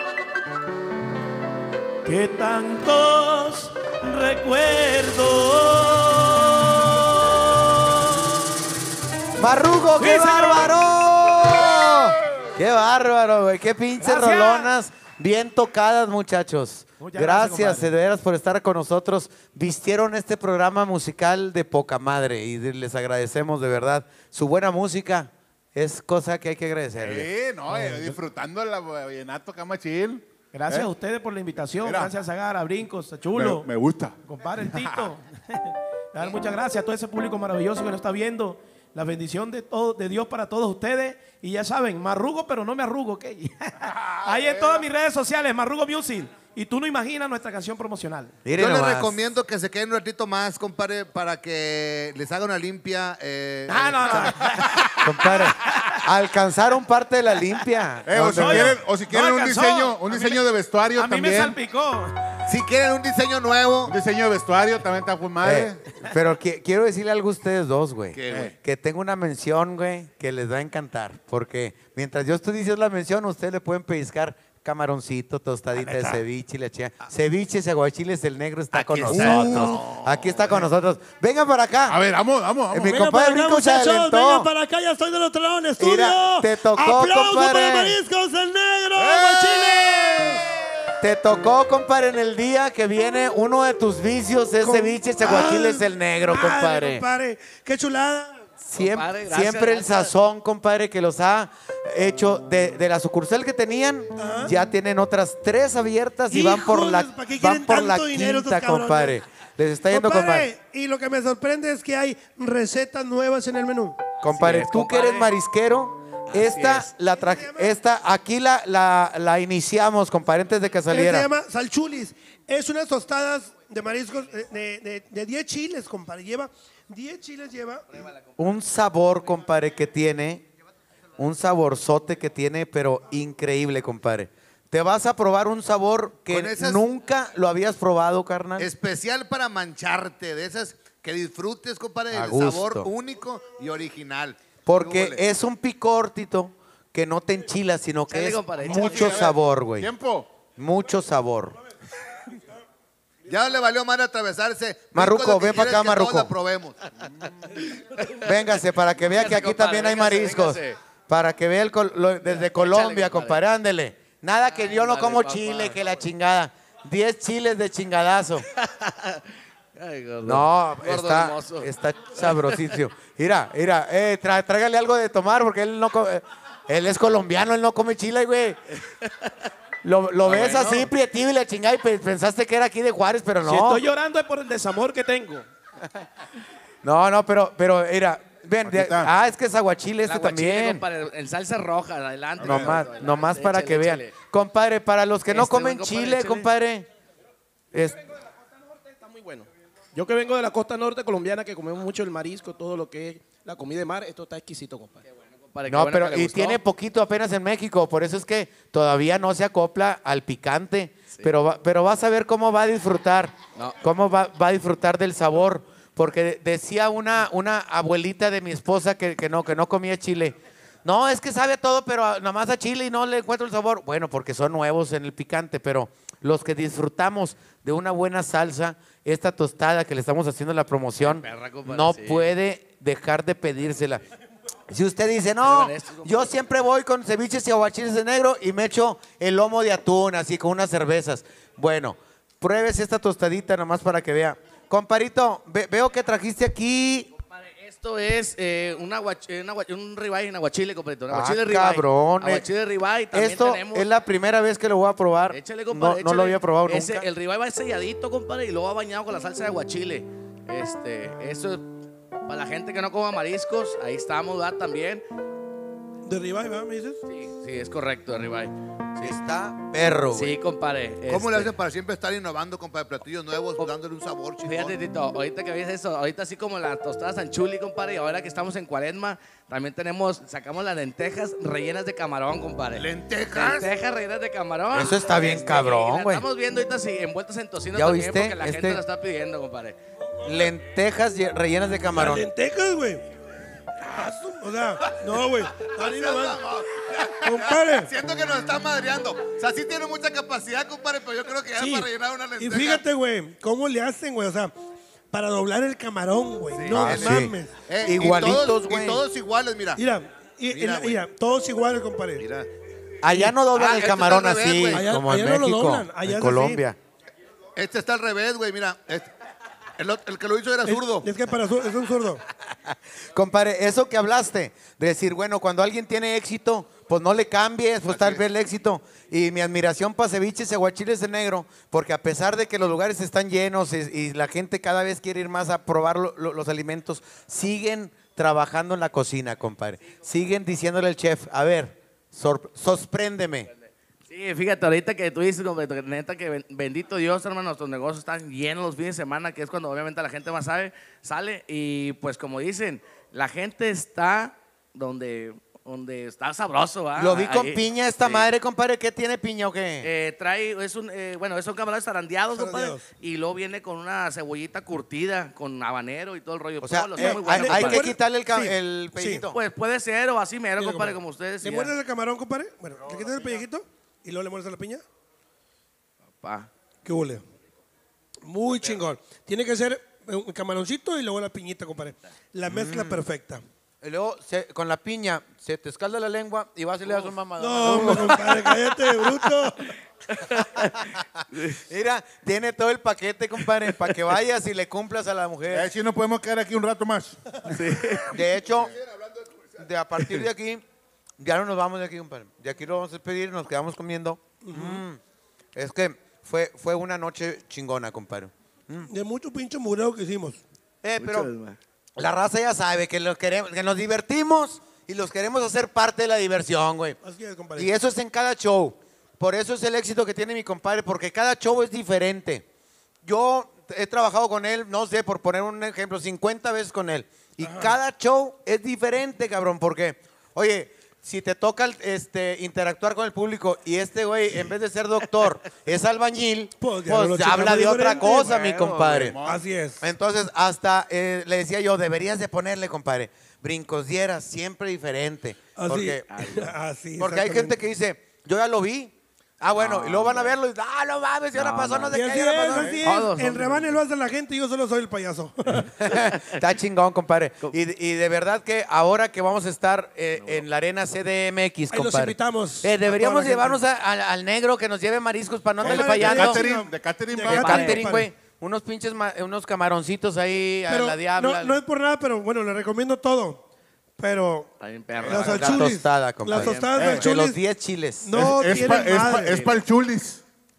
[SPEAKER 4] que tantos recuerdos.
[SPEAKER 3] ¡Marrugo, qué
[SPEAKER 4] Sí, señor.
[SPEAKER 3] bárbaro! ¡Qué bárbaro, güey! ¡Qué pinches
[SPEAKER 4] Gracias.
[SPEAKER 3] rolonas! Bien tocadas, muchachos.
[SPEAKER 4] Muchas
[SPEAKER 3] Gracias,
[SPEAKER 4] gracias,
[SPEAKER 3] de veras, por estar con nosotros. Vistieron este programa musical de poca madre y les agradecemos de verdad. Su buena música es cosa que hay que agradecerle.
[SPEAKER 6] Sí, no, disfrutando el vallenato camachil.
[SPEAKER 4] Gracias
[SPEAKER 6] ¿Eh?
[SPEAKER 4] a ustedes por la invitación.
[SPEAKER 6] Mira.
[SPEAKER 4] Gracias a Zagara, Brincos, a Chulo.
[SPEAKER 6] Me gusta.
[SPEAKER 4] Compadre el Tito. Dar muchas gracias a todo ese público maravilloso que nos está viendo. La bendición de todo, de Dios para todos ustedes. Y ya saben, me arrugo, pero no me arrugo, ¿ok? Ahí en todas mis redes sociales, Marrugo Music. Y tú no imaginas nuestra canción promocional.
[SPEAKER 3] Mire
[SPEAKER 7] Yo les
[SPEAKER 3] nomás.
[SPEAKER 7] recomiendo que se queden un ratito más, compadre, para que les haga una limpia.
[SPEAKER 4] No.
[SPEAKER 3] Compadre, alcanzaron parte de la limpia.
[SPEAKER 6] O si quieren
[SPEAKER 4] no
[SPEAKER 6] un
[SPEAKER 4] alcanzó.
[SPEAKER 6] diseño de vestuario
[SPEAKER 4] A mí me
[SPEAKER 6] también.
[SPEAKER 4] salpicó.
[SPEAKER 7] Si quieren un diseño nuevo,
[SPEAKER 6] Un diseño de vestuario también está con madre.
[SPEAKER 3] Pero quiero decirle algo a ustedes dos, güey.
[SPEAKER 7] ¿Qué, güey?
[SPEAKER 3] Que tengo una mención, güey, que les va a encantar. Porque mientras yo estoy diciendo la mención, ustedes le pueden pellizcar camaroncito, tostadita de ceviche y la chica. Ceviches, aguachiles, el negro está con nosotros. Aquí está con nosotros. Vengan para acá.
[SPEAKER 6] A ver, vamos.
[SPEAKER 3] Mi
[SPEAKER 11] Venga
[SPEAKER 3] compadre
[SPEAKER 11] para acá,
[SPEAKER 3] Rico se
[SPEAKER 11] muchachos,
[SPEAKER 3] adelantó.
[SPEAKER 11] vengan para acá, ya estoy del otro lado en el estudio.
[SPEAKER 3] Mira, te tocó,
[SPEAKER 11] ¡Aplauso
[SPEAKER 3] compadre!
[SPEAKER 11] para Mariscos el Negro, Aguachiles!
[SPEAKER 3] Te tocó, compadre, en el día que viene uno de tus vicios es ceviche, aguachiles, el negro, compadre.
[SPEAKER 11] Compadre, qué chulada.
[SPEAKER 3] Siempre,
[SPEAKER 10] Compadre, gracias,
[SPEAKER 3] el
[SPEAKER 10] gracias.
[SPEAKER 3] sazón, compadre, que los ha hecho de la sucursal que tenían, ya tienen otras 3 abiertas y van por la,
[SPEAKER 11] Híjoles, ¿para qué quieren tanto dinero estos
[SPEAKER 3] quinta,
[SPEAKER 11] cabrones?
[SPEAKER 3] compadre. Les está yendo, compadre.
[SPEAKER 11] Y lo que me sorprende es que hay recetas nuevas en el menú.
[SPEAKER 3] Compadre,
[SPEAKER 10] es,
[SPEAKER 3] tú que eres marisquero, aquí la iniciamos, compadre, antes de que
[SPEAKER 11] Se
[SPEAKER 3] saliera.
[SPEAKER 11] llama salchulis. Es unas tostadas de mariscos de 10 chiles, compadre. Lleva 10 chiles, lleva.
[SPEAKER 3] Un sabor, compadre, que tiene, un saborzote que tiene, pero increíble, compadre. Te vas a probar un sabor que
[SPEAKER 7] Con esas-
[SPEAKER 3] nunca lo habías probado, carnal.
[SPEAKER 7] especial para mancharte, de esas que disfrutes, compadre,
[SPEAKER 3] A
[SPEAKER 7] del
[SPEAKER 3] gusto.
[SPEAKER 7] sabor único y original.
[SPEAKER 3] Porque
[SPEAKER 7] Híjole.
[SPEAKER 3] es un picórtito que no te enchila, sino que
[SPEAKER 10] Chale,
[SPEAKER 3] es
[SPEAKER 10] compadre, échale.
[SPEAKER 3] mucho
[SPEAKER 6] A ver,
[SPEAKER 3] sabor, güey.
[SPEAKER 6] Tiempo.
[SPEAKER 3] Mucho sabor.
[SPEAKER 7] Ya le valió mal atravesarse.
[SPEAKER 3] Marruco,
[SPEAKER 7] Lo que
[SPEAKER 3] ven pa'
[SPEAKER 7] quiere
[SPEAKER 3] acá,
[SPEAKER 7] es que todos
[SPEAKER 3] Marruco.
[SPEAKER 7] la probemos.
[SPEAKER 3] Véngase, para que vea que
[SPEAKER 10] Véngase,
[SPEAKER 3] aquí
[SPEAKER 10] compadre,
[SPEAKER 3] también hay
[SPEAKER 10] véngase,
[SPEAKER 3] mariscos.
[SPEAKER 10] véngase.
[SPEAKER 3] Para que vea desde Colombia,
[SPEAKER 10] compadre.
[SPEAKER 3] compadre, ándele. Nada que yo no
[SPEAKER 10] Ándale,
[SPEAKER 3] como
[SPEAKER 10] papá.
[SPEAKER 3] chile, que la chingada. 10 chiles de chingadazo.
[SPEAKER 10] Ay, gordo.
[SPEAKER 3] No,
[SPEAKER 10] Gordo hermoso.
[SPEAKER 3] está sabrosísimo. Mira, tráigale algo de tomar porque él es colombiano, él no come chile, güey. Lo ves así, prietivo y la chingada y pensaste que era aquí de Juárez, pero no.
[SPEAKER 4] Si estoy llorando es por el desamor que tengo.
[SPEAKER 3] No, pero, mira, ven, es que es aguachile
[SPEAKER 10] El
[SPEAKER 3] este
[SPEAKER 10] aguachile,
[SPEAKER 3] también.
[SPEAKER 10] compadre, en salsa roja, adelante.
[SPEAKER 3] Nomás para
[SPEAKER 10] Échale,
[SPEAKER 3] que vean.
[SPEAKER 10] échale.
[SPEAKER 3] Compadre, para los que no
[SPEAKER 10] Este,
[SPEAKER 3] comen
[SPEAKER 10] compadre,
[SPEAKER 3] chile,
[SPEAKER 10] échale.
[SPEAKER 3] compadre.
[SPEAKER 4] Está muy bueno. Yo que vengo de la costa norte colombiana, que comemos mucho el marisco, todo lo que es la comida de mar, esto está exquisito, compadre.
[SPEAKER 3] No, pero y tiene poquito apenas en México, por eso es que todavía no se acopla al picante.
[SPEAKER 10] Sí.
[SPEAKER 3] Pero vas a ver cómo va a disfrutar,
[SPEAKER 10] No.
[SPEAKER 3] cómo va a disfrutar del sabor. Porque decía una abuelita de mi esposa que no comía chile. No, es que sabe a todo, pero nada más a chile y no le encuentro el sabor. Bueno, porque son nuevos en el picante, pero los que disfrutamos de una buena salsa, esta tostada que le estamos haciendo la promoción,
[SPEAKER 10] Perra, compadre,
[SPEAKER 3] no
[SPEAKER 10] sí.
[SPEAKER 3] puede dejar de pedírsela. Si usted dice, no, yo siempre voy con ceviches y aguachiles de negro y me echo el lomo de atún, así con unas cervezas. Bueno, pruebes esta tostadita nomás para que vea. Comparito, veo que trajiste aquí.
[SPEAKER 10] Esto es un ribeye en aguachile, compadre. Aguachile ribeye.
[SPEAKER 3] Cabrón.
[SPEAKER 10] Aguachile ribeye. También
[SPEAKER 3] Esto
[SPEAKER 10] tenemos.
[SPEAKER 3] es la primera vez que lo voy a probar.
[SPEAKER 10] Échale, compadre.
[SPEAKER 3] No lo había probado
[SPEAKER 10] Ese,
[SPEAKER 3] nunca.
[SPEAKER 10] El ribeye va selladito, compadre, y luego va bañado con la salsa de aguachile. Eso es para la gente que no coma mariscos. Ahí estamos, ¿verdad? También.
[SPEAKER 11] ¿De ribeye, ¿verdad? ¿Me dices?
[SPEAKER 10] Sí, es correcto, de ribeye. Sí.
[SPEAKER 3] Está perro, güey.
[SPEAKER 10] Sí, compadre.
[SPEAKER 7] ¿Cómo le hacen para siempre estar innovando, compadre? Platillos nuevos, dándole un sabor chingón.
[SPEAKER 10] Fíjate, Tito, ahorita que ves eso, ahorita así como las tostadas anchuli, compadre, y ahora que estamos en Cuaresma, también sacamos las lentejas rellenas de camarón, compadre.
[SPEAKER 7] ¿Lentejas?
[SPEAKER 10] Lentejas rellenas de camarón.
[SPEAKER 3] Eso está bien cabrón,
[SPEAKER 10] y la
[SPEAKER 3] güey.
[SPEAKER 10] Estamos viendo ahorita sí, envueltos en tocino
[SPEAKER 3] ¿Ya
[SPEAKER 10] también,
[SPEAKER 3] oíste?
[SPEAKER 10] porque la gente lo está pidiendo, compadre.
[SPEAKER 3] Lentejas rellenas de camarón.
[SPEAKER 11] Las lentejas, güey. O sea, no, güey. Ahí nomás. Compadre.
[SPEAKER 7] Siento que nos está madreando. O sea, sí tiene mucha capacidad, compadre, pero yo creo que ya
[SPEAKER 11] Sí.
[SPEAKER 7] para rellenar una
[SPEAKER 11] Y
[SPEAKER 7] lenteja.
[SPEAKER 11] fíjate, güey, cómo le hacen, güey. O sea, para doblar el camarón, güey. No
[SPEAKER 3] Ah, sí.
[SPEAKER 11] mames.
[SPEAKER 3] Igualitos, güey.
[SPEAKER 7] Y todos iguales, mira.
[SPEAKER 11] Mira,
[SPEAKER 7] Mira, güey.
[SPEAKER 11] mira, todos iguales, compadre.
[SPEAKER 7] Mira.
[SPEAKER 3] Allá no doblan el
[SPEAKER 7] este
[SPEAKER 3] camarón
[SPEAKER 7] está al revés,
[SPEAKER 3] así,
[SPEAKER 7] güey.
[SPEAKER 11] Allá-
[SPEAKER 3] como
[SPEAKER 11] allá
[SPEAKER 3] en
[SPEAKER 11] no lo
[SPEAKER 3] México,
[SPEAKER 11] doblan, allá
[SPEAKER 3] en
[SPEAKER 11] es
[SPEAKER 3] Colombia.
[SPEAKER 7] Este está al revés, güey, mira. El que lo hizo era zurdo.
[SPEAKER 11] Es que es un zurdo.
[SPEAKER 3] Compadre, eso que hablaste, de decir, bueno, cuando alguien tiene éxito, pues no le cambies, pues tal vez el éxito. Y mi admiración para ceviches y aguachiles de negro, porque a pesar de que los lugares están llenos y la gente cada vez quiere ir más a probar los alimentos, siguen trabajando en la cocina, compadre. Siguen diciéndole al chef, a ver, sorpréndeme.
[SPEAKER 10] Sí, fíjate, ahorita que tú dices, compadre, que neta que bendito Dios, hermano, nuestros negocios están llenos los fines de semana, que es cuando obviamente la gente más sale. Y pues como dicen, la gente está donde está sabroso, ¿va?
[SPEAKER 3] Lo vi con
[SPEAKER 10] Ahí,
[SPEAKER 3] piña esta
[SPEAKER 10] sí.
[SPEAKER 3] madre, compadre. ¿Qué tiene piña o qué?
[SPEAKER 10] Son camarones zarandeados, compadre.
[SPEAKER 11] Zarandeados.
[SPEAKER 10] Y luego viene con una cebollita curtida, con habanero y todo el rollo.
[SPEAKER 3] O sea,
[SPEAKER 10] Todo lo está muy bueno,
[SPEAKER 3] hay
[SPEAKER 10] compadre.
[SPEAKER 3] que quitarle
[SPEAKER 11] Sí,
[SPEAKER 3] el
[SPEAKER 11] sí.
[SPEAKER 3] pellito.
[SPEAKER 10] Pues puede ser o así mero,
[SPEAKER 11] Mira,
[SPEAKER 10] compadre,
[SPEAKER 11] compadre.
[SPEAKER 10] como ustedes
[SPEAKER 11] ¿Le muerdes el camarón, compadre? Bueno, le quitas el pellejito y luego le muerdes a la piña.
[SPEAKER 10] Pa.
[SPEAKER 11] ¿Qué huele? Muy chingón. Tiene que ser un camaroncito y luego la piñita, compadre. La mezcla perfecta.
[SPEAKER 3] Y luego, con la piña, se te escalda la lengua y vas y le das un mamadón.
[SPEAKER 11] No, hombre, compadre, cállate, bruto.
[SPEAKER 3] Mira, tiene todo el paquete, compadre, para que vayas y le cumplas a la mujer.
[SPEAKER 6] Si no podemos quedar aquí un rato más.
[SPEAKER 3] De hecho, a partir de aquí, ya no nos vamos de aquí, compadre. De aquí lo vamos a despedir, nos quedamos comiendo. Es que fue una noche chingona, compadre.
[SPEAKER 11] De mucho pinche mureo que hicimos.
[SPEAKER 3] Pero la raza ya sabe que nos divertimos y los queremos hacer parte de la diversión, güey.
[SPEAKER 11] Así es, compadre.
[SPEAKER 3] Y eso es en cada show. Por eso es el éxito que tiene mi compadre, porque cada show es diferente. Yo he trabajado con él, no sé, por poner un ejemplo, 50 veces con él. Y cada show es diferente, cabrón, porque, oye, si te toca interactuar con el público y este güey, en vez de ser doctor, es albañil,
[SPEAKER 11] Pues ya
[SPEAKER 3] pues
[SPEAKER 11] lo
[SPEAKER 3] habla
[SPEAKER 11] checamos
[SPEAKER 3] de otra
[SPEAKER 11] diferente.
[SPEAKER 3] cosa, mi compadre.
[SPEAKER 11] Así es.
[SPEAKER 3] Entonces, hasta le decía yo, deberías de ponerle, compadre, brincos dieras, siempre diferente.
[SPEAKER 11] Así.
[SPEAKER 3] Porque,
[SPEAKER 11] Así,
[SPEAKER 3] porque hay gente
[SPEAKER 11] exactamente.
[SPEAKER 3] que dice, yo ya lo vi. Ah, bueno, y luego van a verlo y no mames, y ahora pasó, no sé
[SPEAKER 11] Y
[SPEAKER 3] qué,
[SPEAKER 11] así
[SPEAKER 3] y
[SPEAKER 11] es,
[SPEAKER 3] ahora pasó.
[SPEAKER 11] así
[SPEAKER 10] Todos
[SPEAKER 11] es. El
[SPEAKER 10] son-
[SPEAKER 11] rebane lo hace la gente y yo solo soy el payaso.
[SPEAKER 3] Está chingón, compadre. Y de verdad que ahora que vamos a estar en la arena CDMX,
[SPEAKER 11] Ahí los
[SPEAKER 3] compadre.
[SPEAKER 11] invitamos.
[SPEAKER 3] Deberíamos
[SPEAKER 11] a toda la
[SPEAKER 3] llevarnos
[SPEAKER 11] gente.
[SPEAKER 3] al negro que nos lleve mariscos para no andarle
[SPEAKER 11] Compadre,
[SPEAKER 3] fallando.
[SPEAKER 6] De catering,
[SPEAKER 11] De
[SPEAKER 6] va.
[SPEAKER 3] De
[SPEAKER 11] catering,
[SPEAKER 3] catering,
[SPEAKER 11] compadre.
[SPEAKER 3] güey. Unos pinches, unos camaroncitos ahí a
[SPEAKER 11] Pero
[SPEAKER 3] la diabla.
[SPEAKER 11] no es por nada, pero bueno, le recomiendo todo. Pero
[SPEAKER 10] Está bien perro.
[SPEAKER 11] las
[SPEAKER 3] La
[SPEAKER 11] alchulis,
[SPEAKER 3] tostada, compadre.
[SPEAKER 11] las tostadas de
[SPEAKER 3] De los
[SPEAKER 11] alchulis
[SPEAKER 3] 10 chiles.
[SPEAKER 11] no
[SPEAKER 6] es
[SPEAKER 11] tienen madre.
[SPEAKER 6] para el chulis.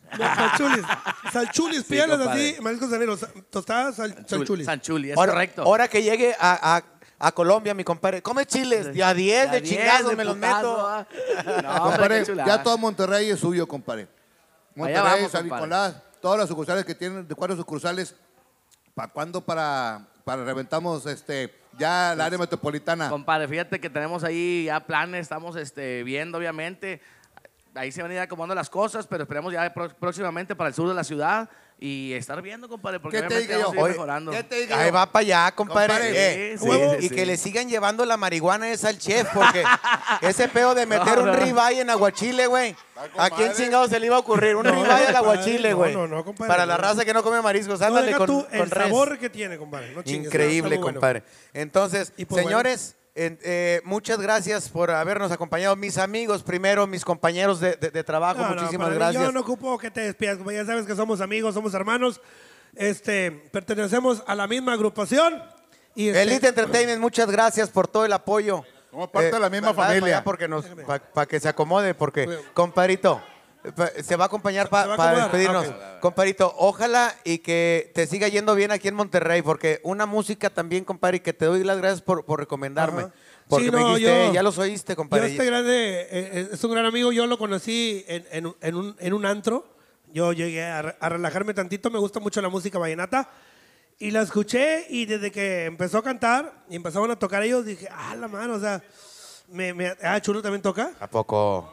[SPEAKER 11] No, salchulis. Salchulis,
[SPEAKER 10] Sí,
[SPEAKER 11] pídalas
[SPEAKER 10] compadre.
[SPEAKER 11] así, mariscos saneros. Tostadas, salchulis.
[SPEAKER 10] Sanchuli, es
[SPEAKER 9] Ahora,
[SPEAKER 10] correcto.
[SPEAKER 9] ahora que llegue a Colombia, mi compadre, come chiles. Y a 10 de
[SPEAKER 10] 10
[SPEAKER 9] chingados
[SPEAKER 10] de
[SPEAKER 9] me los
[SPEAKER 10] putazo,
[SPEAKER 9] meto.
[SPEAKER 10] ¿ah? No, hombre,
[SPEAKER 7] Compadre,
[SPEAKER 10] qué chulada.
[SPEAKER 7] ya todo Monterrey es suyo, compadre. Monterrey,
[SPEAKER 10] vamos,
[SPEAKER 7] San
[SPEAKER 10] compadre.
[SPEAKER 7] Nicolás, todas las sucursales que tienen, de 4 sucursales. ¿Para cuándo para reventamos ya la área metropolitana?
[SPEAKER 10] Compadre, fíjate que tenemos ahí ya planes, estamos viendo obviamente. Ahí se van a ir acomodando las cosas, pero esperemos ya próximamente para el sur de la ciudad y estar viendo, compadre, porque
[SPEAKER 7] ¿Qué te
[SPEAKER 10] obviamente
[SPEAKER 7] diga
[SPEAKER 10] vamos a
[SPEAKER 7] yo?
[SPEAKER 10] ir
[SPEAKER 7] Oye,
[SPEAKER 10] mejorando.
[SPEAKER 7] ¿qué te diga
[SPEAKER 9] Ahí
[SPEAKER 7] yo?
[SPEAKER 9] va para allá, compadre.
[SPEAKER 7] Compadre,
[SPEAKER 10] sí,
[SPEAKER 9] y
[SPEAKER 10] sí,
[SPEAKER 9] que
[SPEAKER 10] sí.
[SPEAKER 9] le sigan llevando la marihuana esa al chef, porque ese peo de meter
[SPEAKER 10] No,
[SPEAKER 9] un
[SPEAKER 10] no.
[SPEAKER 9] ribeye en aguachile, güey. ¿A quién
[SPEAKER 6] compadre.
[SPEAKER 9] chingado se le iba a ocurrir? Un
[SPEAKER 11] No,
[SPEAKER 9] ribeye al
[SPEAKER 11] compadre,
[SPEAKER 9] aguachile,
[SPEAKER 11] no,
[SPEAKER 9] güey.
[SPEAKER 11] no, compadre,
[SPEAKER 9] Para la
[SPEAKER 11] no.
[SPEAKER 9] raza que no come mariscos,
[SPEAKER 11] No,
[SPEAKER 9] ándale
[SPEAKER 11] deja
[SPEAKER 9] con,
[SPEAKER 11] tú el
[SPEAKER 9] con res.
[SPEAKER 11] sabor que tiene, compadre. No chingues,
[SPEAKER 9] Increíble,
[SPEAKER 11] está muy bueno.
[SPEAKER 9] compadre. Entonces,
[SPEAKER 11] Y pues,
[SPEAKER 9] señores, muchas gracias por habernos acompañado. Mis amigos, primero, mis compañeros de trabajo,
[SPEAKER 11] No, no,
[SPEAKER 9] muchísimas
[SPEAKER 11] para mí,
[SPEAKER 9] gracias.
[SPEAKER 11] Yo no ocupo que te despidas, compadre. Ya sabes que somos amigos, somos hermanos. Pertenecemos a la misma agrupación. Y
[SPEAKER 9] Elite Entertainment, muchas gracias por todo el apoyo.
[SPEAKER 6] Somos parte de la misma
[SPEAKER 9] dale para
[SPEAKER 6] familia.
[SPEAKER 9] allá porque para que se acomode, porque, compadrito, se va a acompañar
[SPEAKER 11] Se va a
[SPEAKER 9] para
[SPEAKER 11] acomodar.
[SPEAKER 9] despedirnos.
[SPEAKER 11] Ok.
[SPEAKER 9] Compadrito, ojalá y que te siga yendo bien aquí en Monterrey, porque una música también, compadre, y que te doy las gracias por recomendarme.
[SPEAKER 11] Ajá.
[SPEAKER 9] Porque
[SPEAKER 11] Sí,
[SPEAKER 9] me
[SPEAKER 11] no,
[SPEAKER 9] dijiste,
[SPEAKER 11] yo-
[SPEAKER 9] ya los oíste,
[SPEAKER 11] Yo
[SPEAKER 9] compadre.
[SPEAKER 11] es un gran amigo, yo lo conocí en un antro. Yo llegué a relajarme tantito, me gusta mucho la música vallenata. Y la escuché y desde que empezó a cantar y empezaban a tocar ellos, dije, la mano, o sea, Chulo también toca.
[SPEAKER 9] ¿A poco?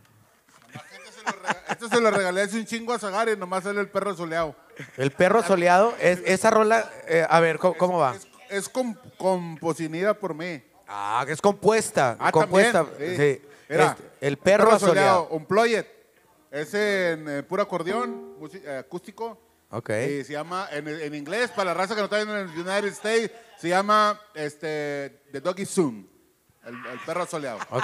[SPEAKER 6] Esto se lo regalé hace un chingo a Zagar y nomás sale el perro soleado.
[SPEAKER 9] El perro soleado, esa rola, a ver, ¿cómo va?
[SPEAKER 6] Es composinida por mí.
[SPEAKER 9] Ah, que es compuesta.
[SPEAKER 6] Ah,
[SPEAKER 9] compuesta.
[SPEAKER 6] también,
[SPEAKER 9] Sí.
[SPEAKER 6] Mira,
[SPEAKER 9] El perro soleado.
[SPEAKER 6] Unplugged. Es en puro acordeón, acústico.
[SPEAKER 9] Ok.
[SPEAKER 6] Y se llama, en inglés, para la raza que no está en el United States, se llama The Doggy Soon. El perro soleado.
[SPEAKER 9] Ok.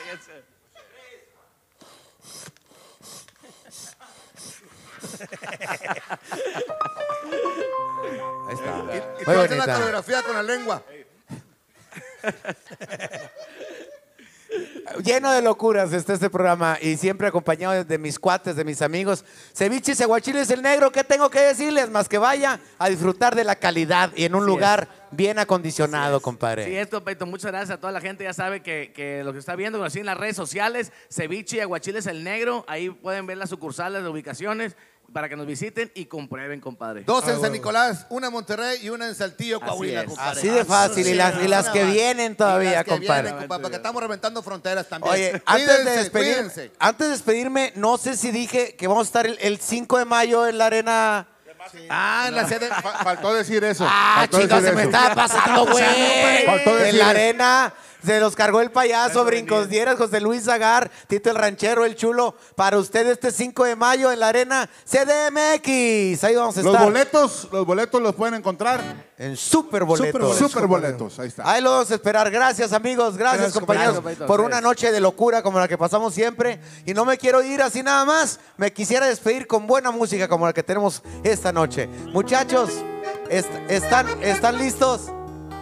[SPEAKER 9] Ahí está.
[SPEAKER 7] Y
[SPEAKER 9] Muy
[SPEAKER 7] tú haces la
[SPEAKER 9] bonita.
[SPEAKER 7] coreografía con la lengua.
[SPEAKER 9] Lleno de locuras está este programa y siempre acompañado de mis cuates, de mis amigos. Ceviches y aguachiles el negro, ¿qué tengo que decirles? Más que vaya a disfrutar de la calidad y en un
[SPEAKER 10] Así
[SPEAKER 9] lugar bien acondicionado, compadre.
[SPEAKER 10] Sí, esto, Peito, muchas gracias a toda la gente. Ya sabe que lo que está viendo así en las redes sociales, Ceviche y Aguachiles el Negro, ahí pueden ver las sucursales, las ubicaciones para que nos visiten y comprueben, compadre.
[SPEAKER 7] 2 en San Nicolás, una en Monterrey y una en Saltillo,
[SPEAKER 10] Así
[SPEAKER 7] Coahuila,
[SPEAKER 10] es.
[SPEAKER 7] compadre.
[SPEAKER 9] Así de fácil. Y las que vienen todavía,
[SPEAKER 7] Y las que
[SPEAKER 9] compadre.
[SPEAKER 7] vienen, compadre, porque estamos reventando fronteras también.
[SPEAKER 9] Oye,
[SPEAKER 7] Cuídense.
[SPEAKER 9] antes de despedirme, no sé si dije que vamos a estar el 5 de mayo en la arena.
[SPEAKER 7] En la sede.
[SPEAKER 6] Faltó decir eso.
[SPEAKER 9] Ah,
[SPEAKER 6] Faltó
[SPEAKER 9] chicos,
[SPEAKER 6] decir
[SPEAKER 9] se me
[SPEAKER 6] eso.
[SPEAKER 9] estaba pasando, güey.
[SPEAKER 6] Faltó decir
[SPEAKER 9] En la
[SPEAKER 6] eso.
[SPEAKER 9] arena se los cargó el payaso, Brincos Dieras, José Luis Zagar, Tito el Ranchero, el Chulo. Para usted este 5 de mayo en la arena CDMX. Ahí vamos a
[SPEAKER 6] Los
[SPEAKER 9] estar.
[SPEAKER 6] boletos los pueden encontrar
[SPEAKER 9] En Super Boletos.
[SPEAKER 6] Super boletos. Ahí está.
[SPEAKER 9] Ahí lo vamos a esperar. Gracias, amigos. Gracias,
[SPEAKER 11] Gracias,
[SPEAKER 9] compañeros,
[SPEAKER 10] compañeros.
[SPEAKER 9] por una noche de locura como la que pasamos siempre. Y no me quiero ir así nada más. Me quisiera despedir con buena música como la que tenemos esta noche. Muchachos, ¿están listos?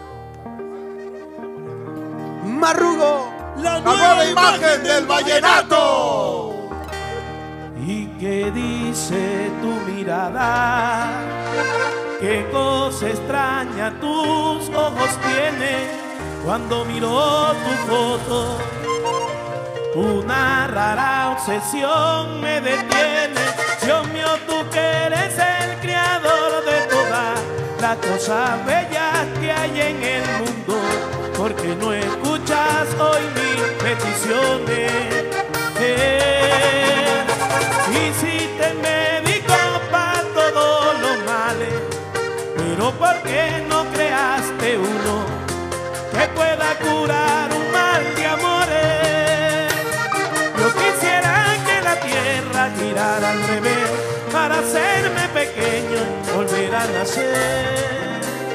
[SPEAKER 9] Marrugo.
[SPEAKER 11] La
[SPEAKER 6] nueva imagen del vallenato.
[SPEAKER 4] ¿Y qué dice tu mirada? ¿Qué cosa extraña tus ojos tienen cuando miro tu foto? Una rara obsesión me detiene. Dios mío, tú que eres el creador de todas las cosas bellas que hay en el mundo, porque no escuchas hoy mis peticiones. Y si te médico para todos los males, pero ¿por qué no creaste uno que pueda curar un mal de amores? Yo quisiera que la tierra girara al revés para hacerme pequeño y volver a nacer.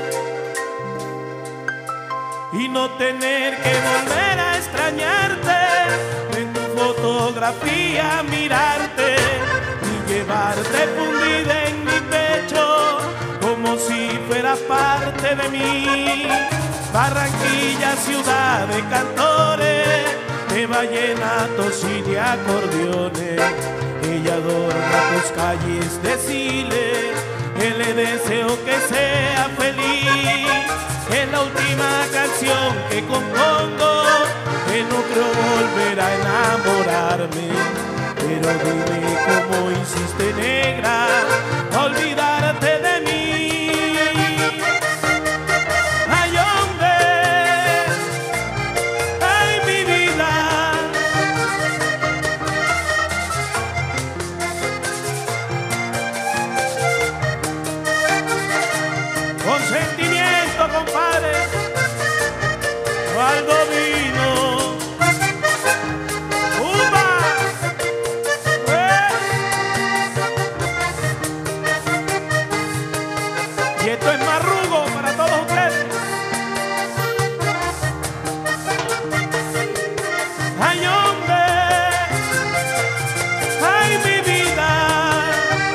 [SPEAKER 4] Y no tener que volver a extrañarte, en tu fotografía mirarte y llevarte fundida en mi pecho como si fueras parte de mí. Barranquilla, ciudad de cantores, te va vallenatos y de acordeones. Ella adorna tus calles de Chile, que le deseo que sea feliz. Es la última canción que compongo, que no creo volver a enamorarme. Pero dime cómo hiciste, negra, a olvidarte de mí. Ay, hombre, ay, mi vida. Con sentimiento, compadre, Waldo vino. Y esto es marrugo para todos ustedes. Ay, hombre, ay, mi vida.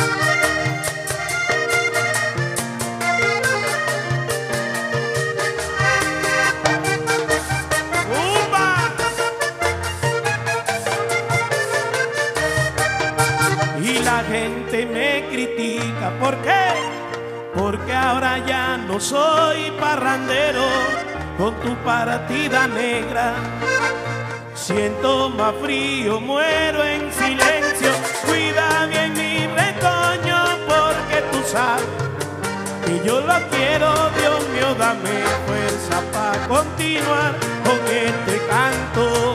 [SPEAKER 4] ¡Umba! Y la gente me critica, ¿por qué? Porque ahora ya no soy parrandero con tu partida negra. Siento más frío, muero en silencio. Cuida bien mi retoño porque tú sabes que yo lo quiero. Dios mío, dame fuerza para continuar con este canto.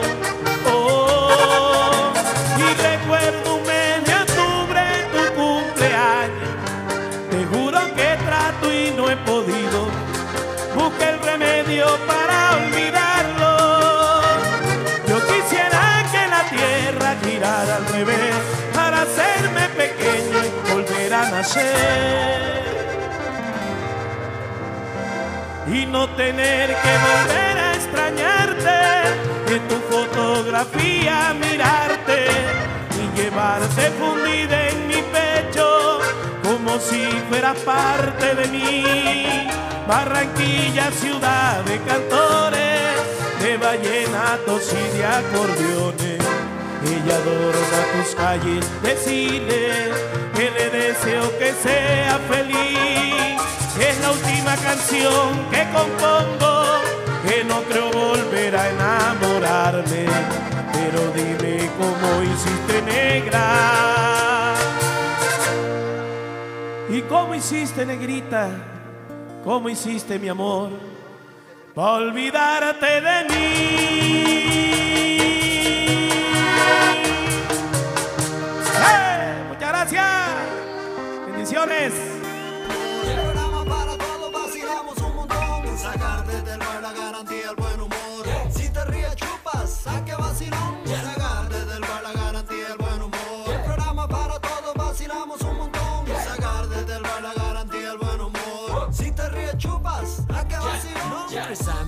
[SPEAKER 4] Oh, y recuerdo un mes de octubre, tu cumpleaños. Te juro que trato y no he podido. Busca el remedio para olvidarlo. Yo quisiera que la tierra girara al revés para hacerme pequeño y volver a nacer. Y no tener que volver a extrañarte, en tu fotografía mirarte y llevarte fundida en mi pecho como si fueras parte de mí. Barranquilla, ciudad de cantores, de vallenatos y de acordeones. Ella adorna tus calles de Chile, que le deseo que sea feliz. Es la última canción que compongo, que no creo volver a enamorarme. Pero dime cómo hiciste, negra. ¿Y cómo hiciste, negrita? ¿Cómo hiciste, mi amor, para olvidarte de mí? ¡Hey! Muchas gracias. Bendiciones.
[SPEAKER 1] El programa para todos, vacilamos un montón. Sacarte del bar la garantía, el buen humor. Si te ríes, chupas, saque vacilón. Sacarte del bar la garantía, el buen humor. El programa para todos, vacilamos un montón. Sacarte del bar la garantía, el buen humor. Si te ríes, chupas, saque vacilón.